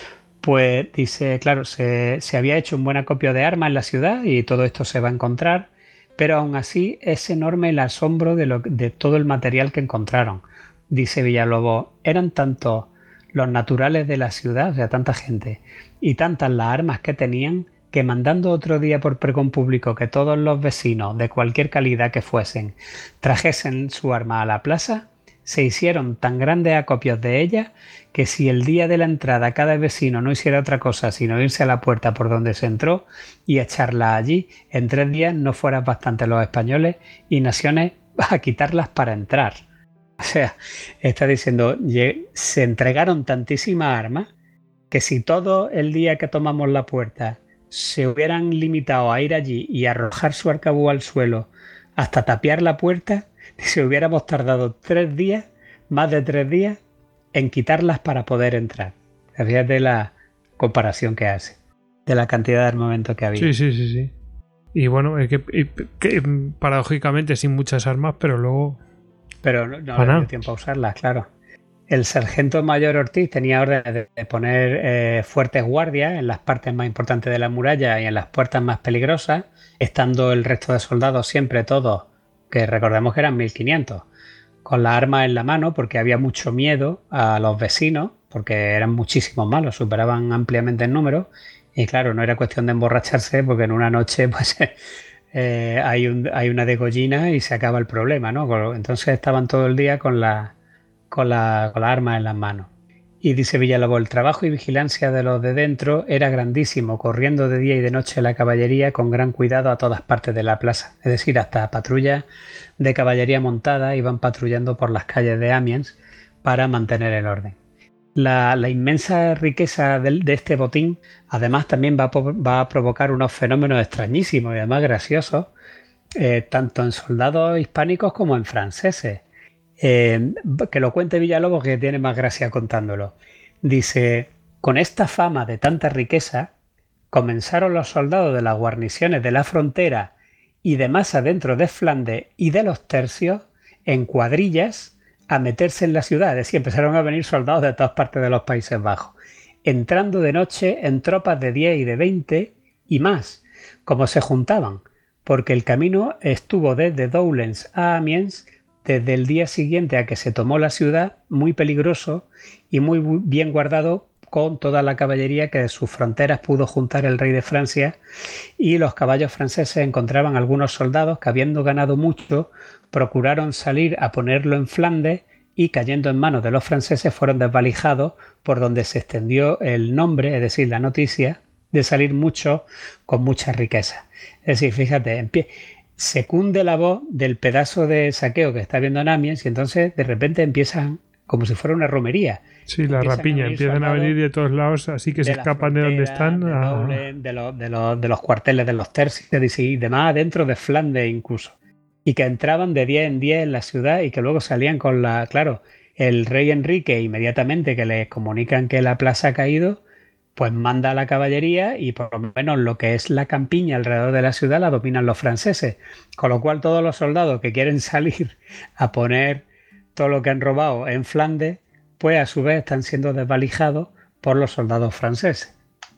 Pues dice, claro, se, se había hecho un buen acopio de armas en la ciudad y todo esto se va a encontrar, pero aún así es enorme el asombro de, lo, de todo el material que encontraron. Dice Villalobos, eran tantos los naturales de la ciudad, o sea, tanta gente, y tantas las armas que tenían, que mandando otro día por pregón público que todos los vecinos, de cualquier calidad que fuesen, trajesen su arma a la plaza, se hicieron tan grandes acopios de ellas que si el día de la entrada cada vecino no hiciera otra cosa sino irse a la puerta por donde se entró y echarla allí, en tres días no fueran bastante los españoles y naciones a quitarlas para entrar. O sea, está diciendo, se entregaron tantísimas armas que si todo el día que tomamos la puerta se hubieran limitado a ir allí y arrojar su arcabuz al suelo hasta tapiar la puerta, si hubiéramos tardado tres días, más de tres días, en quitarlas para poder entrar. Fíjate la comparación que hace de la cantidad de armamento que había. Sí, sí, sí, sí. Y bueno, es que, que paradójicamente sin muchas armas, pero luego... Pero no, no había tiempo a usarlas, claro. El sargento mayor Ortiz tenía órdenes de poner eh, fuertes guardias en las partes más importantes de la muralla y en las puertas más peligrosas, estando el resto de soldados siempre todos, que recordemos que eran mil quinientos, con las armas en la mano porque había mucho miedo a los vecinos, porque eran muchísimos malos, superaban ampliamente el número, y claro, no era cuestión de emborracharse porque en una noche pues eh, hay, un, hay una degollina y se acaba el problema, ¿no? Entonces estaban todo el día con la, con la, con las armas en las manos. Y dice Villalobos, el trabajo y vigilancia de los de dentro era grandísimo, corriendo de día y de noche la caballería con gran cuidado a todas partes de la plaza. Es decir, hasta patrullas de caballería montada iban patrullando por las calles de Amiens para mantener el orden. La, la inmensa riqueza de, de este botín, además, también va a, va a provocar unos fenómenos extrañísimos y además graciosos, eh, tanto en soldados hispánicos como en franceses. Eh, que lo cuente Villalobos, que tiene más gracia contándolo. Dice, con esta fama de tanta riqueza, comenzaron los soldados de las guarniciones de la frontera y de más adentro de Flandes y de los tercios, en cuadrillas, a meterse en la ciudad. Es decir, empezaron a venir soldados de todas partes de los Países Bajos, entrando de noche en tropas de diez y de veinte y más, como se juntaban, porque el camino estuvo desde Doullens a Amiens desde el día siguiente a que se tomó la ciudad, muy peligroso y muy bien guardado con toda la caballería que de sus fronteras pudo juntar el rey de Francia, y los caballos franceses encontraban algunos soldados que, habiendo ganado mucho, procuraron salir a ponerlo en Flandes y, cayendo en manos de los franceses, fueron desvalijados, por donde se extendió el nombre, es decir, la noticia, de salir muchos con mucha riqueza. Es decir, fíjate, en pie... se cunde la voz del pedazo de saqueo que está viendo en Amiens y entonces de repente empiezan como si fuera una romería. Sí, la rapiña, empiezan a venir de todos lados, así que se escapan de donde están. De, a... doble, de, los, de, los, de los cuarteles, de los tercios y demás, dentro de Flandes incluso. Y que entraban de diez en diez en la ciudad y que luego salían con la... Claro, el rey Enrique, inmediatamente que les comunican que la plaza ha caído, pues manda a la caballería y por lo menos lo que es la campiña alrededor de la ciudad la dominan los franceses. Con lo cual todos los soldados que quieren salir a poner todo lo que han robado en Flandes, pues a su vez están siendo desvalijados por los soldados franceses.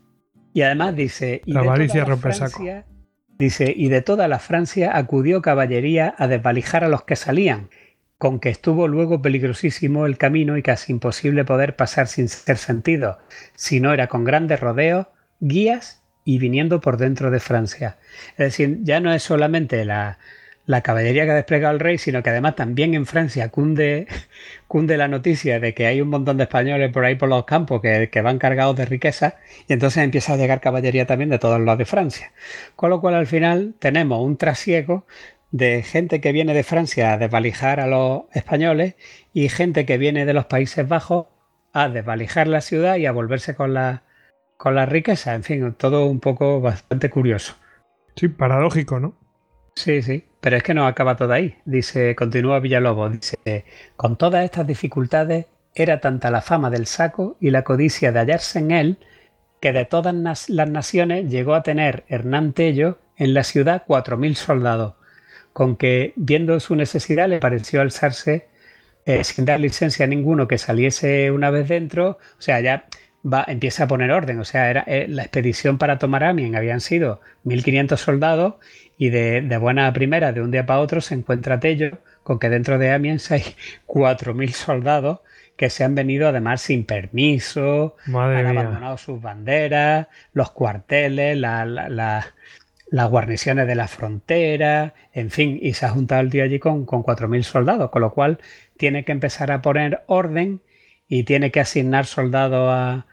Y además dice... Y la avaricia rompe el Francia, saco. Dice, y de toda la Francia acudió caballería a desvalijar a los que salían, con que estuvo luego peligrosísimo el camino y casi imposible poder pasar sin ser sentido, si no era con grandes rodeos, guías y viniendo por dentro de Francia. Es decir, ya no es solamente la, la caballería que ha desplegado el rey, sino que además también en Francia cunde, cunde la noticia de que hay un montón de españoles por ahí por los campos que, que van cargados de riqueza, y entonces empieza a llegar caballería también de todos lados de Francia. Con lo cual al final tenemos un trasiego de gente que viene de Francia a desvalijar a los españoles y gente que viene de los Países Bajos a desvalijar la ciudad y a volverse con la, con la riqueza. En fin, todo un poco bastante curioso. Sí, paradójico, ¿no? Sí, sí, pero es que no acaba todo ahí. Dice, continúa Villalobos, dice, con todas estas dificultades era tanta la fama del saco y la codicia de hallarse en él que de todas las naciones llegó a tener Hernán Tello en la ciudad cuatro mil soldados, con que, viendo su necesidad, le pareció alzarse eh, sin dar licencia a ninguno que saliese una vez dentro. O sea, ya va, empieza a poner orden. O sea, era eh, la expedición para tomar Amiens habían sido mil quinientos soldados y de, de buena primera, de un día para otro, se encuentra Tello con que dentro de Amiens hay cuatro mil soldados que se han venido además sin permiso, Madre han mía. abandonado sus banderas, los cuarteles, la... la, la las guarniciones de la frontera, en fin, y se ha juntado el tío allí con, con cuatro mil soldados, con lo cual tiene que empezar a poner orden y tiene que asignar soldados a,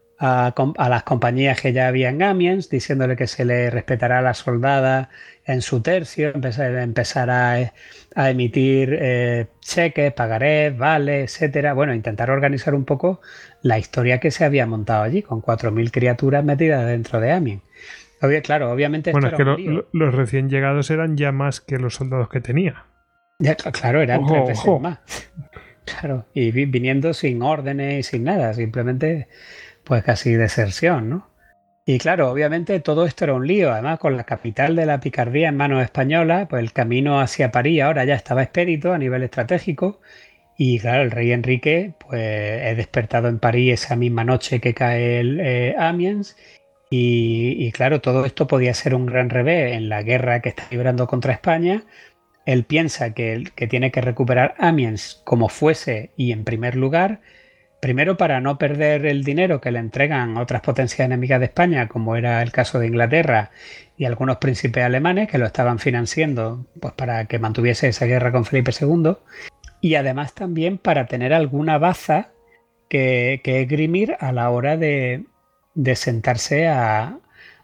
a, a las compañías que ya había en Amiens, diciéndole que se le respetará a la soldada en su tercio, empezar, empezar a, a emitir eh, cheques, pagarés, vales, etcétera. Bueno, intentar organizar un poco la historia que se había montado allí, con cuatro mil criaturas metidas dentro de Amiens. Obvio, claro, obviamente esto Bueno, es que era lo, un lío. lo, los recién llegados eran ya más que los soldados que tenía. Ya, claro, eran Ojo, tres veces ojo. más. Claro, y vi- viniendo sin órdenes y sin nada, simplemente pues casi deserción, ¿no? Y claro, obviamente todo esto era un lío, además con la capital de la picardía en manos españolas, pues el camino hacia París ahora ya estaba expedito a nivel estratégico. Y claro, el rey Enrique pues es despertado en París esa misma noche que cae el eh, Amiens. Y, y claro, todo esto podía ser un gran revés en la guerra que está librando contra España. Él piensa que, que tiene que recuperar Amiens como fuese y en primer lugar, primero para no perder el dinero que le entregan otras potencias enemigas de España, como era el caso de Inglaterra y algunos príncipes alemanes que lo estaban financiando pues, para que mantuviese esa guerra con Felipe segundo. Y además también para tener alguna baza que, que esgrimir a la hora de de sentarse a,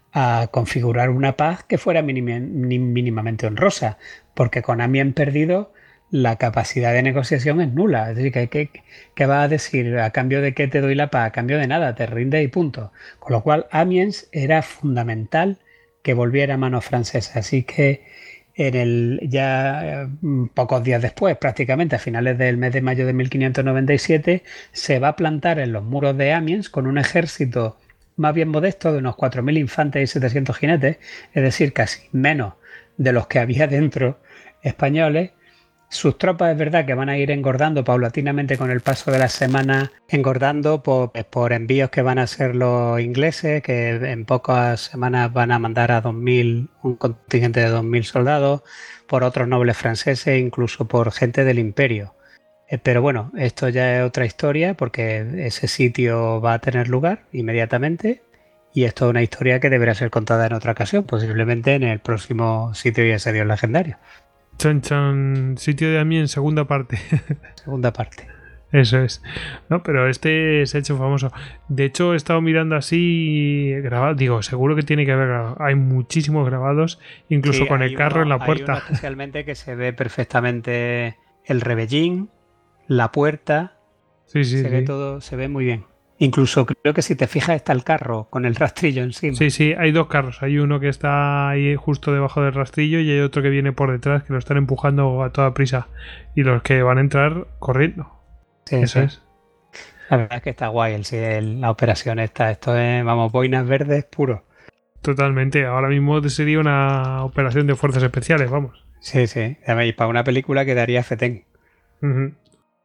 a configurar una paz que fuera mínima, mínimamente honrosa, porque con Amiens perdido la capacidad de negociación es nula. Es decir, ¿qué, qué, qué va a decir? ¿A cambio de qué te doy la paz? A cambio de nada, te rinde y punto. Con lo cual Amiens era fundamental que volviera a manos francesas. Así que en el, ya eh, pocos días después, prácticamente a finales del mes de mayo de mil quinientos noventa y siete, se va a plantar en los muros de Amiens con un ejército más bien modesto de unos cuatro mil infantes y setecientos jinetes, es decir, casi menos de los que había dentro españoles. Sus tropas es verdad que van a ir engordando paulatinamente con el paso de las semanas, engordando por, por envíos que van a hacer los ingleses, que en pocas semanas van a mandar a dos mil, un contingente de dos mil soldados, por otros nobles franceses, incluso por gente del imperio. Pero bueno, esto ya es otra historia porque ese sitio va a tener lugar inmediatamente y esto es una historia que deberá ser contada en otra ocasión, posiblemente en el próximo sitio y asedios legendarios. Chan chan, sitio de Amiens, segunda parte. Segunda parte. Eso es. No, pero este se ha hecho famoso. De hecho, he estado mirando así grabado. Digo, seguro que tiene que haber grabado. Hay muchísimos grabados, incluso Sí, con el hay carro uno- en la hay puerta. uno especialmente que se ve perfectamente el rebellín, la puerta, Sí, sí, se ve sí. todo, se ve muy bien. Incluso creo que si te fijas está el carro con el rastrillo encima. Sí, sí, hay dos carros. Hay uno que está ahí justo debajo del rastrillo y hay otro que viene por detrás que lo están empujando a toda prisa. Y los que van a entrar corriendo. Sí, Eso sí. es. La verdad es que está guay el, sí, el- la operación esta. Esto es, vamos, boinas verdes puro. Totalmente. Ahora mismo sería una operación de fuerzas especiales, vamos. Sí, sí. Y para una película quedaría fetén. Ujú.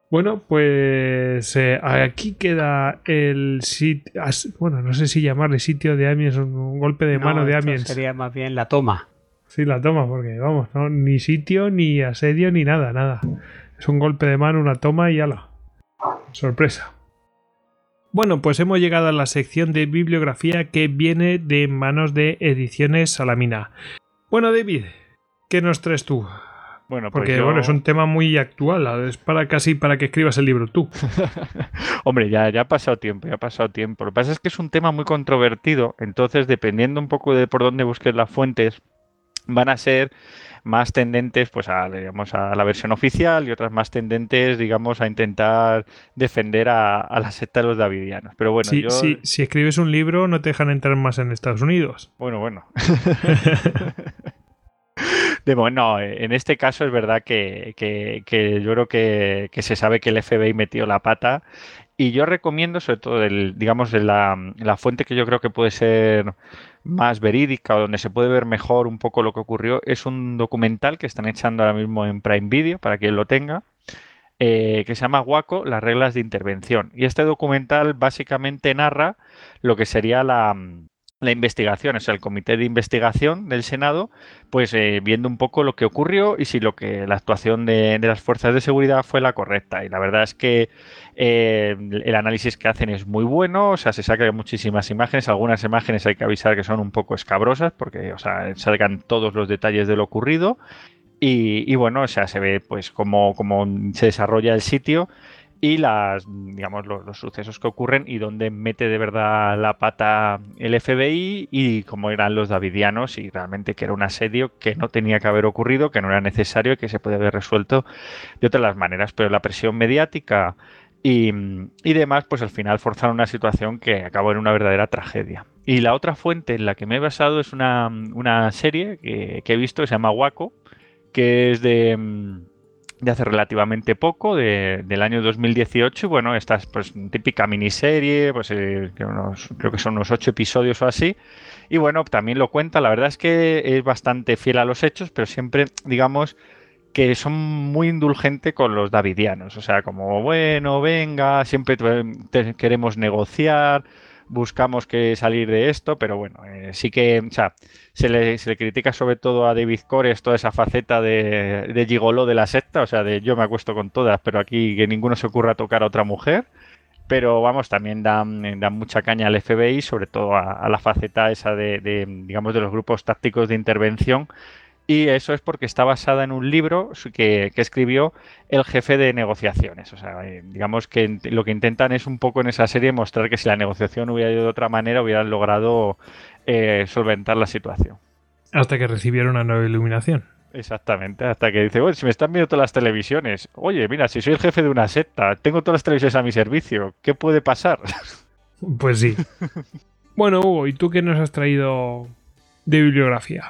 Bueno, pues eh, aquí queda el sitio, bueno, no sé si llamarle sitio de Amiens, un golpe de no, mano de esto Amiens. Sería más bien la toma. Sí, la toma, porque vamos, no, ni sitio, ni asedio, ni nada, nada. Es un golpe de mano, una toma y ala. Sorpresa. Bueno, pues hemos llegado a la sección de bibliografía que viene de manos de Ediciones Salamina. Bueno, David, ¿qué nos traes tú? Bueno, pues Porque yo... bueno, es un tema muy actual, es para casi para que escribas el libro tú. Hombre, ya, ya ha pasado tiempo, ya ha pasado tiempo. Lo que pasa es que es un tema muy controvertido, entonces dependiendo un poco de por dónde busques las fuentes, van a ser más tendentes pues a, digamos, a la versión oficial y otras más tendentes, digamos, a intentar defender a, a la secta de los davidianos. Pero bueno, sí, yo... sí, si escribes un libro no te dejan entrar más en Estados Unidos. Bueno, bueno. De, bueno, en este caso es verdad que, que, que yo creo que, que se sabe que el F B I metió la pata y yo recomiendo sobre todo, el, digamos, la, la fuente que yo creo que puede ser más verídica o donde se puede ver mejor un poco lo que ocurrió es un documental que están echando ahora mismo en Prime Video para quien lo tenga, eh, que se llama Waco, las reglas de intervención. Y este documental básicamente narra lo que sería la... la investigación, o sea, el comité de investigación del Senado, pues eh, viendo un poco lo que ocurrió y si lo que la actuación de, de las fuerzas de seguridad fue la correcta. Y la verdad es que eh, el análisis que hacen es muy bueno, o sea, se sacan muchísimas imágenes, algunas imágenes hay que avisar que son un poco escabrosas porque, o sea, salgan todos los detalles de lo ocurrido y, y bueno, o sea, se ve pues cómo, cómo se desarrolla el sitio y las, digamos, los, los sucesos que ocurren y dónde mete de verdad la pata el F B I y cómo eran los davidianos y realmente que era un asedio que no tenía que haber ocurrido, que no era necesario y que se puede haber resuelto de otras maneras. Pero la presión mediática y, y demás, pues al final forzaron una situación que acabó en una verdadera tragedia. Y la otra fuente en la que me he basado es una, una serie que, que he visto que se llama Waco, que es de... de hace relativamente poco, de, del año dos mil dieciocho, y bueno, esta es pues típica miniserie, pues eh, que unos, creo que son unos ocho episodios o así, y bueno, también lo cuenta, la verdad es que es bastante fiel a los hechos, pero siempre, digamos, que son muy indulgentes con los davidianos, o sea, como, bueno, venga, siempre te, te queremos negociar, buscamos que salir de esto, pero bueno, eh, sí que, o sea, se le, se le critica sobre todo a David Koresh toda esa faceta de, de gigoló de la secta, o sea, de yo me acuesto con todas, pero aquí que ninguno se ocurra tocar a otra mujer. Pero vamos, también dan, dan mucha caña al F B I, sobre todo a, a la faceta esa de, de, digamos, de los grupos tácticos de intervención. Y eso es porque está basada en un libro que, que escribió el jefe de negociaciones. O sea, eh, digamos que lo que intentan es un poco en esa serie mostrar que si la negociación hubiera ido de otra manera, hubieran logrado eh, solventar la situación. Hasta que recibieron una nueva iluminación. Exactamente, hasta que dice, bueno, si me están viendo todas las televisiones, oye, mira, si soy el jefe de una secta, tengo todas las televisiones a mi servicio, ¿qué puede pasar? Pues sí. Bueno, Hugo, ¿y tú qué nos has traído de bibliografía?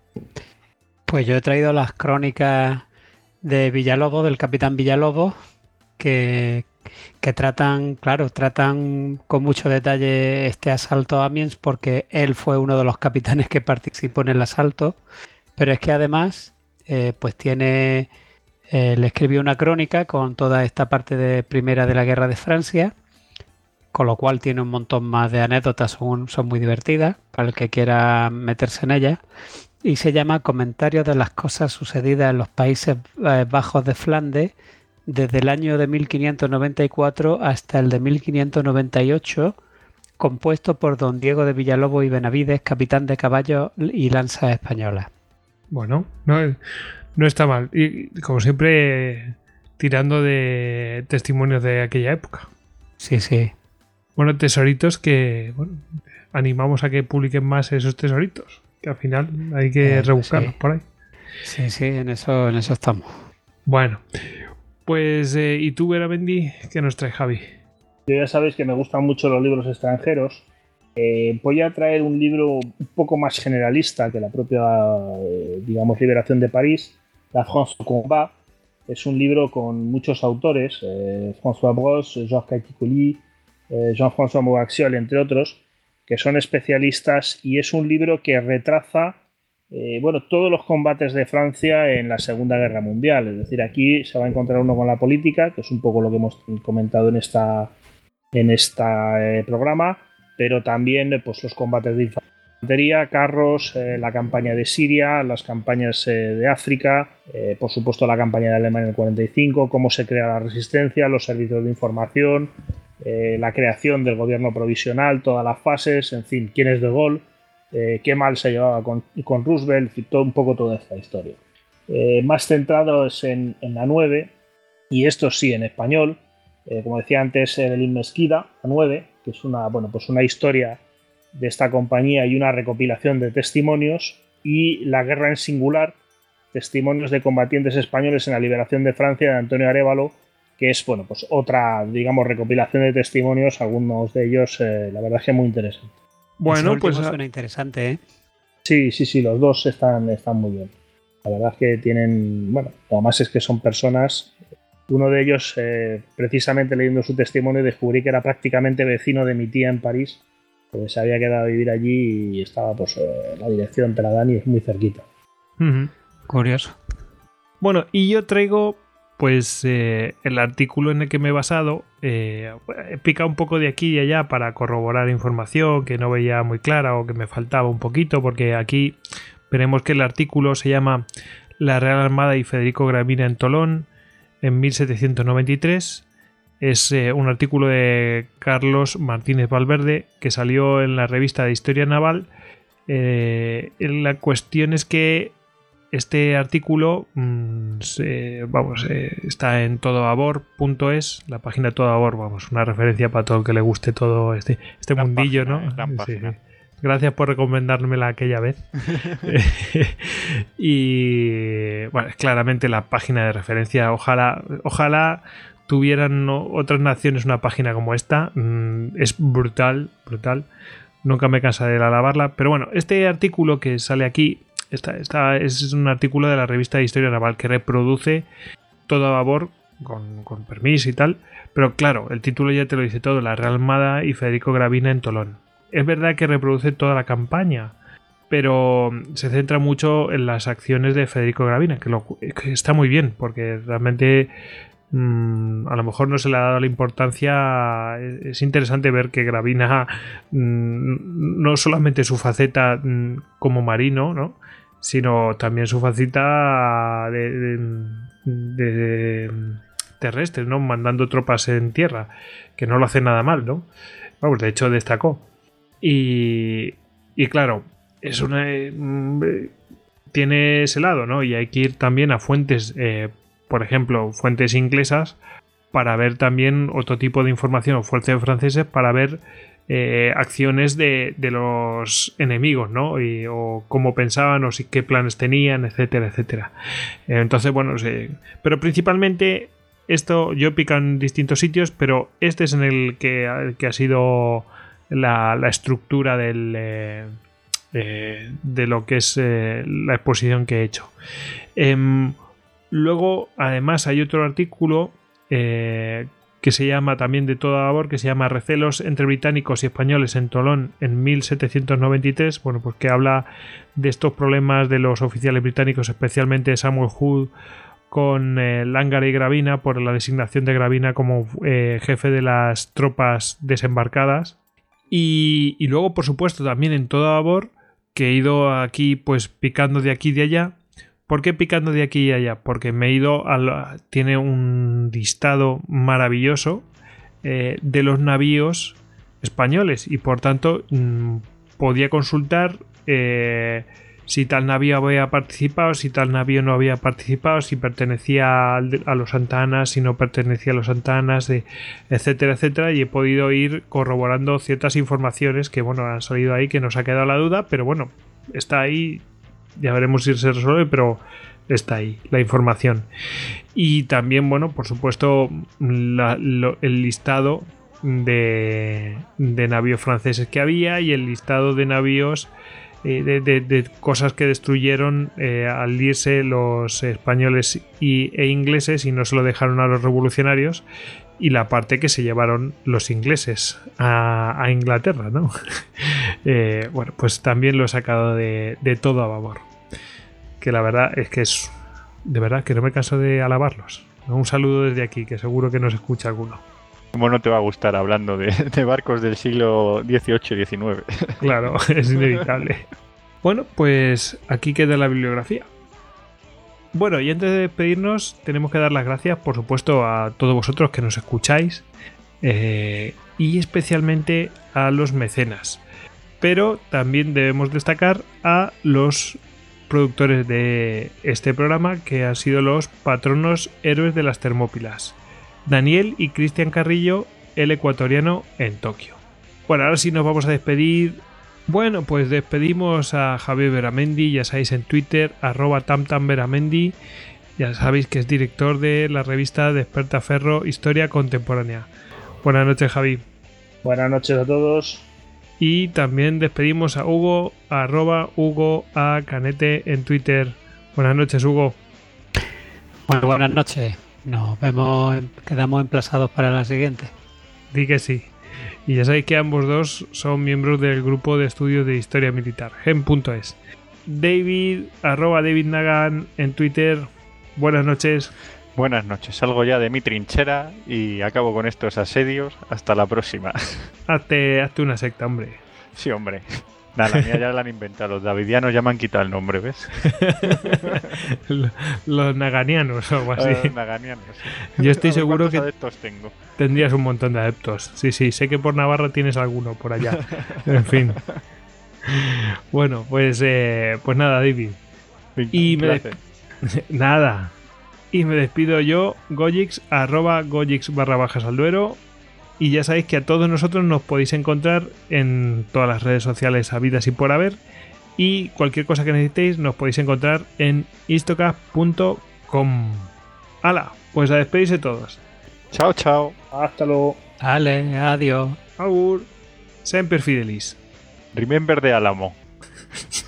Pues yo he traído las crónicas de Villalobos, del capitán Villalobos, que, que tratan, claro, tratan con mucho detalle este asalto a Amiens porque él fue uno de los capitanes que participó en el asalto, pero es que además eh, pues tiene, eh, le escribió una crónica con toda esta parte de primera de la guerra de Francia, con lo cual tiene un montón más de anécdotas, son, son muy divertidas para el que quiera meterse en ellas. Y se llama Comentarios de las cosas sucedidas en los Países Bajos de Flandes desde el año de mil quinientos noventa y cuatro hasta el de mil quinientos noventa y ocho, compuesto por don Diego de Villalobos y Benavides, capitán de caballos y lanzas españolas. Bueno, no, no está mal. Y como siempre, tirando de testimonios de aquella época. Sí, sí. Bueno, tesoritos que, bueno, animamos a que publiquen más esos tesoritos. Que al final hay que eh, rebuscarlos sí. por ahí. Sí, sí, en eso, en eso estamos. Bueno, pues, eh, ¿y tú, Veramendi, qué nos trae, Javi? Yo ya sabéis que me gustan mucho los libros extranjeros. Eh, voy a traer un libro un poco más generalista que la propia, eh, digamos, Liberación de París, La France au combat. Es un libro con muchos autores, eh, François Bros, Georges Caticoli, eh, Jean-François Moaxiol, entre otros, que son especialistas, y es un libro que retrata eh, bueno, todos los combates de Francia en la Segunda Guerra Mundial. Es decir, aquí se va a encontrar uno con la política, que es un poco lo que hemos comentado en esta en este eh, programa, pero también pues, los combates de infantería, carros, eh, la campaña de Siria, las campañas eh, de África, eh, por supuesto la campaña de Alemania en el cuarenta y cinco, cómo se crea la resistencia, los servicios de información, eh, la creación del gobierno provisional, todas las fases, en fin, quién es De Gaulle, eh, qué mal se llevaba con, con Roosevelt, todo, un poco toda esta historia. Eh, más centrados en, en la nueve, y esto sí en español, eh, como decía antes, Evelyn Mesquida, la nueve, que es una, bueno, pues una historia de esta compañía y una recopilación de testimonios, y La guerra en singular, testimonios de combatientes españoles en la liberación de Francia, de Antonio Arévalo, que es, bueno, pues otra, digamos, recopilación de testimonios, algunos de ellos, eh, la verdad es que muy interesante. Bueno, pues suena interesante, ¿eh? Sí, sí, sí, los dos están, están muy bien. La verdad es que tienen, bueno, además es que son personas. Uno de ellos, eh, precisamente leyendo su testimonio, descubrí que era prácticamente vecino de mi tía en París, porque se había quedado a vivir allí y estaba, pues, eh, la dirección de la Dani es muy cerquita. Uh-huh. Curioso. Bueno, y yo traigo, pues, eh, el artículo en el que me he basado. Eh, he picado un poco de aquí y allá para corroborar información que no veía muy clara o que me faltaba un poquito, porque aquí veremos que el artículo se llama La Real Armada y Federico Gravina en Tolón en mil setecientos noventa y tres. Es eh, un artículo de Carlos Martínez Valverde que salió en la revista de Historia Naval. Eh, la cuestión es que este artículo mmm, se, vamos, eh, está en todobabor punto es, la página Todobabor, vamos, una referencia para todo el que le guste todo este, este mundillo, página, ¿no? Sí, sí. Gracias por recomendármela aquella vez. Y bueno, es claramente la página de referencia. Ojalá, ojalá tuvieran otras naciones una página como esta. Es brutal, brutal. Nunca me cansaré de alabarla. Pero bueno, este artículo que sale aquí, esta, esta es un artículo de la revista de Historia Naval que reproduce todo a babor, con, con permiso y tal. Pero claro, el título ya te lo dice todo: La Real Armada y Federico Gravina en Tolón. Es verdad que reproduce toda la campaña, pero se centra mucho en las acciones de Federico Gravina, que, lo, que está muy bien, porque realmente mmm, a lo mejor no se le ha dado la importancia. Es interesante ver que Gravina, mmm, no solamente su faceta mmm, como marino, ¿no?, sino también su faceta de, de, de, de terrestre, ¿no?, mandando tropas en tierra, que no lo hace nada mal, ¿no? Vamos, de hecho destacó. Y, y claro, es una, eh, tiene ese lado, ¿no? Y hay que ir también a fuentes, eh, por ejemplo, fuentes inglesas, para ver también otro tipo de información, o fuentes francesas para ver eh, acciones de, de los enemigos, ¿no? Y, o cómo pensaban, o si, qué planes tenían, etcétera, etcétera. Eh, entonces, bueno, sí, pero principalmente esto yo pico en distintos sitios, pero este es en el que, el que ha sido La, la estructura del, eh, eh, de lo que es eh, la exposición que he hecho. Eh, luego, además, hay otro artículo eh, que se llama también de toda labor, que se llama Recelos entre británicos y españoles en Tolón en mil setecientos noventa y tres. Bueno, pues que habla de estos problemas de los oficiales británicos, especialmente Samuel Hood con eh, Lángara y Gravina, por la designación de Gravina como eh, jefe de las tropas desembarcadas. Y, y luego, por supuesto, también en toda labor, que he ido aquí pues picando de aquí y de allá. ¿Por qué picando de aquí y allá? Porque me he ido a la, tiene un listado maravilloso eh, de los navíos españoles, y por tanto mmm, podía consultar eh, si tal navío había participado, si tal navío no había participado, si pertenecía a los Santa Ana, si no pertenecía a los Santa Ana, etcétera, etcétera, y he podido ir corroborando ciertas informaciones que, bueno, han salido ahí, que nos ha quedado la duda, pero bueno, está ahí, ya veremos si se resuelve, pero está ahí la información. Y también, bueno, por supuesto, la, lo, el listado de, de navíos franceses que había, y el listado de navíos De, de, de cosas que destruyeron eh, al irse los españoles y, e ingleses, y no se lo dejaron a los revolucionarios, y la parte que se llevaron los ingleses a, a Inglaterra, ¿no? eh, bueno, pues también lo he sacado de, de todo a babor. que la verdad es que es de verdad que no me canso de alabarlos. Un saludo desde aquí, que seguro que nos escucha alguno. ¿Cómo no te va a gustar hablando de, de barcos del siglo dieciocho y diecinueve? Claro, es inevitable. Bueno, pues aquí queda la bibliografía. Bueno, y antes de despedirnos, tenemos que dar las gracias, por supuesto, a todos vosotros que nos escucháis eh, y especialmente a los mecenas. Pero también debemos destacar a los productores de este programa, que han sido los patronos héroes de las Termópilas, Daniel y Cristian Carrillo, el ecuatoriano en Tokio. Bueno, ahora sí nos vamos a despedir. Bueno, pues despedimos a Javier Beramendi, ya sabéis en Twitter, arroba tamtamberamendi, ya sabéis que es director de la revista Despertaferro Historia Contemporánea. Buenas noches, Javi. Buenas noches a todos. Y también despedimos a Hugo, arroba Hugo A. Canete en Twitter. Buenas noches, Hugo. Bueno, buenas noches. Nos vemos, quedamos emplazados para la siguiente. Di que sí. Y ya sabéis que ambos dos son miembros del grupo de estudios de historia militar, gem punto es. David, arroba David Nagan en Twitter. Buenas noches. Buenas noches. Salgo ya de mi trinchera y acabo con estos asedios. Hasta la próxima. Hazte, hazte una secta, hombre. Sí, hombre. Nada, la mía ya la han inventado. Los davidianos ya me han quitado el nombre, ¿ves? Los naganianos o algo así. Los naganianos. Yo estoy seguro que adeptos tengo. Tendrías un montón de adeptos. Sí, sí, sé que por Navarra tienes alguno por allá. En fin. Bueno, pues eh, pues nada, David. Y me des... nada. Y me despido yo, Gojix, arroba Gojix barra bajas al Duero. Y ya sabéis que a todos nosotros nos podéis encontrar en todas las redes sociales habidas y por haber. Y cualquier cosa que necesitéis nos podéis encontrar en istocast punto com. ¡Hala! Pues a despedirse todos. Chao, chao. Hasta luego. Vale, adiós. Agur. Semper Fidelis. Remember de Álamo.